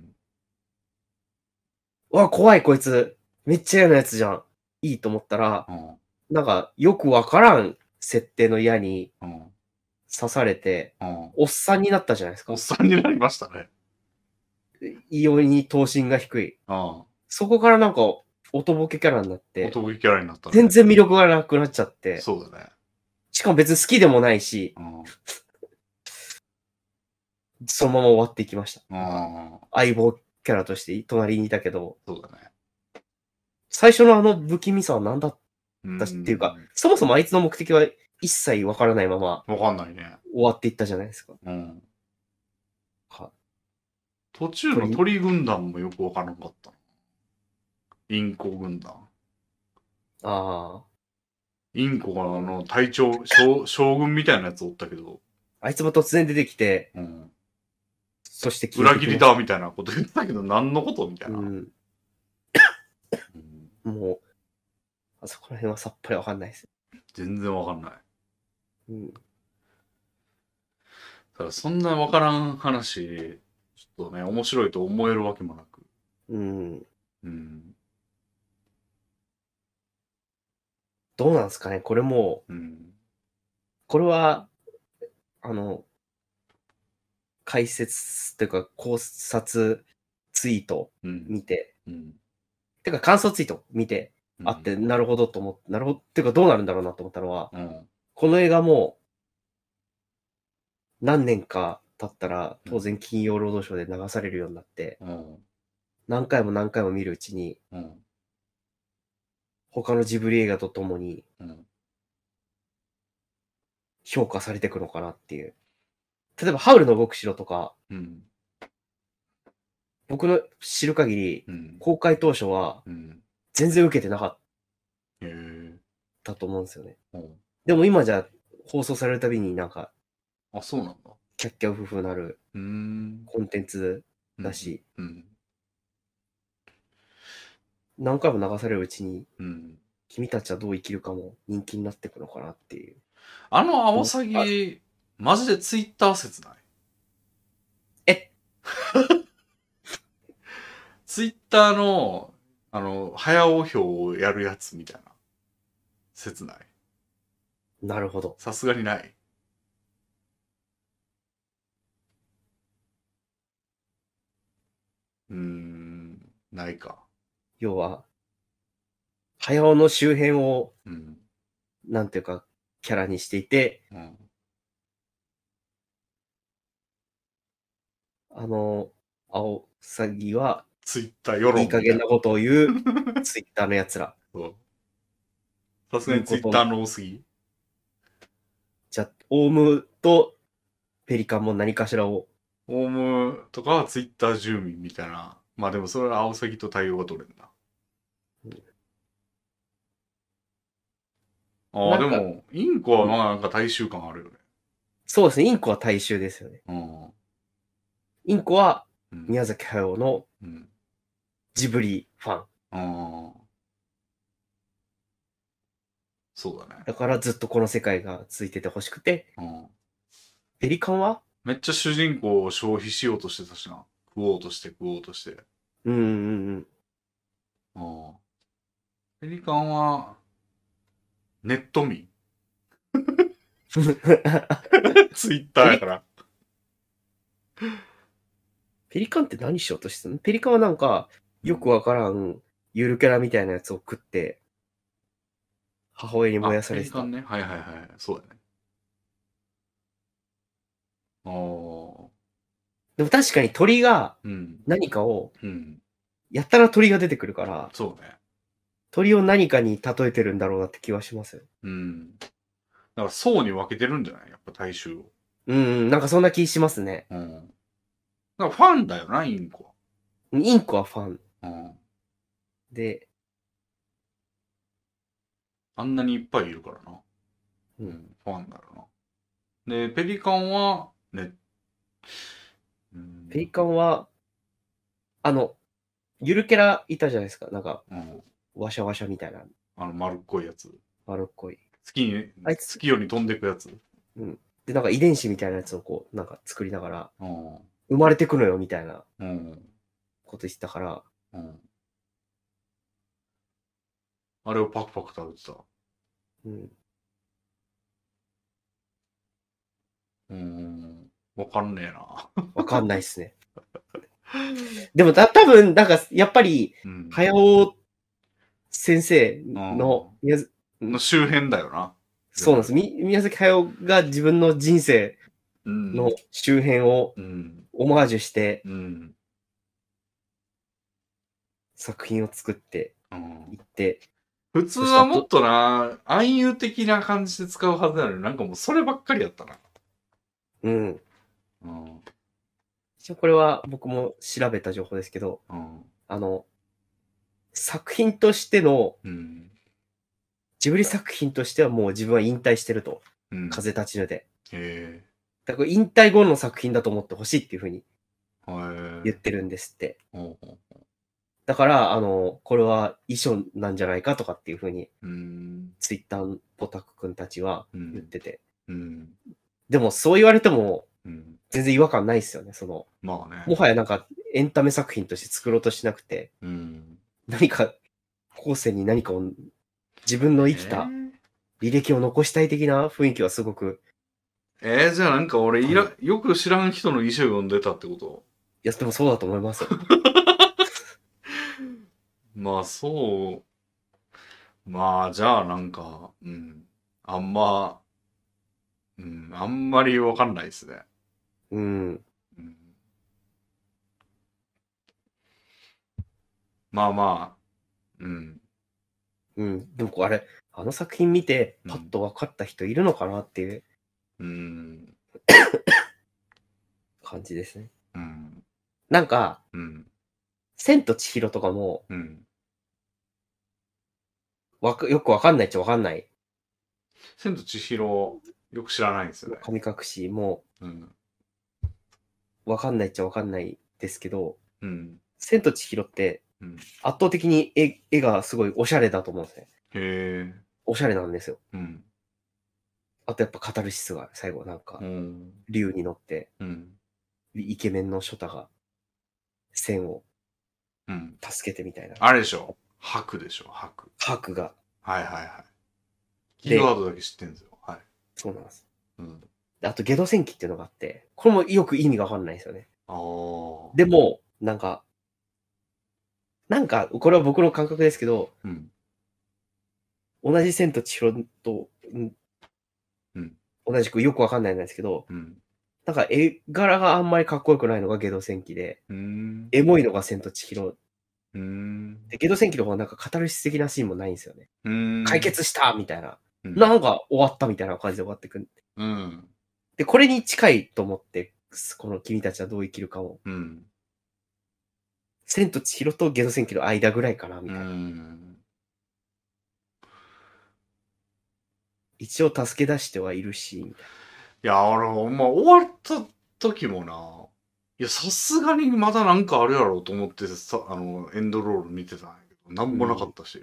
うわ、怖いこいつ、めっちゃ嫌なやつじゃん。いいと思ったら、 うん。 なんか、よくわからん設定の矢にうん。 刺されて、 うん。 おっさんになったじゃないですかおっ。さんになりましたね。 異様に頭身が低い。 うん。 そこからなんか、音ボケキャラになって、 男気キャラになったね。 全然魅力がなくなっちゃって、 そうだね。 しかも別に好きでもないし、 うん。 そのまま終わっていきました。 うん。 相棒キャラとして隣にいたけど、 そうだね。 最初のあの不気味さは何だっうんたしっていうか、そもそもあいつの目的は一切わからないままわかんないね。 終わっていったじゃないですか。 うん。 は途中の鳥軍団もよくわからなかったな。インコ軍団。 ああ。 インコがあの隊長、将将軍みたいなやつおったけど、 あいつも突然出てきて、 うん、 そして消えてきました裏切りだみたいなこと言ってたけど、何のことみたいな。 うん。 うんもう、あそこら辺はさっぱりわかんないです。 全然わかんない。 うん。 だからそんなわからん話、ちょっとね、面白いと思えるわけもなく。 うん。 うん。 どうなんですかねこれもう、 うん。 これは、あの、解説というか考察ツイートうん。 見て、 うん。 てか感想ツイート見て、 うんあって、なるほどと思って、なるほど、っていうかどうなるんだろうなと思ったのは、 うん。 この映画も、 何年か経ったら、当然金曜ロードショーで流されるようになって、 うん。 何回も何回も見るうちに、 うん。 他のジブリ映画とともにうん。 評価されていくのかなっていう。例えば、ハウルの動く城とか、 うん。 僕の知る限り、 うん。 公開当初はうん。 全然受けてなかっへえ。 たと思うんですよね。 うん。 でも今じゃ放送されるたびになんか、 あ、そうなんだ。 キャッキャウフフなるうーん。 コンテンツだし、 うん。 何回も流されるうちに、 うん。 君たちはどう生きるかも人気になっていくのかなっていう。 あのアオサギ、マジでツイッター説ない？ えツイッターの、あの、早尾票をやるやつみたいな説ない？ なるほど。 さすがにない。うーん、ないか。 要は、早尾の周辺を、 うん。 なんていうか、キャラにしていて、 うん。 あの、青サギは、 ツイッター世論いい加減なことを言う、ツイッターの奴ら。 そう。さすがにツイッターの多すぎ。 じゃあ、オウムとペリカンも何かしらを、 オウムとかはツイッター住民みたいな。まあでもそれはアオサギと対応が取れんな。ああ、 なんかでも、インコはまあなんか大衆感あるよね。 そうですね、インコは大衆ですよね。 うん。 インコはうん。 宮崎駿のうん。 ジブリファン。 ああ。そうだね。 だからずっとこの世界が続いててほしくて、 うん。 ペリカンはめっちゃ主人公を消費しようとしてたしな。食おうとして食おうとして。 うんうんうん。 うん。ペリカンは、ネット民。ツイッターやから。 ペリカンって何しようとしてたの？ペリカンはなんか、よくわからん、ゆるキャラみたいなやつを食って、母親に燃あ、 やされてた。 ペリカンね。はいはいはい。そうだね。ああ。 でも確かに鳥がうん。 何かを、 うん。 やったら鳥が出てくるから、 そうね。 鳥を何かに例えてるんだろうなって気はしますよ。 うん。だから層に分けてるんじゃないやっぱ大衆を。 うんうん、なんかそんな気しますね。 うん。だからファンだよな、インコインコはファンは。うん。 で、 あんなにいっぱいいるからな。 ううんん。ファンだよな。で、ペリカンは、ね、うん。 ペリカンは、あの、ゆるキャラいたじゃないですか。なんか、 うん。 ワシャワシャみたいな、 あの丸っこいやつ。 丸っこい。 月に、 あいつ月より飛んでくやつ。 うん。で、なんか遺伝子みたいなやつをこう、なんか作りながら、 うん。 生まれてくのよみたいなうん。 こと言ってたから、 うん。あれをパクパク食べてた。 うん。 うーん。わかんねえな。 わかんないっすね。でもた、多分なんか、やっぱり、 うん。 早尾先生の、宮崎の周辺だよな。 そうなんです。み宮崎駿が自分の人生うん。 の周辺をうん。 オマージュしてうん。 作品を作ってうんいって、 普通はもっとな、暗喩的な感じで使うはずなのに、なんかもうそればっかりやったな。 うん。 うん。 一応これは僕も調べた情報ですけど、 うん。 あの、作品としての、 うん。 ジブリ作品としてはもう自分は引退してると。 うん。 風立ちぬで。 へだから引退後の作品だと思ってほしいっていうふうにえ。へえ。 言ってるんですって。 ほうほうほだから、あの、これは遺書なんじゃないかとかっていうふうに、 う。うん。 ツイッターのポタクくんたちはうん言ってて。 うん。 でもそう言われてもうん。 全然違和感ないですよね。その、 まあね。 もはやなんかエンタメ作品として作ろうとしなくて、 うん。 何か後世に何かを自分の生きた履歴を残したい的な雰囲気はすごく、 えー、じゃあなんか俺いら、よく知らん人の遺書読んでたってこと？ いや、でもそうだと思いますよ。 まあそう。まあじゃあなんか、うん。あんま、 うん、あんまりわかんないですね。 うん。 うん、まあまあ、うん。 うん。でもあれ、あの作品見て、 うんパッと分かった人いるのかなっていううん。 感じですね。 うん。 なんか、 うん。 千と千尋とかも、 うん。 わかよくわかんないっちゃわかんない。 千と千尋、よく知らないんですよね。 神隠しも、 うん。 わかんないっちゃわかんないですけど、 うん。 千と千尋ってうん。 圧倒的に絵絵がすごいおしゃれだと思うんですね。 へえ。 おしゃれなんですよ。 うん。 あとやっぱカタルシスが最後なんかう、ん。 竜に乗って、 うん。 イケメンのショタが千をうん。 助けてみたいな。 あれでしょ。白でしょ。白。 白が。 はいはいはい。キでーワードだけ知ってんですよ。はい。 そうなんです。 うん。 であと、ゲド戦記っていうのがあって、これもよく意味がわかんないんですよね。 ああ。 でも、なんか、なんか、これは僕の感覚ですけど、 うん。 同じ千と千尋と、うんうん。 同じくよくわかんないんですけど、 うん。 なんか絵柄があんまりかっこよくないのがゲド戦記で、 うーん。 エモいのが千と千尋。 うーん。 で、ゲド戦記の方はなんかカタルシス的なシーンもないんですよね。 うーん。 解決したみたいな。 うん。 なんか終わったみたいな感じで終わってくる。 うん。 で、これに近いと思って、この君たちはどう生きるかを。 うん。 千と千尋とゲド戦記の間ぐらいかな、みうたいな。 ん。 一応助け出してはいるし、みたいな。 いや、俺、ほんま終わった時もな、いや、さすがにまだなんかあるやろうと思ってさ、あの、エンドロール見てたんやけど、なんもなかったし、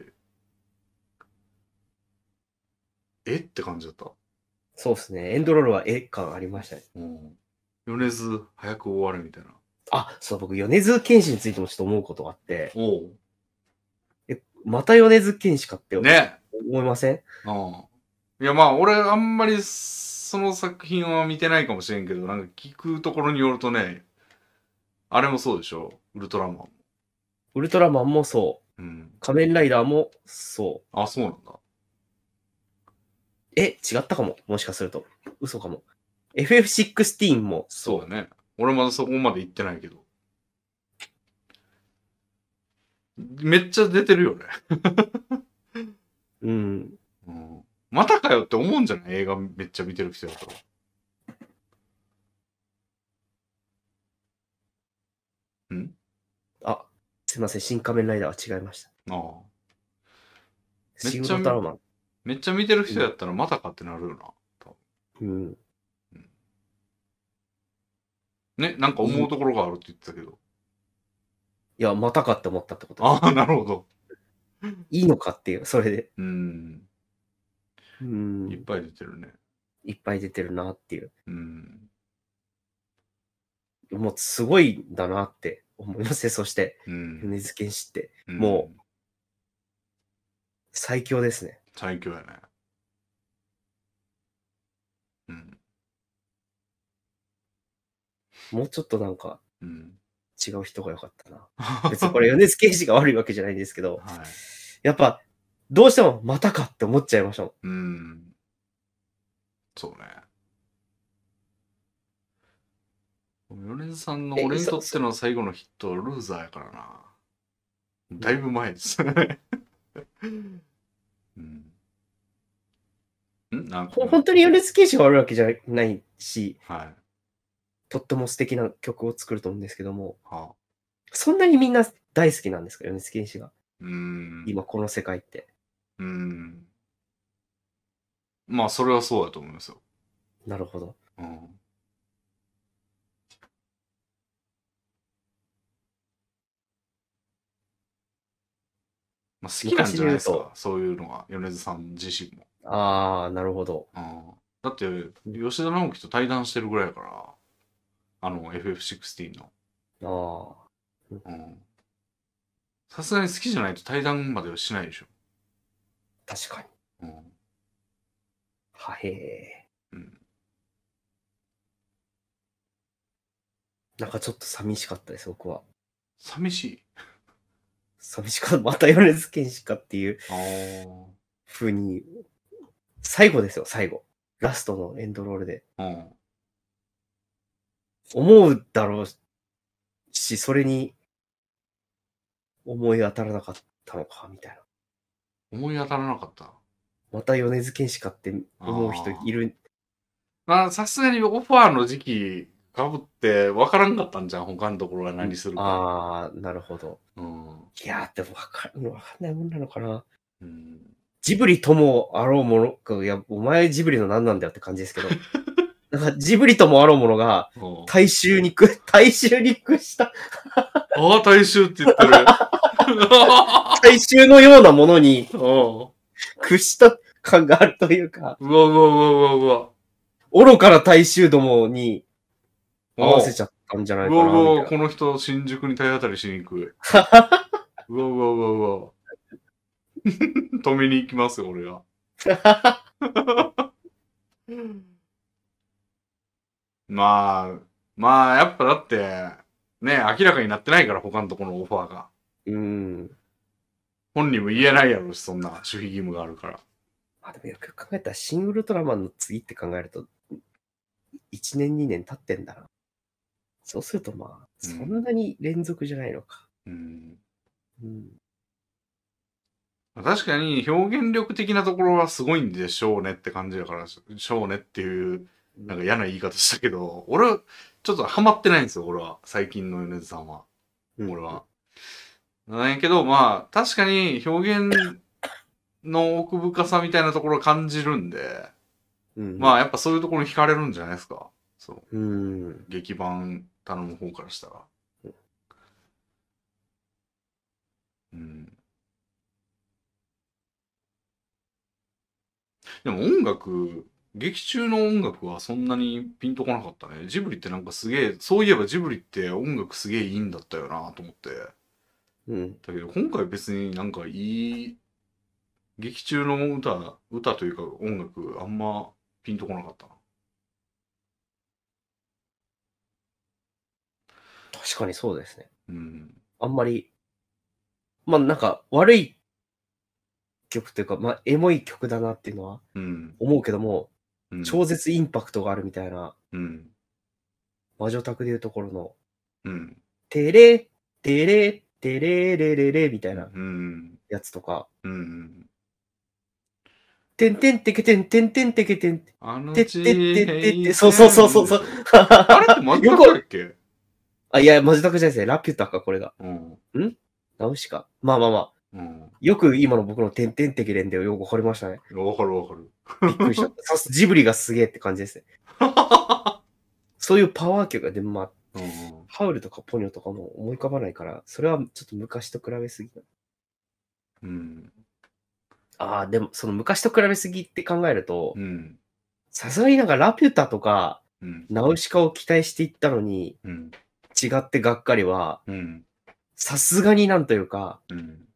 えって感じだった。 そうですね。エンドロールは絵感ありましたね。 うん。米津、早く終われみたいな。 あ、そう、僕、米津玄師についてもちょっと思うことがあって、 おう。 え、また米津玄師かって思ね。 いません？ うん。いや、まあ、俺、あんまり、その作品は見てないかもしれんけど、なんか聞くところによるとね、あれもそうでしょ、ウルトラマンも。 ウルトラマンもそう。 うん。 仮面ライダーもそあ、そうなんだ。 う。え、違ったかも。もしかすると。嘘かも。エフエフじゅうろく もそう。 そうだね。俺まだそこまで行ってないけど。めっちゃ出てるよね。 うん。 うん。またかよって思うんじゃない映画めっちゃ見てる人だと。んあ、すいません。新仮面ライダーは違いました。 ああ。めっちゃシン・ウルトラマン。 めっちゃ見てる人やったらまたかってなるよな。多うん。 分ね、なんか思うところがあるって言ってたけど。 いや、またかって思ったってことです。 ああ、なるほど。 いいのかっていう、それで。 うん。 うん。 いっぱい出てるね。 いっぱい出てるなっていう。 うん。 もうすごいんだなって思いますね。そして、 うん。 米津玄師って、 うんもう最強ですね。 最強やね。うん。 もうちょっとなんかうん。 違う人が良かったな。別にこれ米津玄師が悪いわけじゃないんですけど、 はい。 やっぱ、どうしてもまたかって思っちゃいましたもん。 うん。そうね。米津さんのえ俺にとっそての最後のヒットはルーザーやからな。だいぶ前です。うん。んなんかほ本当に米津玄師が悪いわけじゃないし、 はい。 とっても素敵な曲を作ると思うんですけども、 はあ。 そんなにみんな大好きなんですか、米津玄師が。 うーん。 今この世界って。 うーん。まあ、それはそうだと思いますよ。 なるほど。 うん。まあ、好きなんじゃないですか。そういうのは、米津さん自身も。 ああ、なるほど。 うん。だって、吉田直樹と対談してるぐらいやから、あの、エフエフじゅうろく の。 ああ。 うん。さすがに好きじゃないと対談まではしないでしょ。 確かに。 うん。 はへえ。 うん。 なんかちょっと寂しかったです、僕は。 寂しい。 寂しかった。また米津玄師かっていうああ。 風に、最後ですよ、最後。 ラストのエンドロールで。 うん。 思うだろうし、それに思い当たらなかったのか、みたいな。 思い当たらなかった。 また米津玄師かって思う人いる。 まあ、さすがにオファーの時期かぶって分からんかったんじゃん、他のところが何するか。 ああ、なるほど。 うん。 いやー、でも分かる、分かんないもんなのかな。 うん。 ジブリともあろうものか、いや、お前ジブリの何なんだよって感じですけど。なんかジブリともあろうものが、 うん大衆にく、大衆に屈した、 ああ、大衆って言ってる。 大衆のようなものにう屈した感があるというか、 わうわうわうわうわ。 愚かな大衆どもに合わせちゃったんじゃないうかな、 わうわうわ、 みたいな。 この人、新宿に体当たりしに行く。うわうわうわうわ。止めに行きますよ、俺が。まあ、まあ、やっぱだって、ね、明らかになってないから、他のところのオファーが。 うん。 本人も言えないやろし、そんな守秘義務があるから。 まあでもよく考えたら、シン・ウルトラマンの次って考えると、いちねんにねん経ってんだな。そうするとまあ、 うんそんなに連続じゃないのか。 うん。 うん。 確かに表現力的なところはすごいんでしょうねって感じだから、しょうねっていう、なんか嫌な言い方したけど、俺、ちょっとハマってないんですよ、俺は。最近の米津さんは。 うん俺は。なんやけど、まあ、確かに表現の奥深さみたいなところを感じるんで、 うん。 まあ、やっぱそういうところに惹かれるんじゃないですか。そう。 うん。 劇版頼む方からしたら。うん。でも音楽、劇中の音楽はそんなにピンとこなかったね。ジブリってなんかすげえ、そういえばジブリって音楽すげえいいんだったよなと思って。 うん。 だけど今回別になんかいい、劇中の歌、歌というか音楽あんまピンとこなかったな。 確かにそうですね。 うん。 あんまり、まあなんか悪い曲というか、まあエモい曲だなっていうのはうん。 思うけども、 うん。 超絶インパクトがあるみたいな、 うん。 魔女宅でいうところの、 うん。 テレ、テレ、テレレレレみたいなうん。 やつとか、 うん。 てんてんてけてんてんてんてけてん、 あのてってってってって地そうそうそうそうそう。 あれってマジよくだっけあ、いや、マジタクじゃないですね。ラピュタか、これが。 うん。 ナウシカ。まあまあまあ。 うん。 よく今の僕のてんてんてけれんでよくわかりましたね。 わかるわかる。 びっくりした。さすジブリがすげえって感じですね。そういうパワー曲が、でもまあ、 うん。 ハウルとかポニョとかも思い浮かばないから、それはちょっと昔と比べすぎだ。 うん。 ああ、でもその昔と比べすぎって考えるとう、ん。 さすがになんかラピュタとかうん。 ナウシカを期待していったのに、 うん。 違ってがっかりは、 うん。 さすがになんというか、 うん。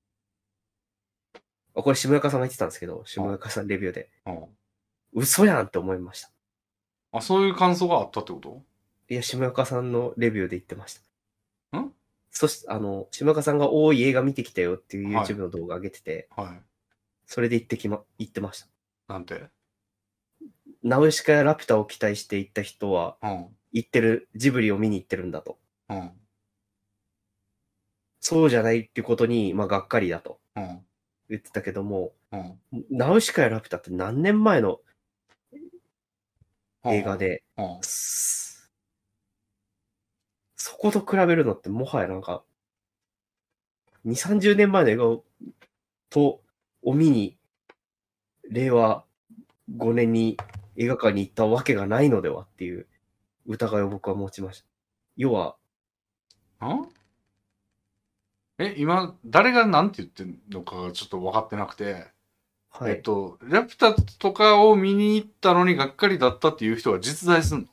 あこれ下中さんが言ってたんですけど、下中さんレビューで、 あ嘘やんって思いました。 あ、そういう感想があったってこといや、下中さんのレビューで言ってました。 んそして、あの、下中さんが多い映画見てきたよっていうはい YouTube の動画上げてて、 はい。 それで言ってきま、言ってました。 なんてナウシカやラピュタを期待して行った人は、 うん。 行ってる、ジブリを見に行ってるんだと。 うん。 そうじゃないってことに、まあ、がっかりだとうん。 言ってたけども、 うん。 ナウシカやラピュタって何年前の映画で、 うん。 すそこと比べるのってもはやなんか、に、さんじゅうねんまえの映画をと、を見に、令和ごねんに映画館に行ったわけがないのではっていう疑いを僕は持ちました。要は、 んえ、今、誰が何て言ってんのかがちょっと分かってなくて、 はい。 えっと、ラピュタとかを見に行ったのにがっかりだったっていう人は実在すんの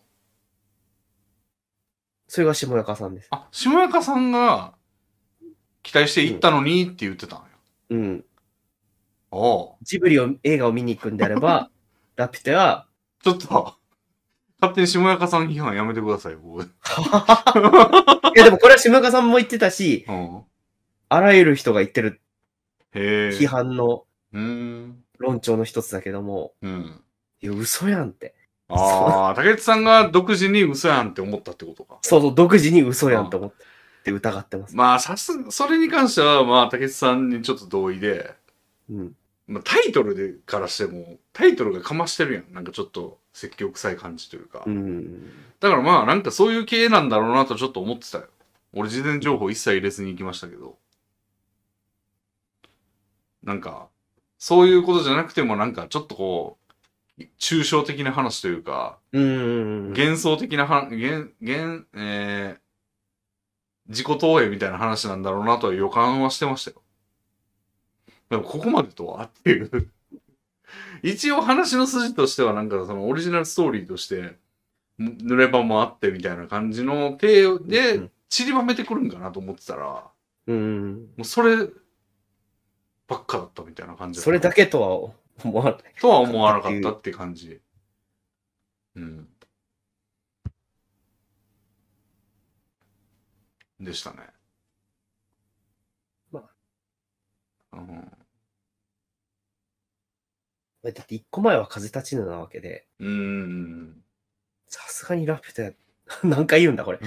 それが下中さんです。 あ、下中さんが期待して行ったのにって言ってたんや。 うん。 おうジブリを、映画を見に行くんであれば、ラピュタは、 ちょっと、勝手に下中さん批判やめてくださいよ、僕。 いやでもこれは下中さんも言ってたし、 うん。 あらゆる人が言ってるへえ。 批判のうーん。 論調の一つだけども、 うん。 いや、嘘やんって。 ああ、竹内さんが独自に嘘やんって思ったってことか。 そうそう、独自に嘘やんと思って疑ってます。 まあ、さす、それに関しては、まあ、竹内さんにちょっと同意で、 うん。 まあ、タイトルでからしても、タイトルがかましてるやん。なんかちょっと説教臭い感じというか。 うん。 だからまあ、なんかそういう系なんだろうなとちょっと思ってたよ。俺事前情報一切入れずに行きましたけど。なんか、そういうことじゃなくてもなんかちょっとこう、抽象的な話というか、 うん。 幻想的な話、幻、幻、えー、自己投影みたいな話なんだろうなとは予感はしてましたよ。でもここまでとはっていう。一応話の筋としてはなんかそのオリジナルストーリーとして、濡れ場もあってみたいな感じの手で散りばめてくるんかなと思ってたら、 うん。 もうそればっかだったみたいな感じだった。 それだけとは思わない。 とは思わなかったって感じ。うん。でしたね。 まあ。うん。 だって一個前は風立ちぬなわけで、 うーん。 さすがにラピュタや、何回言うんだこれ。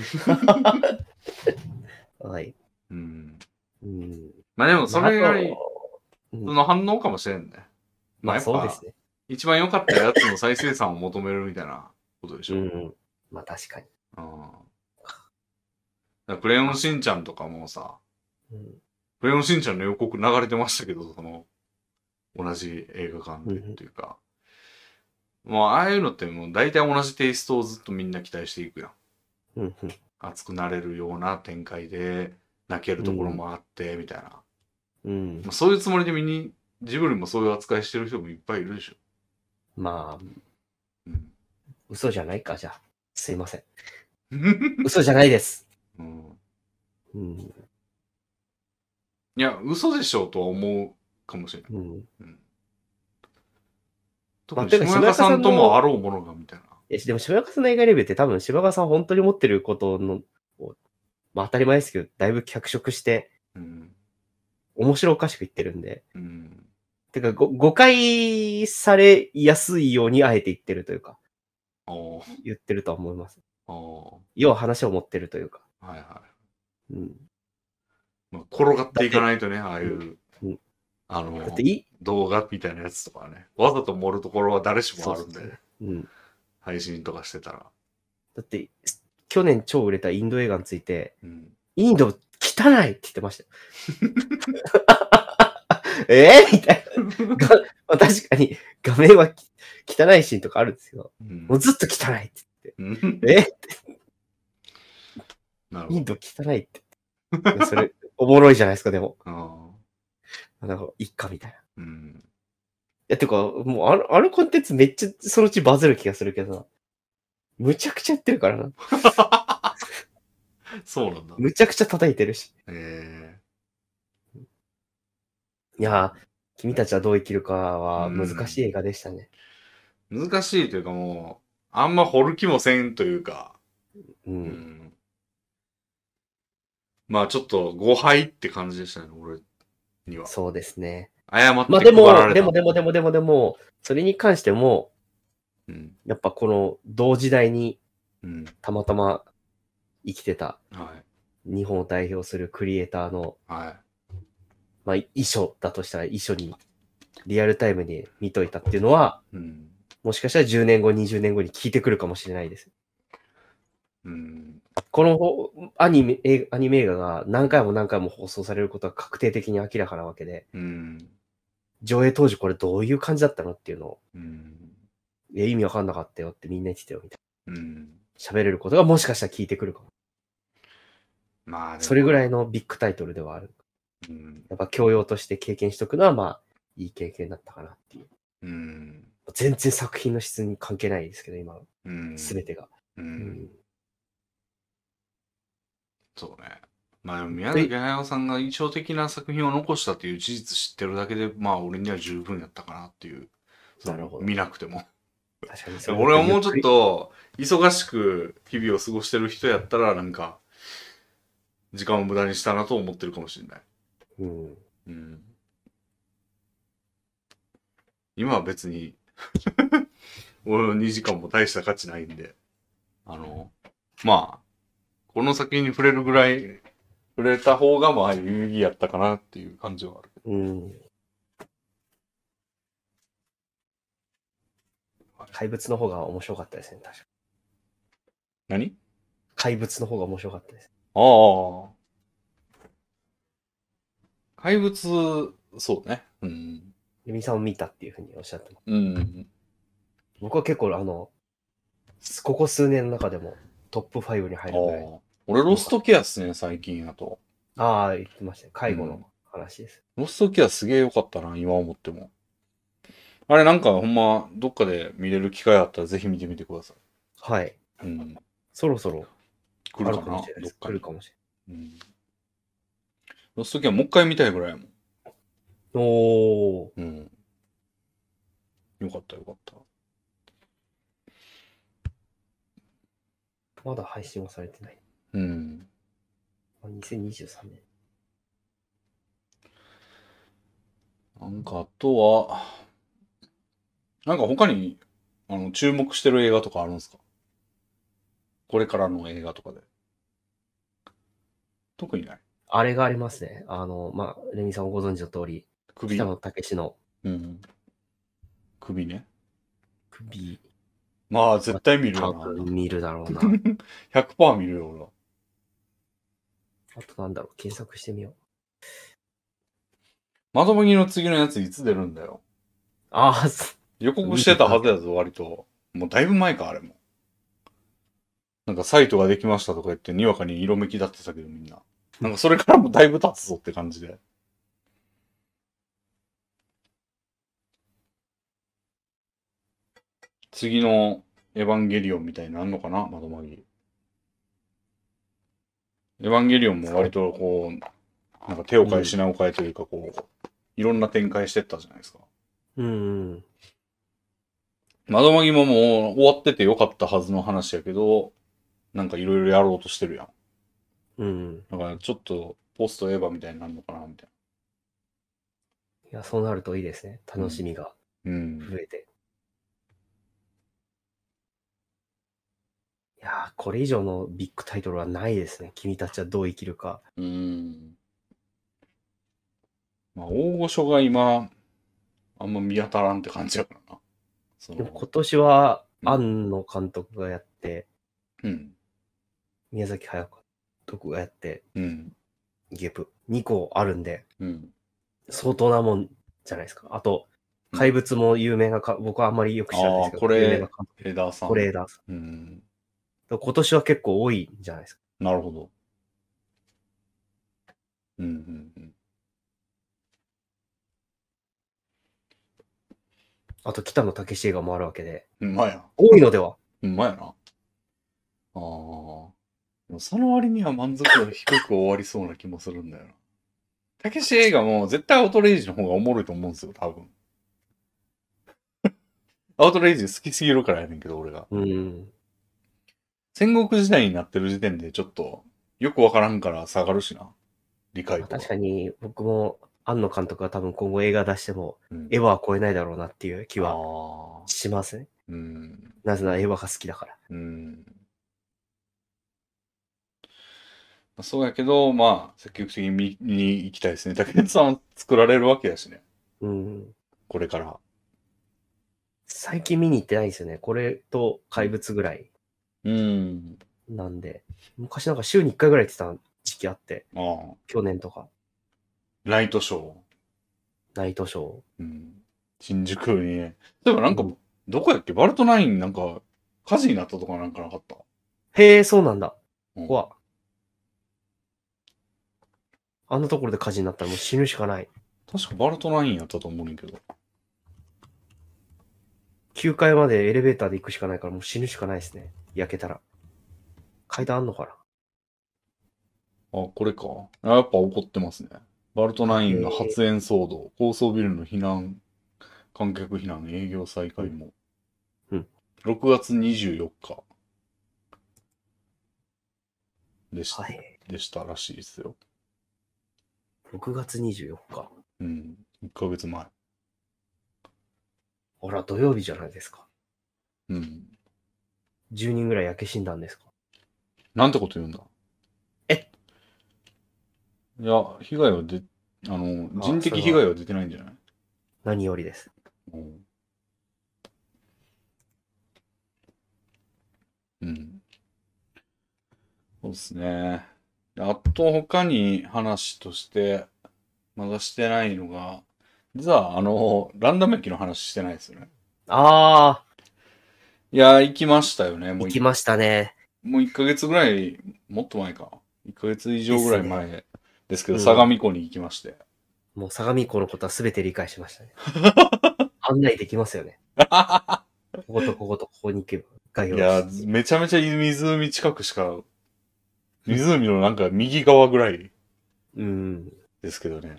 はい。 うん。 うん。 まあでもそれがまああとその反応かもしれんね。 まあやっぱそうですね。 一番良かったやつの再生産を求めるみたいなことでしょ。 うん。まあ確かに。 ああ。クレヨンしんちゃんとかもさ、 うん。 クレヨンしんちゃんの予告流れてましたけど、その、同じ映画館でっていうか、もうああいうのってもう大体同じテイストをずっとみんな期待していくやん。 うん。 熱くなれるような展開で、泣けるところもあって、みたいな。 うんまあ、。そういうつもりで見に、ジブリもそういう扱いしてる人もいっぱいいるでしょ。 まあ、 うん。 嘘じゃないか、じゃあ。すいません。嘘じゃないです。 うん、 うん。 いや、嘘でしょうとは思うかもしれない。 うん。 うん、特まあに下中さんともあろうものが、みたいな。 いや、でも、柴川さんの映画レビューって多分、柴川さん本当に持ってることの、まあ当たり前ですけど、だいぶ脚色して、 うん。 面白おかしく言ってるんで。 うん。 てか、ご誤解されやすいようにあえて言ってるというか、 ああ。 言ってるとは思います。 ああ。 要は話を持ってるというか。 はいはうん。 い。まあ、転がっていかないとね、ああいう、 うんあのだっていい動画みたいなやつとかね。わざと盛るところは誰しもあるんで、 そうそうそううん。 配信とかしてたら。 だって、去年超売れたインド映画について、 うん。 インド汚いって言ってましたよ。えー、みたいな。がまあ、確かに画面はき汚いシーンとかあるんですけど、 うんもうずっと汚いってうん言って。えなるほインド汚いって言って。いやそれ、おもろいじゃないですか、でも。 ど。ああ。 なんか、いっか、みたいな。いうん。 や、てか、もうあの、あのコンテンツめっちゃそのうちバズる気がするけどな。むちゃくちゃやってるからな。 そうなんだ。 むちゃくちゃ叩いてるし。 えいやー、君たちはどう生きるかは難しい映画でしたね。 え難しいというかもう、あんま掘る気もせんというか、 う。 うんん。まあちょっと誤配って感じでしたね、俺には。 そうですね。 謝ってまあでも配ら、れたでもでもでもでもでも、それに関しても、 うん。 やっぱこの同時代にうん。 たまたま生きてたはい。 日本を代表するクリエイターの、 はまあ、遺書だとしたら遺書にリアルタイムに見といたっていうのは、 い。うん。 もしかしたらじゅうねんご、にじゅうねんごに聞いてくるかもしれないです。 うん。 このアニメ、映アニメ映画が何回も何回も放送されることは確定的に明らかなわけで、 うん。 上映当時これどういう感じだったのっていうのを、 うん。 いや意味わかんなかったよってみんな言ってたよみたいうん。 な。喋れることがもしかしたら聞いてくるかも。 まあでもそれぐらいのビッグタイトルではある。 うん。 やっぱ教養として経験しとくのはまあ、いい経験だったかなっていう。 うん。 全然作品の質に関係ないですけど、今、 うん。 すべてが。 う。 うんん。 そうね。まあでも宮崎駿さんが印象的な作品を残したっていう事実知ってるだけで、まあ俺には十分やったかなっていう。 なるほど見なくても。 確かにそれ俺はもうちょっ、と忙しく日々を過ごしてる人やったらなんか、時間を無駄にしたなと思ってるかもしれない。 うん。 うん。今は別に俺のにじかんも大した価値ないんで。あの、まあ、この先に触れるぐらい、触れた方がまあ有意義やったかなっていう感じはある。 うん。怪物の方が面白かったですね、確か。 何？ 怪物の方が面白かったです。 ああ。怪物、そうね。うん。 レミさんを見たっていうふうにおっしゃってます。 うん。 僕は結構あの、ここ数年の中でもトップファイブに入ああるぐらい。。 俺ロストケアっすね、最近やと。 ああ、言ってましたね。介護の話です。 ロストケアすげえ良かったな、今思っても。あれなんかほんま、どっかで見れる機会あったらぜひ見てみてください。 はい。 うん。 そろそろ来るかな、 あもしれないです。 どっかに。 来るかもしうん。ロストケアもう一回見たいぐらいやもん。 れない。おー。 うん。よかったよかった。 まだ配信はされてない。 うん。 あにせんにじゅうさんねん。 なんかあとは、なんか他に、あの、注目してる映画とかあるんですか？これからの映画とかで。特にない。 あれがありますね。あの、まあ、レミさんもご存知の通り、 首。 北野武のうん。首ね。 首、 まあ、絶対見る多よな。 分見るだろうな。 ひゃくパーセント見るよ、俺は。 あとなんだろう、検索してみよう。 窓マギの次のやついつ出るんだよ。 ああ、そ予告してたはずやぞ、割と。もうだいぶ前か、あれも。なんかサイトができましたとか言って、にわかに色めきだってたけど、みんな。なんかそれからもだいぶ経つぞって感じで。次のエヴァンゲリオンみたいになるのかな、窓マギ。エヴァンゲリオンも割とこう、なんか手を変え品を変えというか、こう、いろんな展開してったじゃないですか。 うんうん。 窓マギももう終わっててよかったはずの話やけど、なんかいろいろやろうとしてるやん。 うんうん。 だからちょっとポストエヴァみたいになるのかな、みたいいや、そうなるといいですね。楽しみがな。うん。 増えて。いやー、これ以上のビッグタイトルはないですね。君たちはどう生きるか。 うーん。まあ、大御所が今、あんま見当たらんって感じやからな。そのでも今年は、 うん庵野監督がやって、 うん。 宮崎駿監督がやって、 うん。 ゲプ。にこあるんで、 うん。 相当なもんじゃないですか。あと、 うん怪物も有名なか、僕はあんまりよく知らないですけど、 ああ、これ有名な監督。 枝さん。 これ枝さん。 うん。 今年は結構多いんじゃないですか。 なるほど。うんうんうん。 あと、北野武映画もあるわけで、 うまや。 多いのでは。 うまやな。ああ。でもその割には満足度低く終わりそうな気もするんだよな。たけし映画も絶対アウトレイジの方がおもろいと思うんですよ、多分。アウトレイジ好きすぎるからやねんけど、俺が。 うん。 戦国時代になってる時点でちょっと、よくわからんから下がるしな。理解まあ度が。 確かに、僕も、庵野監督が多分今後映画出しても、 うんエヴァは超えないだろうなっていう気はああ。 しますね。 うん。 なぜならエヴァが好きだから。 うん。そうやけど、まあ、積極的に見に行きたいですね。竹内さん作られるわけやしね。 うん。 これから。 最近見に行ってないんですよね。これと怪物ぐらいうん。 なんで、昔なんか週にいっかいぐらい行ってた時期あって、 ああ。 去年とか、 ライトショー。 ナイトショー。 うん。新宿にね。例えばなんか、 うんどこやっけバルトナインなんか、火事になったとかなんかなかったへえ、そうなんだ。 うん怖っあんなところで火事になったらもう死ぬしかない。 確かバルトナインやったと思うねんけど。 きゅうかいまでエレベーターで行くしかないからもう死ぬしかないですね。焼けたら。階段あんのかなあ、これか。あやっぱ怒ってますね。バルトナインの発煙騒動、高層ビルの避難、観客避難、営業再開も。 うんうんろくがつにじゅうよっかでした、 はい。 でしたらしいですよ。 ろくがつにじゅうよっか。 うん。いっかげつまえ。 あら、土曜日じゃないですか。 うん。 じゅうにんぐらい焼け死んだんですか？ なんてこと言うんだ。 えいや、被害はで、あの、 あ人的それは被害は出てないんじゃない？ 何よりです。 うんうん。そうですね。あと他に話として、まだしてないのが、実はあの、ランダム駅の話してないですよね。 あいや、行きましたよね。 ー、 もうい、 行きましたね。 もういっかげつぐらい、もっと前か。いっかげつ以上ぐらいです前ですけど、 うん相模湖に行きまして。 もう相模湖のことは全て理解しましたね。案内できますよね。こことこことここに行けば概要いや、 しめちゃめちゃ湖近くしか、湖のなんか右側ぐらいうん。 ですけどね。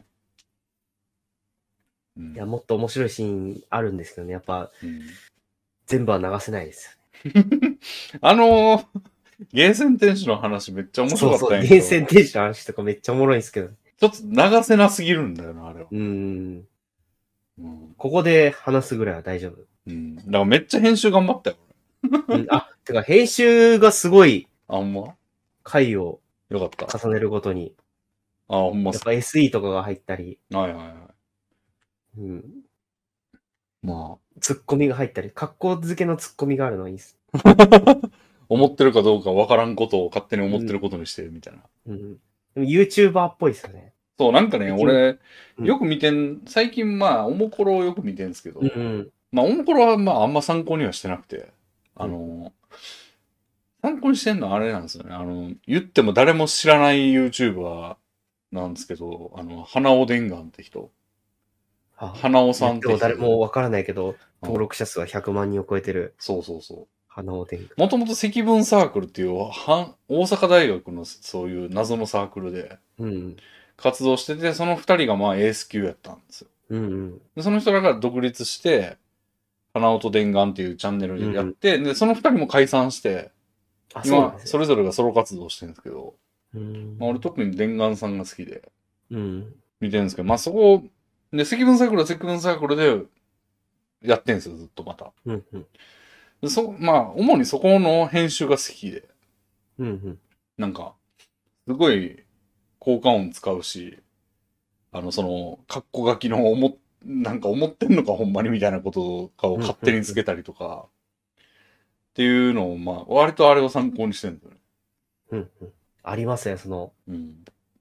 うんいや、もっと面白いシーンあるんですけどね。やっぱ、 うん全部は流せないですあのー、ゲーセン店主の話めっちゃよ。 面白かっそうそう。 たんやけど、 厳選停止の話とかめっちゃおもろいんですけど。 ちょっと流せなすぎるんだよな、あれは。 うん。 うん。 ここで話すぐらいは大丈夫。 うん。だからめっちゃ編集頑張ったよ。 うん。あ、てか編集がすごいあ、ほんま回をよかった。 重ねるごとに。 あ、ほんまっす。 やっぱ エスイー とかが入ったり、 はいはいはい。 うん。 まツッコミが入ったり、格好付けのツッコミがあるのはいいです。 あ、思ってるかどうかわからんことを勝手に思ってることにしてるみたいな。 うん。でも YouTuber っぽいですよね。 そう、なんかね、 最近俺、 うんよく見てん、最近まあ、おもころをよく見てんすけど、 うんうん。 まあ、おもころはまあ、あんま参考にはしてなくて、あの、参考にしてんのはあれなんですよね。あの、言っても誰も知らない YouTuber なんですけど、あの、花尾伝願って人。 あ花尾さんって人。 でも誰もわからないけど、 うん登録者数はひゃくまん人を超えてるそうそうそう。 花尾天狗。 もともと積分サークルっていう、は大阪大学のそういう謎のサークルでうん。 活動してて、その二人がまあエース級やったんですよ。 うんうん。 でその人らが独立して、花音伝願っていうチャンネルでやって、で、その二人も解散して、 あ、そうなん今、 ですね。 それぞれがソロ活動してるんですけど、 うんまあ、俺特に伝願さんが好きでうん。 見てるんですけど、まあそこ、で、積分サークルは積分サークルでやってんですよ、ずっとまた。 うんうん。 でそ、まあ、主にそこの編集が好きで、 うんうん。 なんか、すごい効果音使うし、あの、その、カッコ書きの思、なんか思ってんのかほんまにみたいなことかを勝手につけたりとか、っていうのを、まあ、割とあれを参考にしてるんだよね。 うんうん。ありますね、その、 うん。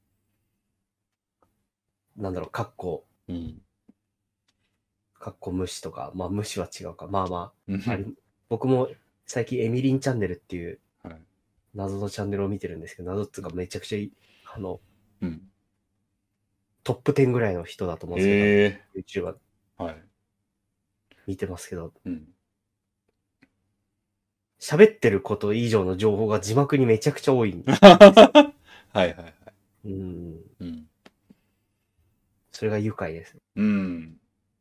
なんだろう、カッコ、 うん。 カッコ虫とか、まあ虫は違うか。まあまうんあ、あり、僕も最近エミリンチャンネルっていうはい。 謎のチャンネルを見てるんですけど、謎っていうかめちゃくちゃいい、あの、 うん。 トップじゅうぐらいの人だと思うんですえけど、YouTuber えはい。 見てますけど、 うん。 喋ってること以上の情報が字幕にめちゃくちゃ多いんです。 はいはいはい。 うん。 うん。 それが愉快です。 うん。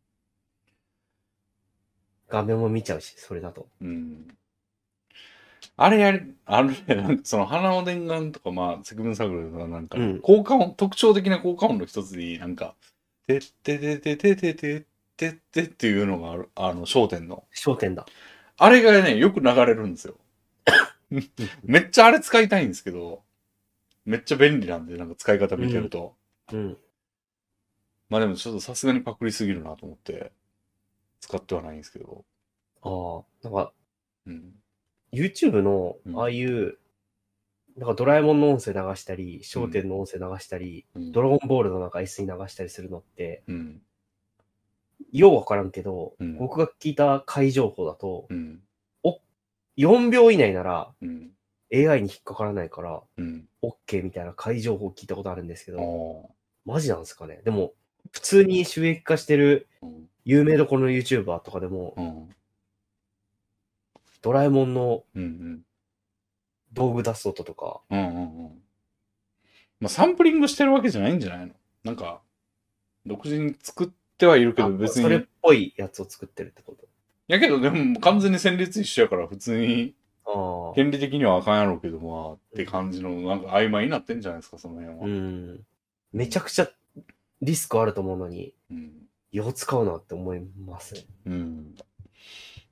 画面も見ちゃうし、それだと。 うん。あれやり、あれ、なんかその鼻の伝願とか、まあ、積分サークルのなんか、 うん効果音、特徴的な効果音の一つに、なんか、てってててててててってっていうのがある、あの、焦点の。 焦点だ。 あれがね、よく流れるんですよ。めっちゃあれ使いたいんですけど、めっちゃ便利なんで、なんか使い方見てると。 うん。 まあでもちょっとさすがにパクリすぎるなと思って、使ってはないんですけど。 ああ、なんか、 うん。 YouTube のうん、 ああいう、なんかドラえもんの音声流したり、焦点の音声流したり、 うん。 ドラゴンボールのなんか エスイー 流したりするのって、 うん。 ようわからんけど、 うん僕が聞いた回情報だと、 うん。 よんびょう以内ならうん。 エーアイ に引っかからないから、 うん。 OK みたいな回情報を聞いたことあるんですけあど、 あ。 マジなんですかね。でも、普通に収益化してるうん。 有名どころの YouTuber とかでも、 うん。 ドラえもんのうん。 道具出す音とか、 うん。うん。うん。まあ、サンプリングしてるわけじゃないんじゃないの？なんか、独自に作ってはいるけあど、別それっに。 ぽいやつを作ってるってこと。 やけど、でも完全に旋律一緒やから、普通に、 ああ。 原理的にはあかんやろうけど、まあ、って感じの、なんか曖昧になってんじゃないですか、その辺は。 うん。めちゃくちゃリスクあると思うのに、 うん。 よう使うなって思いますね。 うん。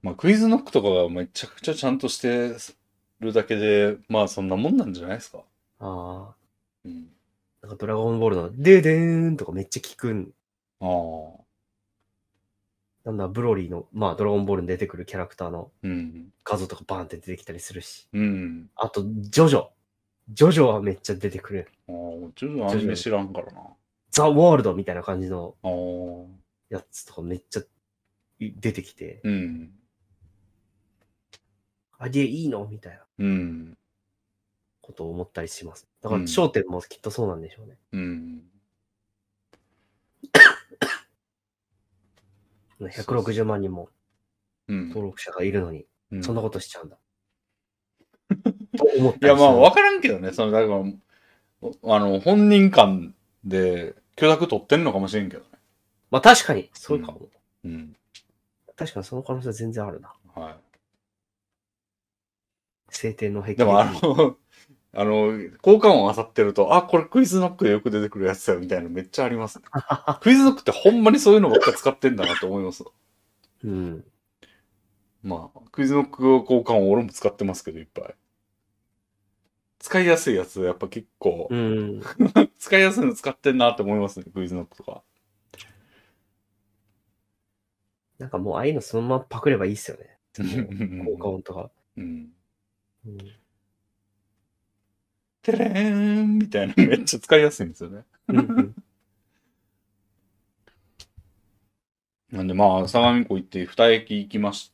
まあクイズノックとかがめちゃくちゃちゃんとしてるだけで、まあそんなもんなんじゃないですか。 ああ。 うん。 なんかドラゴンボールのデーデーンとかめっちゃ聞くん。 ああ。 なんだ、ブロリーの、まあドラゴンボールに出てくるキャラクターのうん。 画像とかバーンって出てきたりするし。 うん。 あと、ジョジョ。ジョジョはめっちゃ出てくる。 ああ、ちょっとアニメ知らんからな。 ザ・ワールドみたいな感じのああ。 やつとかめっちゃ出てきて、 うん。 あれいいのみたいなうん。 ことを思ったりします。だから、 うん焦点もきっとそうなんでしょうね。 うん。 ひゃくろくじゅうまん人もうん。 登録者がいるのに、 うんそんなことしちゃうんだ。と思ったりいや、まあ、 するわからんけどね。その、だから、おあの、本人間で許諾取ってんのかもしれんけどね。 まあ確かに、そうかも。 うん。 確かにその可能性は全然あるな。 は晴天の壁い。でも、あの、あの、効果音漁ってると、あ、これクイズノックでよく出てくるやつだよ、みたいなのめっちゃありますね。クイズノックってほんまにそういうのばっか使ってんだなと思います。 うん。 まあ、クイズノック効果音俺も使ってますけど、いっぱい。使いやすいやつ、やっぱ結構、 うん。 使いやすいの使ってんなって思いますね、クイズノックとか。 なんかもうああいうのそのままパクればいいっすよね。 うん効果音とか。 うん。 うん、 てれーんみたいなめっちゃ使いやすいんですよね。 うんうんなんでまあ、相模湖行って二駅行きまして、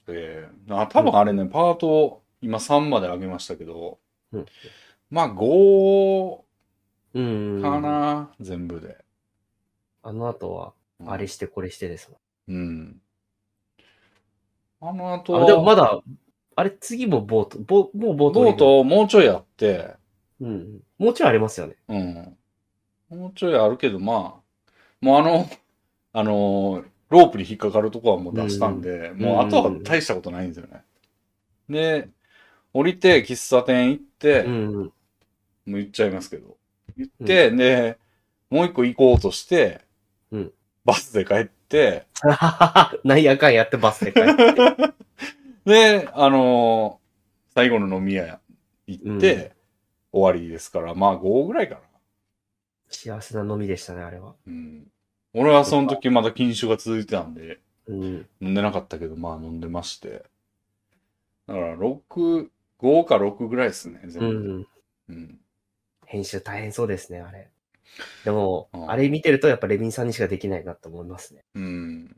あ、多分あれね、パート、今さんまで上げましたけど、 うんまあごうん。 かな、全部で。 あの後は、 うんあれしてこれしてですもん。 うん。あの後あ、 は、 でもまだ、あれ次もボート、ボもうボート。 ボートもうちょいあって、 うん。もうちょいありますよね。 うん。もうちょいあるけど、まあ、もうあの、あの、ロープに引っかかるとこはもう出したんで、 んもうあとは大したことないんですよね。で、降りて、喫茶店行って、 うん。 もう言っちゃいますけど。言って、で、もう一個行こうとして、 うんバスで帰って、 なんやかんやってバスで帰って。 で、あのー最後の飲み屋行って、 うん終わりですから、まあごぐらいかな。 幸せな飲みでしたね、あれは。 うん。俺はその時まだ禁酒が続いてたんで、 うん。 飲んでなかったけど、まあ飲んでまして。だからろく、ごかろくぐらいですね、 う全部で。 ん。 うん。 編集大変そうですね、あれ。でも、 うんあれ見てるとやっぱレビンさんにしかできないなと思いますね。 うん。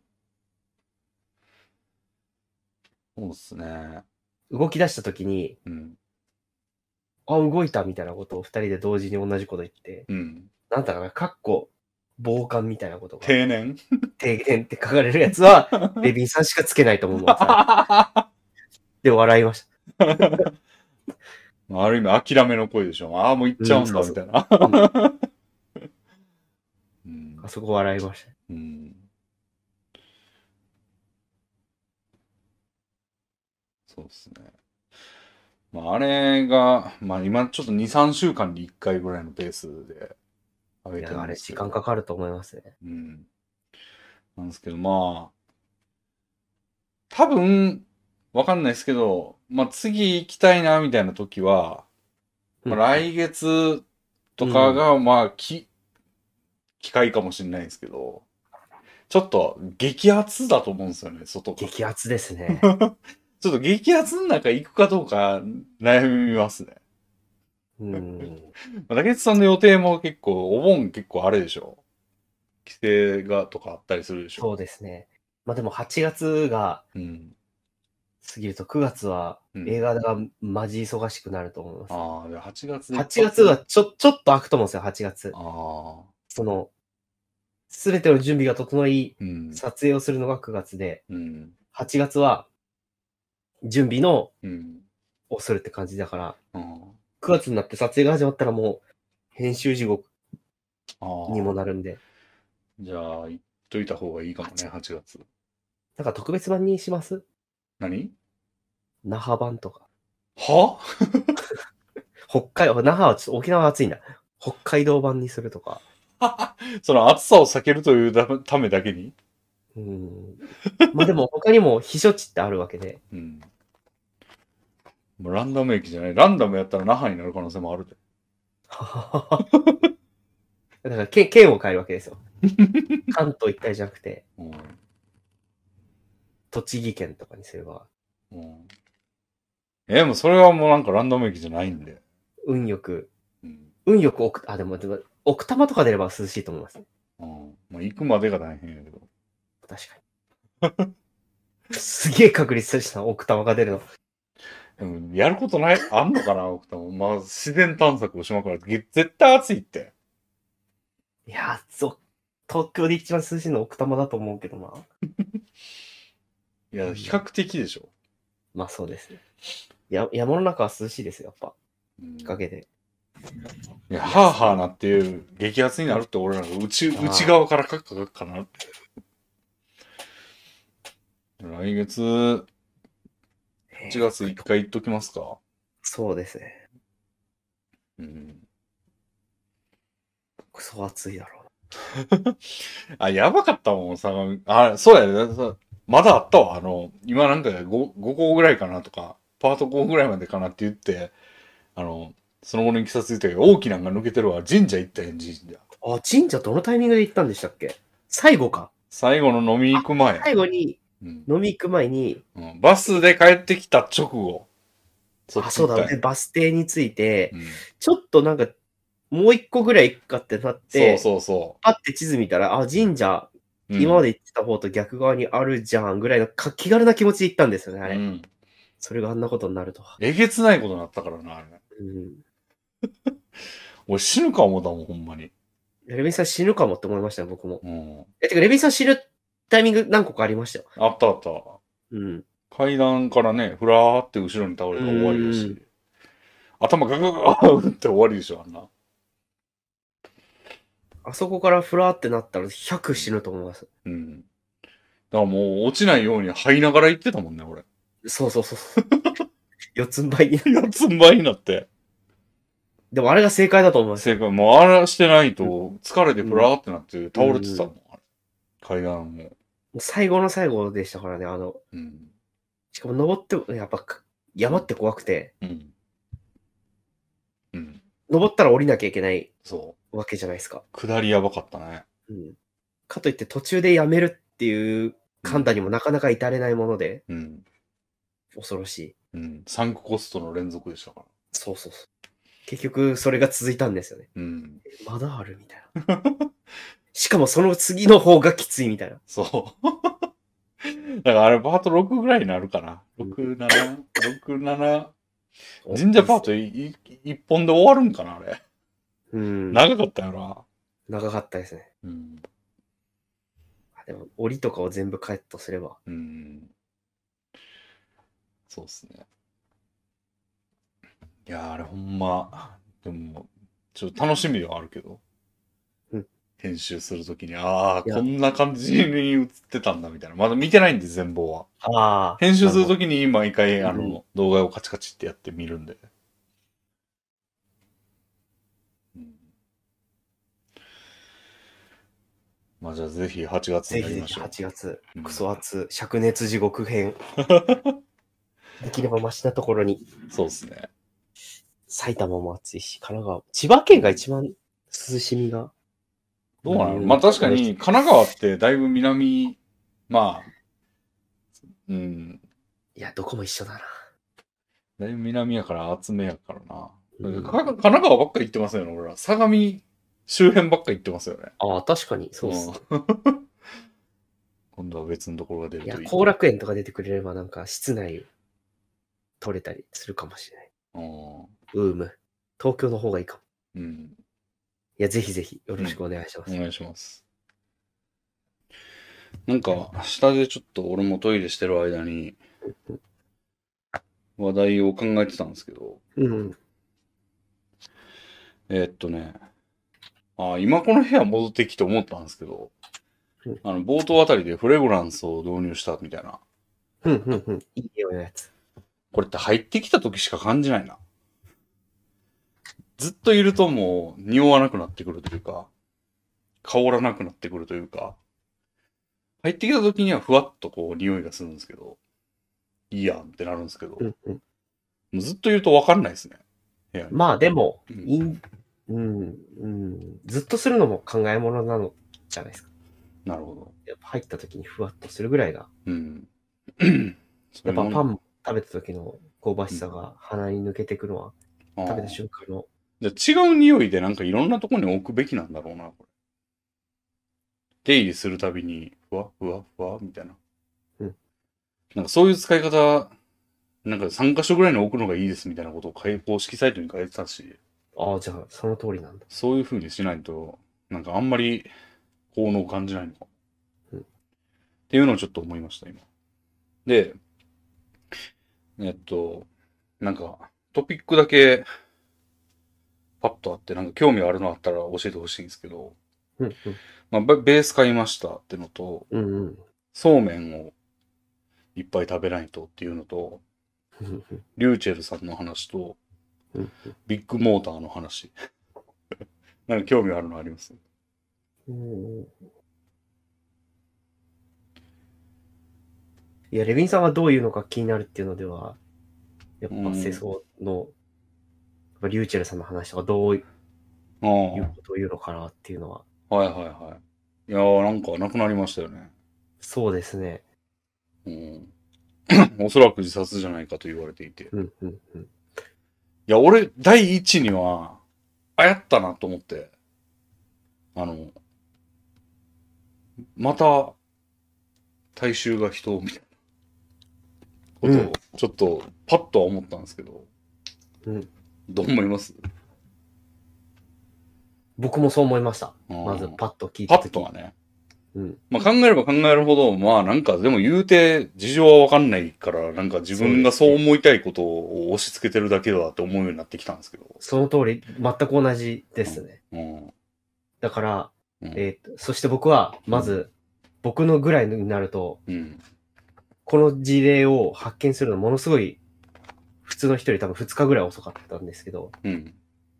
そうですね。 動き出した時に、 うん。 あ、動いたみたいなことを二人で同時に同じこと言って、 うん。 なんだかな、かっこ、傍観みたいなことが、 定年提言って書かれるやつは、レビンさんしかつけないと思うんですよ。で、笑いました。 まあある意味諦めの声でしょ。ああ、もう行っちゃうんだ、 うんみたいな。 うんうんあそこ笑いました。 うん。そうですね。まあ、あれが、まあ今ちょっとに、さんしゅうかんにいっかいぐらいのペースで上げていや、あれ時るんですけど。 間かかると思いますね。 うん。なんですけど、まあ、多分、わかんないですけど、まあ次行きたいな、みたいな時は、まあ、来月とかが、まあ、き、機会かもしれないですけど、ちょっと激アツだと思うんですよね、外が。 激アツですね。 ちょっと激アツの中行くかどうか悩みますね。 うん。 竹内さんの予定も結構、お盆結構あれでしょ。規制がとかあったりするでしょ。 そうですね。まあでもはちがつがうん。 過ぎるとくがつはうん映画がマジ忙しくなると思います。 ああ、ではちがつではちがつはちょ、ちょっと空くと思うんですよ、はちがつ。 ああ。 その、すべての準備が整い、 うん。 撮影をするのがくがつで、 うん。 はちがつは準備のうん。 をするって感じだから、 あくがつになって撮影が始まったらもう編集地獄あ。 にもなるんで、 じゃあ、行っといた方がいいかもね、はちがつ。 なんか特別版にします？ 何那覇版とか。 は北海道、那覇はちょっと沖縄は暑いんだ。北海道版にするとか。 その暑さを避けるというたためだけにううん。まあでも他にも避暑地ってあるわけで。 うん。もうランダム駅じゃない。ランダムやったら那覇になる可能性もあるで。 だから県、県を変えるわけですよ。関東一帯じゃなくて、 うん。 栃木県とかにすれば、 うん。え、でもそれはもうなんかランダム駅じゃないんで。 運よく、 うん。 運よく奥、あ、でも、でも奥多摩とか出れば涼しいと思いますね。 うん。まあ行くまでが大変やけど。 確かに。すげえ確率とした奥多摩が出るの。 でもやることない、あんのかな、奥多摩。まあ、自然探索をしまくられて、絶対暑いって。 いやー、そう、東京で一番涼しいの奥多摩だと思うけどな。 いや、比較的でしょ。 まあそうですね。や、山の中は涼しいですよ、やっぱ。 うん、 日陰で。 いや、はぁはぁなっていう激アツになるって俺らが内、内側から書くか書くかなって。来月、はちがついっかい行っときますか。 そうですね。 うん。 クソ暑いだろあ、やばかったもん、相模。あ、そうやね。そうまだあったわ。あの、今なんか ご, ご校ぐらいかなとか、パートごぐらいまでかなって言って、あの、その後のいきさつ言ったけど、大きなのが抜けてるわ。神社行ったやん、神社。 う。あ、神社どのタイミングで行ったんでしたっけ？最後か。 最後の飲み行く前。 最後に、 うん、 飲み行く前に、 うん、バスで帰ってきた直後。そあ、そうだ、で、バス停に着いて、 うん、 ちょっとなんか、もう一個ぐらい行くかってなっそうて、 そうそパッて地図見たら、あ、神社、 う。うん今まで行ってた方と逆側にあるじゃんぐらいのか気軽な気持ちで行ったんですよね、あれ。 うん。 それがあんなことになるとは。 えげつないことになったからな、あれ。 うん。 俺死ぬか思ったもん、ほんまに。 レビンさん死ぬかもって思いましたよ、僕も。 うん。 え、てか、レビンさん死ぬタイミング何個かありましたよ。 あったあった。 うん。 階段からね、ふらーって後ろに倒れたら終わりだうし。頭ガガガガーって終わりでしょ、あんな。 あそこからふらーってなったらひゃく死ぬと思います。 うん。だからもう落ちないように這いながら行ってたもんね、俺。 そうそうそうそう。四つん這いに。 四つん這いになって。 でもあれが正解だと思います。 正解。もうあれしてないと、疲れてふらーってなって倒れてたもん、あれ。階段も。 もう最後の最後でしたからね、あの、 うん。 しかも登って、やっぱ山って怖くて、 うん。うん。 登ったら降りなきゃいけないそわけじゃないですか。 う。下りやばかったね。 うん。かといって途中でやめるっていう判断にもなかなか至れないもので、 うん。 恐ろしい。 うん。サンクコストの連続でしたから。 そうそうそう。結局、それが続いたんですよね。 うん。 まだあるみたいな。しかもその次の方がきついみたいな。 そう。だからあれパートろくぐらいになるかな。ろく、なな、ろく、なな。神社パートい一本で終わるんかな、あれ。 うん。 長かったよな。 長かったですね。 うん。 でも、檻とかを全部カットすれば。 うん。そうっすね。いやー、あれほんま、でも、ちょっと楽しみではあるけど。 うん。 編集するときに、ああ、 いやこんな感じに映ってたんだみたいな。まだ見てないんで、全貌は。 ああ。 編集するときに毎回、あうんの、動画をカチカチってやって見るんで。うん、まあじゃあぜひはちがつにぜひぜひやりましょう。 はちがつ、 うんクソ暑、灼熱地獄編。できればマシなところに。 そうですね。 埼玉も暑いし、神奈川、千葉県が一番涼しみが。 どうなの、まあ確かに、神奈川ってだいぶ南、まあ、うん。 いや、どこも一緒だな。 だいぶ南やから厚めやからな。 うん、 か神奈川ばっか行ってますよね、俺ら。相模周辺ばっか行ってますよね。 ああ、確かに、そうっす、ね。 今度は別のところが出るといい。 いや、後楽園とか出てくれればなんか室内取れたりするかもしれない。ウーム。東京の方がいいかも。 うん。 いや、ぜひぜひよろしくお願いします。 うん、お願いします。なんか、下でちょっと俺もトイレしてる間に、話題を考えてたんですけど、 うん。 えー、っとね、あ今この部屋戻ってきて思ったんですけど、 うん、 あの、冒頭あたりでフレグランスを導入したみたいな。 うん、うん、うん。いいようなやつ。 これって入ってきた時しか感じないな。ずっといるともう匂わなくなってくるというか、香らなくなってくるというか、 入ってきた時にはふわっとこう匂いがするんですけど、いいやんってなるんですけど、 うんうん、 もうずっといるとわかんないですね。部屋に。 まあでも、 うんいんうんうん、ずっとするのも考えものなのじゃないですか。 なるほど。 やっぱ入った時にふわっとするぐらいが、 うん。 やっぱパンン食べた時の香ばしさが鼻に抜けてくのは、食べた瞬間の、 じゃあ違う匂いでなんかいろんなところに置くべきなんだろうな、これ。出入りするたびに、ふわふわふわみたいな。 うん。 なんかそういう使い方、なんかさん箇所ぐらいに置くのがいいですみたいなことを公式サイトに書いてたし、 ああ、じゃあその通りなんだ。 そういう風にしないと、なんかあんまり効能を感じないのか。 うんっていうのをちょっと思いました、今。で、えっと、なんか、トピックだけ、パッとあって、なんか興味あるのあったら教えてほしいんですけど、 うんうん。 まあ、ベベース買いましたってのと、 うんうん。 そうめんをいっぱい食べないとっていうのと、 うんうんリューチェルさんの話と、 うんビッグモーターの話。なんか興味あるのあります？ うん。いや、レビンさんがどういうのか気になるっていうのでは、やっぱ世相の、やっぱリューチェルさんの話とかどういうあことを言うのかなっていうのは。 あ、はいはいはい。いやーなんかなくなりましたよね。 そうですね。 うん。おそらく自殺じゃないかと言われていて。いうんうんうん。 や、俺、第一には、あ、やったなと思って。あの、また、大衆が人を、みたいなことを、ちょっと、パッとは思ったんですけど、 うん。 どう思います？ 僕もそう思いました。 あーまずパッと聞いパたとき。 ッとはね。 うん。 まあ考えれば考えるほど、まあなんかでも言うて事情はわかんないから、なんか自分がそう思いたいことを押し付けてるだけだって思うようになってきたんですけど。 その通り、全く同じですね。 うん。 だから、 うん。 えーと、そして僕は、まず、僕のぐらいになると、 うん。 この事例を発見するのものすごい、普通の人より多分ふつかぐらい遅かったんですけど、 うん。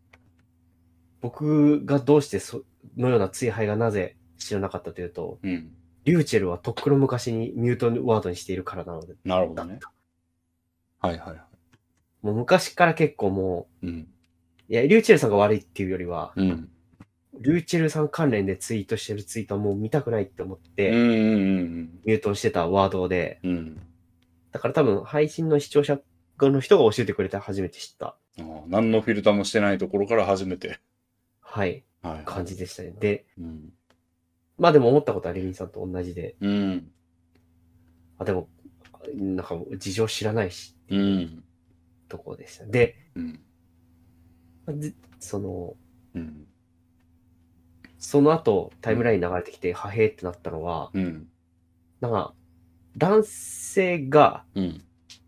僕がどうしてそのような追廃がなぜ知らなかったというと、 うん。 リューチェルはとっくの昔にミュートワードにしているからなので。 なるほどね。はいはいはい。 もう昔から結構もうん。 う、いや、リューチェルさんが悪いっていうよりは、 うん。 リューチェルさん関連でツイートしてるツイートはもう見たくないって思っうんて、 うんうんミュートしてたワードで、 うん。うん。 だから多分配信の視聴者の人が教えてくれて初めて知った、 ああ、何のフィルターもしてないところから初めて。 はい、 はい、はい。 感じでしたね。で、 うん。 まあでも思ったことはレミンさんと同じで、 うん。 あ、でも、なんか事情知らないし、 うん。 ところでした。で、 うん。 でその、 うん。 その後タイムラインに流れてきて、はへーってなったのは、 うん。 なんか、男性がうん。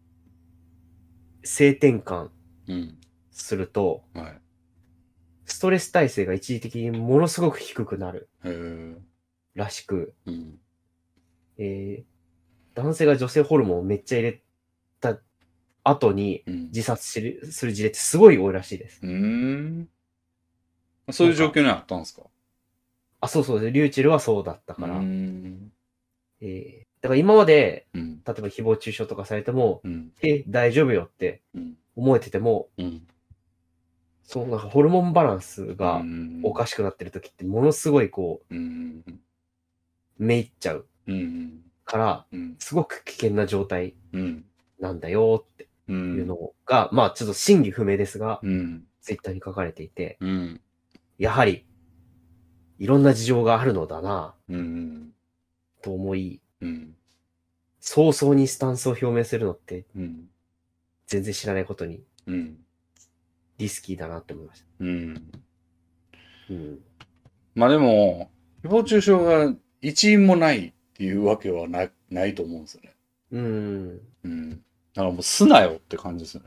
性転換うん。 すると、 はい。 ストレス耐性が一時的にものすごく低くなるへえ。 らしく、 うん。 えー、男性が女性ホルモンをめっちゃ入れた後にうん。 自殺するする事例ってすごい多いらしいです。 うーん。そういう状況にあったんですか？ あ、そうそう、リューチェルはそうだったから。 うーん。 えー、だから今まで、 うん。 例えば誹謗中傷とかされても、 うん。 え、大丈夫よってうん。 思えてても、 うん。 そう、なんかホルモンバランスがうんおかしくなってる時ってものすごいこうん。 う、めいっちゃううん。 から、 うん。 すごく危険な状態うん。 なんだよってう。 いうんのが、まあちょっと真偽不明ですが、 うん。 ツイッターに書かれていて、 うん。 やはり、いろんな事情があるのだな、 うん。 と思い、 うん。 早々にスタンスを表明するのってうん。 全然知らないことにうん。 リスキーだなって思いました。 うん。 うん。 まあでも、誹謗中傷が一因もないっていうわけはな、ないと思うんですよね。 うん。 うん。だからもうすなよって感じですよね。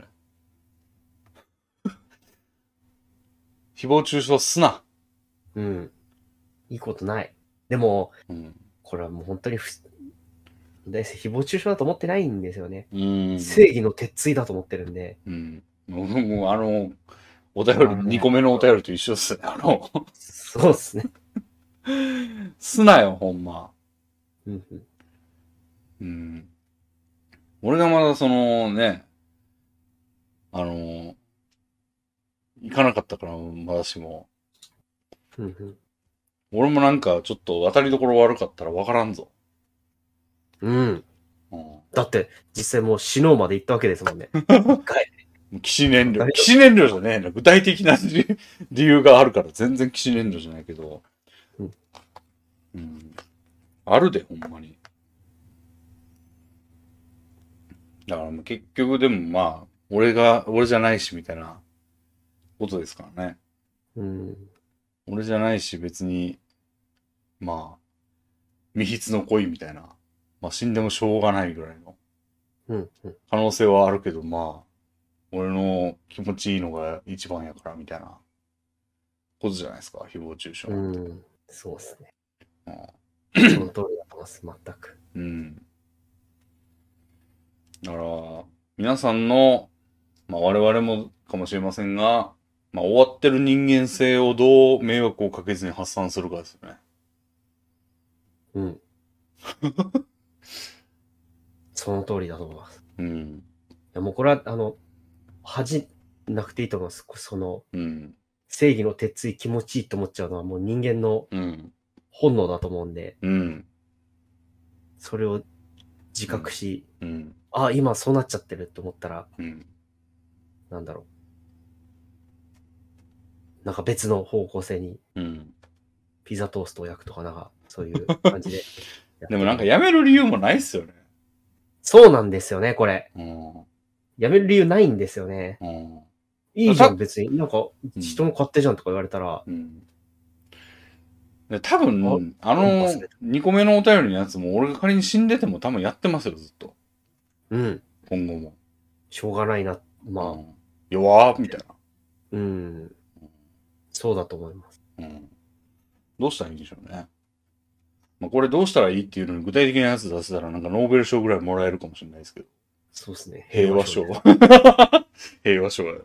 誹謗中傷すな。 うん。いいことない。でも、 うん。 これはもう本当にふ、大体誹謗中傷だと思ってないんですよね。 うん。 正義の鉄槌だと思ってるんで。 うん。もう、もうあの、お便り、にこめのお便りと一緒ですね。あの、 そうですね。 すなよ、ほんま。 うんうん。 うん。俺がまだそのね、あの、行かなかったから、まだしも。 うんうん。 俺もなんかちょっと渡りどころ悪かったらわからんぞ。 うん。 うん。 だって、実際もう死のうまで行ったわけですもんね。一回。 騎士燃料。 渡り騎士燃料じゃねえな。具体的な理理由があるから全然騎士燃料じゃないけど。 うん。 うん。あるで、ほんまに。だからもう結局でもまあ、俺が、俺じゃないしみたいなことですからね。 うん。 俺じゃないし別に、まあ、未必の恋みたいな。まあ死んでもしょうがないぐらいのうん。うん。 可能性はあるけど、まあ、俺の気持ちいいのが一番やからみたいなことじゃないですか、誹謗中傷なんて。 うん。そうですね。 うんその通りだと思います、全く。 うん。だから、皆さんの、まあ我々もかもしれませんが、まあ終わってる人間性をどう迷惑をかけずに発散するかですよね。 うん。その通りだと思います。 うん。 いやもうこれは、あの、恥じなくていいと思います。その、 うん。 正義の鉄槌気持ちいいと思っちゃうのはもう人間のうん。 本能だと思うんで、 うん。 それを自覚し、 うん。 あ、今そうなっちゃってるって思ったら、 うん。 なんだろう。なんか別の方向性にうん。 ピザトーストを焼くとかなんか、そういう感じでやって。 でもなんかやめる理由もないっすよね。 そうなんですよね、これ。 うん。 やめる理由ないんですよね。 うん。 いいじゃん、別に。なんか、人の勝手じゃんとか言われたら、 うん。で多分、ああの忘れた、 にこめのお便りのやつも、俺が仮に死んでても多分やってますよ、ずっと。 うん、 今後も。 しょうがないな。まあ、 うん、弱ーみたいな。 うん、そうだと思います。 うん。どうしたらいいんでしょうね。まあ、これどうしたらいいっていうのに具体的なやつ出せたらなんかノーベル賞ぐらいもらえるかもしれないですけど。 そうですね。 平和賞。 です平和賞やろ。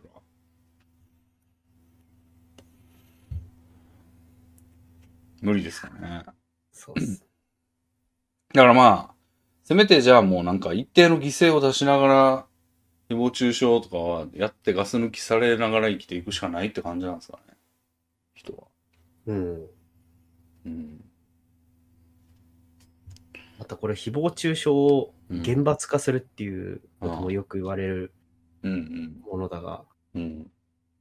無理ですかね。 そうです。 だからまあ、せめてじゃあもうなんか一定の犠牲を出しながら、誹謗中傷とかはやってガス抜きされながら生きていくしかないって感じなんですかね。人は。 うん。 うん。 またこれ、誹謗中傷を厳罰化するっていうこともよく言われるうんうん。 ものだが、 うん。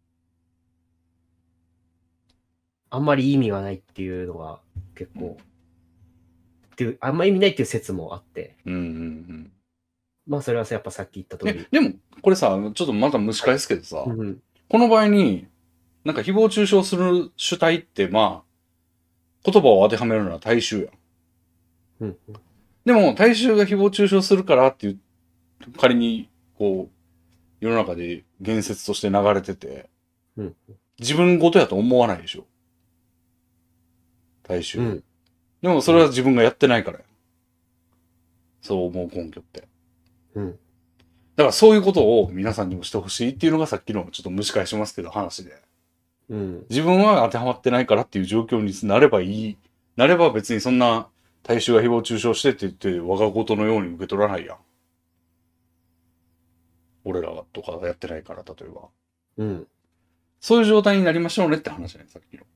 あんまり意味がないっていうのが結構、っていう、あんま意味ないっていう説もあって、 うんうんうん。 まあそれはさやっぱさっき言った通えり。、 でも、これさ、ちょっとまた蒸し返すけどさ、 うんうん、 この場合に、なんか誹謗中傷する主体って、まあ、言葉を当てはめるのは大衆やん。 うんうん、 でも、大衆が誹謗中傷するからっていう、仮に、こう、世の中で言説として流れてて、 うん、 自分ごとやと思わないでしょ。大衆。 うん、 でも、それは自分がやってないからや。そう思う根拠って。 うん。 だからそういうことを皆さんにもしてほしいっていうのがさっきのちょっと蒸し返しますけど話で。 うん。 自分は当てはまってないからっていう状況になればいい。なれば別にそんな大衆が誹謗中傷してって言って我が事のように受け取らないやん。俺らとかやってないから、例えば。 うん。 そういう状態になりましょうねって話ね、さっきの。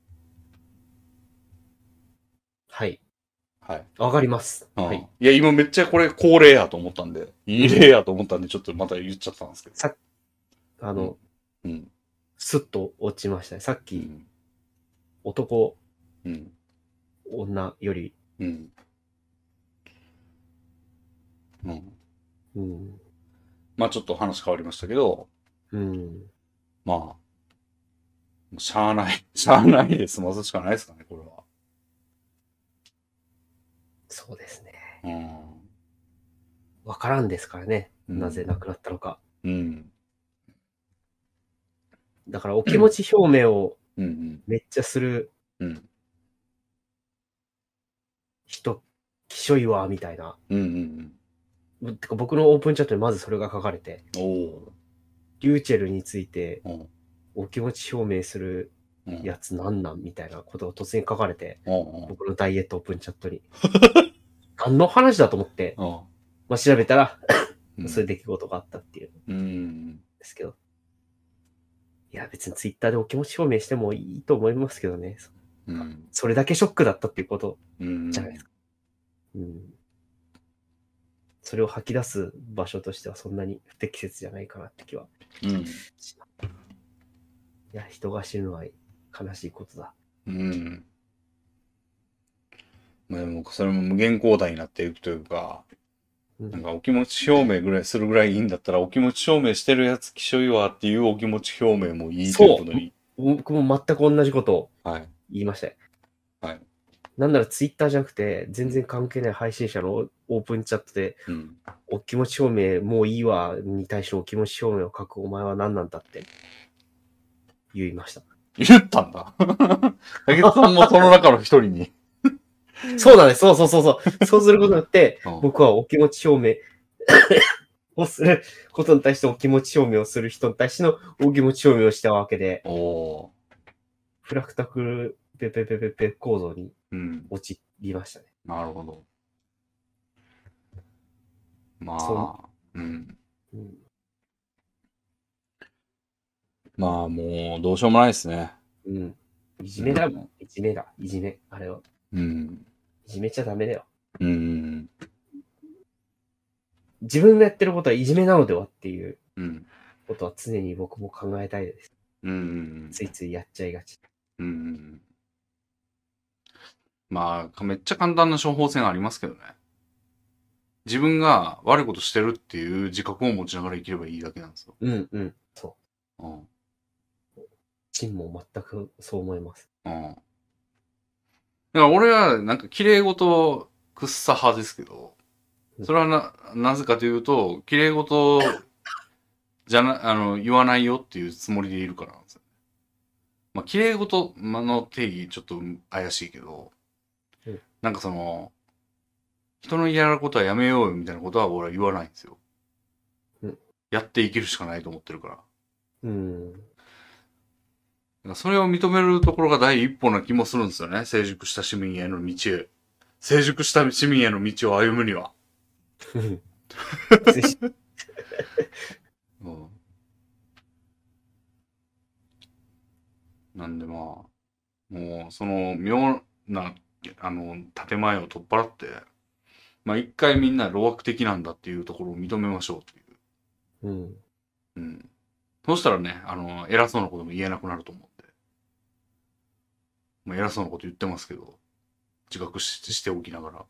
はい。 はい。 わかります。 は。 はいい。 いや、今めっちゃこれ恒例やと思ったんで、いい例やと思ったんで、ちょっとまた言っちゃったんですけど。 さあの、 うん。 スッと落ちましたね。さっき、 うん。 男、 うん。 女より、 うん。うん。 うん。 まあちょっと話変わりましたけど、 うん。 まあ、しゃあない、しゃあないで済ますしかないですかね、これは。 そうですね。 うん。 わからんですからね。 うんなぜ亡くなったのか。 うん。 だからお気持ち表明をうんうん。 めっちゃするうん。 人、きしょいわ、みたいな。 うんうんてか僕のオープンチャットにまずそれが書かれて、 うん。おお。 リューチェルについてうん。 お気持ち表明するうん。 やつなんなんみたいなことを突然書かれて、 うんうん。 僕のダイエットオープンチャットに。 何の話だと思って、 ああまあ、調べたら、 うんそういう出来事があったっていうんうん。 ですけど。いや、別にツイッターでお気持ち表明してもいいと思いますけどね。 うん。 それだけショックだったっていうことうん。 じゃないですか。うん。それを吐き出す場所としてはそんなに不適切じゃないかなって気はうん。 します。いや、人が死ぬのは悲しいことだ。 うん。まあでも、それも無限交代になっていくというか、 うん、 なんかお気持ち表明ぐらいするぐらいいいんだったら、お気持ち表明してるやつきしょいわっていうお気持ち表明もいいということに。 僕も全く同じことをはい。 言いましたよ。 はい。 なんならツイッターじゃなくて、全然関係ない配信者のオープンチャットで、 うん。 お気持ち表明もういいわに対してお気持ち表明を書くお前は何なんだって言いました。 言ったんだ。竹内さんもその中の一人に。 そうだね、そうそうそうそう。そうすることによって、 うん僕はお気持ち表明をすることに対してお気持ち表明をする人に対してのお気持ち表明をしたわけで、 おー。 フラクタクルペペペペペ構造にうん。 陥りましたね。 なるほど。まそあ、うん。 うん、 まあもう、どうしようもないですね。 うん。いじめだもん。いじめだ。いじめ。あれは。 うん。 いじめちゃダメだよ。 うん。 自分がやってることはいじめなのではっていううん。 ことは常に僕も考えたいです。 うん。 ついついやっちゃいがち。 うん。まあ、めっちゃ簡単な処方箋ありますけどね。自分が悪いことしてるっていう自覚を持ちながら生きればいいだけなんですよ。 うんうん。そう。 うん。 チンも全くそう思います。 うん。だから俺はなんか綺麗事くっさ派ですけど、それはな、なぜかというと、綺麗事じゃな、あの、言わないよっていうつもりでいるからなんですよ。まあ、綺麗事の定義ちょっと怪しいけど、 うんなんかその、人の嫌なことはやめようよみたいなことは俺は言わないんですよ。 うんやって生きるしかないと思ってるから。 うん。 だからそれを認めるところが第一歩な気もするんですよね。成熟した市民への道へ。成熟した市民への道を歩むには。うん、なんでまあ、もうその妙な、あの、建前を取っ払って、まあ一回みんな路悪的なんだっていうところを認めましょうという。 うん。 うん。そうしたらね、あの、偉そうなことも言えなくなると思うんで。まあ偉そうなこと言ってますけど、自覚ししておきながら。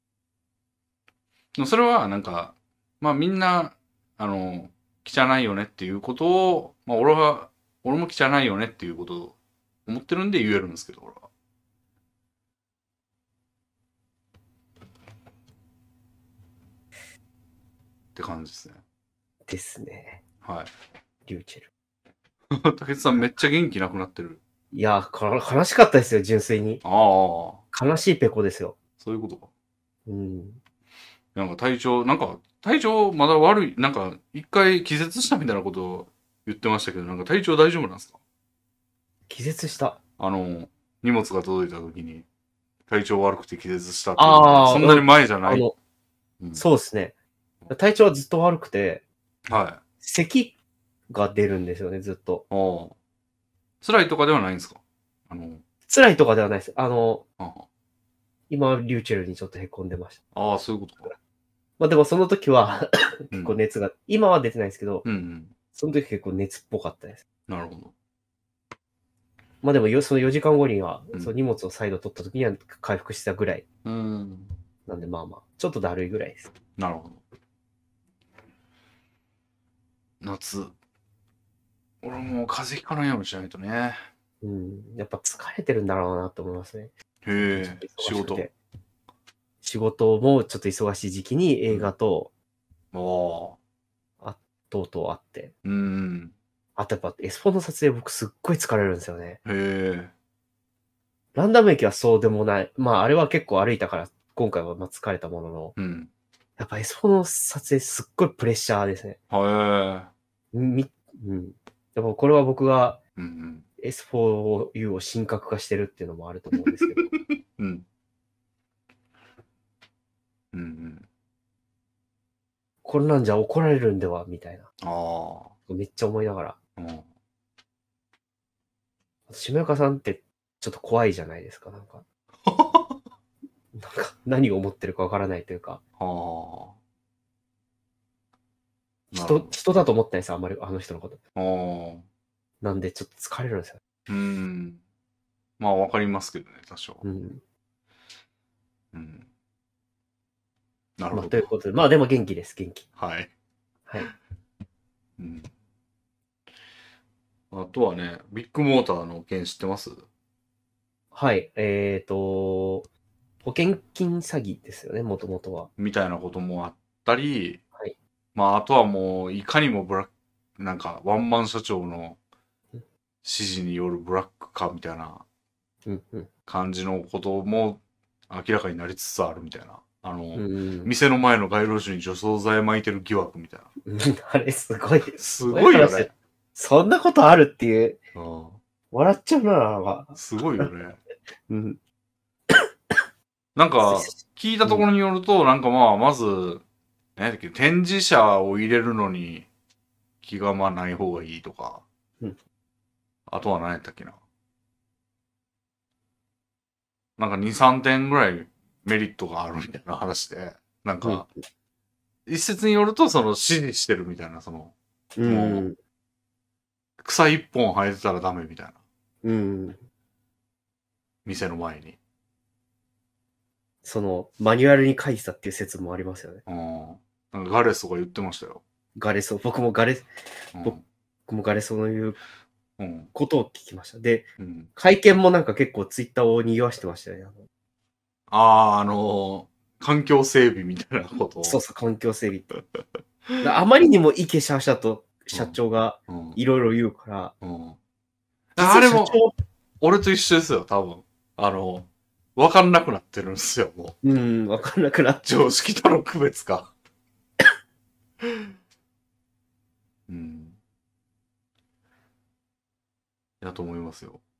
でもそれはなんか、まあみんな、あの、汚いよねっていうことを、まあ俺は、俺も汚いよねっていうことを思ってるんで言えるんですけど、俺は。って感じですね。 ですね。 はい。 リューチェル。 竹内さんめっちゃ元気なくなってる。 いや、か悲しかったですよ、純粋に。 ああ、 悲しいペコですよ。 そういうことか。 うん。 なんか体調、なんか体調まだ悪い、なんか一回気絶したみたいなことを言ってましたけど、なんか体調大丈夫なんですか？ 気絶した。 あの、荷物が届いた時に体調悪くて気絶したっていうのあはあ、 そんなに前じゃない。 あの、 うんそうですね。体調はずっと悪くて、 はい。 咳が出るんですよね、ずっと。 ああ。辛いとかではないんですか？あの、 辛いとかではないです。あの、 あ今、リューチェルにちょっと凹んでました。 あ、ああそういうことか。 まあでもその時はうん結構熱が、今は出てないですけど、 うんうん。 その時結構熱っぽかったです。 なるほど。 まあでもよ、そのよじかんごには、 うんその荷物を再度取った時には回復したぐらい。 うん。 なんでまあまあ、ちょっとだるいぐらいです。 なるほど。夏。俺も風邪ひかないようにしないとね。 うん。やっぱ疲れてるんだろうなと思いますね。 へえちょっと、忙仕事。 しくて仕事もちょっと忙しい時期に映画と、 ああ。 とうとうあって。 うん。 あとやっぱエスポの撮影僕すっごい疲れるんですよね。 へえ。 ランダム駅はそうでもない。まああれは結構歩いたから今回はまあ疲れたものの、 うん。 やっぱエスポの撮影すっごいプレッシャーですね。 へえ。 み、うん。でもこれは僕がうんうん。 エスフォーユー を神格化してるっていうのもあると思うんですけど。 うん。 うんうん。 こんなんじゃ怒られるんではみたいな。 あめっちゃ思いながら。 あ。うん。 下岡さんってちょっと怖いじゃないですか、なんか。なんか何を思ってるかわからないというか。 ああ。なる人、 ほ人だと思ってないですよ、あんまりあの人のこと。 ど。ああ。 なんでちょっと疲れるんですよ。 うーん。まあ、わかりますけどね、多少。 うん。 うん。なるまあ、 ほど。 ということで、まあでも元気です、元気。 はい。 はい。 うん。あとはね、ビッグモーターの件知ってます？ はい。えっ、ー、と、保険金詐欺ですよね、もともとは。 みたいなこともあったり、 はい。 まあ、あとはもう、いかにもブラック、なんか、ワンマン社長の指示によるブラック化みたいなうんうん。 感じのことも明らかになりつつあるみたいな。あの、 うん。 店の前の街路樹に除草剤撒いてる疑惑みたいな。 うんあれ、すごい。 すごいよね。 そんなことあるっていう。 うん笑っちゃうな、なんか。 すごいよね。 うん。 なんか、聞いたところによると、なんかまあ、まず、何だっけ、展示車を入れるのに気がまあない方がいいとか。 うんあとは何やったっけな。なんかに、さんてんぐらいメリットがあるみたいな話で、なんか、一説によると、その指示してるみたいな、その、 うん。 もう草一本生えてたらダメみたいな。 うん。 店の前に。 その、マニュアルに書いてたっていう説もありますよね。 うん。なんかガレスとか言ってましたよ。 ガレソ、僕もガレ、 うん。 僕もガレソの言ううん。 ことを聞きました。で、 うん、 会見もなんか結構ツイッターを賑わしてましたよね。 ああ、あのー、環境整備みたいなことを。 そうそう、環境整備って。あまりにもイケシャーシャと社長がうん。 いろいろ言うから。 うん。 実はあれも社長、 俺と一緒ですよ、多分。あの、わかんなくなってるんですよ、もうん、わかんなくなっう。常識との区別か。うん。やと思いますよ。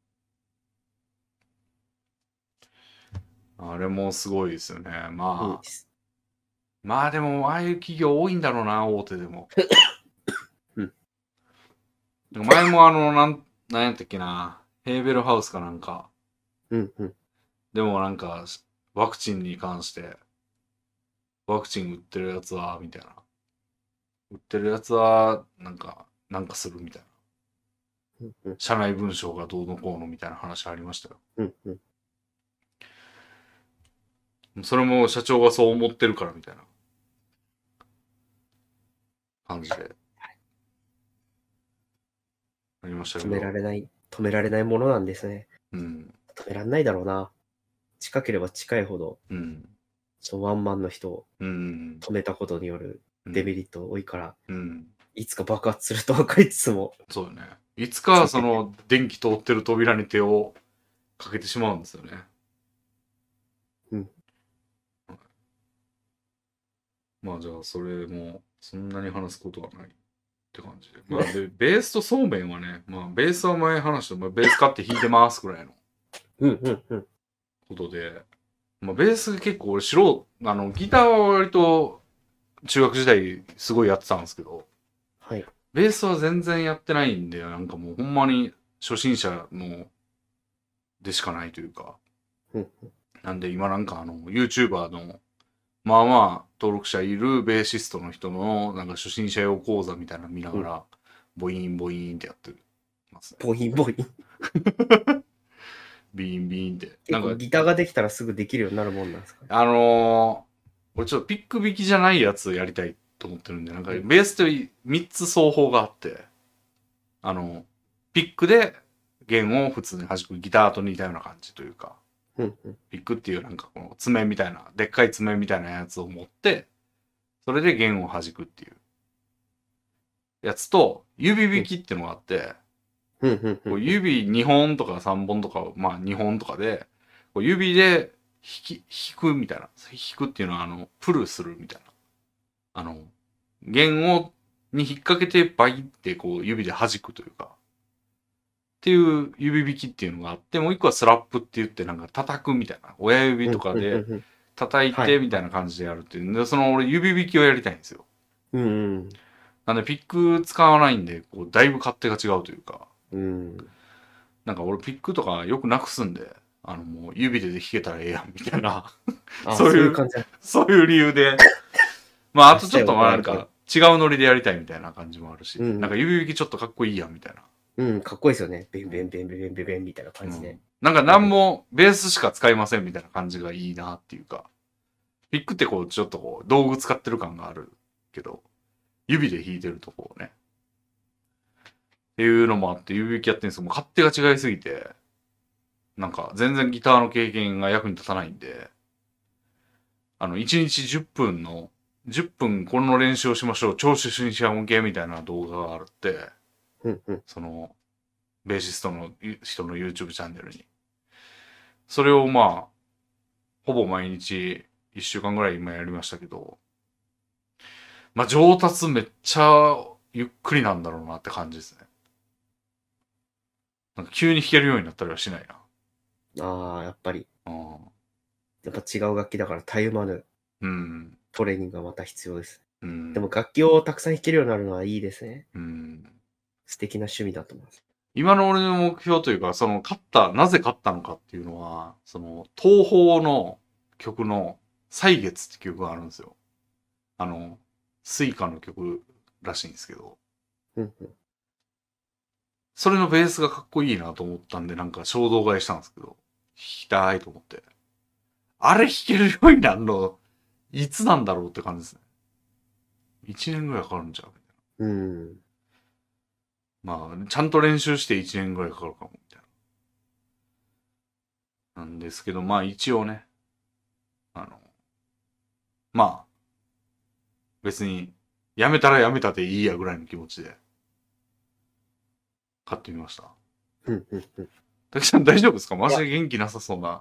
あれもすごいですよね。まあ、まあでも、ああいう企業多いんだろうな、大手でも。 うん。 前もあの、なん、なんやったっけな、ヘーベルハウスかなんか。 うん、うん。 でもなんか、ワクチンに関して、ワクチン売ってるやつは、みたいな。売ってるやつは、なんか、なんかするみたいな。 うん、うん。 社内文章がどうのこうのみたいな話ありましたよ。 うん、うん。 それも社長がそう思ってるからみたいな感じで。ありましたけ止ど。 められない、止められないものなんですね。 うん。 止められないだろうな。近ければ近いほど、 うん。 そのワンマンの人をうん。 止めたことによるデメリット多いから、 うん。 いつか爆発すると分かりつつも。 そうよね。いつかその電気通ってる扉に手をかけてしまうんですよね。 うん。 まあじゃあそれもそんなに話すことはないって感じで。まあで、ベースとそうめんはね、まあベースは前話した、まあ、ベース買って弾いてますぐらいのうんうんうん。 ことで、まあベース結構俺素人、あのギターは割と中学時代すごいやってたんですけど、 はい。 ベースは全然やってないんで、なんかもうほんまに初心者のでしかないというか。 うんうんなんで今なんかあの YouTuber のまあまあ登録者いるベーシストの人のなんか初心者用講座みたいなの見ながら、ボイーンボイーンってやってますね。 ボインボイン。 ビーンビーンって。なんか結構ギターができたらすぐできるようになるもんなんですかね。 あのー、俺ちょっとピック弾きじゃないやつやりたいと思ってるんで、なんかベースってみっつ奏法があって、あの、ピックで弦を普通に弾くギターと似たような感じというか、 うんうん。 ピックっていうなんかこの爪みたいな、でっかい爪みたいなやつを持って、それで弦を弾くっていうやつと、指弾きっていうのがあって、 うんうんう。 こうん指にほんとかさんぼんとか、まあにほんとかで、こう指で弾き、弾くみたいな。弾くっていうのはあの、プルするみたいな。あの、弦を、に引っ掛けてバイってこう指で弾くというか、っていう指弾きっていうのがあって、もう一個はスラップって言ってなんか叩くみたいな。親指とかでうんうんうん叩いてみたいな感じでやるっていう。で、その俺指弾きをやりたいんですよ。 うんうん。 なんでピック使わないんで、こうだいぶ勝手が違うというか。 うん。 なんか俺ピックとかよくなくすんで、あのもう指で弾けたらええやんみたいな。 あ、 そいうそうういう感じだ。 そういう理由で。まああとちょっとまあなん明日か違うノリでやりたいみたいな感じもあるし。 うんなんか指弾きちょっとかっこいいやんみたいな。 うん、かっこいいですよね。ベンベンベンベンベンベンベンみたいな感じで。 うんなんか何もベースしか使いませんみたいな感じがいいなっていうか。ピックってこうちょっとこう道具使ってる感があるけど、指で弾いてるとこうね。っていうのもあって指弾きやってるんですけど、もう勝手が違いすぎて、なんか全然ギターの経験が役に立たないんで、あのいちにちじゅっぷんの、じゅっぷんこの練習をしましょう、超初心者向けみたいな動画があって、 うんうん。 その、ベーシストの人の YouTube チャンネルに。それをまあ、ほぼ毎日いっしゅうかんぐらい今やりましたけど、まあ上達めっちゃゆっくりなんだろうなって感じですね。なんか急に弾けるようになったりはしないな。 ああ、やっぱり。 うん。 やっぱ違う楽器だからたゆまぬうん。 トレーニングがまた必要です。 うん。 でも楽器をたくさん弾けるようになるのはいいですね。 うん。 素敵な趣味だと思います。 今の俺の目標というか、その勝った、なぜ勝ったのかっていうのは、その東宝の曲の歳月って曲があるんですよ。あの、スイカの曲らしいんですけど、 うんうん。 それのベースがかっこいいなと思ったんで、なんか衝動買いしたんですけど、弾きたいと思って。あれ弾けるようになるの、いつなんだろうって感じですね。一年ぐらいかかるんちゃうみたいな。 うん。 まあ、ちゃんと練習して一年ぐらいかかるかも、みたいな。なんですけど、まあ一応ね、あの、まあ、別に、やめたらやめたでいいやぐらいの気持ちで、買ってみました。 うんうんうん。 たけちゃん大丈夫ですかマジで元気なさそうな。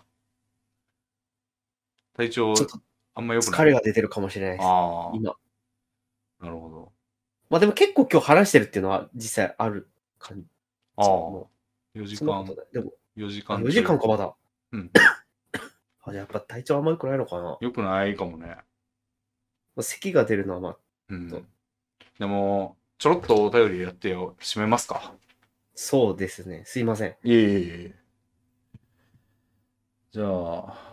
体調ちょっと、 あんま良くない。 疲れが出てるかもしれないです。 ああ。 今。 なるほど。 まあでも結構今日話してるっていうのは実際ある感じ。 ああ。 も 4時うそんなこ間と、ないでも、 4時あ、 間。 よじかんかまだ。 うん。 あ、じゃあやっぱ体調あんま良くないのかな。ま良くないかもね。 あ、咳が出るのはまあ、 うんそう。 でも、ちょろっとお便りやってよ。締めますか。 そうですね。すいません。 いえいえいえ。じゃあ、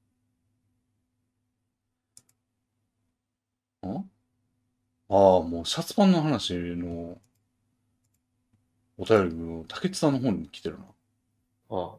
んああ、もうシャツパンの話のお便りも竹内さんの方に来てるな。 ああ、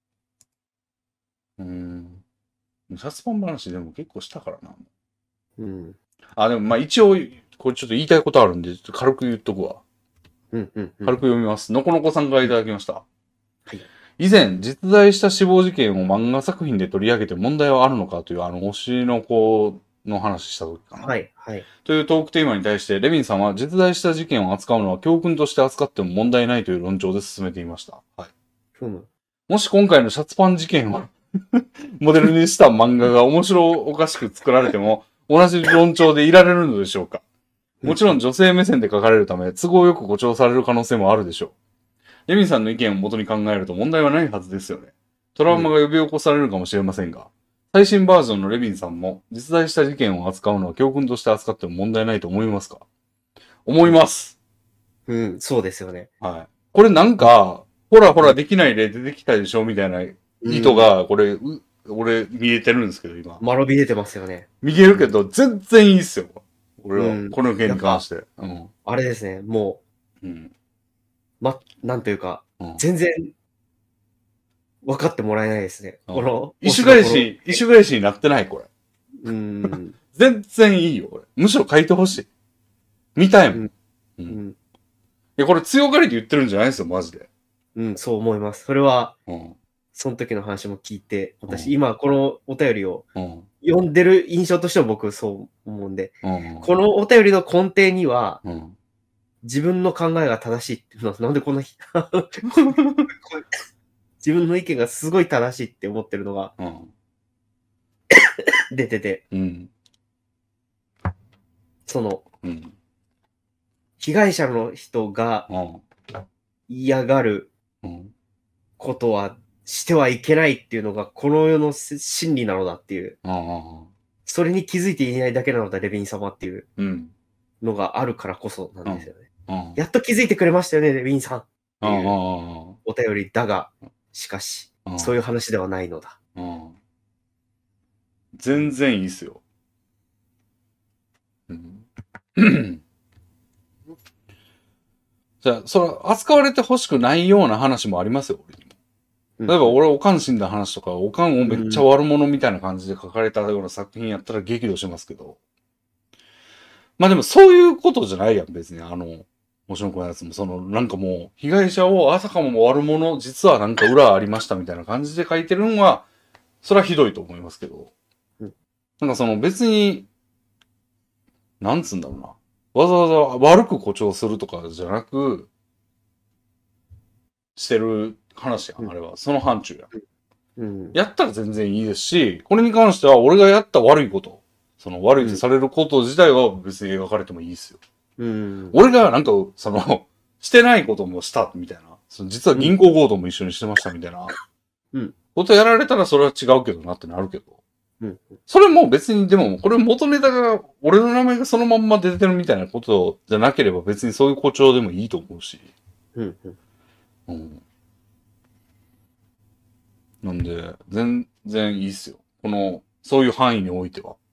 うーん。シャツパン話でも結構したからな。 うん。 あ、でもまあ一応、これちょっと言いたいことあるんで、ちょっと軽く言っとくわ。 うんうんうん。 軽く読みます。のこのこさんからいただきました。 はい。 以前、実在した死亡事件を漫画作品で取り上げて問題はあるのかという、あの、推しの子の話した時かな。 はい、はい。 というトークテーマに対して、レビンさんは実在した事件を扱うのは教訓として扱っても問題ないという論調で進めていました。はい。 ふむ。 もし今回のシャツパン事件をモデルにした漫画が面白おかしく作られても、同じ論調でいられるのでしょうか。もちろん女性目線で書かれるため、都合よく誤調される可能性もあるでしょう。レミンさんの意見を元に考えると問題はないはずですよね。トラウマが呼び起こされるかもしれませんが、最新バージョンのレビンさんも実在した事件を扱うのは教訓として扱っても問題ないと思いますか？思います。 うん、そうですよね。 はい。これなんか、ほらほらできない例出てきたでしょみたいな意図が、これ、う俺見えてるんですけど、今。 間延び出てますよね。 見えるけど、全然いいっすよ。俺は、 うんこの件に関して。うん。 あれですね、もうん。 う、ま、なんというか、 うん全然、分かってもらえないですね。 うんこの、 一種返し、一種返しになってない、これ。 うん。 全然いいよ、これ。むしろ書いてほしい。見たいもん。う。 うんん。 いや、これ強がりで言ってるんじゃないですよ、マジで。 うん、そう思います。それは、 うん。 その時の話も聞いて、私、 うん今、このお便りをうん。 読んでる印象としては僕、そう思うんで、 うん。 このお便りの根底には、 うん。 自分の考えが正しいっていうのは、なんでこんな、自分の意見がすごい正しいって思ってるのがうん。 出てて、 うん。 その、 うん。 被害者の人がうん。 嫌がるうん。 ことはしてはいけないっていうのがこの世の真理なのだっていう、 ああ。 それに気づいていないだけなのだ、レビン様っていううん。 のがあるからこそなんですよね。 うん。 やっと気づいてくれましたよね、レビンさんってああ。 いうお便りだが、しかし、 ああ。 そういう話ではないのだ。 うん。全然いいっすよ。うん。じゃあ、それ、扱われてほしくないような話もありますよ、俺にも。例えば、俺、おかん死んだ話とか、おかんをめっちゃ悪者みたいな感じで書かれたような作品やったら激怒しますけど。まあでも、そういうことじゃないやん、別に。あの、もちろんこのやつも、その、なんかもう、被害者をあたかも悪者、実はなんか裏ありましたみたいな感じで書いてるのは、それはひどいと思いますけど。 うんなんかその別に、なんつうんだろうな。わざわざ悪く誇張するとかじゃなく、してる話やん、あれは。その範疇やん。 うん。 やったら全然いいですし、これに関しては俺がやった悪いこと、その悪いとされること自体は別に描かれてもいいですよ。 うん。 俺がなんか、その、してないこともしたみたいな。その実は銀行強盗も一緒にしてましたみたいな。 うんことやられたらそれは違うけどなってなるけど。 うん。 それも別にでも、これ元ネタが、俺の名前がそのまんま出てるみたいなことじゃなければ別にそういう誇張でもいいと思うし。 うん。うん。 うん。なんで、全然いいっすよ。この、そういう範囲においては。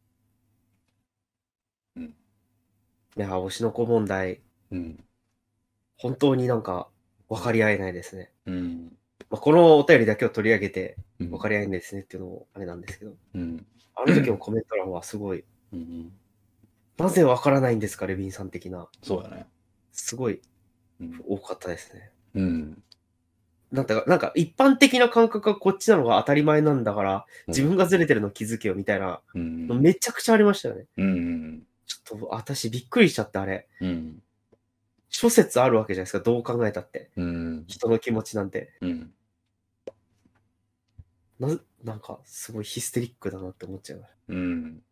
いや、推しの子問題、 うん。 本当になんか分かり合えないですね。 うん。 まあ、このお便りだけを取り上げてうん分かり合えないですねっていうのもあれなんですけど、 うん。 あの時のコメント欄はすごい、 うん。 なぜ分からないんですか、レビンさん的な、 そうやね。 すごいうん。 多かったですね。 うん。 なんか、なんか一般的な感覚がこっちなのが当たり前なんだから、自分がずれてるの気づけよみたいなうん。 のめちゃくちゃありましたよね。 うん。 ちょっと私びっくりしちゃってあれ。 うん。 諸説あるわけじゃないですか、どう考えたって。 うん。 人の気持ちなんて。 うん。 な、なんかすごいヒステリックだなって思っちゃう。 うん。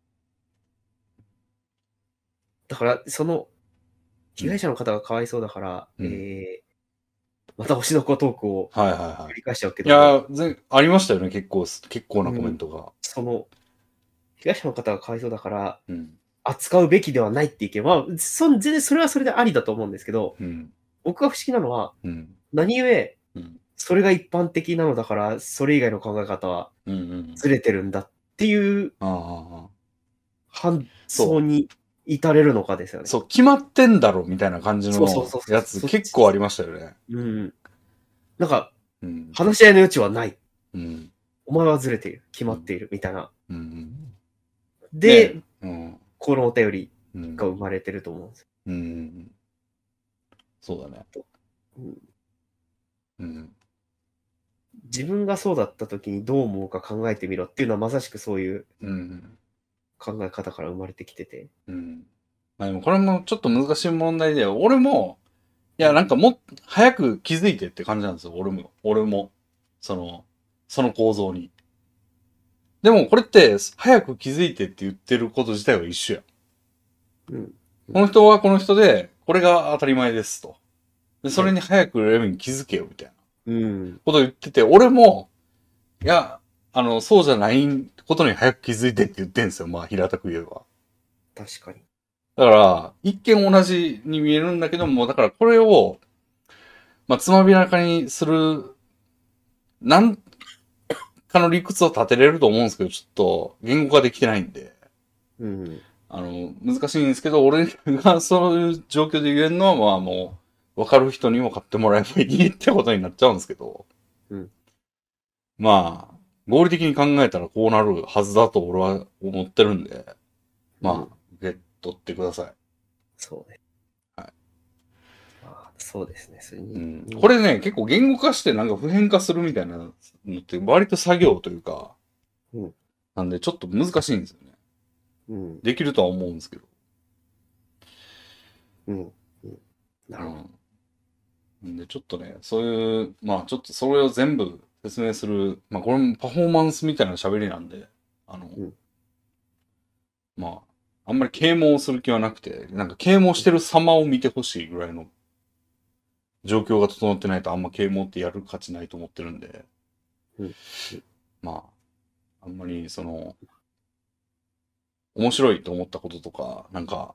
だから、その、被害者の方がかわいそうだから、 うんえー、また推しの子トークをはいはいはい。 繰り返しちゃうけいども、 や、全ありましたよね、結構、結構なコメントが。 その、被害者の方がかわいそうだから、 うん。 扱うべきではないって意見は、そん全然それはそれでありだと思うんですけど、 うん。 僕が不思議なのは、 うん。 何故、 うん。 それが一般的なのだから、それ以外の考え方はうん。うん。 ずれてるんだっていうああああ。 反想に至れるのかですよね。 そう、決まってんだろ、みたいな感じのそうそうそうそうやつ結構ありましたよね。 うん。なんか、 うん。 話し合いの余地はない。 うん。 お前はずれている。決まっている。みたいな。 うん。 で、 ねうん。 このお便りうん。 が生まれてると思うんですよ。 うん。そうだね。 うんうん。 自分がそうだった時にどう思うか考えてみろっていうのはまさしくそういううん。 考え方から生まれてきてて。 うん。まあでもこれもちょっと難しい問題で、俺も、いやなんかもっ早く気づいてって感じなんですよ、俺も。俺も。その、その構造に。でもこれって、早く気づいてって言ってること自体は一緒や。 うん。 この人はこの人で、これが当たり前ですと。で、それに早くレベルに気づけよ、みたいなうん。 ことを言ってて、俺も、いや、あの、そうじゃないことに早く気づいてって言ってんですよ、まあ、平たく言えば。 確かに。 だから、一見同じに見えるんだけども、だからこれを、まあ、つまびらかにする、なんかの理屈を立てれると思うんですけど、ちょっと言語化できてないんで、 うん。 あの、難しいんですけど、俺がそういう状況で言えるのは、まあもう、わかる人にも買ってもらえばいいってことになっちゃうんですけど、 うん。 まあ、合理的に考えたらこうなるはずだと俺は思ってるんで、まあ、 うん受け取ってください。 そうね。 はい。 まあ、そうですね。それに、 うん、これね、結構言語化してなんか普遍化するみたいなのって割と作業というか、 うん。 なんでちょっと難しいんですよね。 うん。 できるとは思うんですけど。 うん。うん。なるほど。 うん。で、ちょっとね、そういう、まあちょっとそれを全部説明する、まあこれもパフォーマンスみたいな喋りなんで、あの、 うんまあ、あんまり啓蒙する気はなくて、なんか啓蒙してる様を見てほしいぐらいの状況が整ってないとあんま啓蒙ってやる価値ないと思ってるんで、 うんまあ、あんまりその、面白いと思ったこととか、なんか、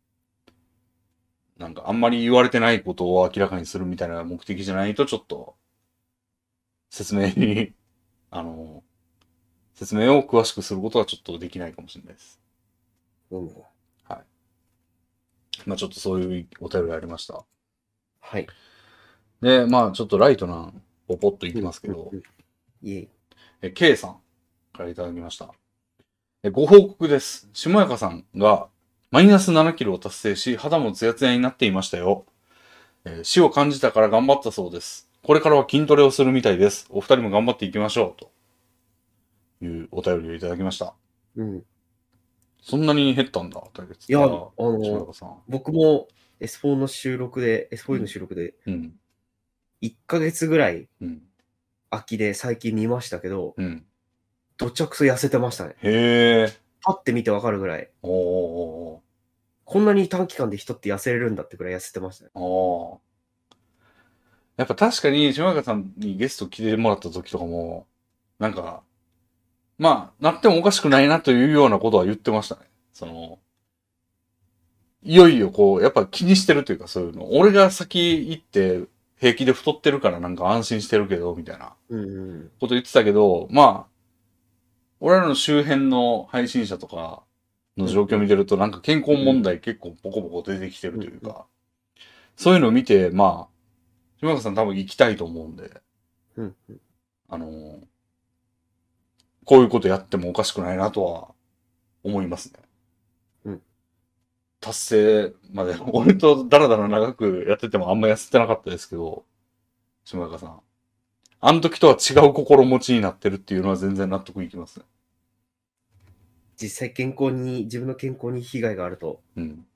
なんかあんまり言われてないことを明らかにするみたいな目的じゃないとちょっと、説明に、あの、説明を詳しくすることはちょっとできないかもしれないです。 うん。 はい。まあちょっとそういうお便りありました。 はい。 で、まあちょっとライトな、ポポッといきますけど、 うんうんうんいえ。 え、K さんからいただきました。え、ご報告です。下やかさんがマイナスななキロを達成し、肌もツヤツヤになっていましたよ。えー死を感じたから頑張ったそうです。これからは筋トレをするみたいです。お二人も頑張っていきましょう。というお便りをいただきました。 うん。 そんなに減ったんだ、対決。 いや、あ下やの、 かさん。 僕も エスフォー の収録で、エスフォー の収録で、 うん。 いっかげつぐらいうん。 空きで最近見ましたけど、 うん。 どちゃくそ痩せてましたね。 へえ。 パッて見てわかるぐらい。 おーおこんなに短期間で人って痩せれるんだってくらい痩せてましたね。 ーおーおー。やっぱ確かに、下やかさんにゲスト来てもらった時とかも、なんか、まあ、なってもおかしくないなというようなことは言ってましたね。その、いよいよこう、やっぱ気にしてるというかそういうの。俺が先行って平気で太ってるからなんか安心してるけど、みたいなうんうん。 こと言ってたけど、まあ、俺らの周辺の配信者とかの状況を見てるとなんか健康問題結構ボコボコ出てきてるといううんか、そういうのを見て、まあ、島川さん多分行きたいと思うんで、 うんうん。 あのーこういうことやってもおかしくないなとは思いますね。 うん達成まで、俺とダラダラ長くやっててもあんま痩せてなかったですけど、島中さん。あの時とは違う心持ちになってるっていうのは全然納得いきますね。 実際健康に、自分の健康に被害があるとうん。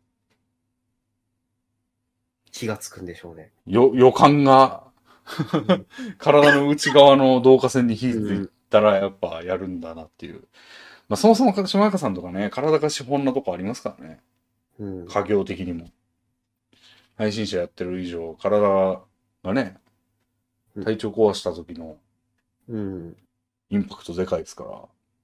気がつくんでしょうね。 よ、予感が、体の内側の導火線に火ついたらやっぱやるんだなっていう。まあそもそも島中さんとかね、体が資本なとこありますからね。 うん。 家業的にも。配信者やってる以上、体がね、 うん体調壊した時のうん。 インパクトでかいですから。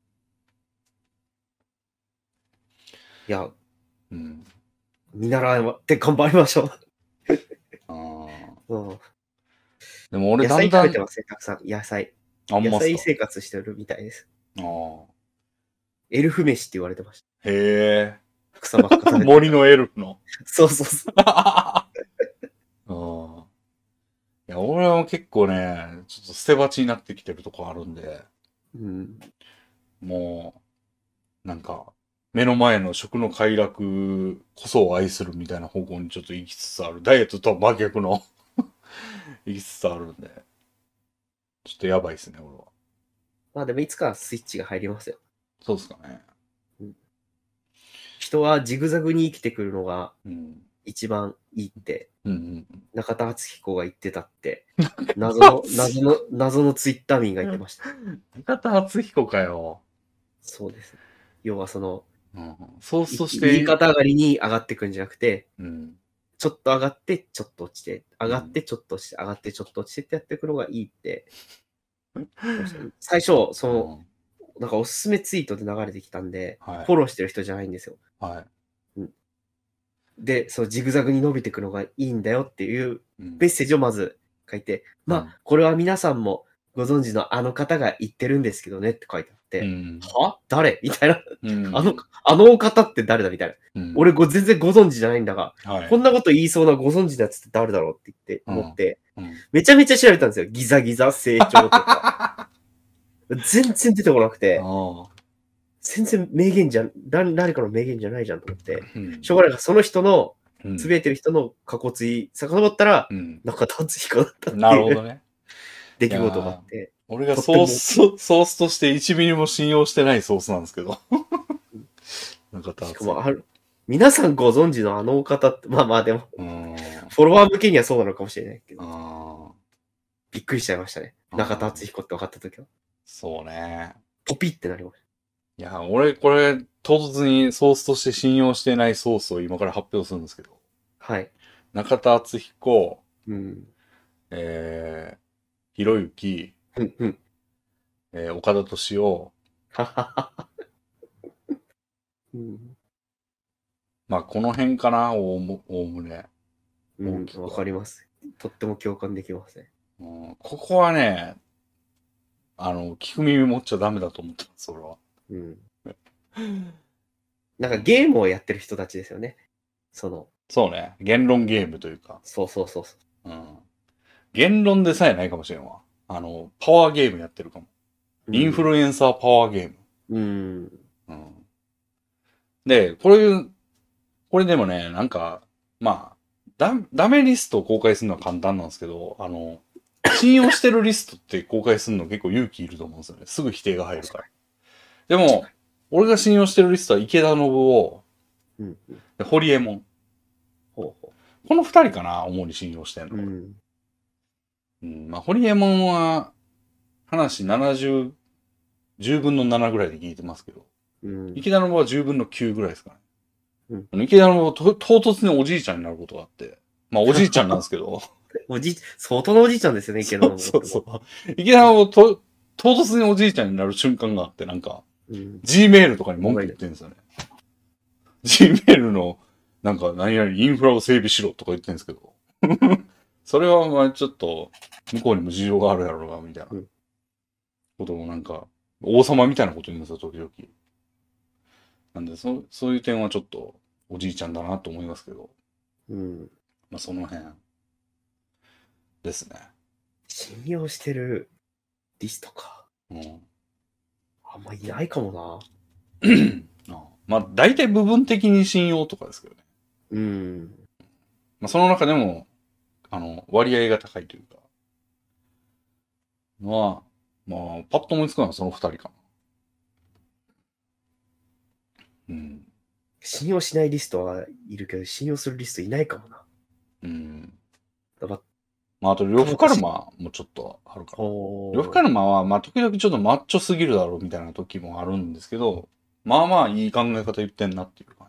いや、 うん。 見習って頑張りましょあーう。うん。 でも俺野菜だんだん、 食べてますね、たくさん。野菜。野菜あんまっすか。 生活してるみたいです。 あーエルフ飯って言われてましへた。草ばっか食べえ。 て森のエルフの。 そうそうそう。 あーいや、俺は結構ね、ちょっと捨て鉢になってきてるとこあるんで、 うん。 もう、なんか、目の前の食の快楽こそを愛するみたいな方向にちょっと行きつつある。ダイエットとは真逆の行きつつあるんで、ちょっとやばいですね、俺は。 まあでもいつかスイッチが入りますよ。 そうですかね。 人はジグザグに生きてくるのがうん。 一番いいって、 うんうん。 中田敦彦が言ってたって、謎の、謎の、謎のツイッター民が言ってました。 中田敦彦かよ。 そうです。要はその、 うん、そうそし右て、 肩上がりに上がってくんじゃなくて、 うん。 ちょっと上がって、ちょっと落ちて、上がって、ちょっと落ちて、上がって、ちょっと落ちてってやっていくのがいいって。最初、その、なんかおすすめツイートで流れてきたんで、 はいフォローしてる人じゃないんですよ。 はい。 で、そのジグザグに伸びていくのがいいんだよっていううんメッセージをまず書いて、まあ、 うんこれは皆さんもご存知のあの方が言ってるんですけどねって書いてあって、 うんは誰みたいな。 うんあの、あの方って誰だみたいな。 うん俺ご全然ご存知じゃないんだが、 はいこんなこと言いそうなご存知のやつって誰だろうって言って、 うん思って、 うんめちゃめちゃ調べたんですよ。ギザギザ成長とか。全然出てこなくて、 あ全然名言じゃん、誰誰かの名言じゃないじゃんと思って、 あうんしょうがないからその人の、 うんつぶやいてる人の過去ツイ、遡ったら、 うん中田敦彦だったっていうなるほどね。 出来事があって、 俺がソース、ソースとしていちミリも信用してないソースなんですけど。中田敦しかもある、皆さんご存知のあのお方って、まあまあでも、 うん。 フォロワー向けにはそうなのかもしれないけど、 ああ、 びっくりしちゃいましたね。 あー中田敦彦って分かったときは。 そうね。 ポピってなりましいや、俺、これ、唐突にソースとして信用してないソースを今から発表するんですけど。 た。はい。 中田敦彦、 うん。 えー、ひろゆき、 うん、うん。 えー岡田敏夫、 ははは。うん。 まあこの辺かな、おおむおおむね。 うん大き、くわかります。とっても共感できますね。 うんここはね、あの、聞く耳持っちゃダメだと思ってます、俺は。 うん。なんかゲームをやってる人たちですよね。その、 そうね。言論ゲームというか。 そうそうそうそうん。言論でさえないかもしれんわ。あの、パワーゲームやってるかも。 う。 インフルエンサーパワーゲーム。 うん。 うん。で、これ、これでもね、なんか、まあ、ダダメリストを公開するのは簡単なんですけど、あの、信用してるリストって公開するの結構勇気いると思うんですよね。すぐ否定が入るから。でも、俺が信用してるリストは池田信夫、 うん。うん。 で堀江門。 ほうほこの二人かな、主に信用してんう。 の。 うん。 うん、まあ、堀江門は、話ななじゅう、じゅうぶんのななぐらいで聞いてますけど、 うん。 池田信夫はじゅうぶんのきゅうぐらいですかね。 うん池田信夫と唐突におじいちゃんになることがあって、まあおじいちゃんなんですけど、 おじ、相当のおじいちゃんですよね、池田の。 そうそうそう。池田信夫と唐突におじいちゃんになる瞬間があって、なんか、 うん。 G メールとかに文句言ってるんですよね。G メールの、なんか、何々インフラを整備しろとか言ってるんですけど、それはまあちょっと、向こうにも事情があるやろうな、みたいなうんことをなんか、王様みたいなこと言うんですよ、時々。なんで、そそういう点はちょっと、おじいちゃんだなと思いますけど、 うん。 まあその辺ですね。 信用してるリストか。 うん。 あんまいないかもな。 あまあ、大体部分的に信用とかですけどね。 うん。 まあ、その中でも、あの、割合が高いというか、のは、まあ、パッと思いつくのはその二人かな。うん。 信用しないリストはいるけど、信用するリストいないかもな。 うん。 だから、 まあ、あと、呂布カルマもちょっとあるから。 ほ呂布カルマは、まあ、時々ちょっとマッチョすぎるだろうみたいな時もあるんですけど、まあまあ、いい考え方言ってんなっていうか。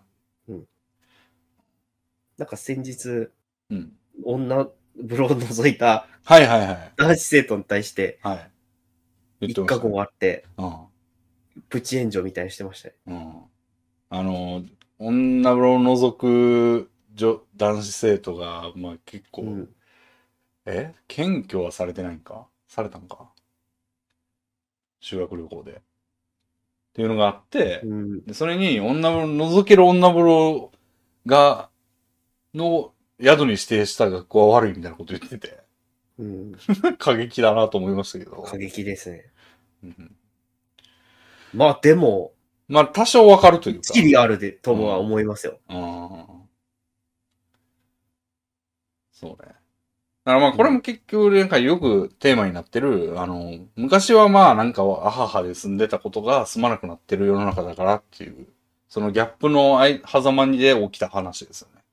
なんか先日、 うん。 女風呂を覗いたはいはいはい。 男子生徒に対して、 はい。言っ一過てましたね。 後あって、 うん。 プチ炎上みたいにしてましたね。 うん。あの、女風呂を除く女男子生徒が、まあ結構、 うん。 え検挙はされてないんかされたんか修学旅行で。っていうのがあって、 うん。 でそれに女風呂、覗ける女風呂が、の宿に指定した学校は悪いみたいなこと言ってて、 うん。 過激だなと思いましたけど。 過激ですね。 うんまあでも、 まあ多少わかるというか。 一理あるで、ともは思いますよ。 うんそうね。だからまあこれも結局なんかよくテーマになってる、あの、昔はまあなんかアハハで住んでたことが住まなくなってる世の中だからっていう、そのギャップのあい狭間で起きた話ですよね。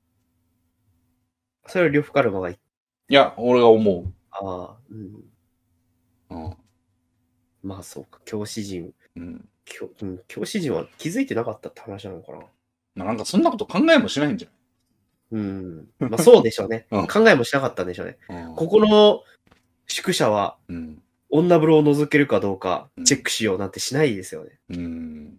それを呂布カルマが言っいや、俺が思う。 ああ、うん。 うん。 まあそうか、教師陣、 うん。 教,、うん、教師陣は気づいてなかったって話なのかな。 まあなんかそんなこと考えもしないんじゃうん。まあそうでしょうね。 うん考えもしなかったんでしょうね。 ないうん。 ここの宿舎はうん。 女風呂を覗けるかどうかうんチェックしようなんてしないですよね。 うん。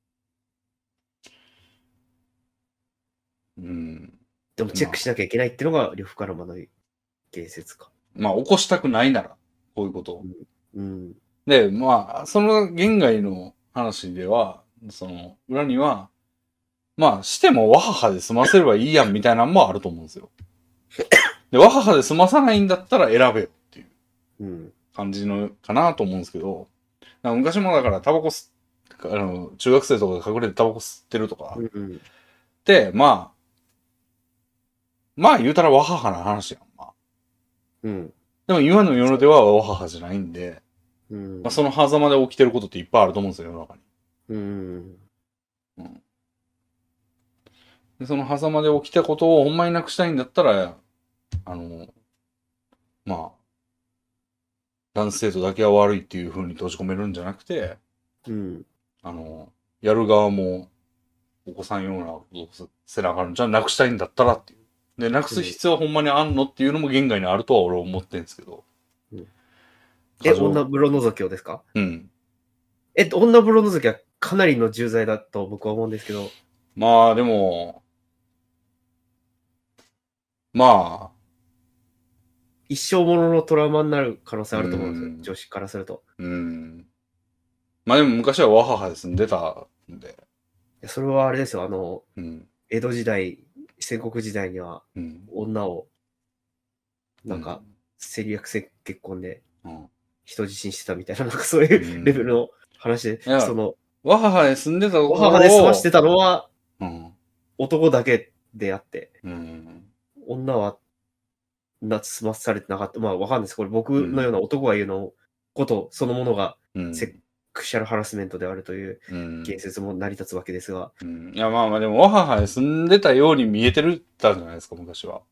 うん。 でもチェックしなきゃいけないっていうのが呂布カルマの言説か。 まあ起こしたくないなら、こういうことを。 うん。 で、まあ、その現外の話では、その裏には、まあ、してもわははで済ませればいいやんみたいなのもあると思うんですよ。で、わははで済まさないんだったら選べよっていううん。 感じのかなと思うんですけど、なんか昔もだからタバコ吸っあの、中学生とかで隠れてタバコ吸ってるとか、 うん。 で、まあ、まあ言うたらわははな話やん。まあ、 うん。 でも今の世のではわははじゃないんで、 うん。 まあ、その狭間で起きてることっていっぱいあると思うんですよ、世の中に。 うん。 でその狭間で起きたことをほんまになくしたいんだったら、あの、まあ、男子生徒だけは悪いっていう風に閉じ込めるんじゃなくて、 うん。 あの、やる側も起こさんようなことをせなあかんじゃあなくしたいんだったらっていう。で、なくす必要はほんまにあんのっていうのも現外にあるとは俺は思ってんですけど。 うんえ、 過剰女風呂覗きをですか？ うん。 え、女風呂覗きはかなりの重罪だと僕は思うんですけど。 まあでも、まあ、 一生もののトラウマになる可能性あると思うんですよ。 うん女子からすると。 うん。まあでも昔はワハハで住んでたんで。 いやそれはあれですよ。あの、 うん。 江戸時代、戦国時代にはうん。 女を、なんか、戦略性結婚でうん。 人質にしてたみたいな、なんかそういうレベルの話で、 いやその、 ワハハで住んでたところを母で済ましてたのはうん。 男だけであって、 うん。 女は、な、済まされてなかった。まあわかんないです。これ僕のような男が言うのことそのものがうん。 セクシャルハラスメントであるといううん。 言説も成り立つわけですが、 うん。いやまあまあでもワハハで住んでたように見えてるったんじゃないですか、昔は。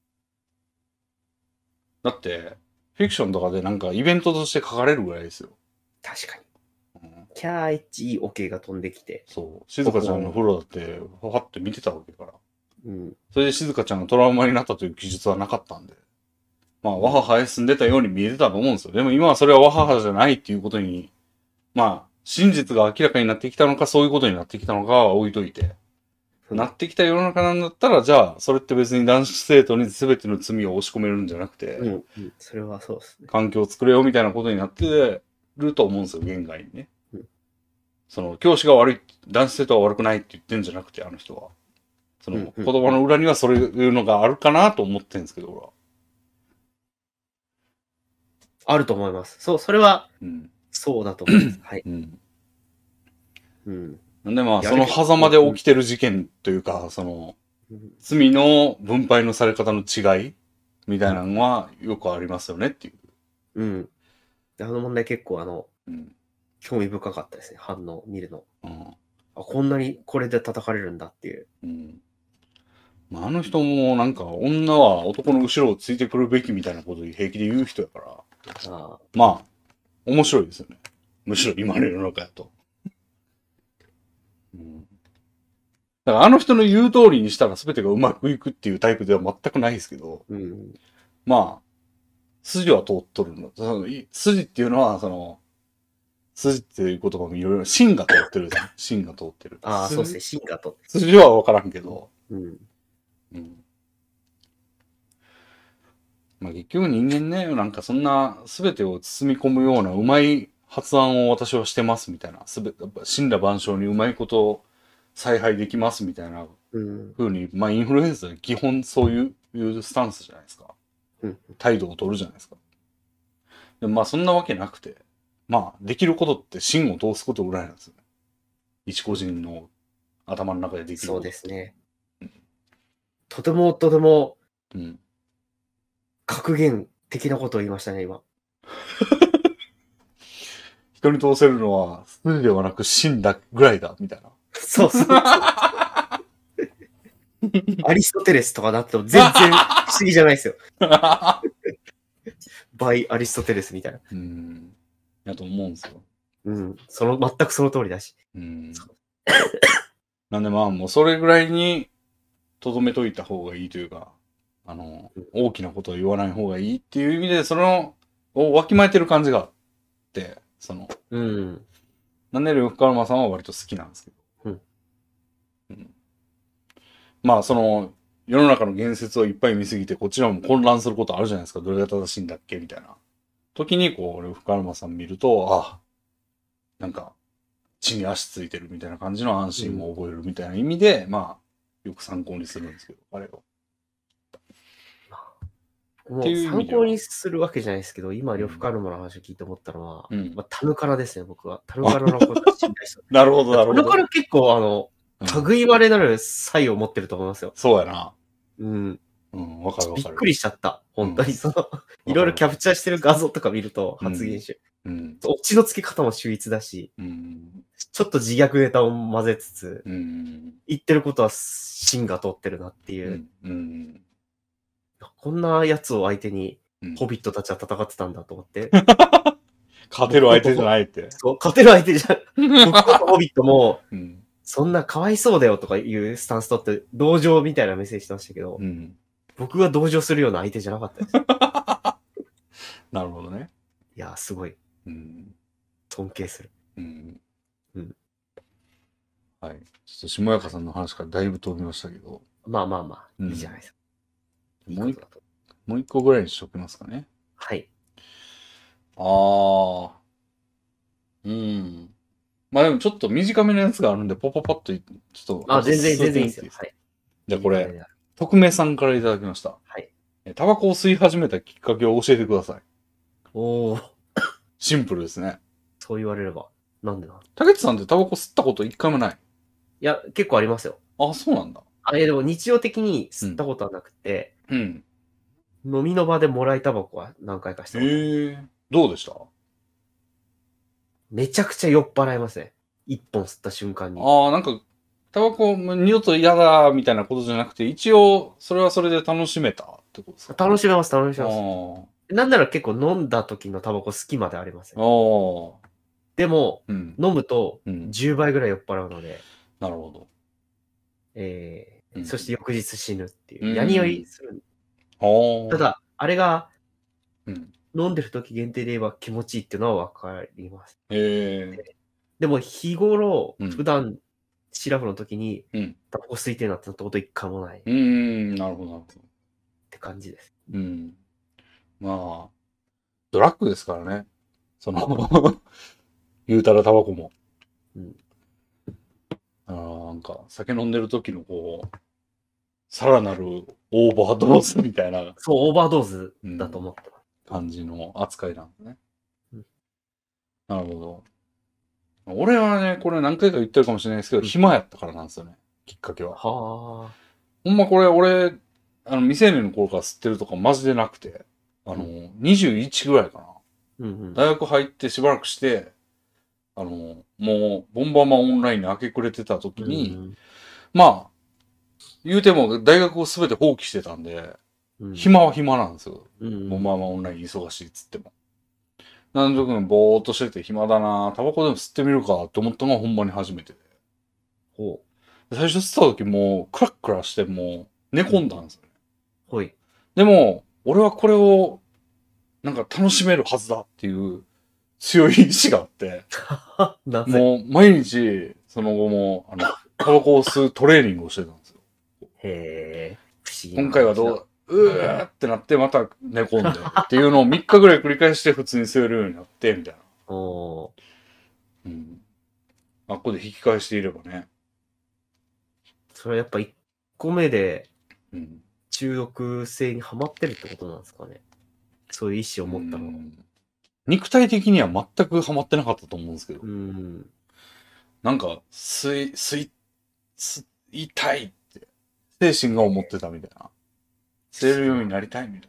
だって、フィクションとかでなんかイベントとして書かれるぐらいですよ。 確かに。 うん、 キャーエッチいいオケが飛んできて。 そう。静香ちゃんの風呂だって、ファって見てたわけから。 うん。 それで静香ちゃんがトラウマになったという記述はなかったんで。まあ、ワハハへ住んでたように見えてたと思うんですよ。でも今はそれはワハハじゃないっていうことに、まあ、真実が明らかになってきたのか、そういうことになってきたのかは置いといて。 うんなってきた世の中なんだったら、じゃあ、それって別に男子生徒に全ての罪を押し込めるんじゃなくて、 うん。うん。それはそうですね。 環境を作れよみたいなことになってると思うんですよ、現外にね。 うんその、教師が悪い、男子生徒は悪くないって言ってんじゃなくて、あの人は。その、 うんうん言葉の裏にはそういうのがあるかなと思ってるんですけど、俺は。 あると思います。そう、それは、 うん。 そうだと思います。はい。 うん。 うん。 なんでまあ、 いやその狭間で起きてる事件というか、その、 うん罪の分配のされ方の違いみたいなのはよくありますよねっていう。 うん。あの問題結構あの、 うん。 興味深かったですね。反応見るの。 うん。 あ、こんなにこれで叩かれるんだっていう。 うん。まあ、あの人もなんか女は男の後ろをついてくるべきみたいなことを平気で言う人やから、 ああ、 まあ、面白いですよね。むしろ今の世の中やと。うん。だからあの人の言う通りにしたら全てがうまくいくっていうタイプでは全くないですけど、 うん。 まあ、筋は通っとるの。そのい筋っていうのは、その、筋っていう言葉もいろいろ、芯が通ってるじゃん。芯が通ってる。 ああ、 筋そうですね。進化と。 筋は分からんけど、 うん。 うん。まあ結局人間ね、なんかそんな全てを包み込むようなうまい発案を私はしてますみたいな、すべて、死んだ万象にうまいことを采配できますみたいなうん。 風に、まあインフルエンサーは基本そういういうスタンスじゃないですか。 うん。 態度を取るじゃないですか。でもまあそんなわけなくて、まあできることって芯を通すことぐらいなんですよね。一個人の頭の中でできること。 そうですね。とてもとてもうん。 格言的なことを言いましたね、今。 人に通せるのは筋ではなく芯だぐらいだ、みたいな。 そうそうそう。アリストテレスとかなっても全然不思議じゃないですよ。バイアリストテレスみたいな。 うん。やと思うんですよ。 うん。その、全くその通りだし。 うん。なんでまあもうそれぐらいに留めといた方がいいというか、あの、大きなことは言わない方がいいっていう意味で、その、をわきまえてる感じがあって、その、 うん。 なんで呂布カルマさんは割と好きなんですけど。 うんうん、まあその、世の中の言説をいっぱい見すぎて、こちらも混乱することあるじゃないですか。どれが正しいんだっけみたいな。時にこう、呂布カルマさん見ると、あ、なんか、地に足ついてるみたいな感じの安心も覚えるみたいな意味で、うん、まあ、よく参考にするんですけど、あれを。 もう参考にするわけじゃないですけど、今、呂布カルマの話を聞いて思ったのは、うん、まあ、タヌカラですね、僕は。タヌカラのことを信頼してる。 なるほど、なるほど。 タヌカラ結構、あの、類まれなる才を持ってると思いますよ。 そうやな。 うん。 うん、わかるわかる。 びっくりしちゃった。本当に、その、いろいろキャプチャーしてる画像とか見ると、発言集。うん。オチのつき方も秀逸だし、うん、ちょっと自虐ネタを混ぜつつ、うん、言ってることは芯が通ってるなっていう。うんうん、こんなやつを相手に、ホビットたちは戦ってたんだと思って。 勝てる相手じゃないって。 そう、勝てる相手じゃん。僕とホビットも、うん、そんなかわいそうだよとかいうスタンス取って、同情みたいなメッセージしてましたけど、うん、僕が同情するような相手じゃなかったです。 なるほどね。 いや、すごい。 うん。 尊敬する。 うん。 うんはい。ちょっと下中さんの話からだいぶ飛びましたけど、 まあまあまあ、 うんいいじゃないですか。いいもう一ことだと。 もう一個ぐらいにしときますかね。 はい。 ああ。うん。まあでもちょっと短めのやつがあるんで、ポポポッとい、ちょっと、 あ、全然、 進め全然いいですよ。 てみていいですか。 はい。 じゃあこれ、 いい感じである匿名さんからいただきました。 はい。 えタバコを吸い始めたきっかけを教えてください。 おー、 シンプルですね。 そう言われれば。なんでな。 竹内さんってタバコ吸ったこと一回もない？ いや、結構ありますよ。 あ、そうなんだ。 あ、いやでも日常的に吸ったことはなくて、 うん。 飲みの場でもらいタバコは何回かしたことある。 へえ。どうでした？ めちゃくちゃ酔っ払いますね。一本吸った瞬間に。 ああ、なんか、タバコもう二度と嫌だみたいなことじゃなくて、一応、それはそれで楽しめたってことですか？ 楽しめます、楽しめあます。 ーなんなら結構飲んだ時のタバコ好きまでありますあね。 ー。 でも、 うん。 飲むとうんじゅうばいぐらい酔っ払うので、 なるほど。 えーうんそして翌日死ぬっていうう。 んやに酔いする。 ああ。 ただ、あれがうん。 飲んでる時限定で言えば気持ちいいっていうのはわかります。 へえ。 でも日頃、 うん普段、シラフの時にうん。 タバコ吸いてるなってなったこと一回もないっうーん、なるほど、なるほど。 て感じです。 うん。まあ、ドラッグですからね。その、言うたらタバコも。 うん。 あーなんか、酒飲んでる時のこう、さらなるオーバードーズみたいなそう、オーバードーズだと思ってます。 感じの扱いなんですね。 うんなるほど。俺はね、これ何回か言ってるかもしれないですけど、 うん暇やったからなんですよね。きっかけは。 はあ。 ほんまこれ、俺、あの、未成年の頃から吸ってるとかマジでなくて、あの、 うにじゅういちぐらいかな。 うんうん。 大学入ってしばらくして、あの、もう、ボンバーマンオンラインに明け暮れてた時に、 うんまあ、言うても大学をすべて放棄してたんで、 うん、 暇は暇なんですよ。 うんうん、 ボンバーマンオンライン忙しいっつっても。なんとなくぼーっとしてて暇だなタバコでも吸ってみるかって思ったのがほんまに初めてで。 ほ最初吸った時もう、クラックラしてもう寝込んだんですよね。 う。ほい。 でも、俺はこれを、なんか楽しめるはずだっていう強い意志があって、 なぜもう毎日、その後も、あの、タバコを吸うトレーニングをしてたんですよ。 へえ。不思議な今回はどう、うーってなってまた寝込んでっていうのをみっかぐらい繰り返して普通に吸えるようになって、みたいな。 おーうん。あっこで引き返していればね。 それはやっぱいっこめでうん。 中毒性にはまってるってことなんですかね。そういう意思を持ったのは。 うん肉体的には全くハマってなかったと思うんですけど、 うん。 なんか、吸い、吸い、吸いたいって、精神が思ってたみたいな。吸えるようになりたいみたい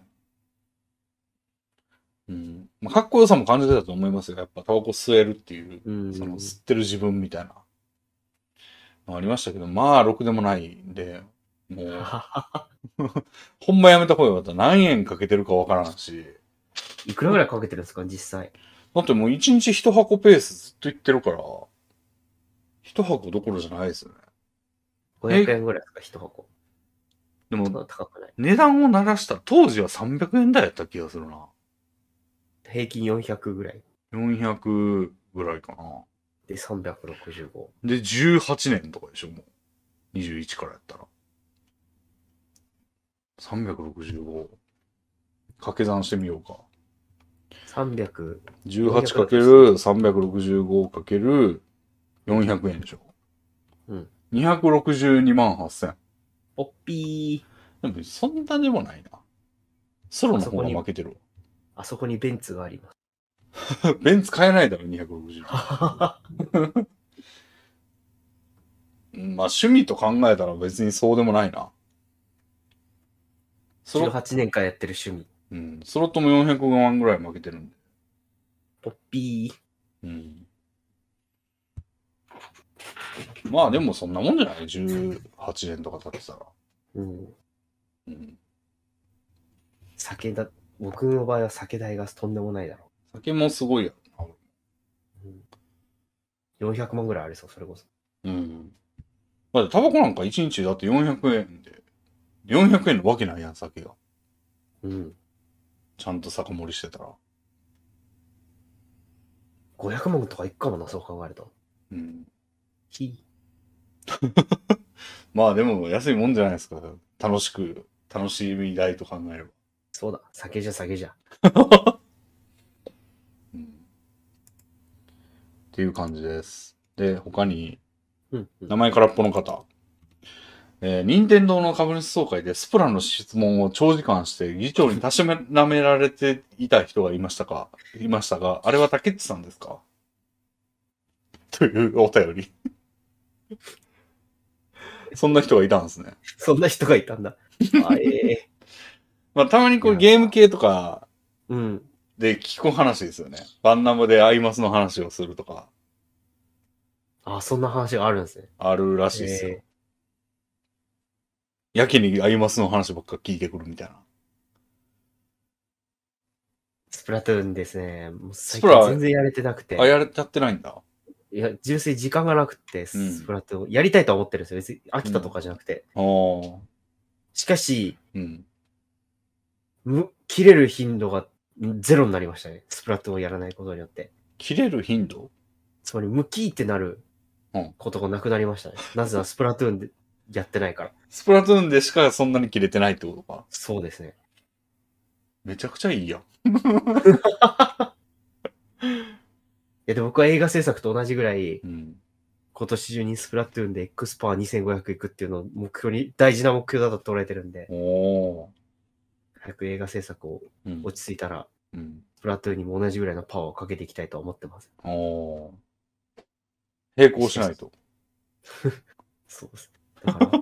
な。うん。まあ、かっこよさも感じてたと思いますよ。やっぱタバコ吸えるっていう、 うん。 その吸ってる自分みたいな。のありましたけど、まあ、ろくでもないんで、もう、ほんまやめた方がよかった。何円かけてるかわからんし。 いくらぐらいかけてるんですか、実際。 だってもう一日一箱ペースずっと言ってるから、一箱どころじゃないですよね。 ごひゃくえんぐらいですか、一箱。 でそんなも、 高くない。 値段を鳴らした当時はさんびゃくえん台やった気がするな。 平均よんひゃくぐらい。 よんひゃくぐらいかな。 で、さんびゃくろくじゅうご。 で、じゅうはちねんとかでしょ、もう。にじゅういちからやったら。さんびゃくろくじゅうご。掛け算してみようか。 さんびゃく。 じゅうはちかけるさんびゃくろくじゅうごかけるよんひゃくえんでしょ。 うん。 にひゃくろくじゅうにまんはっせん。 おっぴでも、そんなでもないな。ソロの方が負けてるわ。 ー。あそこにベンツがあります。 ベンツ買えないだろ、にひゃくろくじゅう。まあ、趣味と考えたら別にそうでもないな。ソじゅうロ、 はちねんかんやってる趣味。 うん、ソロットもよんひゃくまんぐらい負けてるんで。 おっぴー。 うん。まあでもそんなもんじゃない ?じゅうはちねんとか経ってたら。 うん。 うん。 酒だ、僕の場合は酒代がとんでもないだろ酒もすごいやろな。 う。うん、よんひゃくまんぐらいありそう、それこそ。 うん。だってタバコなんかいちにちだってよんひゃくえんで、よんひゃくえんのわけないやん、酒が。 うん。 ちゃんと酒盛りしてたら。 ごひゃくまんとかいくかもな、そう考えると。 うん。 ひまあでも安いもんじゃないですか。楽しく、楽しみ代と考えれば。 そうだ、酒じゃ酒じゃ。 うん、っていう感じです。で、他に、 うん、うん。 名前空っぽの方。えー、任天堂の株主総会でスプラの質問を長時間して議長にたしなめられていた人がいましたかいましたが、あれは竹内さんですかというお便り。そんな人がいたんですね。 そんな人がいたんだ。あ、ええまあ、たまにこういやゲーム系とかうん。 で聞く話ですよね。バンナムでアイマスの話をするとか、 あ、そんな話があるんですね。 あるらしいですよ。 えやけにアイマスの話ばっか聞いてくるみたいな。 スプラトゥーンですね。もう最スプラ近全然やれてなくて。 あ、やれちゃってないんだ。 いや、純粋に時間がなくて、 うんスプラトゥーン、やりたいとは思ってるんですよ。別に飽きたとかじゃなくて。 ああ。 しかし、 うん。 む、切れる頻度がゼロになりましたね。スプラトゥーンをやらないことによって。 切れる頻度つまり、ムキーってなるうんことがなくなりましたね。なぜならスプラトゥーンでやってないから。 スプラトゥーンでしかそんなに切れてないってことか。 そうですね。 めちゃくちゃいいやん。 いや、で僕は映画制作と同じぐらい、 うん。 今年中にスプラトゥーンで X パワーにせんごひゃくいくっていうのを目標に、大事な目標だと捉えてるんで、 おー。 早く映画制作をうん。 落ち着いたら、 うん。 スプラトゥーンにも同じぐらいのパワーをかけていきたいと思ってます。 おー。並行しないと。 そうです。だから、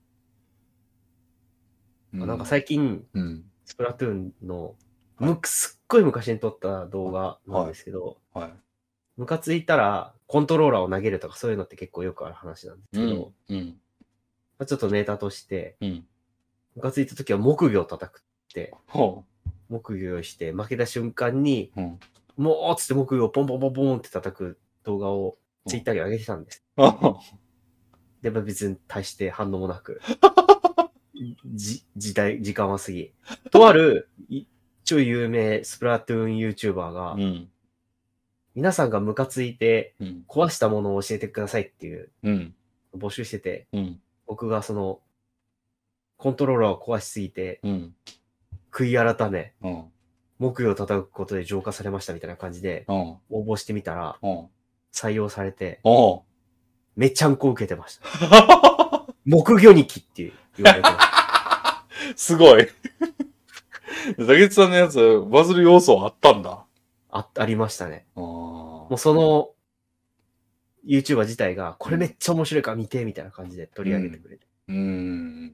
うなんか最近、 うん。 スプラトゥーンの、 はいむすっごい昔に撮った動画なんですけど、 はい。 ムカついたらコントローラーを投げるとかそういうのって結構よくある話なんですけど、 うん。うん。 まあ、ちょっとネタとして、 うん。 ムカついた時は木魚を叩くって、 ほ木魚をして負けた瞬間に、 う。うん。 もうつって木魚をポンポンポンポンって叩く動画をツイッターに上げてたんです。 あで、まあ別に対して反応もなく、じ、時代、時間は過ぎ。とある、い超有名スプラトゥーン YouTuber が、 うん。 皆さんがムカついてうん。 壊したものを教えてくださいっていううん。 募集してて、 うん。 僕がその、コントローラーを壊しすぎて、 うん。 悔い改め、 うん。 木魚を叩くことで浄化されましたみたいな感じで、 うん。 応募してみたら、 うん。 採用されて、 おめちゃんこ受けてました。木魚にきって言われてました。 すごい。竹内さんのやつ、バズる要素あったんだ。 あ、ありましたね。 あもうその、YouTuber 自体が、これめっちゃ面白いから見て、みたいな感じで取り上げてくれて。 うーん。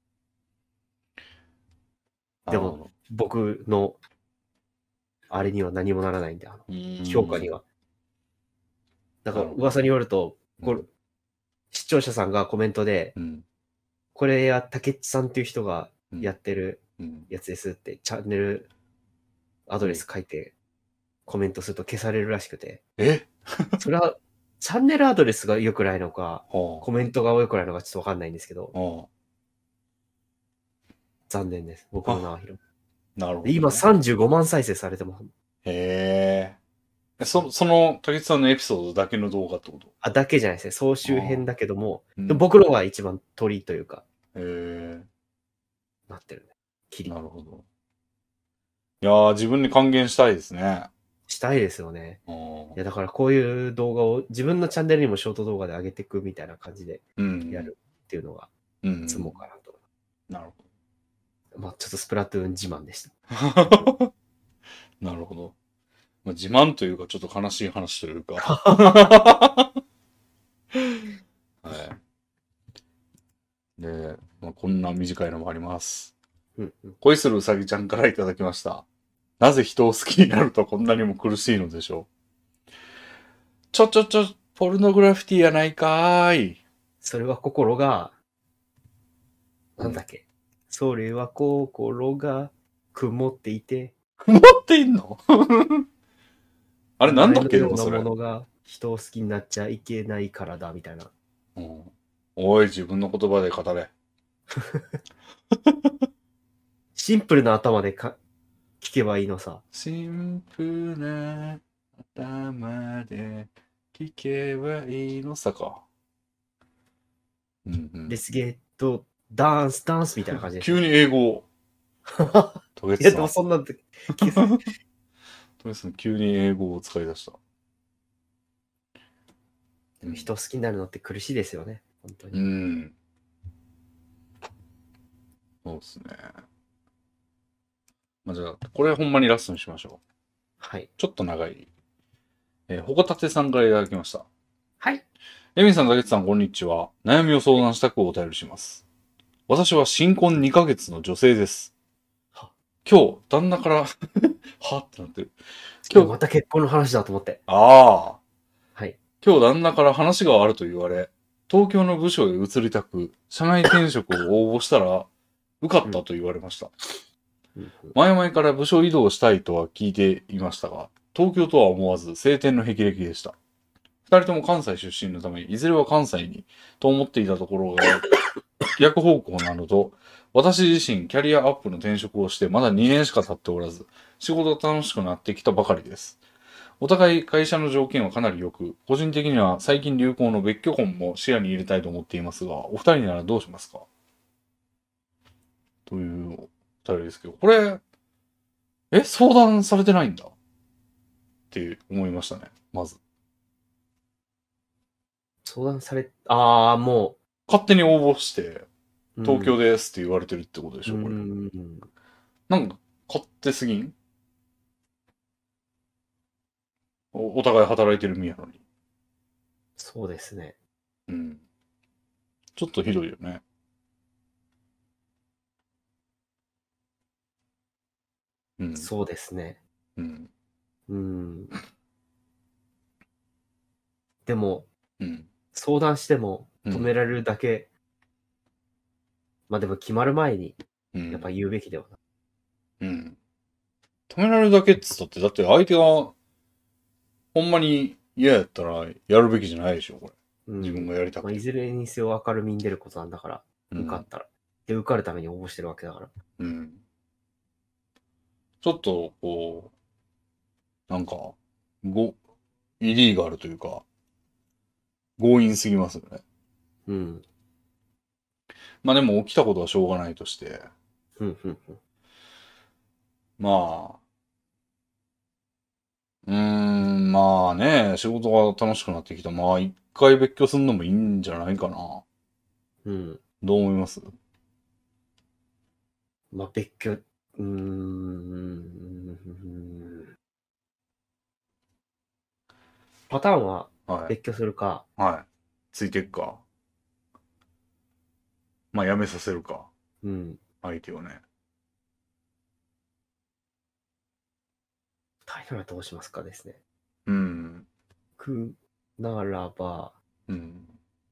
でも、僕の、あれには何もならないんで、あの評価には。 は。だから噂によると、これ、視聴者さんがコメントで、 うん。 これや竹内さんっていう人がうんやってるうん。 やつですって、チャンネルアドレス書いてコメントすると消されるらしくて、 えそれはチャンネルアドレスが良くないのか、 はコメントが良くないのかちょっとわかんないんですけど、 あ。は残念です。僕の名は広あ。なるほど、 で今さんじゅうごまん再生されてます。 へえ。そ、その、竹内さんのエピソードだけの動画ってことあ、だけじゃないですね。総集編だけども、 うんでも僕のが一番鳥というか、 へえ。 なってるね。キリなるほど。いやー、自分に還元したいですね。 したいですよね。 うんいや、だからこういう動画を自分のチャンネルにもショート動画で上げていくみたいな感じでうん。 やるっていうのがうん。 積もうかなと。 なるほまあちょっとスプラトゥーン自慢でした。 ど。なるほど。まあ、自慢というか、ちょっと悲しい話というか。はい。で、まあ、こんな短いのもあります。 うんうん、 恋するうさぎちゃんからいただきました。なぜ人を好きになるとこんなにも苦しいのでしょう。ちょちょちょ、ポルノグラフィティやないかーい。 それは心が、なんだっけ。それは心が曇っていて。 曇っていんのあれなんだっけでもそれ。 前のようなものが人を好きになっちゃいけないからだ、みたいな。 うん、おい、自分の言葉で語れ。 シンプルな頭でか聞けばいいのさ。 シンプルな生で聞けばいいのさか。うんうんレスゲート、ダンス、ダンスみたいな感じでし急に英語。トゲいや、 ツさん。 でもそんなんて、 トゲツさん、急に英語を使い出した。 でも人好きになるのって苦しいですよね。本当うに。 ん。そうですね。まあ、じゃあ、これほんまにラストにしましょう。 はい。 ちょっと長い。えー、ほこたてさんからいただきました。 はい。 エミさん、たけつさん、こんにちは。悩みを相談したくお便りします。私は新婚にかげつの女性です。 は今日、旦那から、はってなってる。 今日また結婚の話だと思って。 ああ。 はい。 今日旦那から話があると言われ、東京の部署へ移りたく、社内転職を応募したら、受かったと言われました。 うんうん前々から部署移動したいとは聞いていましたが、東京とは思わず晴天の霹靂でした。二人とも関西出身のため、いずれは関西に、と思っていたところが、逆方向なのと、私自身キャリアアップの転職をしてまだにねんしか経っておらず、仕事が楽しくなってきたばかりです。お互い会社の条件はかなり良く、個人的には最近流行の別居婚も視野に入れたいと思っていますが、お二人ならどうしますかというお便りですけど、これ、え、相談されてないんだって思いましたね、まず。 相談され、ああ、も勝手に応募して、 う。 東京ですって言われてるってことでしょ、これ。 うんうんうんなんか、勝手すぎんお、お互い働いてる身やのに。 そうですね。 うん。ちょっとひどいよね。うん。 そうですね。 うん。 うん。でも、 うん。 相談してもうん止められるだけ、まあでも決まる前に、 うん。 やっぱ言うべきだよな。 うん。止められるだけっつったって、だって相手が、ほんまに嫌やったらやるべきじゃないでしょ、これ。 うん、 自分がやりたまあ、いくて。 ずれにせよ明るみに出ることなんだから、 うん受かったら。で、受かるために応募してるわけだから。 うん。ちょっと、こう、なんか、ご、イリーガルというか、強引すぎますよね。 うん。 まあでも起きたことはしょうがないとして、 うん、うん、うん。 まあ、うーん、まあね、仕事が楽しくなってきた。まあ一回別居するのもいいんじゃないかな。 うん。 どう思いますまあ、別居、うーん。パターンははい。 別居するか、 はい。ついてっか。まあ辞めさせるか。 うん。 相手をね。 大変はどうしますかですね。 うん。 くならば、 うん。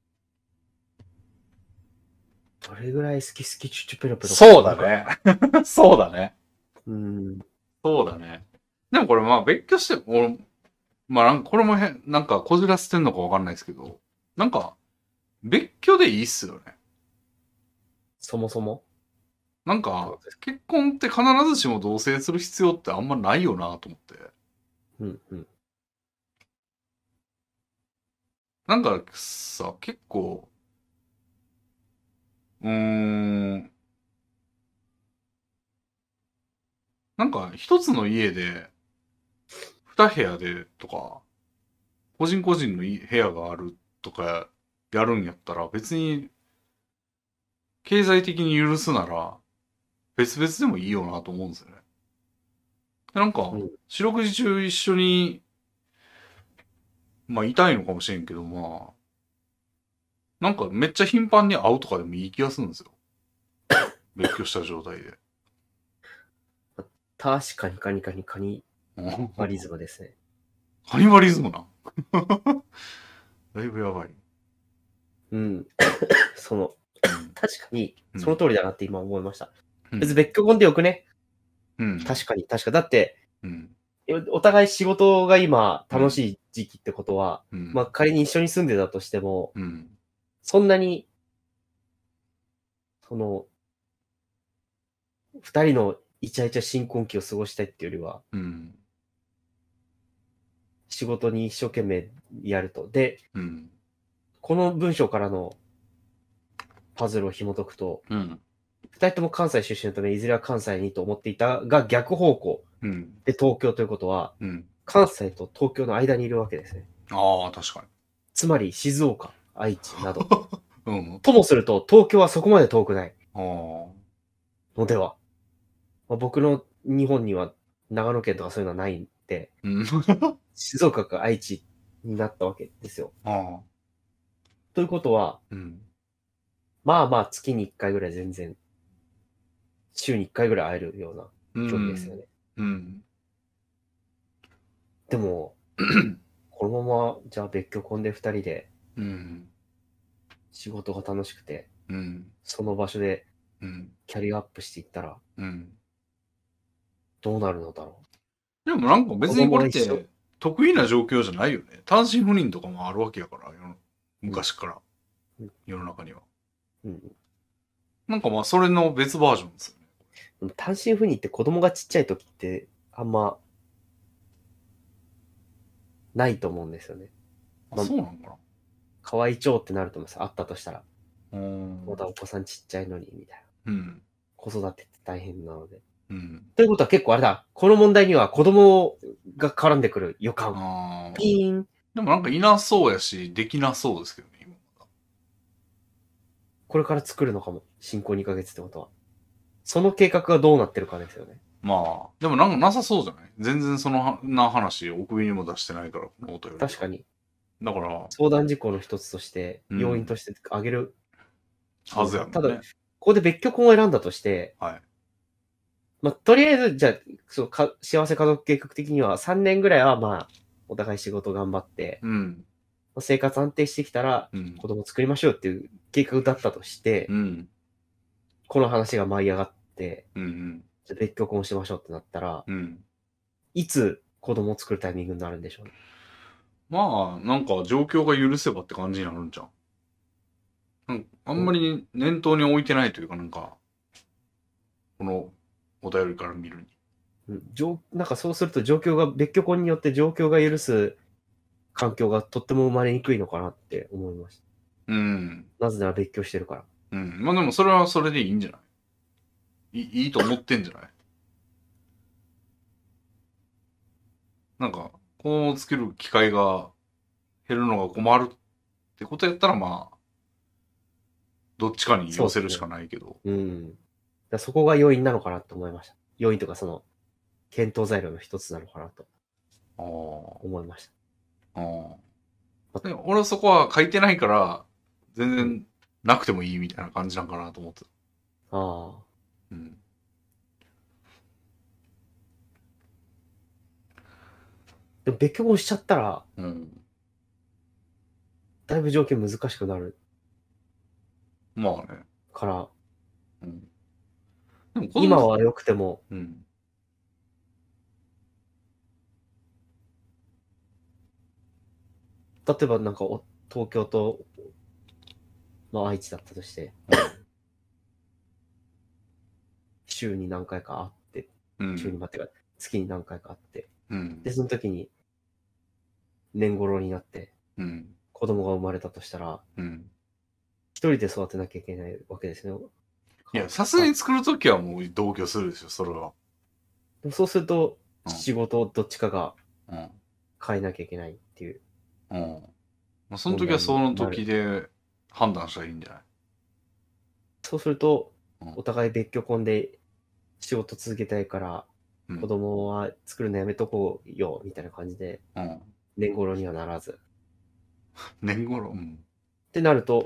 どれぐらい好き好きチュチュペロペロそうだ。ね。そうだね。 うん。 そうだね。でもこれまあ別居しても、俺まあなんかこれも変、なんかこじらせてんのかわかんないですけど、なんか別居でいいっすよね。 そもそも。 なんか結婚って必ずしも同棲する必要ってあんまないよなと思って。 うん、うん。 なんかさ、結構、うーん、なんか一つの家で二部屋でとか、個人個人のい部屋があるとかやるんやったら別に経済的に許すなら別々でもいいよなと思うんですよね。でなんかうん、 四六時中一緒に、まあいたいのかもしれんけど、まあ、なんかめっちゃ頻繁に会うとかでもいい気がするんですよ。別居した状態で。 確かにカニカニカニうんバリズムですね。 カニバリズムな。だいぶやばい。 うん。その、 うん確かに、 うんその通りだなって今思いました。 うん別に別居婚でよくね。 うん。 確かに、確か。だって、 うん。 お互い仕事が今楽しい時期ってことは、 うん。 まあ仮に一緒に住んでたとしても、 うん。 そんなに、その、二人のイチャイチャ新婚期を過ごしたいっていうよりは、 うん。 仕事に一生懸命やると。で、 うん。 この文章からのパズルを紐解くと、 うん。 二人とも関西出身のため、いずれは関西にと思っていたが逆方向うん。 で東京ということは、 うん。 関西と東京の間にいるわけですね。 ああ、確かつまり静岡、愛知など。 に。うん。 ともすると、東京はそこまで遠くないああ。 のでは。まあ、僕の日本には長野県とかそういうのはないんで、 うん。 静岡か愛知になったわけですよ。 ああ。 ということは、 うん。 まあまあ月にいっかいぐらい全然、週にいっかいぐらい会えるようなうん。 距離ですよね。 うん。 でも、このまま、じゃあ別居婚で二人でうん。 仕事が楽しくて、 うん。 その場所でうん。 キャリアアップしていったら、 うん。 どうなるのだろでもなんか別にこれっ子供はて得意な状況じゃないよね。単身赴任とかもあるわけやから、世の昔から、 うん世の中には。 う。うん。 なんかまあそれの別バージョンですよね。 でも単身赴任って子供がちっちゃい時って、あんま、ないと思うんですよね。 あ、 まあそうなんかな。 可愛いちょうってなると思います。あったとしたら。 うーん。 まだお子さんちっちゃいのに、みたいな。 うん。 子育てって大変なので。 うん。 ということは結構あれだ。この問題には子供が絡んでくる予感。 ああ。 ピーン。 でもなんかいなそうやし、できなそうですけどね、今まだ。 これから作るのかも。進行にかげつってことは。その計画がどうなってるかですよね。 まあ、でもなんかなさそうじゃない？全然そのはな話をお首にも出してないから、このお便り。 確かに。 だから、 相談事項の一つとして、 うん要因として挙げる。 はずやもんね。 ただ、ここで別居婚を選んだとして、 はい。 まあ、とりあえず、じゃあ、そうか、幸せ家族計画的にはさんねんぐらいは、まあ、お互い仕事頑張って、 うん。 生活安定してきたら、 うん。 子供作りましょうっていう計画だったとして、 うん。 この話が舞い上がって、 うん。うん。 じゃあ別居婚しましょうってなったら、 うん。 いつ子供を作るタイミングになるんでしょうね。 まあ、なんか状況が許せばって感じになるんじゃん。うんあんまり念頭に置いてないというか、なんか、このお便りから見るに。 うん状なんかそうすると状況が、別居婚によって状況が許す環境がとっても生まれにくいのかなって思いました。 うん。 なぜなら別居してるから。 うん。まあでもそれはそれでいいんじゃないいいいいと思ってんじゃないなんか、子供を作る機会が減るのが困るってことやったらまあ、どっちかに寄せるしかないけど。 うん。だからそこが要因なのかなって思いました。要因とかその、検討材料の一つなのかなとああ。 思いました。 ああ。でも俺はそこは書いてないから、全然なくてもいいみたいな感じなんかなと思ってた。 ああ。 うん。 でも別居婚しちゃったら、 うん。 だいぶ条件難しくなるまあね。 から、 うん。でも子供今は良くても、 うん。 例えばなんかお東京と、まあ愛知だったとして、週に何回か会って、 うん。 週に待ってか、月に何回か会って、 うん。 で、その時に、年頃になって、 うん。 子供が生まれたとしたら、 うん。 一人で育てなきゃいけないわけですね。 いや、さすがに作るときはもう同居するでしょ、それは。 でもそうすると、 うん仕事をどっちかがうん。 変えなきゃいけないっていう。 うん。まあ、その時はその時で判断したらいいんじゃないそうするとうん、 お互い別居婚で仕事続けたいから、 うん子供は作るのやめとこうよ、みたいな感じで、 うん。 年頃にはならず。 年頃うん。 ってなると、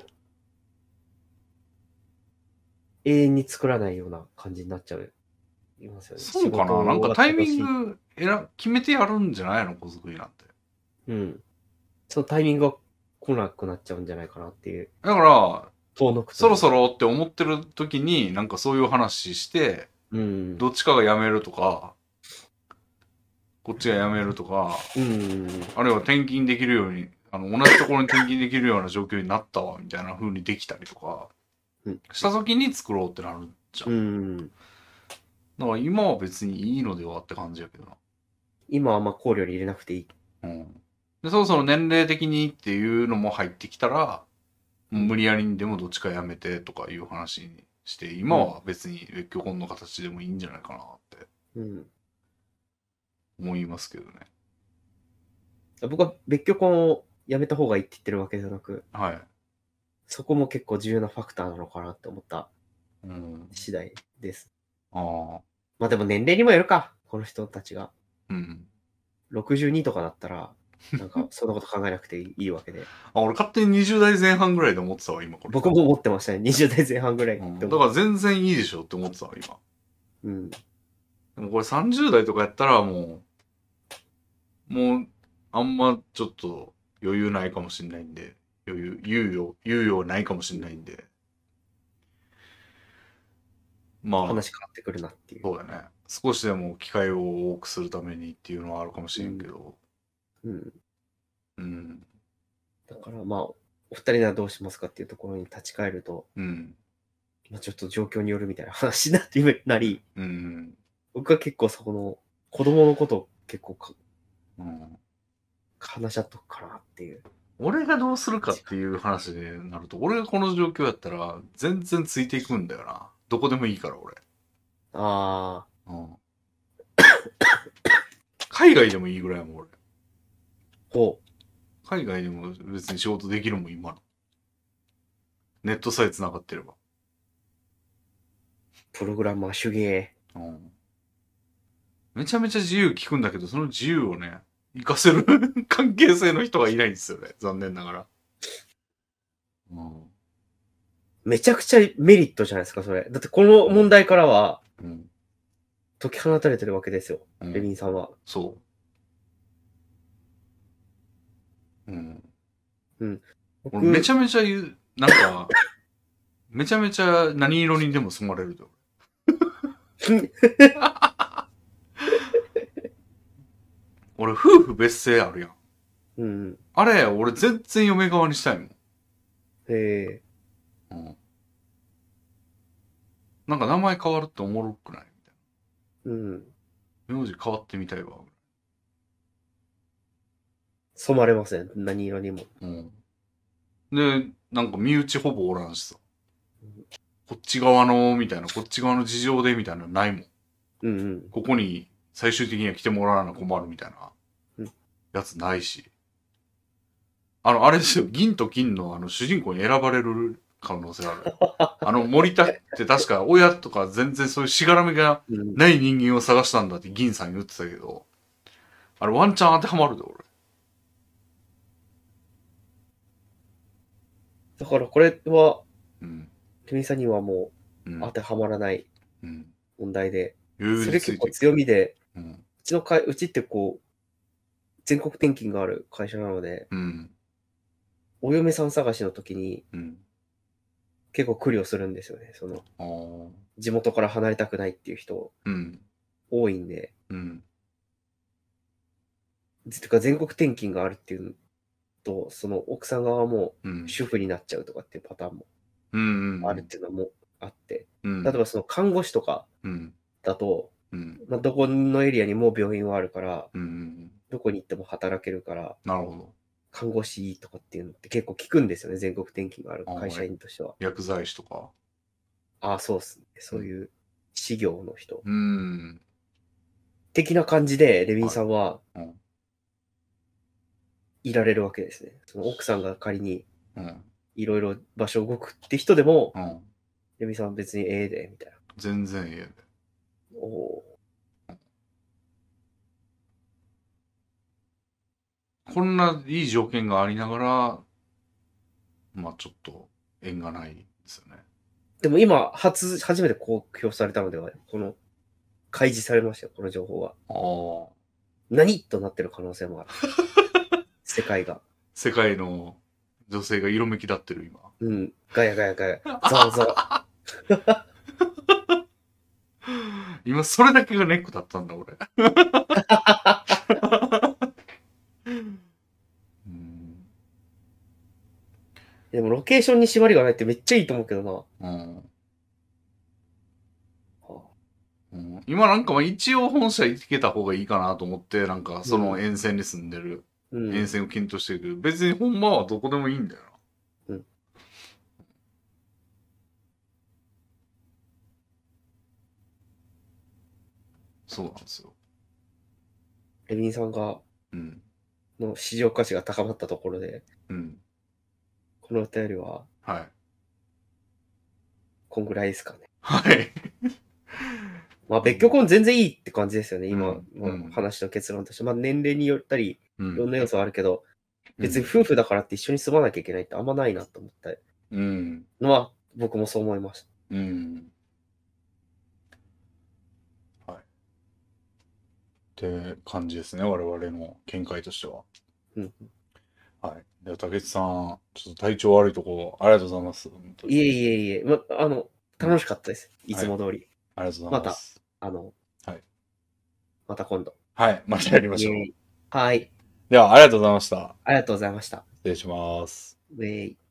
永遠に作らないような感じになっちゃう。いますよね。 そうかななんかタイミング選決めてやるんじゃないの子作りなんて。 うん。そのタイミングが来なくなっちゃうんじゃないかなっていう。 だから、 遠のくとそろそろって思ってる時になんかそういう話して、 うん。 どっちかが辞めるとか、こっちが辞めるとか、 うん。 あるいは転勤できるように、あの、同じところに転勤できるような状況になったわ、みたいな風にできたりとか、 うんした時に作ろうってなるじゃん。 うん。 だから今は別にいいのではって感じやけどな。 今はあんま考慮に入れなくていい。 うん。で、そろそろ年齢的にっていうのも入ってきたら、もう無理やりにでもどっちかやめてとかいう話にして、今は別に別居婚の形でもいいんじゃないかなってうん。 思いますけどね。 僕は別居婚をやめた方がいいって言ってるわけじゃなく、 はい。 そこも結構重要なファクターなのかなって思ったうん。 次第です。 ああ。 まあでも年齢にもよるか、この人たちが。 うん。 ろくじゅうにとかだったら、なんかそんなこと考えなくていいわけで。 あ、俺勝手ににじゅう代前半ぐらいで思ってたわ、今これ。 僕も思ってましたね。にじゅう代前半ぐらいっうん、 て思う。 だから全然いいでしょって思ってたわ、今。 うん。 でもこれさんじゅう代とかやったらもう、もう、あんまちょっと余裕ないかもしんないんで、余裕、猶予、猶予ないかもしんないんで。まあ、 話変わってくるなっていう。 そうだね。少しでも機会を多くするためにっていうのはあるかもしれんけど。 うん。 うん。 だからまあ、お二人ならどうしますかっていうところに立ち返ると、 うん。 まあ、ちょっと状況によるみたいな話になってなり、 うん。 僕は結構そこの子供のことを結構かうん。 話し合っとくかなっていう。 俺がどうするかっていう話でなると、俺がこの状況やったら全然ついていくんだよな。どこでもいいから、俺。 ああ、 うん。海外でもいいぐらいやもん、俺。 ほ海外でも別に仕事できるもん、今の。ネットさえ繋がってれば。 う、プログラマー手芸。 うん。めちゃめちゃ自由聞くんだけど、その自由をね、活かせる関係性の人がいないんですよね。残念ながら。うん。 めちゃくちゃメリットじゃないですか、それ。だってこの問題からはうん。 解き放たれてるわけですよ、 うんレビンさんは。 そう。うん。 僕俺めちゃめちゃ言う、なんか、めちゃめちゃ何色にでも染まれるよ。俺、夫婦別姓あるやん。 うん。 あれ、俺全然嫁側にしたいもん。 へえ。 うん。なんか名前変わるっておもろくないみたいうん。 な。名字変わってみたいわ。 染まれません。何色にも。 うん。で、なんか身内ほぼおらんしさ。こっち側の、みたいな、こっち側の事情で、みたいなのないもん。 うんうん。 ここに最終的には来てもらわな困るみたいなうんやつないし。あの、あれですよ、銀と金のあの主人公に選ばれる可能性ある。あの、森田って確か親とか全然そういうしがらみがうん、 ない人間を探したんだって銀さん言ってたけど、あれワンチャン当てはまるで、俺。 だからこれは、 うん。 レミさんにはもうん。 う当てはまらないうん。 問題で、 余裕そでついていく。 れ結構強みで、 うん。 うちの会、うちってこう、全国転勤がある会社なので、 うん。 お嫁さん探しの時にうん。 結構苦慮するんですよね。その、 ああ。 地元から離れたくないっていう人うん。 多いんで、 うん。 てか全国転勤があるっていうと、その奥さん側もうん。 主婦になっちゃうとかっていうパターンもうん。うん。 あるっていうのもあって、 うん。 例えばその看護師とかうん。 だと、 うん。 まあ、どこのエリアにも病院はあるから、 うん。うん。 どこに行っても働けるから、 なるほど。 看護師とかっていうのって結構聞くんですよね、全国転勤がある会社員としては。 薬剤師とか。 ああ、そうっすね。そういう事業の人。 うーん。 的な感じで、レビンさんはうん。 いられるわけですね。その奥さんが仮にうん。 いろいろ場所を動くって人でも、 うん。 レビンさんは別にええで、みたいな。 全然ええで。 おおこんないい条件がありながら、まあちょっと縁がないですよね。 ー。でも今、初、初めて公表されたのでは、この、開示されましたよ、この情報が。 ああ。 何となってる可能性もある。世界が。 世界の女性が色めき立ってる今。 うん。ガヤガヤガヤ。ざわざわ。 今それだけがネックだったんだ、俺。うん。 でもロケーションに縛りがないってめっちゃいいと思うけどな。 うん。 はうん、今なんかまあ一応本社行けた方がいいかなと思って、なんかその沿線に住んでるうん。 沿線を検討してるけど、別にほんまはどこでもいいんだよな。 うん。 そうなんですよ。 レビンさんが、 うん。 の市場価値が高まったところで、 うん。 このお便りは、 はい。 こんぐらいですかね。 はい。 まあ、別居婚全然いいって感じですよね、今うんうんの話の結論として。まあ、年齢によったり、 うん。 いろんな要素はあるけど、別に夫婦だからって一緒に住まなきゃいけないってあんまないなと思ったうん。 のは、僕もそう思いました。 うん。はい。って感じですね、我々の見解としては。 うん。 はい。では、竹内さん、ちょっと体調悪いとこ、ありがとうございます。本当にいえいえいえ、ま、あの、楽しかったです。いつも通り。 ありがとうござまたいま、す。 あの、 はい。 また今度。 はい。またやりましょう。 イエーイはい。 では、ありがとうございました。 ありがとうございました。 失礼します。 ウェイ。